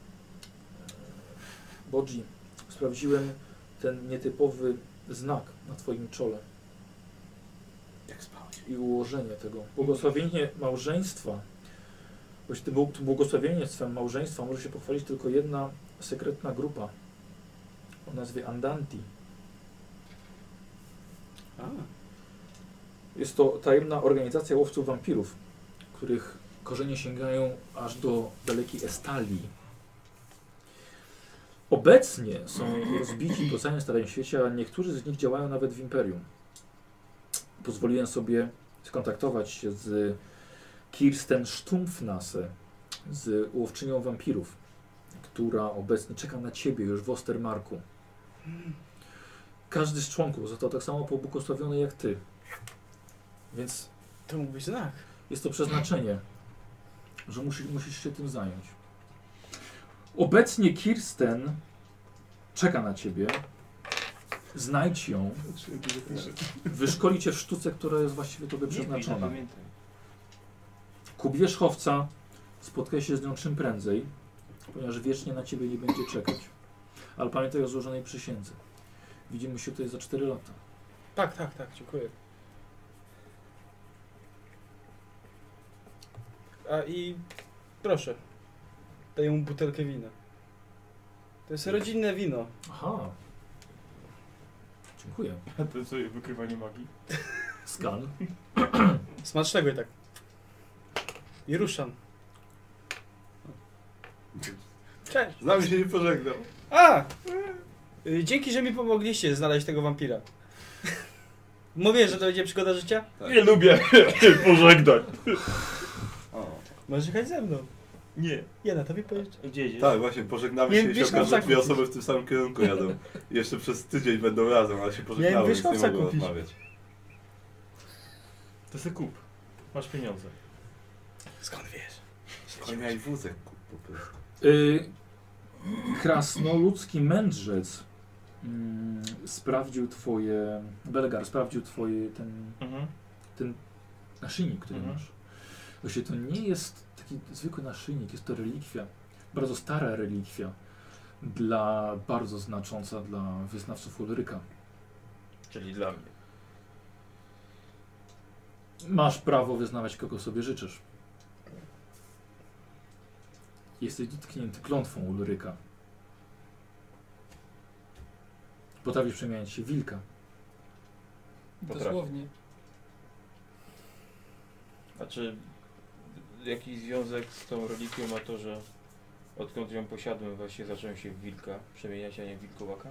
Bodzi, sprawdziłem ten nietypowy znak na twoim czole. Jak spałeś? I ułożenie tego. Błogosławienie małżeństwa. Właśnie tym błogosławieństwem małżeństwa może się pochwalić tylko jedna sekretna grupa o nazwie Andanti. Jest to tajemna organizacja łowców wampirów, których korzenie sięgają aż do dalekiej Estalii. Obecnie są rozbici po całym Starym Świecie, a niektórzy z nich działają nawet w Imperium. Pozwoliłem sobie skontaktować się z Kirsten Stumpfnase, z łowczynią wampirów, która obecnie czeka na ciebie już w Ostermarku. Każdy z członków został tak samo pobłogosławiony jak ty. Więc To mógł być znak. Jest to przeznaczenie, że musisz się tym zająć. Obecnie Kirsten czeka na ciebie. Znajdź ją. Wyszkoli cię w sztuce, która jest właściwie tobie przeznaczona. Kup wierzchowca. Spotkaj się z nią czym prędzej, ponieważ wiecznie na ciebie nie będzie czekać. Ale pamiętaj o złożonej przysiędze. Widzimy się tutaj za 4 lata. Tak, dziękuję. A i proszę, daję mu butelkę wina. To jest rodzinne wino. Aha. Dziękuję. A to co, wykrywanie magii? Skan. Smacznego i tak. I ruszam. Cześć. Z nami się nie pożegnał. A! Dzięki, że mi pomogliście znaleźć tego wampira. Mówię, że to będzie przygoda życia? Nie lubię pożegnać. Możesz jechać ze mną. Nie. Ja na tobie pojeżdżę. Gdzie jedziesz? Tak, właśnie, pożegnamy Nie, się i się wierzchowca okaże, że dwie kupić. osoby w tym samym kierunku jadą. I jeszcze przez tydzień będą razem, ale się pożegnały, więc nie wierzchowca mogą kupić. rozmawiać. To se kup. Masz pieniądze. Skąd wiesz? Ale miałeś wózek kup po prostu. Krasnoludzki mędrzec sprawdził twoje... Belgar sprawdził twoje ten naszyjnik, który masz. Właśnie to nie jest taki zwykły naszyjnik, jest to relikwia. Bardzo stara relikwia. Bardzo znacząca dla wyznawców Ulryka. Czyli dla mnie. Masz prawo wyznawać, kogo sobie życzysz. Jesteś dotknięty klątwą Ulryka. Potrafisz przemieniać się w wilka. Dosłownie. A czy jakiś związek z tą relikwią ma to, że odkąd ją posiadłem właśnie zacząłem się w wilka przemieniać, a nie w wilkołaka?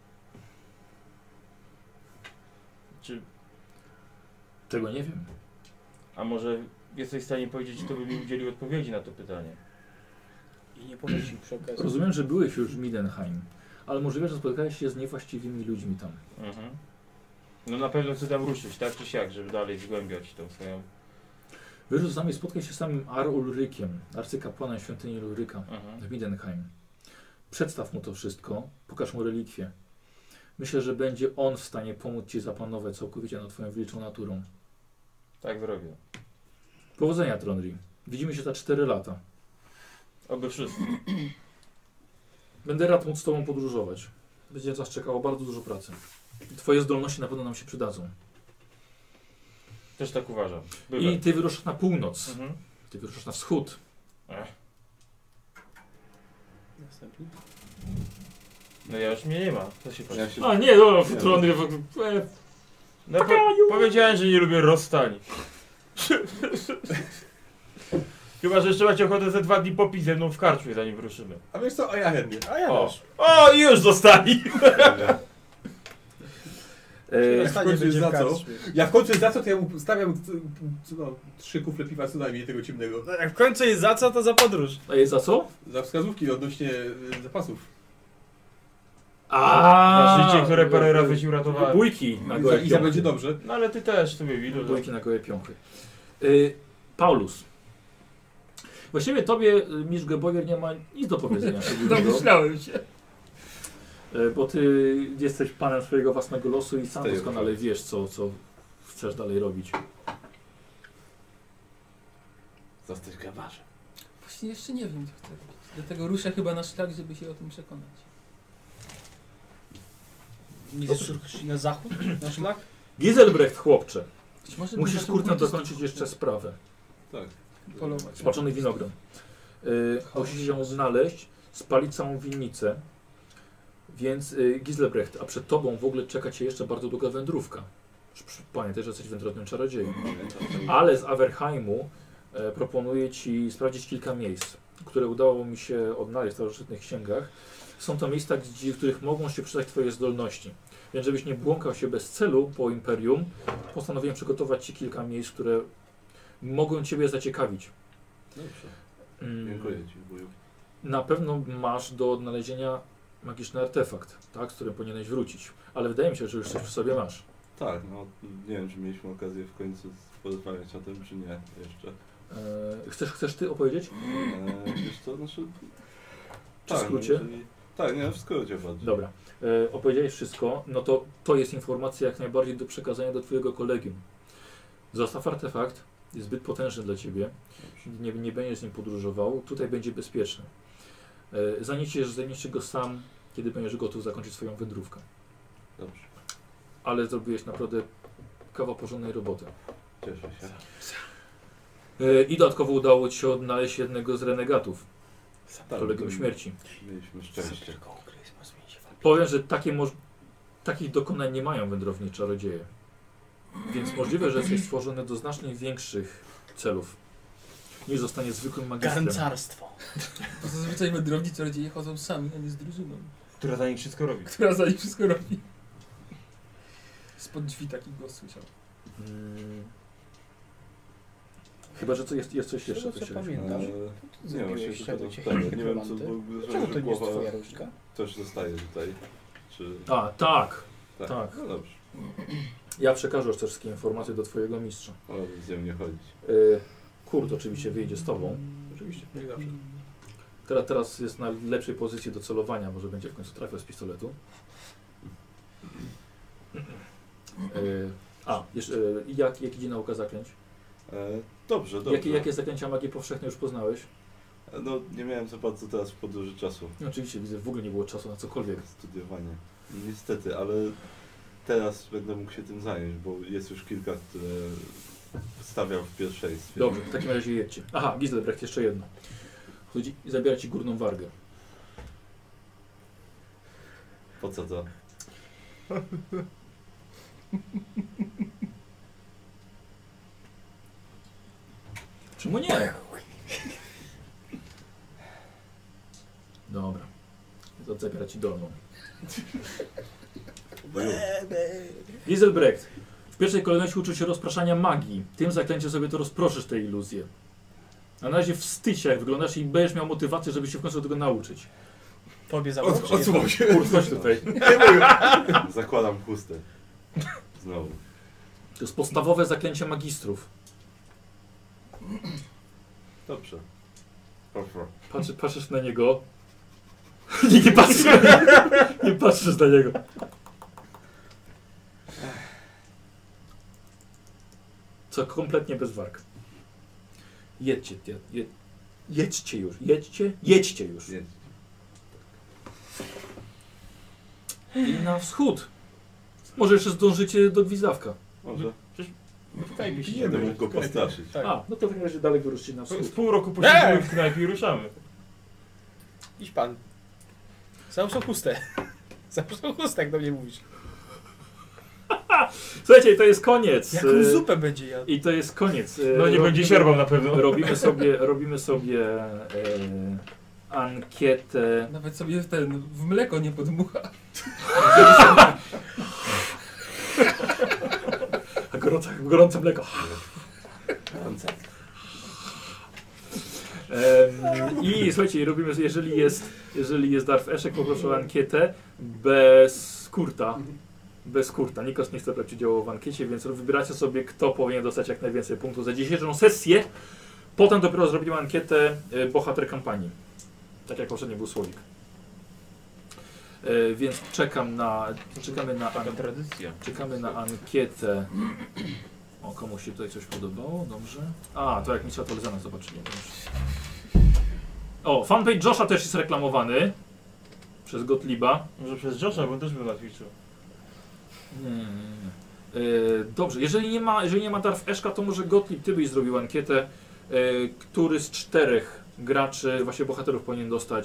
Czy... Tego nie wiem. A może jesteś w stanie powiedzieć, kto by mi udzielił odpowiedzi na to pytanie? I nie pomyśl przy okazji. Rozumiem, że byłeś już w Midenheim, ale możliwe, że spotkałeś się z niewłaściwymi ludźmi tam. Mhm. No na pewno chcę tam ruszyć, tak czy siak, żeby dalej zgłębiać tą swoją... Wiesz, z nami spotkaj się z samym Ulrykiem, arcykapłanem świątyni Ulryka w Midenheim. Przedstaw mu to wszystko, pokaż mu relikwię. Myślę, że będzie on w stanie pomóc ci zapanować całkowicie nad twoją wilczą naturą. Tak zrobię. Powodzenia, Tronri. Widzimy się za 4 lata. Oby wszyscy. Będę rad móc z tobą podróżować. Będzie nas czekało bardzo dużo pracy. Twoje zdolności na pewno nam się przydadzą. Też tak uważam. Bywa. I ty wyruszasz na północ. Mhm. Ty wyruszasz na wschód. Następny. No ja już mnie nie ma. Co się patrzy? Ja się... A nie, no, Nie, Tronri... No powiedziałem, że nie lubię rozstań. Chyba, że jeszcze macie ochotę ze 2 dni popić ze mną w karczmie, zanim wyruszymy. A wiesz co, a ja chętnie. A ja O, też. o i już zostali! Zostanie końcu będzie za w co? karczmie. Ja w końcu za co, to ja mu stawiam 3 kufle piwa co najmniej tego ciemnego. No, jak w końcu jest za co, to za podróż. A jest za co? Za wskazówki odnośnie zapasów. Za życie, które parę razy ci uratowałem. Bójki na I gołe za piąchy. będzie dobrze. No ale ty też sobie widzę. Bójki na gołe piąchy. Paulus. Właściwie tobie, Mistrz Geboyer, nie ma nic do powiedzenia. Domyślałem się. Bo ty jesteś panem swojego własnego losu i sam Tej doskonale uchwały. wiesz, co chcesz dalej robić. Zostać grabarzem. Właśnie jeszcze nie wiem, co chcę robić. Dlatego ruszę chyba na szlak, żeby się o tym przekonać. Nie zeszli na zachód? Na szlak? Giselbrecht, chłopcze, Być może musisz bym z Kurtem zaczął dokończyć jeszcze sprawę. Tak. polować. Spaczony winogron. Musisz ją znaleźć, spalić całą winnicę. Więc Giselbrecht, a przed tobą w ogóle czeka cię jeszcze bardzo długa wędrówka. Pamiętaj, że jesteś wędrownym czarodziejem. Ale z Averheimu proponuję ci sprawdzić kilka miejsc, które udało mi się odnaleźć w starożytnych księgach. Są to miejsca, w których mogą się przydać twoje zdolności. Więc żebyś nie błąkał się bez celu po Imperium, postanowiłem przygotować ci kilka miejsc, które mogą ciebie zaciekawić. Dobrze. Dziękuję ci, wuju. Na pewno masz do odnalezienia magiczny artefakt, tak, z którym powinieneś wrócić. Ale wydaje mi się, że już coś przy sobie masz. Tak, no nie wiem, czy mieliśmy okazję w końcu porozmawiać o tym, czy nie jeszcze. Chcesz ty opowiedzieć? Wiesz co, znaczy... Czy w skrócie? Tak, nie, w skrócie bardziej. Dobra. Opowiedziałeś wszystko, no to jest informacja jak najbardziej do przekazania do twojego kolegium. Zostaw artefakt, jest zbyt potężny dla ciebie, nie będziesz z nim podróżował, tutaj będzie bezpieczny. Zaniesiesz go sam, kiedy będziesz gotów zakończyć swoją wędrówkę. Dobrze, Ale zrobiłeś naprawdę kawał porządnej roboty. cieszę się. I dodatkowo udało ci się odnaleźć jednego z renegatów, kolegium to śmierci. Mieliśmy szczęście. Powiem, że takich dokonań nie mają wędrowni czarodzieje. Więc możliwe, że jesteś stworzony do znacznie większych celów niż zostanie zwykłym magistrem. Garncarstwo. Bo zazwyczaj wędrowni czarodzieje chodzą sami, a nie z drużyną. Która za nich wszystko robi. Która za nich wszystko robi. Spod drzwi taki głos słyszał. Chyba, że jest coś jeszcze. Co pamiętasz? Nie wiem, właśnie Zrobiłeś tylko czegoś tak, nie wiem co, takiego, bo Czemu to że nie jest głowa twoja różdżka? też zostaje tutaj. Czy... A, tak. Tak. tak. No dobrze, Ja przekażę już te wszystkie informacje do twojego mistrza. ale z nią nie chodzić. Kurt oczywiście wyjdzie z tobą. Oczywiście, jak zawsze. Teraz jest na lepszej pozycji do celowania, może będzie w końcu trafiał z pistoletu. Jeszcze, jak idzie nauka zaklęć? Dobrze, dobrze. Jakie zaklęcia magii powszechnej już poznałeś? No nie miałem za bardzo teraz w podróży czasu. No, oczywiście widzę, w ogóle nie było czasu na cokolwiek. Studiowanie. Niestety, ale teraz będę mógł się tym zająć, bo jest już kilka, które stawiam w pierwszeństwie. Dobrze, w takim razie jedźcie. Aha, Giselbrecht, jeszcze jedno. Chodzi i zabiera ci górną wargę. Po co to? Czemu nie? Dobra. To zabiera ci dolną. Giselbrecht, w pierwszej kolejności uczył się rozpraszania magii. Tym zaklęciem sobie to rozproszysz tę iluzję. A na razie wstydź się, jak wyglądasz i będziesz miał motywację, żeby się w końcu tego nauczyć. Tobie zabrać? Odsuwał się. Kurt, chodź tutaj. Zakładam chustę. Znowu. To jest podstawowe zaklęcie magistrów. Dobrze. Proszę. Patrzysz na niego. Nie patrzysz, nie patrzysz na niego. Co kompletnie bez warg. Jedźcie już. Jedźcie już. Jedź. I na wschód. Może jeszcze zdążycie do Gwizdawka. Może. W knajpie Nie siedzimy. będę mógł go postraszyć. Tak. A, no to w takim razie dalej wyruszycie na Z wschód. pół roku posiedzimy w knajpie i ruszamy. Idź pan. Załóż tą chustę. Załóż tą chustę, jak do mnie mówisz. Słuchajcie, to jest koniec. Jaką zupę będzie jadł? I to jest koniec. No nie będzie sierbał na pewno. Robimy sobie ankietę. Nawet sobie w mleko nie podmucha. Gorące mleko. I słuchajcie, robimy, jeżeli jest Darf Eszek, poproszę o ankietę bez Kurta. Bez Kurta. Nikos nie chce brać udziału w ankiecie, więc wybieracie sobie, kto powinien dostać jak najwięcej punktów za dzisiejszą sesję. Potem dopiero zrobimy ankietę bohater kampanii. Tak jak poprzednio był Słowik. Więc czekamy na ankietę. O, komuś się tutaj coś podobało, dobrze. A, to jak Mistrza Tolzana zobaczymy. O, fanpage Josha też jest reklamowany. Przez Gottlieba. Może przez Josha, bo on też był na Twitchu. Nie. Dobrze, jeżeli nie ma Darf Eszka, to może Gottlieb, ty byś zrobił ankietę. Który z 4 graczy, właśnie bohaterów, powinien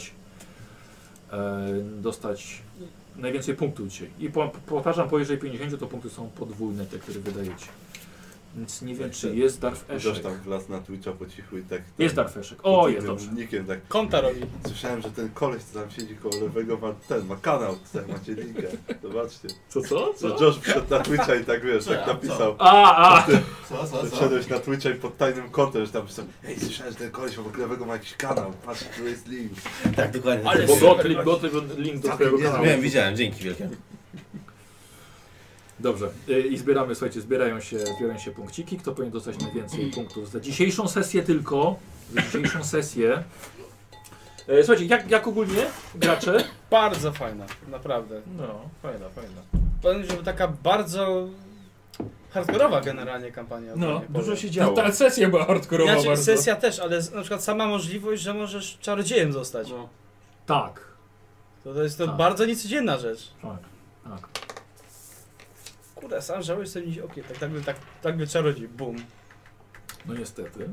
dostać najwięcej punktów dzisiaj. I powtarzam, powyżej 50 to punkty są podwójne, te, które wydajecie. Więc nie wiem, czy jest Darf Coś Eszek. tam wlazł na Twitcha po cichu i tak... Jest Darf Eszek. O, jest dobrze. Nikiem tak... Konta robi. Słyszałem, że ten koleś, co tam siedzi koło lewego, ma kanał, tutaj macie linkę. Zobaczcie. Co? Że Josh wszedł na Twitcha i tak wiesz, tak napisał. Wszedłeś na Twitcha i pod tajnym kątem, że tam pisał: hej, słyszałem, że ten koleś obok lewego ma jakiś kanał, patrz, tu jest link. Tak, dokładnie. Ale tak. Gottlieb link do twojego kanału. Widziałem, dzięki wielkie. Dobrze. I zbieramy, słuchajcie, zbierają się punkciki. Kto powinien dostać najwięcej punktów za dzisiejszą sesję tylko? Za dzisiejszą sesję. Słuchajcie, jak ogólnie gracze? Bardzo fajna, naprawdę. No, fajna. Powiem, że taka bardzo hardkorowa generalnie kampania. No, ogólnie Dużo powiem. się działo. Ta sesja była hardkorowa Znaczy, bardzo. sesja też, ale na przykład sama możliwość, że możesz czarodziejem zostać. No. Tak. To jest to Tak. bardzo niecodzienna rzecz. Tak. Kurde, sam żałuję sobie mieć okien, tak by czarodziej, bum. No niestety.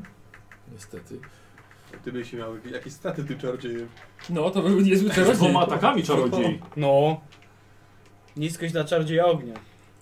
Ty byś miał jakieś straty tym czarodziejem. No, to był niezły Z czarodziej. dwoma atakami czarodziej. No. Niskość dla czarodzieja ognia.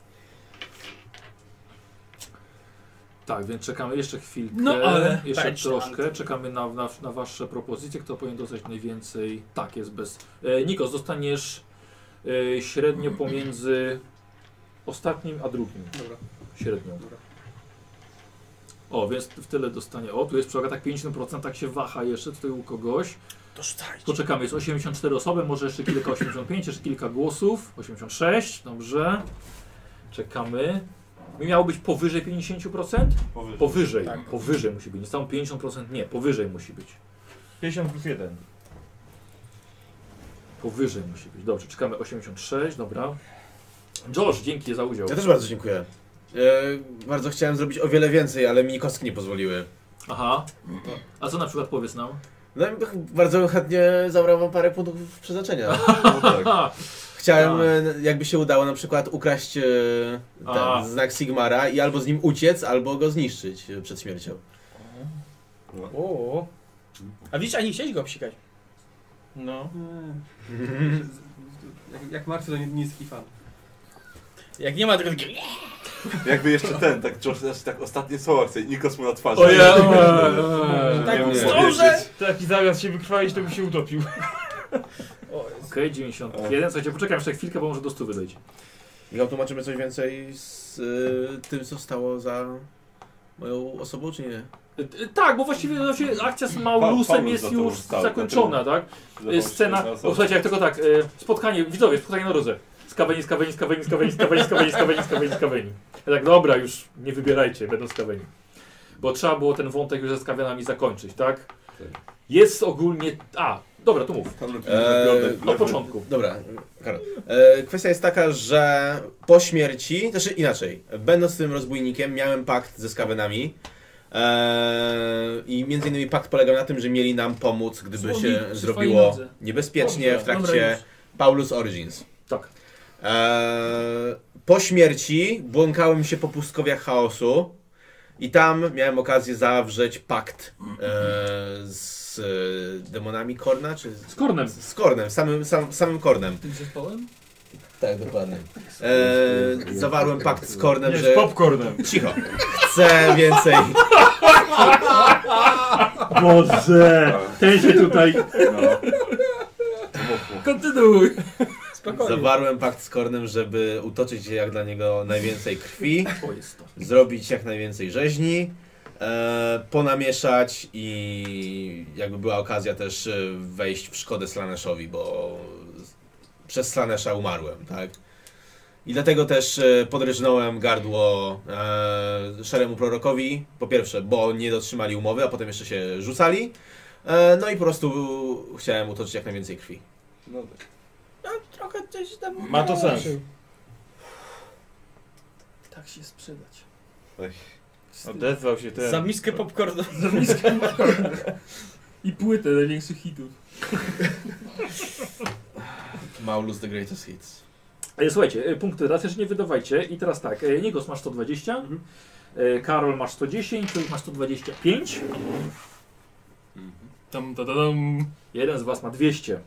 Tak, więc czekamy jeszcze chwilkę. No, ale- jeszcze Patch troszkę. hunt. Czekamy na wasze propozycje. Kto powinien dostać najwięcej? Tak, jest bez. Nikos, dostaniesz średnio pomiędzy ostatnim a drugim. Dobra. Średnią. Dobra. O, więc w tyle dostanie. O, tu jest przewaga, tak 50% tak się waha jeszcze tutaj u kogoś. To rzucajcie. Poczekamy, jest 84 osoby, może jeszcze kilka 85, jeszcze kilka głosów. 86, dobrze. Czekamy. Miało być powyżej 50%? Powyżej. Tak. Powyżej musi być. Nie całą 50%, nie, powyżej musi być. 50 plus 1. Powyżej musi być. Dobrze, czekamy 86, dobra. Josh, dzięki za udział. Ja też bardzo dziękuję. Bardzo chciałem zrobić o wiele więcej, ale mi kostki nie pozwoliły. Aha. A co na przykład powiedz nam? No bardzo chętnie zabrał wam parę punktów przeznaczenia. No tak. Chciałem, jakby się udało na przykład ukraść A. ten znak Sigmara i albo z nim uciec, albo go zniszczyć przed śmiercią. O. A widzisz, a nie chciałeś go psikać. No. Jak Marcel, to nie jest taki fan. Jak nie ma tego takiego... Jakby jeszcze ten, tak Josh, tak ostatnie słowa chce i Nikos mu na twarzy. Ojej, Tak, Nie mógł zdążę! powiedzieć. Taki zamiast się wykrwawić, to by się utopił. Okej, 91. Słuchajcie, poczekam jeszcze chwilkę, bo może do 100 wydać. Michał, tłumaczymy coś więcej z tym, co stało za moją osobą, czy nie? Tak, bo właściwie akcja z Maulusem Paulus jest za tobą już stał, zakończona, tak? Zobaczcie, Scena, jedna o, osoba. słuchajcie, jak tylko tak, spotkanie, widzowie, spotkanie na drodze. Skaweni. Tak, dobra, już nie wybierajcie, będą skaweni. Bo trzeba było ten wątek już ze skawenami zakończyć, tak? Jest ogólnie... dobra, to mów. Od początku. Dobra, Karol. Kwestia jest taka, że po śmierci, znaczy inaczej, będąc tym rozbójnikiem, miałem pakt ze skawenami. I między innymi pakt polegał na tym, że mieli nam pomóc, gdyby Słowik się przy zrobiło swojej nodze. niebezpiecznie w Dobra, trakcie już. Paulus Origins. Tak. Po śmierci błąkałem się po pustkowiach chaosu i tam miałem okazję zawrzeć pakt z demonami Korna, czy Z Kornem. z Kornem, samym Kornem. Tym zespołem? Tak, dokładnie. Zawarłem pakt z Kornem, Nie, że... z popcornem. Cicho. Chcę więcej. Boże, ten się tutaj... Kontynuuj! Spokojnie. Zawarłem pakt z Kornem, żeby utoczyć jak dla niego najwięcej krwi, O, jest to. zrobić jak najwięcej rzeźni, ponamieszać i jakby była okazja też wejść w szkodę Slaneszowi, bo przez Slanesza umarłem, tak? I dlatego też podryżnąłem gardło szaremu prorokowi, po pierwsze, bo nie dotrzymali umowy, a potem jeszcze się rzucali, no i po prostu chciałem utoczyć jak najwięcej krwi. No tak. No, trochę coś tam... Ma to sens. Tak się sprzedać. Odezwał się ten. Za miskę popcornu. I płytę największych hitów. Maulus the Greatest Hits. Słuchajcie, punkty raz jeszcze nie wydawajcie. I teraz tak, Nikos masz 120, Karol masz 110, Filip masz 125, Tam. jeden z was ma 200.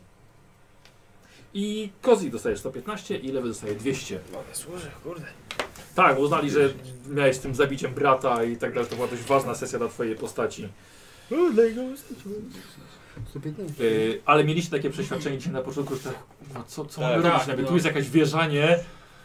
I Kozi dostaje 115 i Lewy dostaje 200. Słuchaj, kurde. Tak, uznali, że miałeś z tym zabiciem brata i tak dalej, to była dość ważna sesja dla twojej postaci. Ale mieliście takie przeświadczenie dzisiaj na początku, że tak, no co mamy robić? tak, Nawet no. tu jest jakieś wieżanie.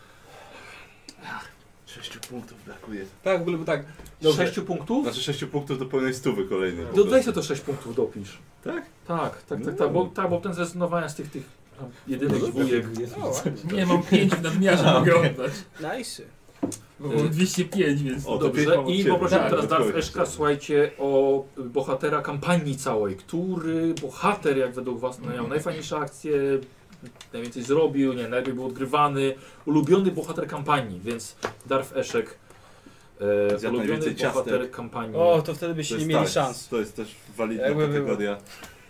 6 punktów brakuje. Tak, w ogóle tak. 6 punktów? Znaczy 6 punktów do pełnej stówy kolejnej. Do 20 to 6 punktów dopisz. Tak? Tak, bo ten zrezygnowałem z tych Jedyny dwójek. Nie, mam 5 w nadmiarze, mogę oddać. Nice. Bo mam 205, więc... O, to Dobrze, pięć i mam poproszę Tak, teraz Darf odpowiedź. Eszka, słuchajcie, o bohatera kampanii całej. Który bohater, jak według was, miał najfajniejsze akcje, najwięcej zrobił, nie, najlepiej był odgrywany, ulubiony bohater kampanii, więc Darf Eszek, Zjadł ulubiony najwięcej bohater ciastek. kampanii. O, to wtedy byście nie mieli szans. To jest też walidna Jakby było. kategoria.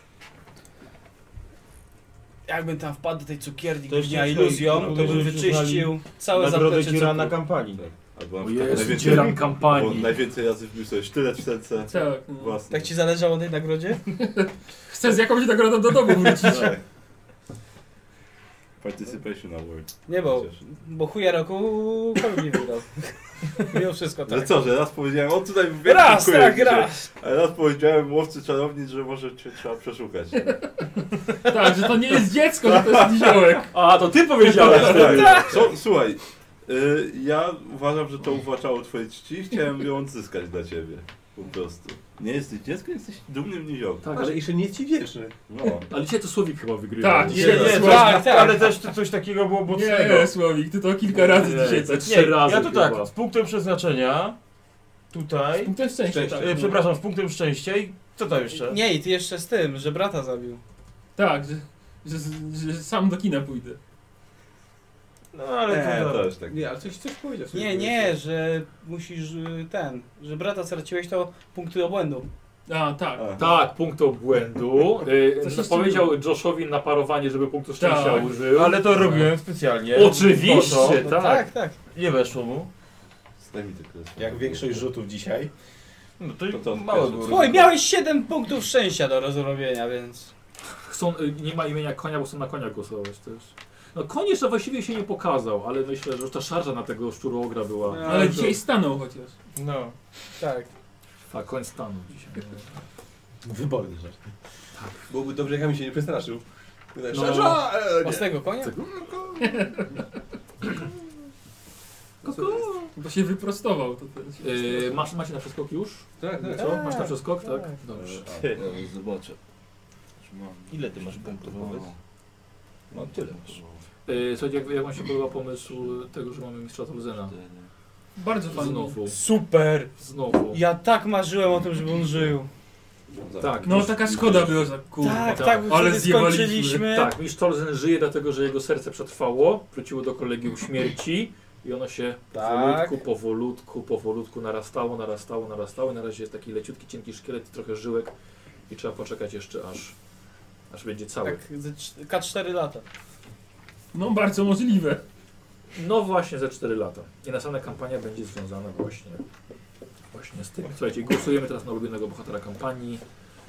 Jakbym tam wpadł do tej cukierni, To jeszcze gdzie tutaj, iluzją, no, to to bym żeśmy wyczyścił całe Nagrodę zaplecze dzierana cukru. kampanii. Albo O na przykład Jezu, najwięcej, dzielam bo kampanii. najwięcej razy wbił sobie sztylet w serce Tak, no. własne. Tak ci zależało na tej nagrodzie? Chcę z jakąś nagrodą do domu wrócić. Tak. Participation Award. Nie, bo, Chociaż. bo chuja roku Kolub nie wygrał. Mimo wszystko Że tak. co, że raz powiedziałem, on tutaj w wielkim Raz, kuje tak, dzisiaj, raz. A raz powiedziałem łowcy czarownic, że może cię trzeba przeszukać. Tak, że to nie jest dziecko, że to jest niziołek. A, to ty powiedziałeś wtedy. Słuchaj, ja uważam, że to uwłaczało twojej czci, chciałem ją odzyskać dla ciebie. Po prostu. Nie jesteś dzieckiem, jesteś dumnym niziołkiem. Tak, Ale ale, jeszcze nie jest ci wdzięczny. No. ale dzisiaj to Słowik chyba wygrywa. Tak, Nie, dzisiaj nie, Słowik. tak. ale też coś takiego było mocnego. Nie, Słowik, ty to kilka razy Nie, dzisiaj ze tak. 3 razy Ja to tak, chyba. z punktem przeznaczenia, tutaj, Punktem szczęścia, tak. przepraszam, z punktem szczęścia i co tam jeszcze? Nie, i ty jeszcze z tym, że brata zabił. Tak, że sam do kina pójdę. No ale Nie, to... to już tak. Nie, ale coś powiedział. sobie. Nie, że musisz że brata straciłeś, to punkty obłędu. A, tak. A. Tak, punkt obłędu. Coś jeszcze Powiedział Joshowi na parowanie, żeby punktu szczęścia Tak. użył. Ale to robiłem specjalnie. Oczywiście, Po to. No tak. tak. Nie weszło mu. Zdaj mi tylko. Jak większość rzutów dzisiaj. No to, To małe pierwsze. było. Oj, miałeś 7 punktów szczęścia do rozrobienia, więc... Chcą, nie ma imienia konia, bo chcą na konia głosować też. No koń jeszcze właściwie się nie pokazał, ale myślę, że już ta szarża na tego szczurołogra była. No, Ale to- dzisiaj stanął chociaż. No. Tak. A koń stanął dzisiaj. Wyborny żart. Byłoby dobrze, jak ja mi się nie przestraszył. No. Szarża! Nie. Własnego konia? Bo się wyprostował. To też. Macie na przeskok już? Tak, tak. Co? Masz na przeskok, tak? Tak. Dobrze. Zobaczę. Ile ty masz punktów wobec? Mam tyle. Słuchajcie, jak wam się podoba pomysł tego, że mamy mistrza Tolzena? Bardzo fajnie. Znowu. Super! Znowu. Ja tak marzyłem o tym, żeby on żył. Tak. No taka szkoda była, że kurwa. Tak, tak. tak, Ale wtedy zjebaliśmy. skończyliśmy. Tak, mistrz Tolzen żyje dlatego, że jego serce przetrwało, wróciło do kolegium śmierci i ono się Tak. powolutku narastało. Na razie jest taki leciutki, cienki szkielet i trochę żyłek i trzeba poczekać jeszcze aż będzie cały. Tak, K4 lata. No bardzo możliwe. No właśnie ze 4 lata. I następna kampania będzie związana właśnie z tym. Słuchajcie, głosujemy teraz na ulubionego bohatera kampanii.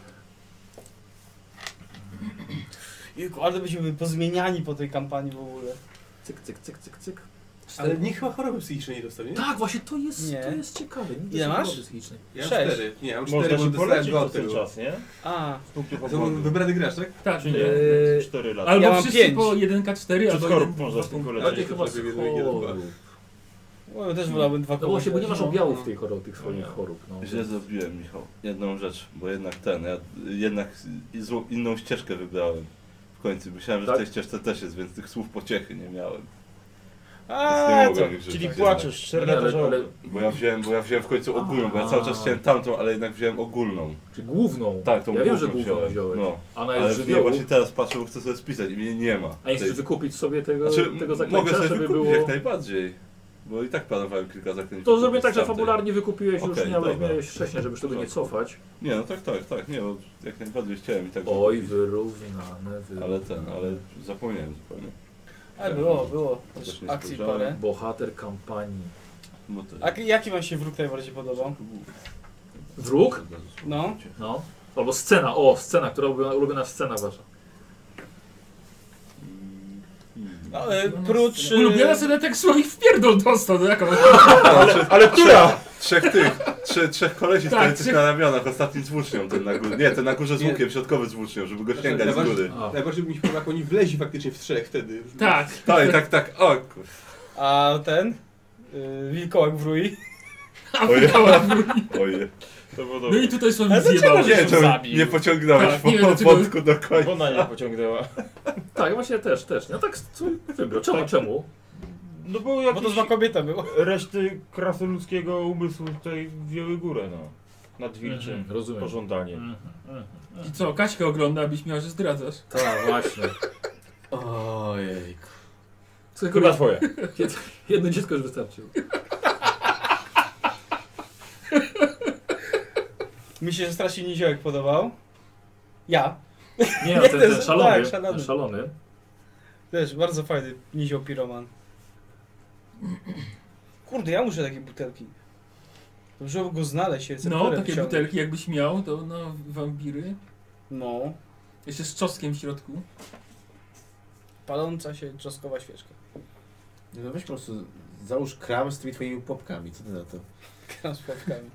Jejku, ale będziemy pozmieniani po tej kampanii w ogóle. Cyk. Ale nikt chyba choroby psychicznej nie dostał, nie? Tak, właśnie to jest ciekawe. Nigdy Ile nie masz? choroby psychicznej. Ja mam 6. 4. Nie, ja mam 4, Można bo się dostałem polecić 2 przez od ten tego. czas, nie? A, Z punktów To obwodu. wybrany gracz, tak? Tak, Eee, 4 lata. albo ja mam wszyscy 5. po 1K4, Przez albo chorób jeden, można dwa z tego punkty. Ale ty to chyba z sobie jeden, chorób. no, ja też wolałbym 2 No właśnie, bo nie masz no. objawów tej choroby, tych swoich chorób. No. Źle zrobiłem, Michał. Jedną rzecz, bo jednak ja jednak inną ścieżkę wybrałem. W końcu myślałem, że Tak? w tej ścieżce też jest, więc tych słów pociechy nie miałem. A, Więc nie to, mogłem ich rzucić Czyli jednak. płaczesz, 4 Nie, lata ale żałoby. Bo ja wziąłem w końcu ogólną, bo ja cały czas chciałem tamtą, ale jednak wziąłem ogólną. Czyli główną. Tak, tą Ja wiem, że główną główną wziąłeś. No. A ona Ale jest w niej żywiołu. właśnie teraz patrzę, bo chcę sobie spisać i mnie nie ma. A nie chcesz wykupić sobie tego Znaczy, mogę zaklęcia, sobie żeby wykupić było... jak najbardziej. Bo i tak planowałem kilka zaklęć. To zrobię tak, że z tamtej. fabularnie wykupiłeś już, Okej, miałeś dobra. wcześniej, żeby tego nie cofać. Nie, no tak, nie, bo jak najbardziej chciałem i tak Oj, zrobić. wyrównane. Ale zapomniałem zupełnie. ale było Też też nie akcji spojrzałem. parę. Bohater kampanii. Bo to A jaki wam się wróg najbardziej podobał? Wróg? No. No. Albo scena, scena, która ulubiona scena wasza. No, prócz... Ulubiona sobie tak Słowik w pierdol dostał, no jaka Ale która? Trzech kolesi Tak, stojących trzech- na ramionach, ostatnim z włócznią, ten na górze. Nie, ten na górze z łukiem, środkowy z włócznią, żeby go sięgać z góry. A. Najbardziej by mi się podobał, jak oni wleźli faktycznie w 3 wtedy. Tak. Tak, o kur... A ten? Wilkołak w rui. Oje. Oje. To było No dobre. i tutaj sobie Ale dlaczego zjebał. nie? Nie, to zabił. nie pociągnąłeś Tak, nie wiem, dlaczego- wątku do końca. Ona nie pociągnęła. Tak, właśnie też. No tak, co wybrał. Czemu? No bo Bo jakieś to zła kobieta była. reszty krasnoludzkiego umysłu tutaj wzięły górę, no. Nad wilczym Mhm, rozumiem. pożądaniem. I co, Kaśkę ogląda, abyś miał, że zdradzasz. Tak, właśnie. Ojejku. Chyba twoje. Jedno dziecko już wystarczyło. Mi się strasznie niziołek podobał. Ja. Nie, no, Nie, ten to jest- szalony. tak, szalony. Ten szalony. Też bardzo fajny nizioł piroman. Kurde, ja muszę takie butelki. Dobrze by go znaleźć. No, takie butelki jakbyś miał, to na wampiry. No. Jeszcze z czosnkiem w środku. Paląca się czosnkowa świeczka. No weź po prostu załóż kram z tymi twoimi popkami, co ty na to? Kram z pławkami.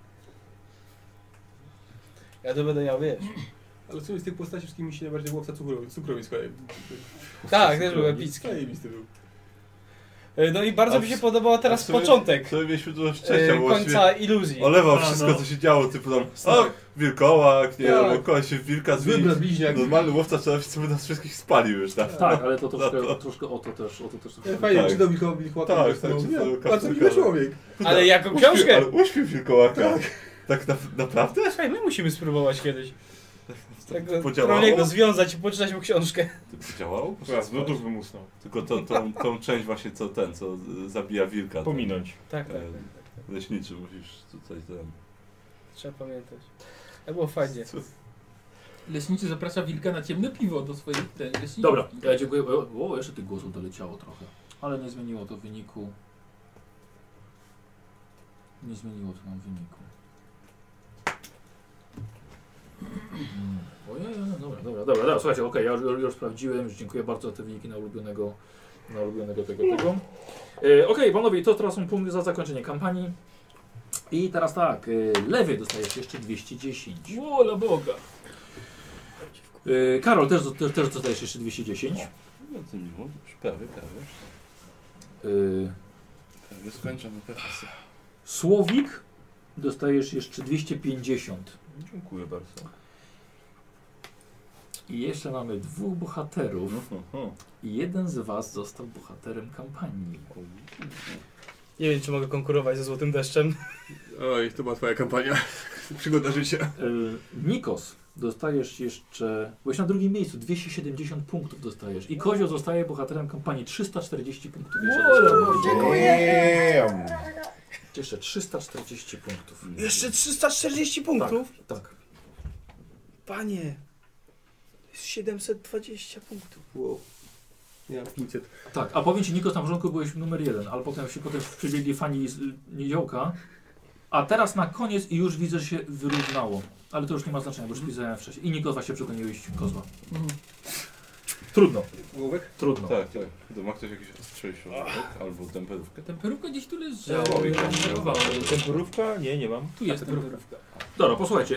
Ja to będę miał, wiesz. Ale w sumie z tych postaci wszystkich mi się najbardziej łowca cukrowiec Tak, też był epicki. Zajebisty był. No i bardzo A mi się w- podobał a teraz w sumie- początek To mieliśmy dużo szczęścia, bo końca iluzji. olewał A, wszystko, no. co się działo, typu tam, o, wilkołak, nie, Tak. albo koleś się w wilka Zły zmienił. brat bliźniak. Normalny łowca czasownicy by nas wszystkich spalił już, tak? Tak, ale to troszkę o to też. Fajnie, Tak. czytał wilkołaka. Tak, też, tak, no, czytał nie, Kafka. bardzo miły człowiek. Ale jako książkę! Ale uśpił wilkołaka. Tak naprawdę? Słuchaj, my musimy spróbować kiedyś. Tak go Podziałało? trolliego związać i poczytać mu książkę. To działało? Teraz nudów bym usnął. Tylko tą część właśnie, co zabija wilka. ten, Pominąć. Tak, tak. Leśniczy musisz tutaj ten... Trzeba pamiętać. To było fajnie. Leśniczy zaprasza wilka na ciemne piwo do swojej leśniczki. Dobra, ja dziękuję. O, jeszcze tych głosów doleciało trochę. Ale nie zmieniło to wyniku. Nie zmieniło to nam wyniku. Ojej, dobra, słuchajcie, okej, ja już sprawdziłem, już dziękuję bardzo za te wyniki na ulubionego tego. Okej, panowie, to teraz są punkty za zakończenie kampanii. I teraz tak, lewy dostajesz jeszcze 210. Wola Boga. Karol, też dostajesz jeszcze 210. Bardzo miło, już prawie. Prawie skończony profesja. Słowik dostajesz jeszcze 250. Dziękuję bardzo. I jeszcze mamy dwóch bohaterów. I jeden z was został bohaterem kampanii. Nie wiem, czy mogę konkurować ze Złotym Deszczem. Oj, to była twoja kampania. Przygoda życia. Nikos, dostajesz jeszcze... Byłeś na drugim miejscu, 270 punktów dostajesz. I Kozio zostaje bohaterem kampanii, 340 punktów. Jeszcze 340 punktów. Jeszcze 340 punktów? Tak. Panie, jest 720 punktów. Wow. Ja mam 500. Tak, a powiem ci, Nikos, na początku byłeś numer 1, ale potem przybiegli fani z Niziołka. A teraz na koniec i już widzę, że się wyrównało. Ale to już nie ma znaczenia, bo już pisałem wcześniej. I Nikos właśnie przegoniłeś kozła. Trudno, Ołówek? trudno. Tak. To ma ktoś jakiś ostrzejszy albo temperówkę? Temperówka gdzieś tu leży. Temperówka? Nie mam. Tu jest temperówka. Dobra, posłuchajcie,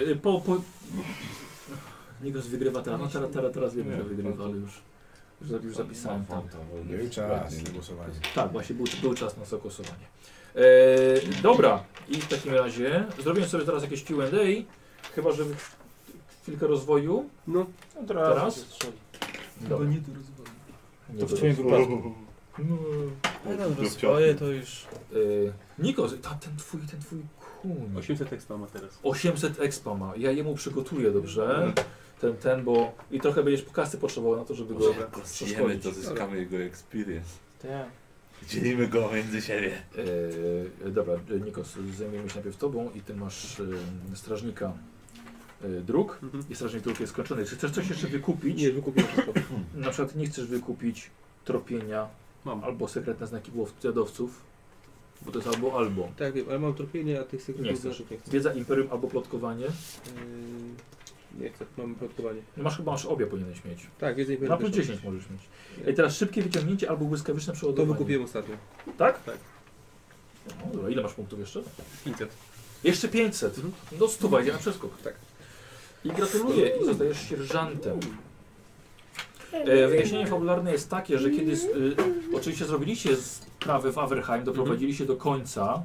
Nikos wygrywa teraz, no teraz wiemy, że wygrywa, ale już zapisałem tam. Był czas na głosowanie. Tak, właśnie był czas na głosowanie. Dobra, i w takim razie zrobimy sobie teraz jakieś Q&A, chyba że chwilkę rozwoju. No. Teraz? Bo Dobra. nie tu rozwoju. Nie, To w twoim wypadku. No, swoje to już... Nikos, ten twój kuń. 800 ekstra ma teraz. 800 expa ma. Ja jemu przygotuję, dobrze? Bo... I trochę będziesz kasy potrzebował na to, żeby go Zjemy, przeszkolić. to zyskamy jego experience. Tak. Dzielimy go między siebie. Dobra, Nikos, zajmiemy się najpierw tobą i ty masz strażnika dróg. I strażnik dróg jest skończony. Czy chcesz coś jeszcze wykupić? Nie, wykupiłem wszystko. Na przykład nie chcesz wykupić tropienia Mam. albo sekretne znaki zjadowców, bo to jest albo. Tak wiem, ale mam tropienie, a tych Nie sekretów chcesz. znaczek nie chcę. Wiedza imperium albo plotkowanie. Nie chcę, mam plotkowanie. Masz obie powinieneś mieć. Tak, więcej Na plus 10 możesz mieć. I teraz szybkie wyciągnięcie albo błyskawiczne To przeładowanie. wykupiłem ostatnio. Tak? Tak. No, dobra, ile masz punktów jeszcze? 500. Jeszcze 500. No 100 idzie na przeskok. Tak. I gratuluję i zostajesz sierżantem. Wyjaśnienie fabularne jest takie, że kiedy oczywiście zrobiliście wyprawę w Averheim, doprowadziliście do końca.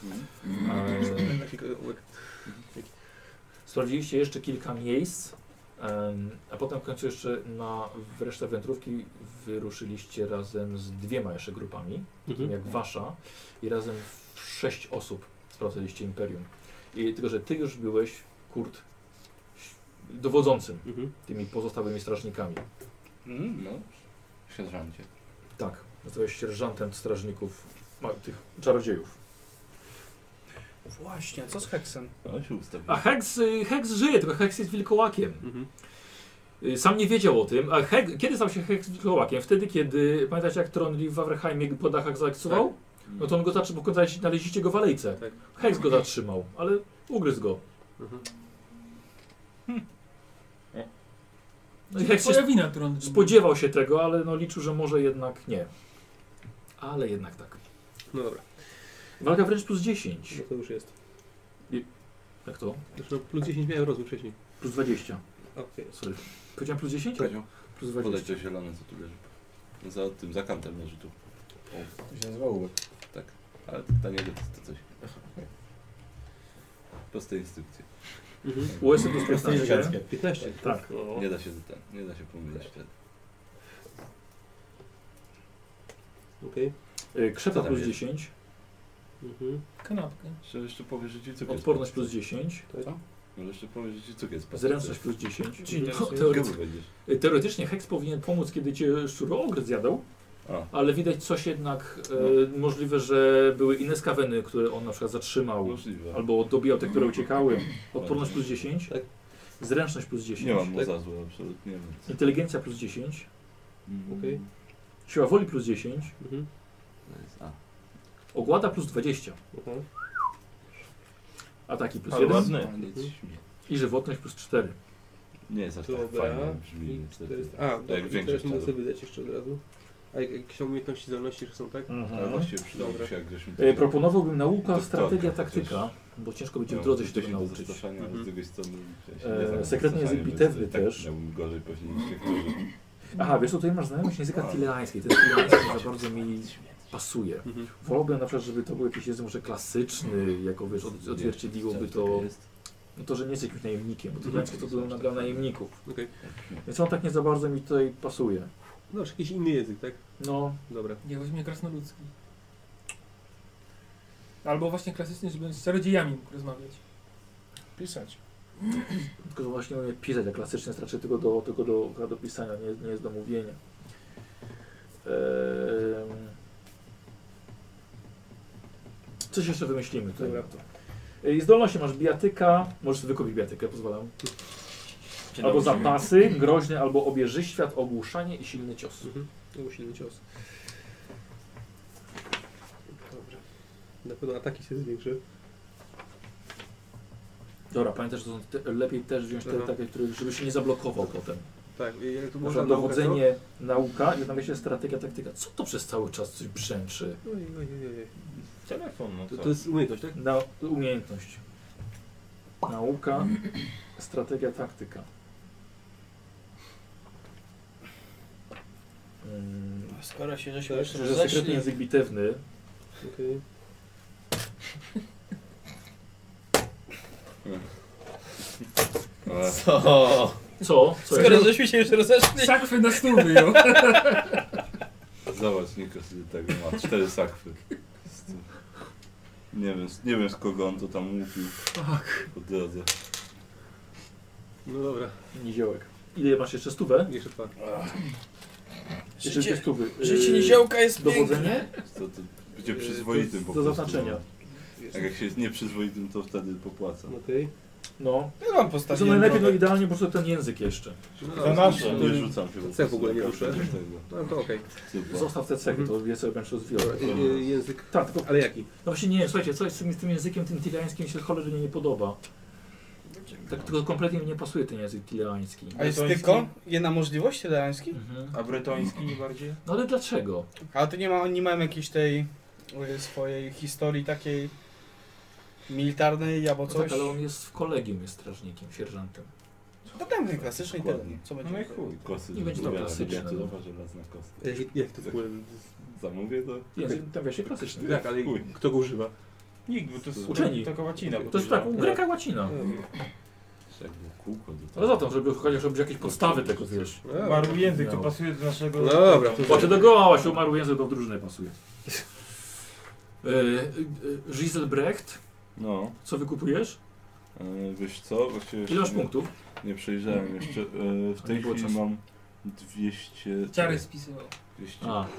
Sprawdziliście jeszcze kilka miejsc, a potem w końcu jeszcze w resztę wędrówki wyruszyliście razem z 2 jeszcze grupami, jak wasza, i razem w 6 osób sprawdzaliście Imperium. I tylko, że ty już byłeś, Kurt, dowodzącym tymi pozostałymi strażnikami. No, sierżancie. Tak, zostałeś sierżantem strażników, tych czarodziejów. Właśnie, co z Hexem? No się ustawił. A Hex żyje, tylko Hex jest wilkołakiem. Sam nie wiedział o tym. A kiedy stał się Hex wilkołakiem? Wtedy, kiedy, pamiętacie jak Tronli w Averheimie po dachach zaakcował? No to on go zatrzymał, bo znaleźliście go w alejce. Tak. Hex go zatrzymał, ale ugryzł go. No i Hex się Twoja wina, którą... spodziewał się tego, ale no liczył, że może jednak nie. Ale jednak tak. No dobra, Walka wręcz plus 10. no to już jest. Jak to? Zresztą plus 10 miałem rozum wcześniej. Plus 20. Okej. Sorry. Powiedziałem plus 10? Powiedział. Plus Podać 20. to zielone, co tu leży. Za tym, za kantem leży tu. To się nazywa łeb. Tak. Ale taniego to coś. Proste instrukcje. USy plus 15. 15. Tak. Nie da się pomylić wtedy. Okej. Krzepa Co tam plus jest? 10. Kanapkę. Że jeszcze powiesz, że ci cukier Odporność plus 10. Może jeszcze powiesz, że ci cukier spadł. Zręczność plus 10. No, Teoretycznie. Będziesz. teoretycznie Hex powinien pomóc, kiedy cię szczuroogryz zjadał, A, ale widać coś jednak możliwe, że były inne skaweny, które on na przykład zatrzymał, możliwe. albo dobijał te, które uciekały. Odporność plus 10. Tak. Zręczność plus 10. Nie mam mu za złe, absolutnie. Więc... Inteligencja plus 10. Okej. Siła woli plus 10. To jest A. Ogłada plus 20. Ataki plus Ale 1. ładny. A, nie śmie. I żywotność plus 4. Nie jest aż tak Dobra. fajnie brzmi niestety. A, dobra, jak i większość teraz mogę czarów. sobie wydać jeszcze od razu. A jakieś umiejętności zdolności już są, tak? Ale właściwie przydałoby Dobra. się, jak żeśmy... Proponowałbym nauka, Doktorka strategia, chociaż. taktyka, bo ciężko będzie w No, drodze się tego 10 do nauczyć. zastraszania, ale z drugiej strony... ja się E, nie znam sekretny zastraszania, język więc bitewny tak też. Miałbym gorzej pewnie niż niektórzy. Aha, wiesz, tutaj masz znajomość języka tileańskiej. Ten tileański za bardzo mi pasuje. Wolałbym na przykład, żeby to był jakiś język może klasyczny, jako wiesz, odzwierciedliłoby to, no to, że nie jesteś jakimś najemnikiem, bo tileańskie to było dla najemników. Okej. Więc on tak nie za bardzo mi tutaj pasuje. No, już jakiś inny język, tak? No, Dobra. Nie, weźmie krasnoludzki. Albo właśnie klasyczny, żeby z czarodziejami mógł rozmawiać. Pisać. tylko że właśnie umie pisać, a klasyczny jest raczej tylko do pisania, nie jest do mówienia. Coś jeszcze wymyślimy tutaj. Dobra. na to. I zdolności masz bijatyka, możesz sobie wykupić bijatykę, pozwalam. Albo zapasy, groźny, albo obieży świat, ogłuszanie i silny cios. To był silny cios. Dobra. Na pewno ataki się zwiększy. Dobra, pamiętaj, że to są lepiej też wziąć te Aha. takie, które, żeby się nie zablokował potem. Tak, jak tu Na można przykład dowodzenie, nauka i tam jeszcze strategia, taktyka. Co to przez cały czas coś brzęczy? Oj. Telefon, no co? To jest umiejętność, tak? Umiejętność. Nauka, strategia, taktyka. Skoro się żeśmy Tak, już Że sekretny rozeszli, język bitewny. Okej. Co? Co? Co skoro jest? żeśmy się już rozeszli, Sakwy na stół wyjął. Zobacz, Nikos do tego ma 4 sakwy. Nie wiem z kogo on to tam mówił po drodze. No dobra, Niziołek. Ile masz jeszcze? 100? jeszcze dwa. Jeszcze 2 stówy. życie niziołka jest piękne. Dowodzenie? To będzie przyzwoitym po Do prostu. zaznaczenia. Jak się jest nieprzyzwoitym, to wtedy popłaca. Okej. No. Ja wam To postawiłem najlepiej, no drogę. idealnie po prostu ten język jeszcze. No, nasz. Nie rzucam chyba. Cech w ogóle nie ruszę. Tego. no to okej. Super. Zostaw te cechy, to wie sobie będziesz rozwijał. Język. Tak, tylko, Ale jaki? no właśnie nie wiem, słuchajcie, coś z tym językiem tym tileańskim się cholernie nie podoba. Tak, tylko kompletnie mi nie pasuje ten język tileański. A jest Bretoński? tylko jedna możliwość telański? Mhm. A bretoński nie bardziej? No ale dlaczego? Ale to nie ma, oni mają jakiejś tej swojej historii takiej militarnej albo No coś? tak, ale on jest w kolegium, jest strażnikiem, sierżantem. Dodajmy ten klasyczny i tyle. Co będzie? No i chuj. Kosy. Nie będzie to klasyczne, Diamentowa, żelazna kosa. Jak to Zamówię to? Język tam wersji klasyczny. Tak, ale Chuj. kto go używa? Nikt, bo to jest Uczeni. taka łacina. To jest tak, u Greka łacina. Jak było kółko do Ale za to, żeby chociaż robić jakieś podstawy tego, wiesz. Umarł język, to No. pasuje do naszego... No dobra, to Właśnie do goła się umarł język, to w drużynę pasuje. Giselbrecht, No, co wykupujesz? wiesz co? Właściwie Ile masz nie- punktów? Nie przejrzałem jeszcze. W Nie tej było chwili czasu. mam 200... Czary spisywał. 210. A,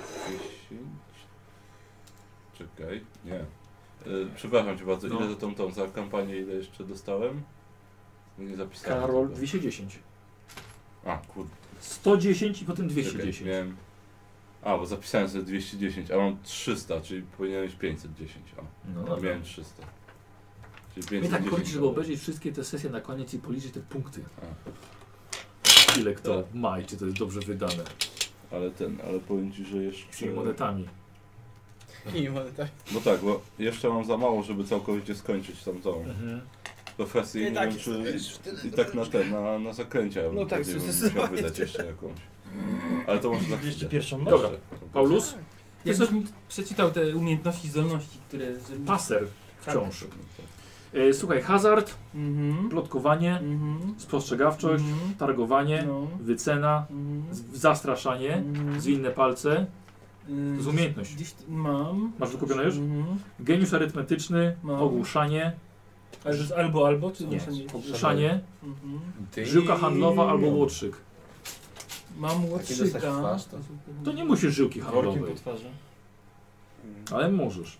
Czekaj, nie. Przepraszam cię bardzo, No. ile za tą za kampanię, ile jeszcze dostałem? Nie zapisałem. Karol tego. 210. A, kurde. 110 i potem Czekaj, 210. miałem... A, bo zapisałem sobie 210, a mam 300, czyli powinienem mieć 510. A, No a dobra. miałem 300. Czyli Mnie 510. tak kończy, żeby obejrzeć wszystkie te sesje na koniec i policzyć te punkty. Ile kto ma i czy to jest dobrze wydane. Ale powiem ci, że jeszcze... Z tymi monetami. I moneta. No tak, bo jeszcze mam za mało, żeby całkowicie skończyć tamtą Mhm. profesję i nie wiem, czy i tak na na zakręcia ja bym No tak, bardziej bym musiał zdecydowanie. wydać jeszcze jakąś. Ale to może za Jeszcze chwilę. pierwszą noc. Dobra. Paulus? Jakbyś mi przeczytał te umiejętności, zdolności, które... żeby- Paser Tak. wciąż. Słuchaj, hazard, Mhm. plotkowanie, Mhm. spostrzegawczość, Mhm. targowanie, No. wycena, Mhm. zastraszanie, Mhm. zwinne palce. To jest Y, umiejętność. Gdzieś mam. Masz wykupione już? Mhm. Geniusz arytmetyczny, Mam. ogłuszanie, Ale to jest albo, czy nie, ogłuszanie? ogłuszanie, Mhm. żyłka handlowa albo łotrzyk. Mam dostać łotrzyka. twarz, To nie musisz żyłki Workiem handlowej, po twarzy. ale możesz.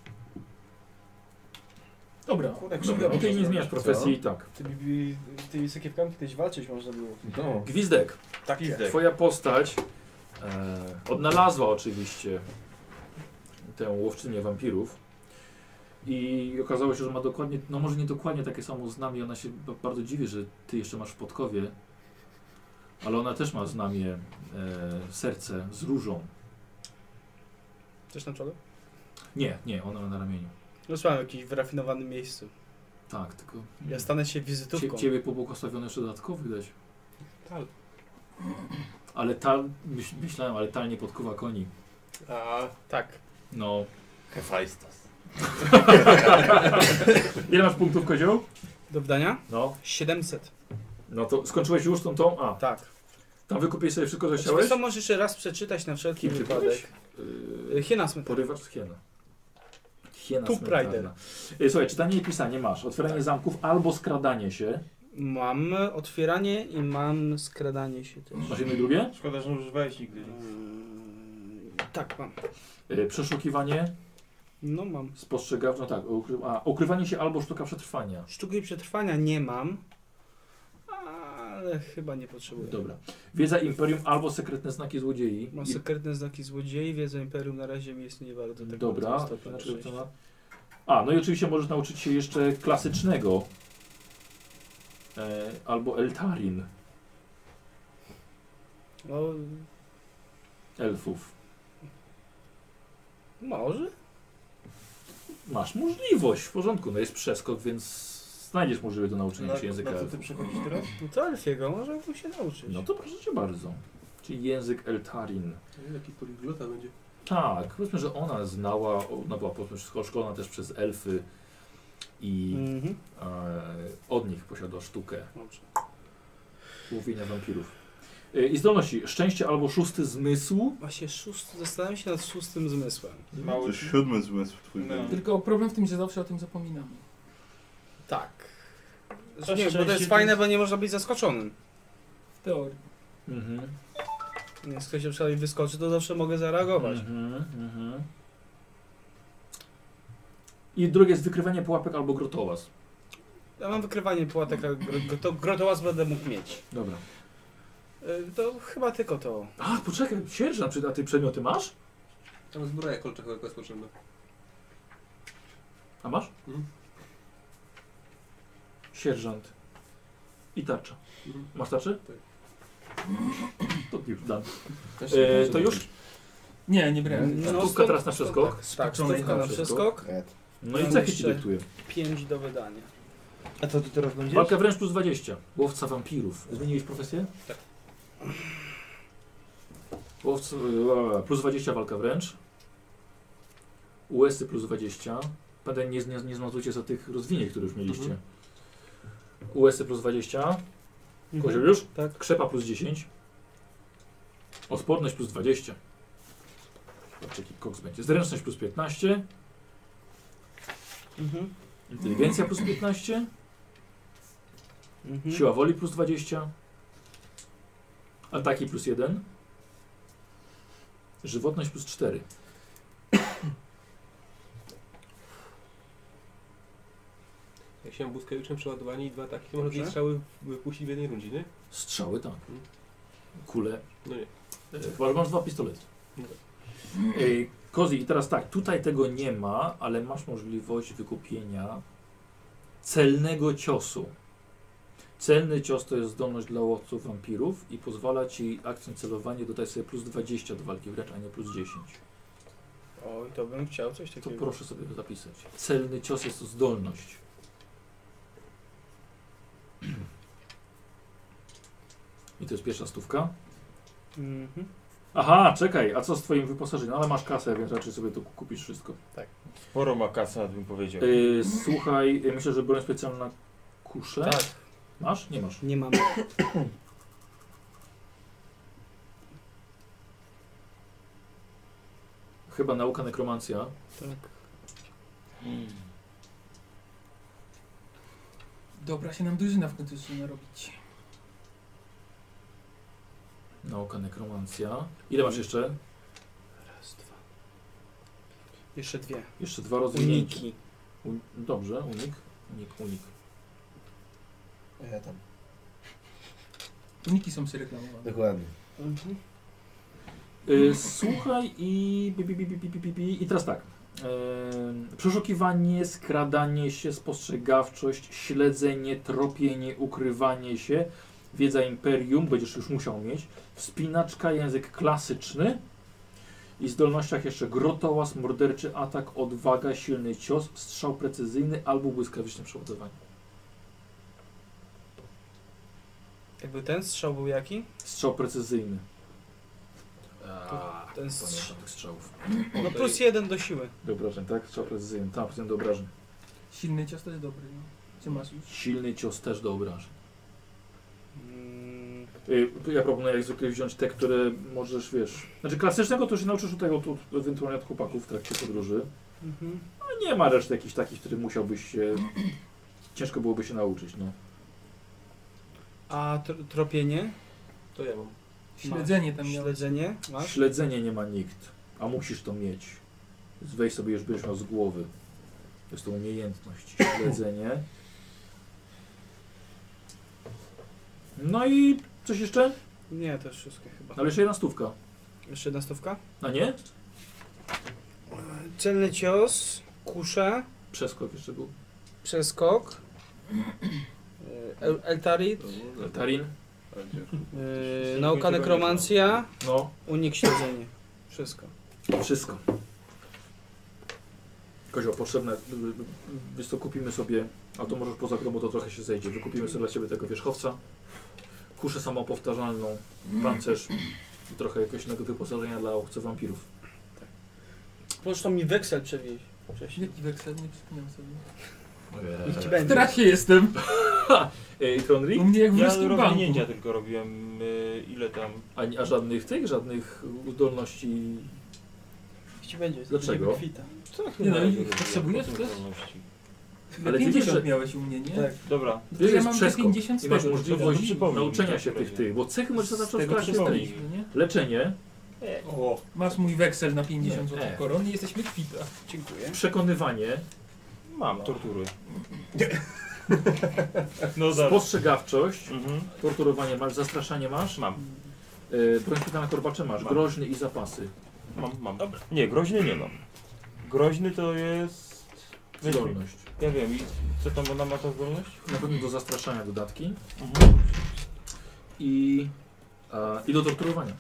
Dobra, Dobra, bo ty nie zmieniasz profesji i tak. Tymi sakiewkami kiedyś walczyć można było. No. Gwizdek. Tak jest. Twoja postać odnalazła oczywiście tę łowczynię wampirów i okazało się, że ma dokładnie, no może nie dokładnie takie samo znamie, ona się bardzo dziwi, że ty jeszcze masz w podkowie, ale ona też ma znamie serce z różą. Też na czole? Nie, ona ma na ramieniu. No słuchaj, w jakimś wyrafinowanym miejscu. Tak, tylko Ja stanę się wizytówką. ciebie pobłogosławiono jeszcze dodatkowo widać. Tal. Ale myślałem, ale tal nie podkuwa koni. A, tak. No. Hefajstas. Ile masz punktów, kozioł? Do wdania? No. 700. No to skończyłeś już tą? A, Tak. tam wykupiłeś sobie wszystko, co Znaczy, chciałeś? co możesz jeszcze raz przeczytać na wszelki Kim ty wypadek? Hiena cmentarna. Porywacz hiena. Hiena Tomb cmentarna. Raider. Słuchaj, czytanie i pisanie masz. Otwieranie zamków albo skradanie się. Mam otwieranie i mam skradanie się też. Masz jedno i drugie? Szkoda, że nie używałeś nigdy. Tak, mam. Przeszukiwanie, No mam. spostrzegawczość, no tak, ukrywanie się albo sztuka przetrwania. Sztuki przetrwania nie mam, ale chyba nie potrzebuję. Dobra. Wiedza imperium albo sekretne znaki złodziei. Mam sekretne znaki złodziei, wiedza imperium na razie mi jest nie bardzo tak. Dobra. bardzo istotna. Znaczy, to no i oczywiście możesz nauczyć się jeszcze klasycznego. Albo Eltarin. No, Elfów. może? Masz możliwość, w porządku, no jest przeskok, więc znajdziesz możliwość do nauczenia się języka Na co ty elfów. przechodzisz teraz? No to Elfiego, może mógł się nauczyć. No to proszę cię bardzo. Czyli język Eltarin. Jaki poliglota będzie? Tak, powiedzmy, że ona znała, ona była powiedzmy szkolona też przez elfy i Mhm. od nich posiadła sztukę Dobrze. łowienia wampirów. I zdolności, szczęście albo szósty zmysł. Właśnie zastanawiam się nad szóstym zmysłem. To Mały. jest 7 zmysł twój. No. będzie. Tylko problem w tym, że zawsze o tym zapominamy. Tak. To Nie, bo to szczęście jest to fajne, jest- bo nie można być zaskoczonym. W teorii. Mhm. Jak ktoś się przynajmniej wyskoczy, to zawsze mogę zareagować. Mhm. I drugie jest wykrywanie pułapek albo grotołaz. Ja mam wykrywanie pułatek, a grotołaz będę mógł mieć. Dobra. To chyba tylko to. A, poczekaj, sierżant, a ty przedmioty masz? Tam zbroja kolczachowa jest potrzebna. A masz? Mhm. Sierżant. I tarcza. Mhm. Masz tarczę? Tak. To już dam. Też To już? Nie, nie brałem. Stówka teraz na przeskok? Tak, stówka na przeskok. No i cechy ci dyktuję. 5 do wydania. A co ty teraz będziesz? Walka wręcz plus 20. Łowca wampirów. Zmieniłeś profesję? Tak. Łowca, plus 20 walka wręcz. USy plus 20. Pamiętaj, nie zmarnujcie za tych rozwinień, które już mieliście. USy plus 20. Kozioł już? Tak. Krzepa plus 10. Odporność plus 20. Zobaczcie, jaki koks będzie. Zręczność plus 15. Inteligencja plus 15. Siła woli plus 20. Ataki plus 1. Żywotność plus 4. Jak się błyskawiczem przeładowani i 2 ataki, to można 2 strzały wypuścić w jednej rundzie, nie? Strzały, tak. Kule. No nie. Chyba, że masz 2 pistolety. No. Kozi, i teraz tak, tutaj tego nie ma, ale masz możliwość wykupienia celnego ciosu. Celny cios to jest zdolność dla łowców wampirów i pozwala ci akcją celowania dodać sobie plus 20 do walki wręcz, a nie plus 10. Oj, to bym chciał coś To takiego. proszę sobie zapisać. Celny cios jest to zdolność. I to jest pierwsza stówka. Aha, czekaj, a co z twoim wyposażeniem? Ale masz kasę, więc raczej sobie to kupisz wszystko. Sporo ma kasa, bym powiedział. Słuchaj, myślę, że broń specjalna kuszę. Tak. Masz? Nie masz. Nie mam. Chyba nauka nekromancja. Tak. Dobra się nam drużyna w końcu zaczyna robić. Nauka nekromancja. Ile masz jeszcze? Raz, 2. Jeszcze 2. Jeszcze 2 rozwinięcia. Uniki. Dobrze, unik. Unik. Ja tam. Uniki są przereklamowane. Dokładnie. Słuchaj i teraz tak. Przeszukiwanie, skradanie się, spostrzegawczość, śledzenie, tropienie, ukrywanie się, wiedza imperium, będziesz już musiał mieć, wspinaczka, język klasyczny i w zdolnościach jeszcze grotołaz, morderczy atak, odwaga, silny cios, strzał precyzyjny albo błyskawiczne przeładowanie. Jakby ten strzał był jaki? Strzał precyzyjny. Ten Pamiętam tych strzałów. No plus 1 do siły. Do obrażeń, tak? Strzał precyzyjny. Tak, precyzyjny do obrażeń. Silny cios też dobry, no. Czy masz już? Silny cios też do obrażeń. Mm, Ja proponuję jak zwykle wziąć te, które możesz, wiesz... Znaczy klasycznego to się nauczysz tego tu ewentualnie od chłopaków w trakcie podróży. A nie ma reszty jakichś takich, których musiałbyś się... Ciężko byłoby się nauczyć, no. A tropienie? To ja mam. Śledzenie tam miałeś. Śledzenie? Masz? Śledzenie nie ma nikt, a musisz to mieć. Weź sobie już będziesz miał z głowy. To jest to umiejętność. Śledzenie. No i coś jeszcze? Nie, to już wszystko chyba. Ale jeszcze jedna stówka. Jeszcze jedna stówka? A nie? Celny cios, kusze, Przeskok jeszcze był. przeskok, Eltarit, Tarin. nauka nekromancja, No, unik śledzenie. Wszystko. wszystko. Kozioł, potrzebne. Wiesz co, kupimy sobie, a to możesz poza grą, bo to trochę się zejdzie. Wykupimy sobie dla Ciebie tego wierzchowca, kuszę samopowtarzalną, pancerz i trochę jakiegoś innego wyposażenia dla łowców wampirów. Proszę to mi weksel przewieźć. Wcześniej. Jaki weksel? Nie przypomniałem sobie. Niech ci W będzie. trakcie jestem. Tronry? U mnie jak w Ja ruskim banku. rozwinięcia tylko robiłem, ile tam... A żadnych tych, żadnych zdolności. Niech ci będzie. Dlaczego? Kwita. Nie no, i robiłem, potrzebujesz po też? zdolności. Ale ty 50 wiesz, że- miałeś u mnie, nie? Tak. Dobra, Wiesz, ja jest mam te przeskok 50 i masz stopni. możliwość to przypomnij mi nauczenia w się takim tych, razie. bo cechy możesz zacząć w tego trakcie przypomnij. tej. Nie? Leczenie, o, Masz mój weksel na 50 Nie, zł nie. koron i jesteśmy kwita. Dziękuję. przekonywanie, mam tortury. No dobra. spostrzegawczość, Mhm. torturowanie masz, zastraszanie masz, Mam, broń na korbacze masz, Mam. groźny i zapasy. mam. Dobra. Nie, groźny nie mam. Groźny to jest... weź mi- Zdolność. Ja wiem, i co tam ona ma ta zdolność? Na pewno do zastraszania dodatki Mhm. i do torturowania.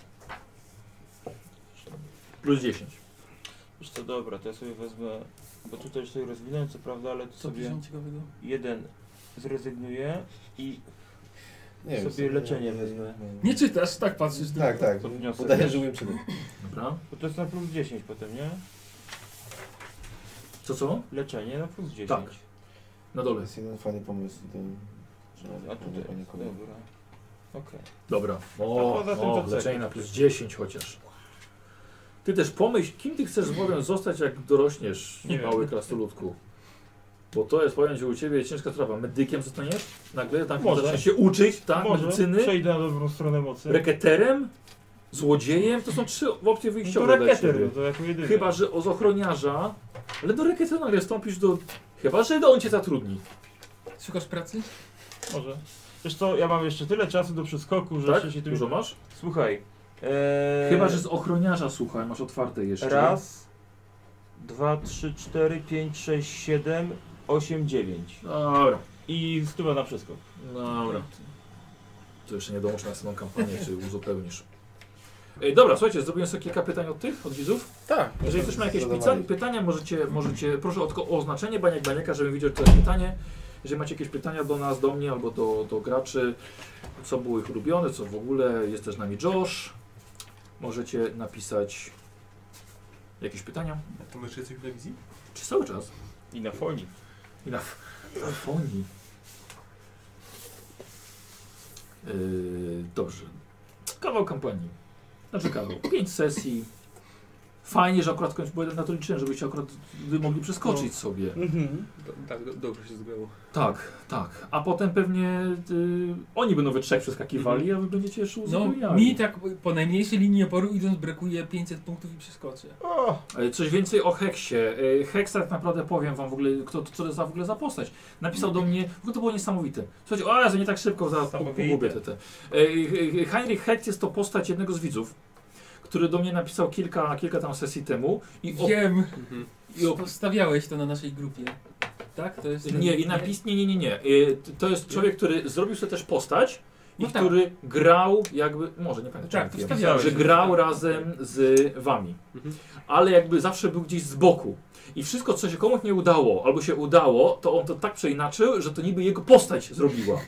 Plus 10. Wiesz co, dobra, to ja sobie wezmę... Bo tutaj już sobie rozwinąłem, co prawda, ale to Co sobie piszą ciekawego? jeden zrezygnuję i Nie wiem, sobie leczenie wezmę. Nie czytasz, tak patrzysz. Tak, tak. Podniosę. Udaję, że umiem czytać. Dobra. Bo to jest na plus 10 potem, nie? Co? Leczenie na plus 10. Tak. Na To dole. jest jeden fajny pomysł. A tutaj, dobra. Okej. Dobra. A poza tym to Leczenie cechy. na plus 10 chociaż. Ty też pomyśl, kim ty chcesz z zostać, jak dorośniesz, Nie wiem. mały krasnoludku. Bo to jest, powiem ci, u ciebie ciężka sprawa. Medykiem zostaniesz? Nagle tam Może. zaczniesz się uczyć, tak? Może Medycyny? przejdę na dobrą stronę mocy. Reketerem? Złodziejem? To są 3 opcje No to wyjściowe dla reketer, ciebie. to jako jedyny. Chyba, że z ochroniarza, ale do reketera nagle wstąpisz do... Chyba, że on cię zatrudni. Szukasz pracy? Może. Wiesz co, ja mam jeszcze tyle czasu do przeskoku, że Tak? jeszcze się tym... Dużo masz? Słuchaj. Chyba, że z ochroniarza, słuchaj, masz otwarte jeszcze. Raz, 2, 3, 4, 5, 6, 7, 8, 9. Dobra. I 100 na przeskok. Dobra. To jeszcze nie dołącz na następną kampanię, czy uzupełnisz. Dobra, słuchajcie, zrobiłem sobie kilka pytań od tych, od widzów. Tak. Jeżeli ktoś ma jakieś Zadawali. pytania, możecie, proszę tylko o oznaczenie baniaka, żebym widział, że to jest pytanie. Jeżeli macie jakieś pytania do nas, do mnie albo do graczy, co było ich ulubione, co w ogóle, jest też z nami Josh. Możecie napisać jakieś pytania. To my jeszcze jesteśmy w telewizji? Czy cały czas? I na fonii. I na fonii. Dobrze. Kawał kampanii. Znaczy kawał. 5 sesji. Fajnie, że akurat końcu, bo na to liczyłem, żebyście akurat wy mogli przeskoczyć sobie. Mhm. Tak, dobrze się zgrało. Tak, tak. A potem pewnie oni będą we trzech przeskakiwali, a wy będziecie jeszcze No, uzupełniali. mi tak po najmniejszej linii oporu idąc brakuje 500 punktów i przeskoczę. Coś więcej o Heksie. Heks tak naprawdę powiem wam w ogóle, co to jest w ogóle za postać. Napisał do mnie, w ogóle to było niesamowite. Słuchajcie, o Jezu, nie tak szybko, zaraz pogubię te. Heinrich Hex jest to postać jednego z widzów, który do mnie napisał kilka tam sesji temu. Wiem, i stawiałeś to na naszej grupie. Tak? To jest Nie, i napis, nie. To jest człowiek, który zrobił sobie też postać i No tak. który grał jakby, może nie pamiętam, Tak, czy to mówiłem, wstawiałeś. że grał razem z wami. Ale jakby zawsze był gdzieś z boku. I wszystko, co się komuś nie udało, albo się udało, to on to tak przeinaczył, że to niby jego postać zrobiła.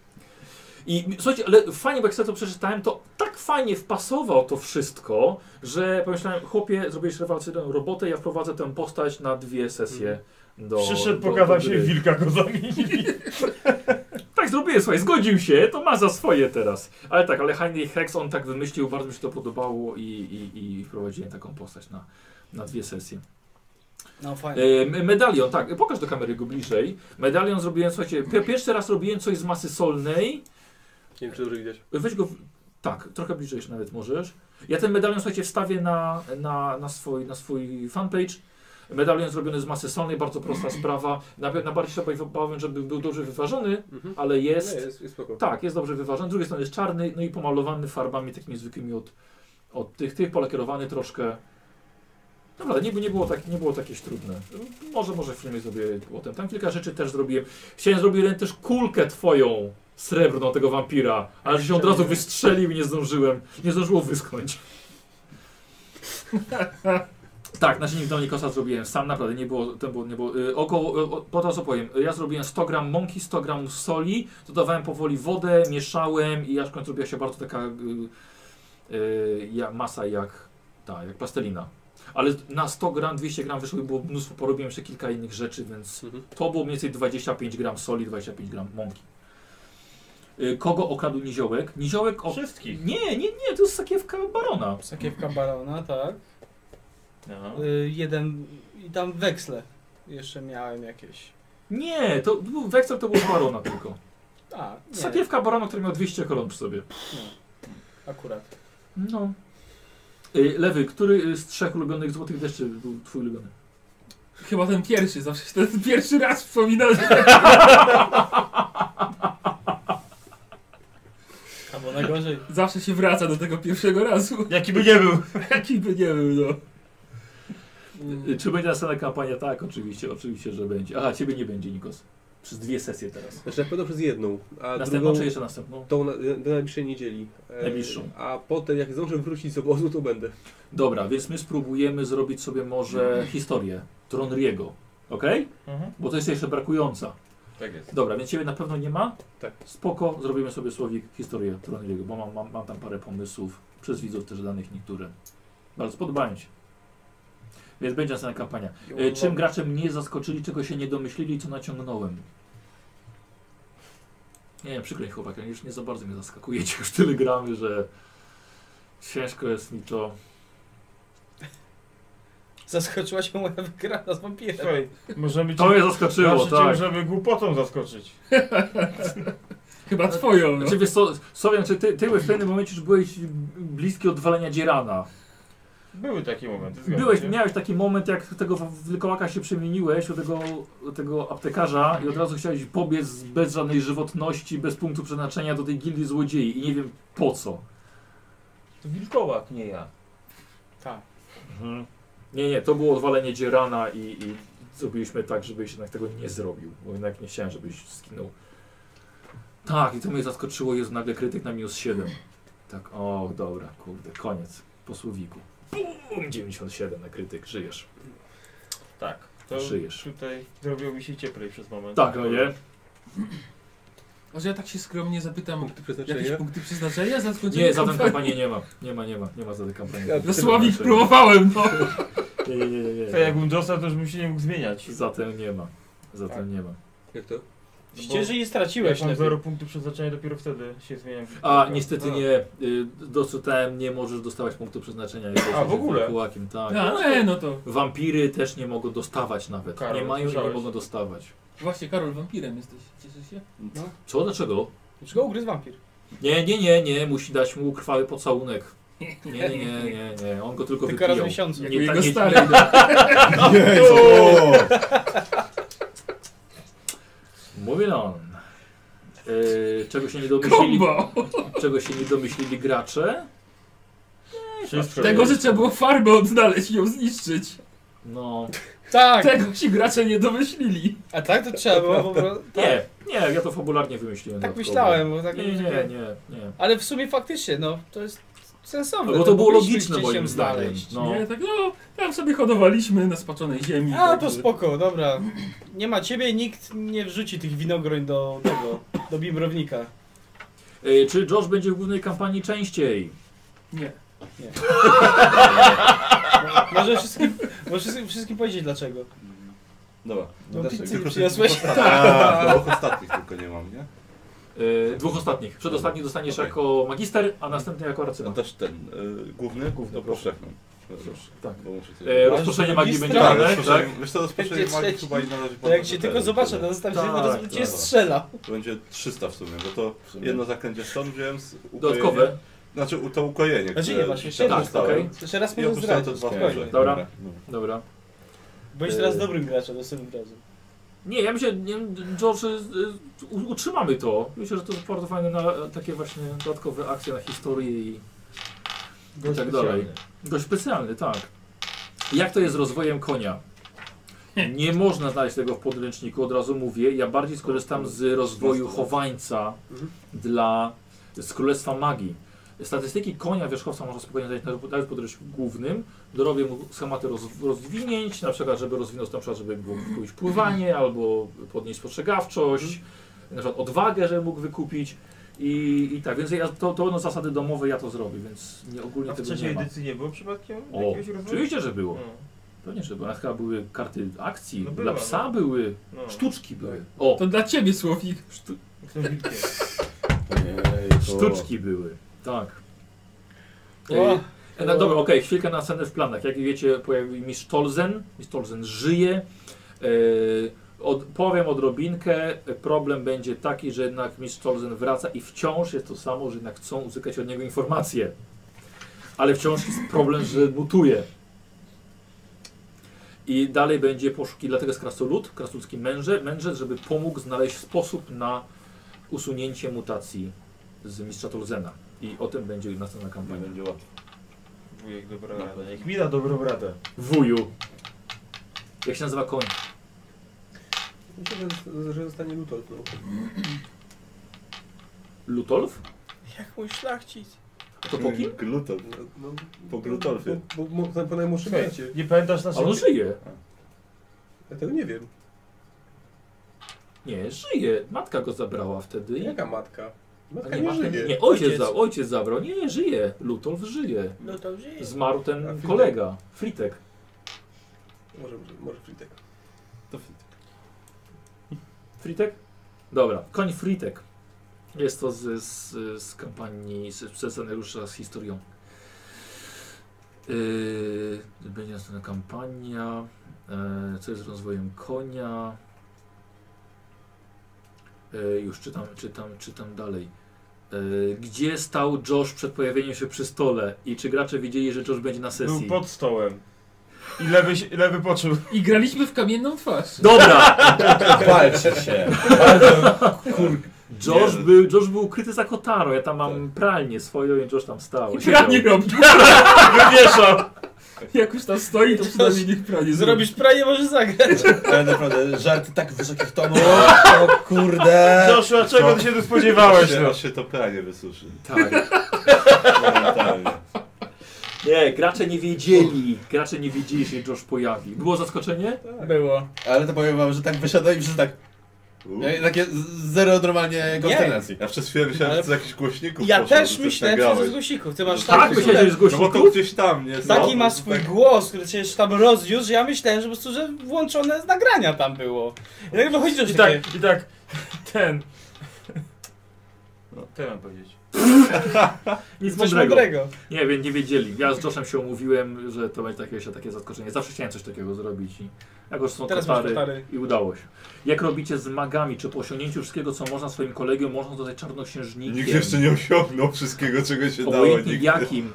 I słuchajcie, ale fajnie, bo jak sobie to przeczytałem, to tak fajnie wpasował to wszystko, że pomyślałem, chłopie, zrobiłeś rewelacyjną robotę, ja wprowadzę tę postać na 2 sesje do Przyszedł, do pokazał się, gry. wilka go zamienili. Tak zrobiłem, słuchaj, zgodził się, to ma za swoje teraz. Ale tak, ale Heinrich Hex, on tak wymyślił, bardzo mi się to podobało i wprowadziłem taką postać na 2 sesje. No fajnie. Medalion, tak, pokaż do kamery go bliżej. Medalion zrobiłem, słuchajcie, pierwszy raz robiłem coś z masy solnej. Nie wiem, czy dobrze widać. Weź go, tak, trochę bliżej jeszcze nawet możesz. Ja ten medalion, słuchajcie, wstawię na swój fanpage. Medalion zrobiony z masy solnej, bardzo prosta sprawa. Na bardziej sobie bałem, żeby był dobrze wyważony, ale jest. Nie, jest spoko. Tak, jest dobrze wyważony. Z drugiej strony jest czarny, no i pomalowany farbami takimi zwykłymi od tych polakierowany troszkę. Naprawdę, nie było takieś trudne. Może w filmie zrobię potem. Tam kilka rzeczy też zrobiłem. Chciałem zrobić też kulkę twoją srebrną tego wampira, ale że się od razu wystrzelił i nie zdążyłem. Nie zdążyło wyschnąć. Tak, naczynik do Nikosa zrobiłem sam, naprawdę nie było, po to co powiem, ja zrobiłem 100 gram mąki, 100 gram soli, dodawałem powoli wodę, mieszałem i aż w końcu robiła się bardzo taka masa jak plastelina. Ale na 100 gram, 200 gram wyszło i było mnóstwo, porobiłem jeszcze kilka innych rzeczy, więc to było mniej więcej 25 gram soli, 25 gram mąki. Kogo okradł Niziołek? Niziołek Wszystkich. Nie, to jest sakiewka barona. Sakiewka barona, tak. No. Jeden i tam weksle jeszcze miałem jakieś. Nie, to był weksel, to był z barona tylko. A, nie. Sakiewka barona, który miał 200 koron przy sobie. Akurat. No. Lewy, który z 3 ulubionych złotych deszczy był twój ulubiony? Chyba ten pierwszy, zawsze się ten pierwszy raz wspomina, że Albo najgorzej. zawsze się wraca do tego pierwszego razu. Jaki by nie był. Jaki by nie był, no. Czy będzie następna kampania? Tak, oczywiście, że będzie. Aha, ciebie nie będzie, Nikos. Przez 2 sesje teraz. Znaczy na pewno przez jedną, a Następną drugą czy jeszcze następną? tą do najbliższej niedzieli. Najbliższą. A potem jak zdążę wrócić z obozu, to będę. Dobra, więc my spróbujemy zrobić sobie może historię Tronriego. Okej? Bo to jest jeszcze brakująca. Tak jest. Dobra, więc ciebie na pewno nie ma? Tak. Spoko, zrobimy sobie słowik historię Troniego, bo mam tam parę pomysłów, przez widzów też danych niektóre. Bardzo podobają się. Więc będzie następna kampania. Czym gracze mnie zaskoczyli, czego się nie domyślili, co naciągnąłem? Nie wiem, przykro mi chłopak, już nie za bardzo mnie zaskakujecie, już tyle gramy, że ciężko jest mi to... Zaskoczyła się moja wygrana z wampirem. Słuchaj, możemy To mnie zaskoczyło, cię, tak. żeby głupotą zaskoczyć. Chyba twoją. No. Znaczy, wiesz co, Sowian, czy ty w pewnym momencie już byłeś bliski odwalenia dzierana? Były takie momenty, zgadzam Byłeś, się. miałeś taki moment, jak tego wilkołaka się przemieniłeś, do tego aptekarza i od razu chciałeś pobiec bez żadnej żywotności, bez punktu przeznaczenia do tej gildii złodziei i nie wiem po co. To wilkołak, nie ja. Tak. Nie, to było odwalenie dzierana i zrobiliśmy tak, żebyś jednak tego nie zrobił, bo jednak nie chciałem, żebyś skinął. Tak, i to mnie zaskoczyło, jest nagle krytyk na -7. Tak, o dobra, kurde, koniec, po słowiku. Bum, 97 na krytyk, żyjesz. Tak. To Żyjesz. tutaj zrobiło mi się cieplej przez moment. Tak, no nie? Może ja tak się skromnie zapytam, Punkty jakieś przeznaczenia? punkty przeznaczenia za zakończenie Nie, za tę kampanii? kampanię nie ma za tę kampanię. No Sławik, próbowałem, no. Nie. To jakbym dostał, to już bym się nie mógł zmieniać. Zatem nie ma. Zatem nie ma. Jak to? Ścieży nie Jak straciłeś. mam lepiej. 0 punktów przeznaczenia, dopiero wtedy się zmieniam. A niestety nie. Doczytałem, nie możesz dostawać punktu przeznaczenia. Jesteś A, w ogóle? Kułakiem, tak. No to. Wampiry też nie mogą dostawać nawet. Karol, nie mają i nie słyszałeś? mogą dostawać. Właśnie, Karol, wampirem jesteś. Cieszysz się? Co? Dlaczego? Dlaczego ugryzł wampir? Nie. Musi dać mu krwawy pocałunek. Nie. On go tylko Tylko raz w wypijał. miesiącu. Jak Nie, jego nie- stary. Mówię on. Czego się nie domyślili? Kombo! Czego się nie domyślili gracze? Wszystko Tego, jest. że trzeba było farbę odnaleźć i ją zniszczyć. No. Tak! Tego się gracze nie domyślili. A tak to trzeba było po prostu. Nie, ja to fabularnie wymyśliłem. Tak dodatkowo. myślałem, bo tak Nie. Ale w sumie faktycznie, no, to jest sensowne. No bo to było mogliśmy logiczne gdzieś moim się zdaniem. znaleźć. No. Nie, tak tam sobie hodowaliśmy na spaczonej ziemi. A, tak, to że- spoko, dobra. Nie ma ciebie, nikt nie wrzuci tych winogroń do bimbrownika. Czy Josh będzie w głównej kampanii częściej? Nie. Może wszystkim powiedzieć dlaczego. Dobra. No, Dlaczego? pizzy Tylko przyniosłeś? dwóch ostatnich tylko nie mam, nie? Dwóch ostatnich. Przedostatni dostaniesz jako magister, a następny jako No arcynarz. też ten główny? No powszechną. Tak. Bo muszę coś... Rozproszenie magii będzie magistra? dane, tak? rozproszenie, wiesz co, rozproszenie Będzie magii trzeci. chyba i należy To jak cię tylko zobaczę na zestawie, to cię strzela. To będzie 300 w sumie, bo to jedno zaklęcie stąd wziąłem z ukojenia. Dodatkowe. Znaczy to ukojenie, Znaczy które nie, masz jeszcze tam jedno. dostałem. okej. Jeszcze raz I możesz opuszczałem to zdradzić, dwa spokojnie. później. Dobra. Byłeś teraz dobrym graczem następnym razem. Nie, ja myślę, George, utrzymamy to. Myślę, że to jest bardzo fajne na takie właśnie dodatkowe akcje na historię i tak dalej. Dość specjalny, tak. Jak to jest z rozwojem konia? Nie można znaleźć tego w podręczniku, od razu mówię. Ja bardziej skorzystam z rozwoju chowańca z Królestwa Magii. Statystyki konia wierzchowca można spokojnie znaleźć nawet w podręczniku głównym. Dorobię mu schematy rozwinięć, na przykład, żeby rozwinąć, na przykład, żeby mógł kupić pływanie, albo podnieść spostrzegawczość, na przykład odwagę, żeby mógł wykupić. I tak, więc ja, to będą zasady domowe, ja to zrobię, więc nie, ogólnie A w tego nie trzeciej ma. edycji nie było przypadkiem O, jakiegoś rozwoju? oczywiście, że było. No, Pewnie, że było. Nawet chyba były karty akcji, No dla była, psa no. były, no. sztuczki były. O, To dla ciebie, Słowik. Jestem wilkiem. sztuczki były, tak. O, No dobra, okej, chwilkę na scenę w planach. Jak wiecie, pojawił Mistrz Tolzen. Mistrz Tolzen żyje. Powiem odrobinkę. Problem będzie taki, że jednak Mistrz Tolzen wraca i wciąż jest to samo, że jednak chcą uzyskać od niego informacje. Ale wciąż jest problem, że mutuje. I dalej będzie poszukiwał, dlatego jest krasnoludzki mędrzec, żeby pomógł znaleźć sposób na usunięcie mutacji z Mistrza Tolzena. I o tym będzie następna Nie kampania. będzie łatwo. Wujek dobra rada. Niech mi da dobrą radę. Wuju. Jak się nazywa koń? Myślę, że zostanie Lutol. Lutolf? jak mój szlachcic. To po kim? Glutol. Po Glutolfie. Bo po najmłodszym bracie. Nie pamiętasz Ale naszej... on żyje. Ja tego nie wiem. Nie, żyje. Matka go zabrała wtedy. Jaka matka? A Matka nie, nie matka, żyje. nie, ojciec zabrał. Nie, żyje. Lutolf żyje. No to żyje. Zmarł A ten Fritek? kolega, Fritek. Może Fritek. To Fritek. Fritek? Dobra, koń Fritek. Jest to z kampanii, ze scenariusza z historią. Będzie następna kampania. Co jest z rozwojem konia? Już czytam dalej. Gdzie stał Josh przed pojawieniem się przy stole? I czy gracze wiedzieli, że Josh będzie na Był sesji? pod stołem. I lewy poczuł. I graliśmy w kamienną twarz. Dobra! Walcie się. Josh był ukryty za kotarą. Ja tam mam pralnię swoją i Josh tam stał. I pranie robi. Wywieszał. Jak już tam stoi, to przynajmniej niech pranie zrobi. Zrobisz pranie, możesz zagrać. Ale naprawdę, żarty tak wysokich tonów. O kurde. Joshua, czego ty się tu spodziewałeś? No? Aż się to pranie wysuszy. Tak. Momentalnie. Nie, gracze nie wiedzieli. Gracze nie wiedzieli, że się Josh pojawi. Było zaskoczenie? Było. Ale to powiem wam, że tak wyszedłem i wszyscy tak. Takie zero normalnie konsternacji. Ja przez chwilę myślałem, Ale- że to z jakichś głośników Ja poszło, też że coś myślałem, że to nagrałeś. z głosików. Ty masz Tak, taki, myślałem, że z No bo to głośników. gdzieś tam, nie? taki No, ma to swój tak- głos, który cię tam rozniósł, że ja myślałem, że po prostu, że włączone z nagrania tam było. I tak wychodzi coś takie... I tak, ten. No, to mam powiedzieć. Nic Coś mądrego. mądrego. Nie wiem, nie wiedzieli. Ja z Joshem się umówiłem, że to będzie takie zaskoczenie. Zawsze chciałem coś takiego zrobić i jakoś są Teraz masz kotary kotary. i udało się. Jak robicie z magami? Czy po osiągnięciu wszystkiego, co można swoim kolegiom, można zostać czarnoksiężnikiem? Nikt jeszcze nie osiągnął wszystkiego, czego się dało. Obojętnie Nikt. jakim?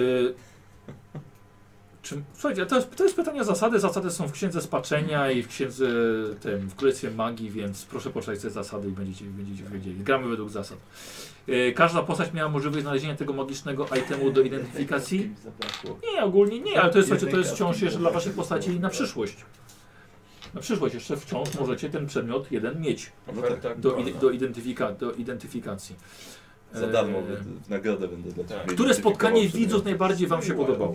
Słuchajcie, to jest pytanie o zasady. Zasady są w Księdze Spaczenia i w Księdze w Królestwie Magii, więc proszę poczytać te zasady i będziecie wiedzieli. Gramy według zasad. Każda postać miała możliwość znalezienia tego magicznego itemu do identyfikacji. Nie, ogólnie nie, ale to jest, słuchajcie, to jest wciąż jeszcze dla waszej postaci na przyszłość. Na przyszłość jeszcze wciąż możecie ten przedmiot jeden mieć No tak. do identyfikacji. Za darmo, w nagrodę będę dla ciebie. Które spotkanie identyfikował widzów sobie. najbardziej wam się podobało?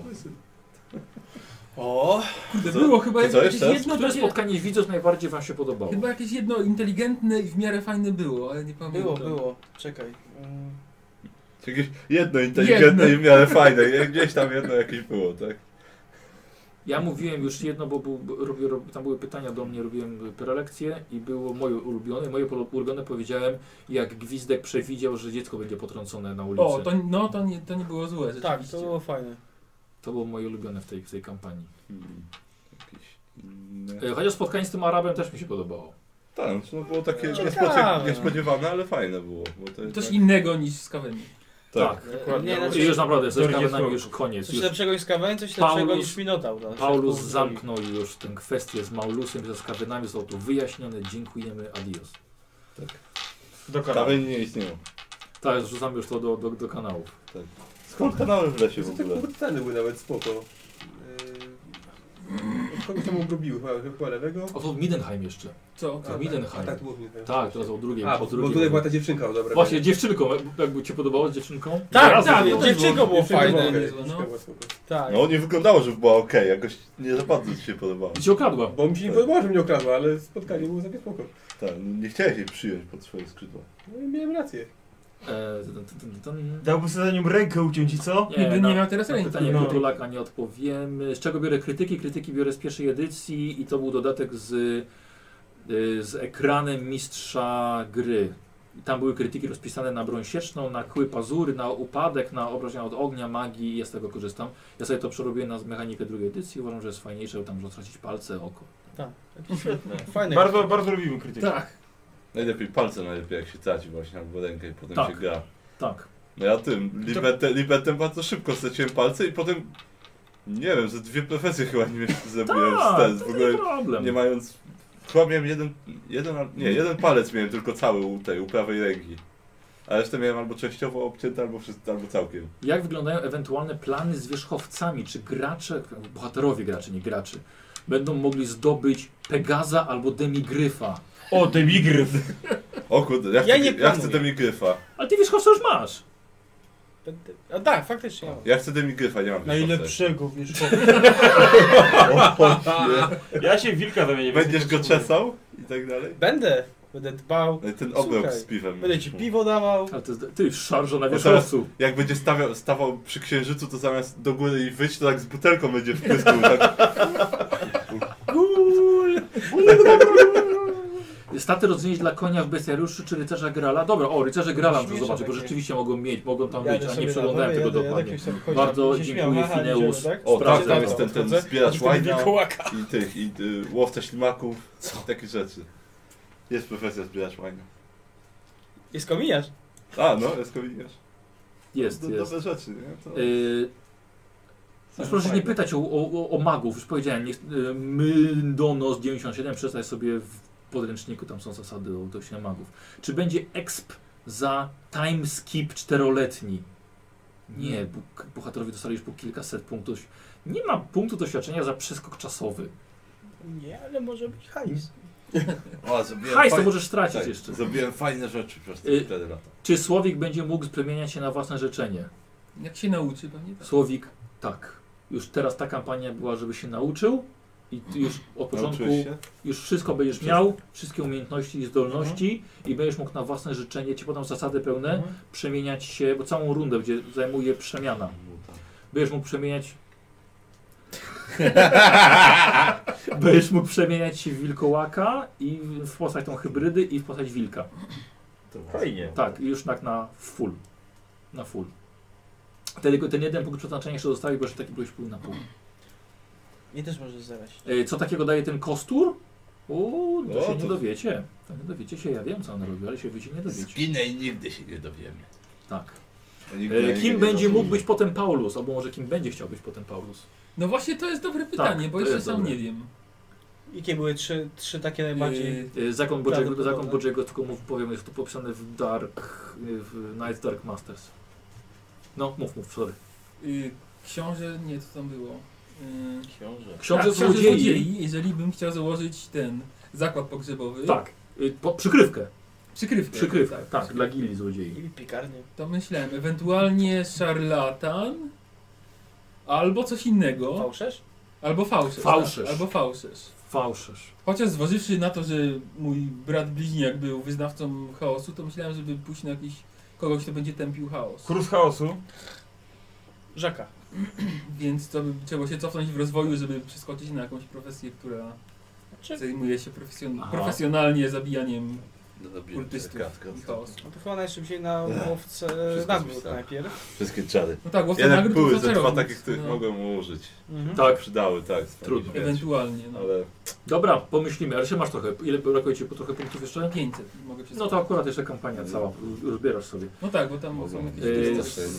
O, Kurde, Co? było chyba To co, jakieś jeszcze raz? jedno Które takie... spotkanie widzów najbardziej wam się podobało? Chyba jakieś jedno inteligentne i w miarę fajne było, ale nie pamiętam. było. Czekaj. Jakieś jedno inteligentne i w miarę fajne. Gdzieś tam jedno jakieś było, tak? Ja mówiłem już jedno, bo tam były pytania do mnie, robiłem prelekcje i było moje ulubione. Moje ulubione powiedziałem, jak Gwizdek przewidział, że dziecko będzie potrącone na ulicy. O, to nie było złe, Tak, rzeczywiście. to było fajne. To było moje ulubione w tej kampanii. Jakieś inne. Chociaż spotkanie z tym Arabem też mi się podobało. Tak, no było takie Ciekawe. niespodziewane, ale fajne było. Bo to Coś tak- innego niż z Kaweni. Tak. Nie, I już naprawdę, ze Dorogie Skawenami słowo. już koniec. Coś Już lepszego niż Kawen, coś Paulus- lepszego niż Minotaur. na Paulus środku zamknął już tę kwestię z Maulusem i ze Skawenami, zostało to wyjaśnione. Dziękujemy, adios. Do kanału. Kamień nie istnieją. Tak, wrzucamy już to do kanałów. Skąd kanały w lesie w Co te ogóle? ceny były nawet spoko. Od kogoś tam obrobiły, chyba lewego. O, to Midenheim jeszcze. Co? To Midenheim. A tak, to było Midenheim. Tak, teraz o drugiej. A, o bo drugiej. tutaj była ta dziewczynka, dobra. Właśnie, dziewczynką. Jakby cię podobało z dziewczynką? Tak, Razem tak, było. dziewczynko było Dziewczynka była fajne. okej, niezłe, no. dziewczynka była spoko. Tak. No nie wyglądało, że była okej, jakoś nie za bardzo ci się podobało. I cię okradła. Bo mi się nie podobało, że mnie okradła, ale spotkanie było sobie spoko. Tak, nie chciałeś jej przyjąć pod swoje skrzydła. No i miałem rację. Dałby sobie za nią rękę uciąć i co? Nie miał teraz na ręki. pytanie No. Kutulaka nie odpowiemy. Z czego biorę krytyki? Krytyki biorę z pierwszej edycji i to był dodatek z ekranem mistrza gry. I tam były krytyki rozpisane na broń sieczną, na kły pazury, na upadek, na obrażenia od ognia, magii i ja z tego korzystam. Ja sobie to przerobiłem na mechanikę drugiej edycji. Uważam, że jest fajniejsze, bo tam można stracić palce, oko. Tak. Świetne. Fajne. Bardzo lubimy krytykę. Tak. Najlepiej palce, jak się traci właśnie albo rękę i potem Tak. się gra. Tak. No ja tym, libetem bardzo szybko straciłem palce i potem, nie wiem, ze 2 profesje chyba nie zrobiłem Tak, w to ogóle nie problem. nie mając, chyba miałem jeden palec miałem tylko cały u prawej ręki. A resztę miałem albo częściowo obcięte, albo całkiem. Jak wyglądają ewentualne plany z wierzchowcami? Czy gracze, bohaterowie graczy, nie graczy, będą mogli zdobyć Pegaza albo Demigryfa? O, demigryf. O kurde, Ja nie ja chcę planuję. demigryfa. Ale ty wierzchowca już masz. A tak, faktycznie. Ja mam. Ja chcę demigryfa, nie mam wierzchowca. Najlepszego wiesz. Ja się w wilka zamienię. Będziesz go czesał i tak dalej? Będę. Będę dbał. Ten obok Słuchaj, z piwem. Będę ci piwo dawał. Ale to jest, ty, szarżo na Bo wierzchowcu. Jak będzie stawał przy księżycu, to zamiast do góry i wyjść, to tak z butelką będzie w pysku. Tak. Staty rozdzielić dla konia w bestiariuszu czy rycerza Grala? Dobra, o, rycerze Grala muszę Śmieszne zobaczyć, bo takie. rzeczywiście mogą tam Jadę być, a sobie nie na przeglądałem dole, tego jadę, dokładnie. jakoś tam chodzi, Bardzo się dziękuję, śmiał, Fineus. idziemy, tak? O, tak, Sprawdzam. tam jest ten Wchodzę. zbieracz Ten łajna wilkołaka. i łowca ślimaków, takie rzeczy. Jest profesja zbieracz łajna. Jest kominiarz. A, no, jest kominiarz. Jest. Dobre rzeczy, nie? To... Już proszę nie pytać o magów, już powiedziałem, Myndonos 97, przeczytaj sobie w podręczniku, tam są zasady do się magów. Czy będzie exp za time skip 4-letni? Nie, bohaterowie dostali już po kilkaset punktów. Nie ma punktu doświadczenia za przeskok czasowy. Nie, ale może być hajs. O, zrobiłem Hajs to fajne- możesz stracić tak, jeszcze. Zrobiłem fajne rzeczy przez te 4 lata. Czy Słowik będzie mógł przemieniać się na własne życzenie? Jak się nauczy, pewnie tak. Słowik, tak. Już teraz ta kampania była, żeby się nauczył i ty już od początku Nauczyłeś się? już wszystko będziesz miał, wszystkie umiejętności i zdolności i będziesz mógł na własne życzenie, ci podam zasady pełne, przemieniać się, bo całą rundę będzie zajmuje przemiana. Będziesz mógł przemieniać będziesz mógł przemieniać się w wilkołaka i w postać tą hybrydy i w postać wilka. Fajnie. Tak, i już tak na full. Na full. Tylko ten jeden punkt przeznaczenia jeszcze zostawi, bo jeszcze taki byłeś pół na pół. Nie też możesz zerać. Co takiego daje ten kostur? To się to- nie dowiecie. To nie dowiecie się, ja wiem co on robi, ale się wy się nie dowiecie. Zginę i nigdy się nie dowiemy. Tak. Nigdy Kim nie będzie zobaczymy. mógł być potem Paulus? Albo może kim będzie chciał być potem Paulus? No właśnie to jest dobre pytanie, Tak, bo to jeszcze jest sam dobre. nie wiem. Jakie były trzy takie najbardziej... Zakon Prawdopodobne. Bodziego, tylko powiem, jest to popisane w Night's Dark Masters. No, mów, sorry. Książę, nie, co tam było? Książę. Książę Książę Złodziei. jeżeli bym chciał założyć ten zakład pogrzebowy. Tak, przykrywkę. Przykrywkę. Tak, dla gildii złodziei. I piekarnie. To myślałem, ewentualnie szarlatan, albo coś innego, Fałszerz? albo fałszerz. Fałszerz. Tak, albo fałszerz. Fałszerz. Chociaż zważywszy na to, że mój brat bliźniak był wyznawcą chaosu, to myślałem, żeby pójść na jakiś kogoś, kto będzie tępił chaos. Krus chaosu. Żaka. Więc to by trzeba się cofnąć w rozwoju, żeby przeskoczyć na jakąś profesję, która zajmuje się Aha. profesjonalnie zabijaniem Zabiłem kultystów kratka. i chaosu. No to chyba najszybciej na łowcę Wszystko nagród spisałem. najpierw. Wszystkie czary. No tak, łowca Jednak nagród były to ze dwa czarownic, takie, których no, mogłem użyć. Tak. Przydały, tak. Trudno. ewentualnie, no. Ale Dobra, pomyślimy, ale jeszcze masz trochę. Ile brakuje ci po trochę punktów jeszcze? 500 mogę przeskoczyć. No to akurat jeszcze kampania cała, rozbierasz sobie. No tak, bo tam Mogą są jakieś... Yy,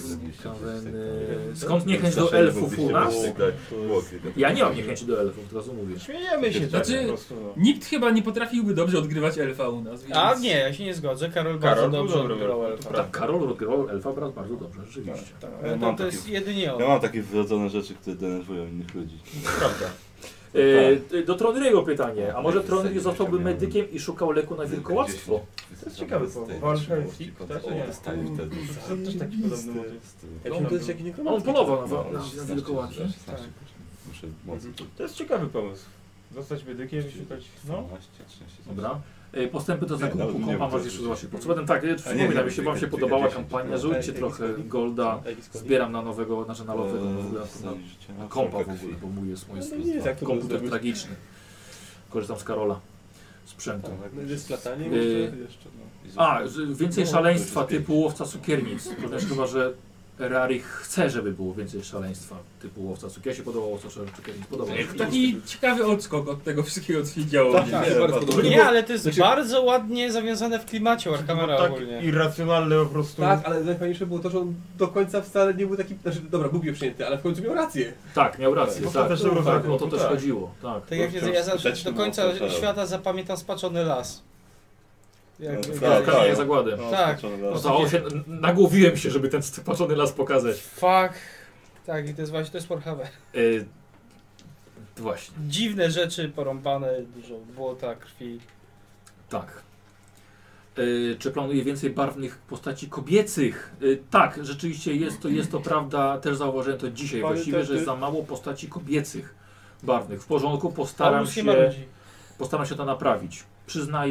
Skąd niechęć do elfów u nas? Ja nie mam niechęci do elfów, od razu mówię. Śmiejemy się tak. Znaczy, Po prostu, no. nikt chyba nie potrafiłby dobrze odgrywać elfa u nas, więc... A nie, ja się nie zgodzę. Karol Karol bardzo był dobrze dobry, odgrywał to elfa. Tak, Karol odgrywał elfa bardzo dobrze, rzeczywiście. Tak, Ja ale mam to jest taki- jedynie on. Ja mam takie wrodzone rzeczy, które denerwują innych ludzi. Prawda. Do Tronry'ego pytanie, a może Tronry zostałby medykiem i szukał leku na wilkołactwo? To jest ciekawy pomysł. Walka elfik, tak, czy nie? Też taki podobny motyw. To jest jakiś On polował No, na wilkołaki. Muszę mocno. To jest ciekawy pomysł. Zostać medykiem i szukać... No. Dobra. Postępy do Nie, zakupu nawet nie kompa wiem, was co jeszcze to zobaczyć. jest. Podsumowem tak, przypominam, jeśli wam się tylko podobała 10. kampania, rzućcie trochę golda, zbieram na nowego, znaczy na nowego, na kompa w ogóle, bo mój jest komputer tragiczny. Korzystam z Karola sprzętu. Jest latanie jeszcze. Więcej szaleństwa typu łowca cukiernic. Ponieważ chyba, że Rarich chce, żeby było więcej szaleństwa typu łowca cukiernic. Ja się podobał łowca cukiernic. Podobał mi się. Taki ciekawy odskok od tego wszystkiego, co się działo. Tak, Nie? tak, bardzo podobnie. Nie, ale to jest bardzo ładnie zawiązane w klimacie Warhammera Tak ogólnie. irracjonalne po prostu. Tak, ale najfajniejsze było to, że on do końca wcale nie był taki... Znaczy, dobra, był przyjęty, ale w końcu miał rację. Tak, miał rację. No, Tak, też tak, tak, o to też tak. chodziło. Tak. Tak jak Wciąż ja skuteczny do końca mocno, świata zapamiętam spaczony las. Skazanie zagładę. Tak. No to się, nagłowiłem się, żeby ten spaczony las pokazać. Fuck. Tak, i to jest właśnie, to jest Warhammer. Właśnie, Dziwne rzeczy porąbane, dużo błota, krwi. tak. Czy planuje więcej barwnych postaci kobiecych? Tak, rzeczywiście jest to prawda, też zauważyłem to dzisiaj właściwie, że jest za mało postaci kobiecych barwnych. W porządku, Paulus nie ma ludzi. postaram się to naprawić. Przyznaję,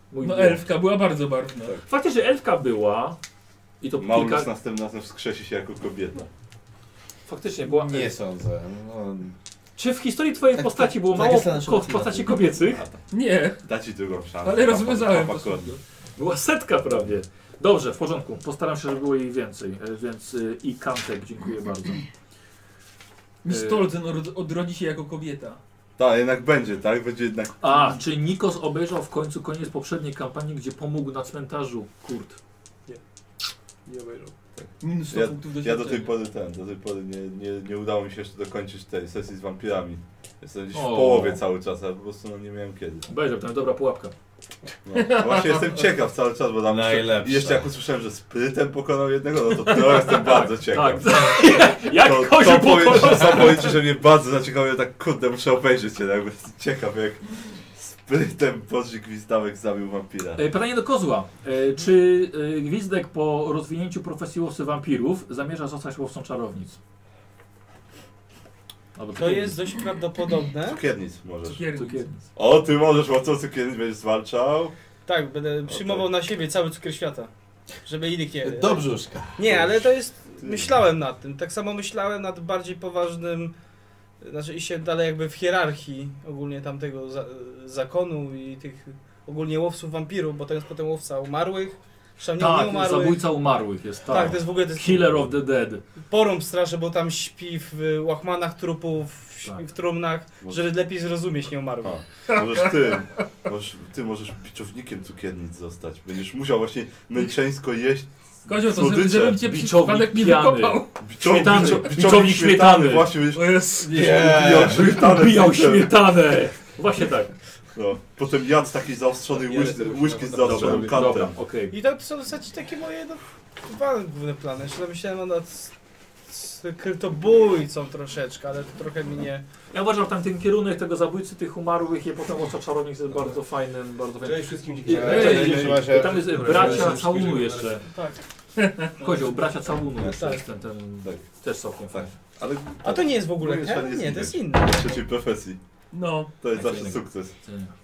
Mój No błąd. elfka była bardzo barwna. Faktycznie elfka była i to Maulus kilka... następnym razem wskrzesi się jako kobieta. Faktycznie była... Nie sądzę. No, Czy w historii twojej Tak, postaci było tak mało jest na postaci kobiecych? Nie, Da ci drugą szansę. ale rozwiązałem Papa to. Korn. Była setka prawie. Dobrze, w porządku. Postaram się, żeby było jej więcej. Więc i Kantek, dziękuję bardzo. Miss Tolzen odrodzi się jako kobieta. Tak, jednak będzie, tak? Będzie jednak... A, czy Nikos obejrzał w końcu koniec poprzedniej kampanii, gdzie pomógł na cmentarzu Kurt? Nie obejrzał. Minus 100 Ja, punktów ja doświadczenia. do tej pory nie udało mi się jeszcze dokończyć tej sesji z wampirami. Jestem gdzieś w O. połowie cały czas, ale po prostu nie miałem kiedy. Obejrzał, to jest dobra pułapka. No, właśnie jestem ciekaw cały czas, bo tam Najlepsza. i jeszcze jak usłyszałem, że sprytem pokonał jednego, no to jestem bardzo ciekaw. Tak. Jak kozioł pokonał? Sam powiedzieć, że mnie bardzo zaciekawiło, tak kurde, muszę obejrzeć cię, jakby jestem ciekaw jak sprytem Boży Gwizdawek zabił wampira. Pytanie do Kozła. Czy Gwizdek po rozwinięciu profesji łowcy wampirów zamierza zostać łowcą czarownic? Albo To cukiernic. jest dość prawdopodobne. Cukiernic możesz. Cukiernic. O, ty możesz łowcą cukiernic, będziesz zwalczał. Tak, będę przyjmował na siebie cały cukier świata. Żeby innych nie... do brzuszka. Nie, ale to jest... Myślałem nad tym. Tak samo myślałem nad bardziej poważnym... Znaczy iście dalej jakby w hierarchii ogólnie tamtego zakonu i tych ogólnie łowców wampirów, bo to jest potem łowca umarłych, zresztą nie Tak, umarłych. zabójca umarłych jest, tak. Tak, to jest w ogóle to jest Killer of the Dead. porąb straszy, bo tam śpi w łachmanach trupów, śpi Tak. w trumnach, żeby lepiej zrozumieć nieumarłych. Możesz ty możesz biczownikiem cukiernic zostać. Będziesz musiał właśnie męczeńsko jeść Kozioł, to słodycze. żebym cię Biczownik przypadek nie pijany. wykopał. Śmietany, biczownik śmietany. Właśnie będziesz To jest... ubijał śmietanę. Ubijał potem. śmietanę. Właśnie tak. No, potem jadł taki zaostrzony łyżki z Dobra, zaostrzonym dobra, kantem. okej. I to są w zasadzie takie moje dwa główne plany. Jeszcze myślałem nad krytobójcą troszeczkę, ale to trochę mi nie... Ja uważam, tam ten kierunek tego zabójcy tych umarłych i potem osa czarownik jest bardzo fajnym, bardzo fajnym. Cześć wszystkim I- dziękuję. Trzymaj się. Tam jest bracia całunu jeszcze. Tak. Kozioł, bracia całunu jeszcze Tak. jest ten Tak. też całkiem Tak. fajny. Ale A to nie jest w ogóle Mówię, ten? że Nie, to jest inny. trzeciej profesji. No. To jest Tak, zawsze innego. sukces.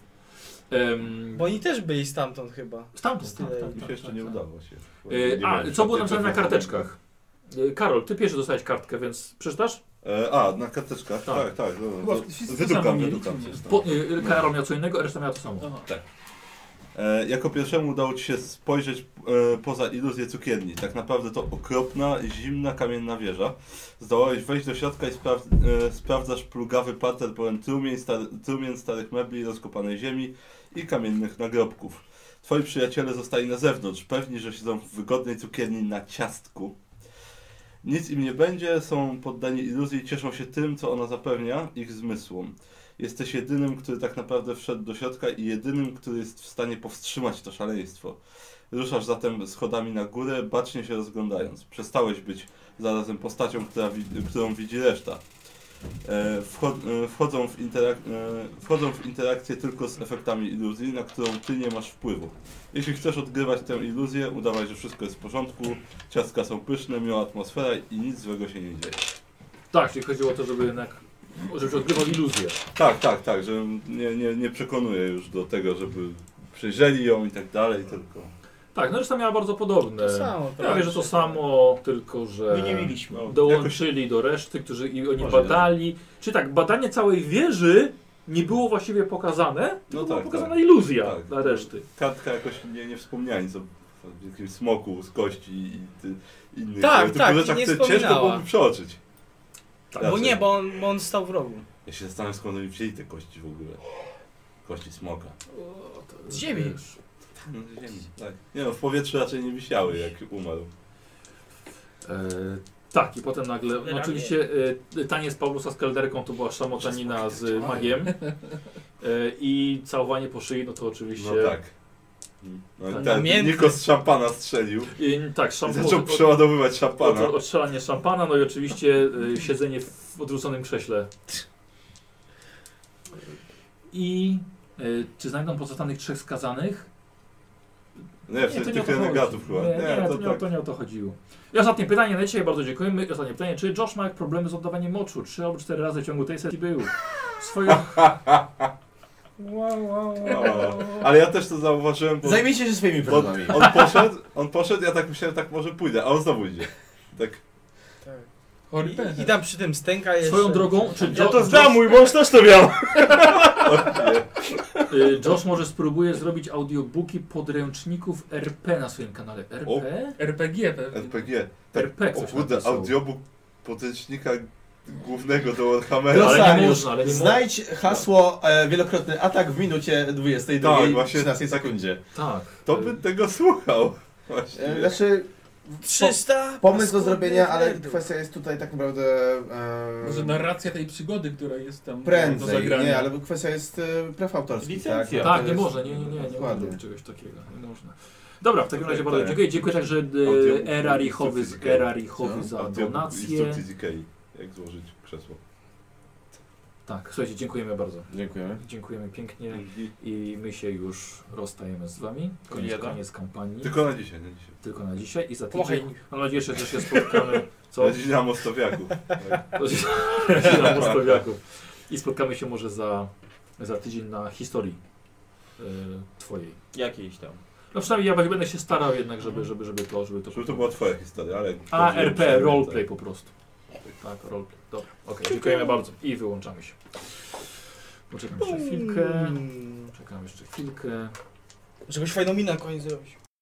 Bo oni też byli stamtąd chyba. Stamtąd, tak, Tyle. tak, Mi się jeszcze nie udało się. Nie A, miałem co było czwartej napisane na profesji. karteczkach? Karol, ty pierwszy dostałeś kartkę, więc przeczytasz? Na karteczkach? Tak. Tak. Chyba No, wszyscy to samo mieli, wydrukam czy nie? coś tam. Karol miał co innego, a reszta miała to samo. Aha. Jako pierwszemu udało ci się spojrzeć poza iluzję cukierni. Tak naprawdę to okropna, zimna, kamienna wieża. Zdołałeś wejść do środka i sprawdzasz plugawy parter pełen trumien starych mebli, rozkopanej ziemi i kamiennych nagrobków. Twoi przyjaciele zostali na zewnątrz, pewni, że siedzą w wygodnej cukierni na ciastku. Nic im nie będzie, są poddani iluzji i cieszą się tym, co ona zapewnia ich zmysłom. Jesteś jedynym, który tak naprawdę wszedł do środka i jedynym, który jest w stanie powstrzymać to szaleństwo. Ruszasz zatem schodami na górę, bacznie się rozglądając. Przestałeś być zarazem postacią, którą widzi reszta. Wchodzą w interakcję tylko z efektami iluzji, na którą ty nie masz wpływu. Jeśli chcesz odgrywać tę iluzję, udawaj, że wszystko jest w porządku, ciastka są pyszne, miła atmosfera i nic złego się nie dzieje. Tak, czyli chodziło o to, żeby jednak żebyś odgrywał iluzję. Tak, że nie przekonuję już do tego, żeby przejrzeli ją i tak dalej, tylko... Tak, no reszta miała bardzo podobne. To samo, Ja wiem, że to samo, tylko że My nie mieliśmy. dołączyli do reszty, którzy i oni Może badali. Czy tak, badanie całej wieży nie było właściwie pokazane, tylko No była tak, pokazana tak. iluzja Tak. dla reszty. Kartka jakoś nie wspomniała nic o jakimś smoku z kości i innych Tak, tylko tak, rzeczach, nie które ciężko wspominała. byłoby przeoczyć. Bo Raczej. nie, bo on stał w rogu. Ja się zastanawiam, skąd oni wzięli te kości w ogóle. Kości smoka. Z ziemi. No, z ziemi, tak. Nie no, w powietrzu raczej nie wisiały, jak umarł. Tak, i potem nagle, no oczywiście taniec Paulusa z kelderką to była szamotanina z magiem. I całowanie po szyi, no to oczywiście... No tak. No, Tak. ten Namiętny. Nikos z szampana strzelił Tak, i zaczął przeładowywać szampana. odstrzelanie szampana, no i oczywiście siedzenie w odwróconym krześle. I czy znajdą pozostanych 3 skazanych? Nie, w sensie tych renegatów chyba. To nie o to chodziło. I ostatnie pytanie na dzisiaj, bardzo dziękujemy. I ostatnie pytanie, czy Josh ma problemy z oddawaniem moczu? 3 albo 4 razy w ciągu tej sesji był. Ale ja też to zauważyłem, bo Zajmijcie się swoimi problemami. on poszedł, ja tak myślałem, tak może pójdę, a on znowu idzie. Tak. Chory I pęcherz. tam przy tym stęka jeszcze. Swoją drogą, czy Ja to znam, mój mąż też to miał. Josh może spróbuje zrobić audiobooki podręczników RP na swoim kanale. O. RP? RPG pewnie. RPG. Tak, RP o ktoś kurde, napisał. audiobook podręcznika głównego do Warhammera. Ale nie Glosariusz. można, ale nie można. Znajdź hasło wielokrotny atak w minucie 22 Tak, właśnie 13 tak. sekundzie. Tak. To by tego słuchał. Właśnie. Znaczy, 300? pomysł do paskudnych zrobienia, ale nerdów. kwestia jest tutaj tak naprawdę Może narracja tej przygody, która jest tam do prędzej, zagrania. nie, ale kwestia jest praw autorskich. Licencja. Tak, Tak, to nie jest- można, nie można Dokładnie. robić czegoś takiego, nie można. Dobra, w takim razie bardzo tak. dziękuję. Dziękuję także Audiobook Erarichowi instrukcji za Audiobook donację. instrukcji z Ikei. Jak złożyć krzesło. Tak, słuchajcie, dziękujemy bardzo. Dziękujemy. Dziękujemy pięknie i my się już rozstajemy z wami. Koniec kampanii. Tylko na dzisiaj, Tylko na dzisiaj i za Pomachaj. tydzień. Mam nadzieję, że się spotkamy. Co? Na dziś na Mostowiaku. Tak. Na Mostowiaków. I spotkamy się może za tydzień na historii twojej. Jakiejś tam. No przynajmniej ja będę się starał jednak, żeby to. Żeby to była twoja historia, ale... A, RP, roleplay po prostu. Tak, roleplay. Dobra, okej, dziękujemy bardzo i wyłączamy się. Poczekam jeszcze chwilkę. Czekam jeszcze chwilkę. Żebyś fajną minę na koniec zrobić.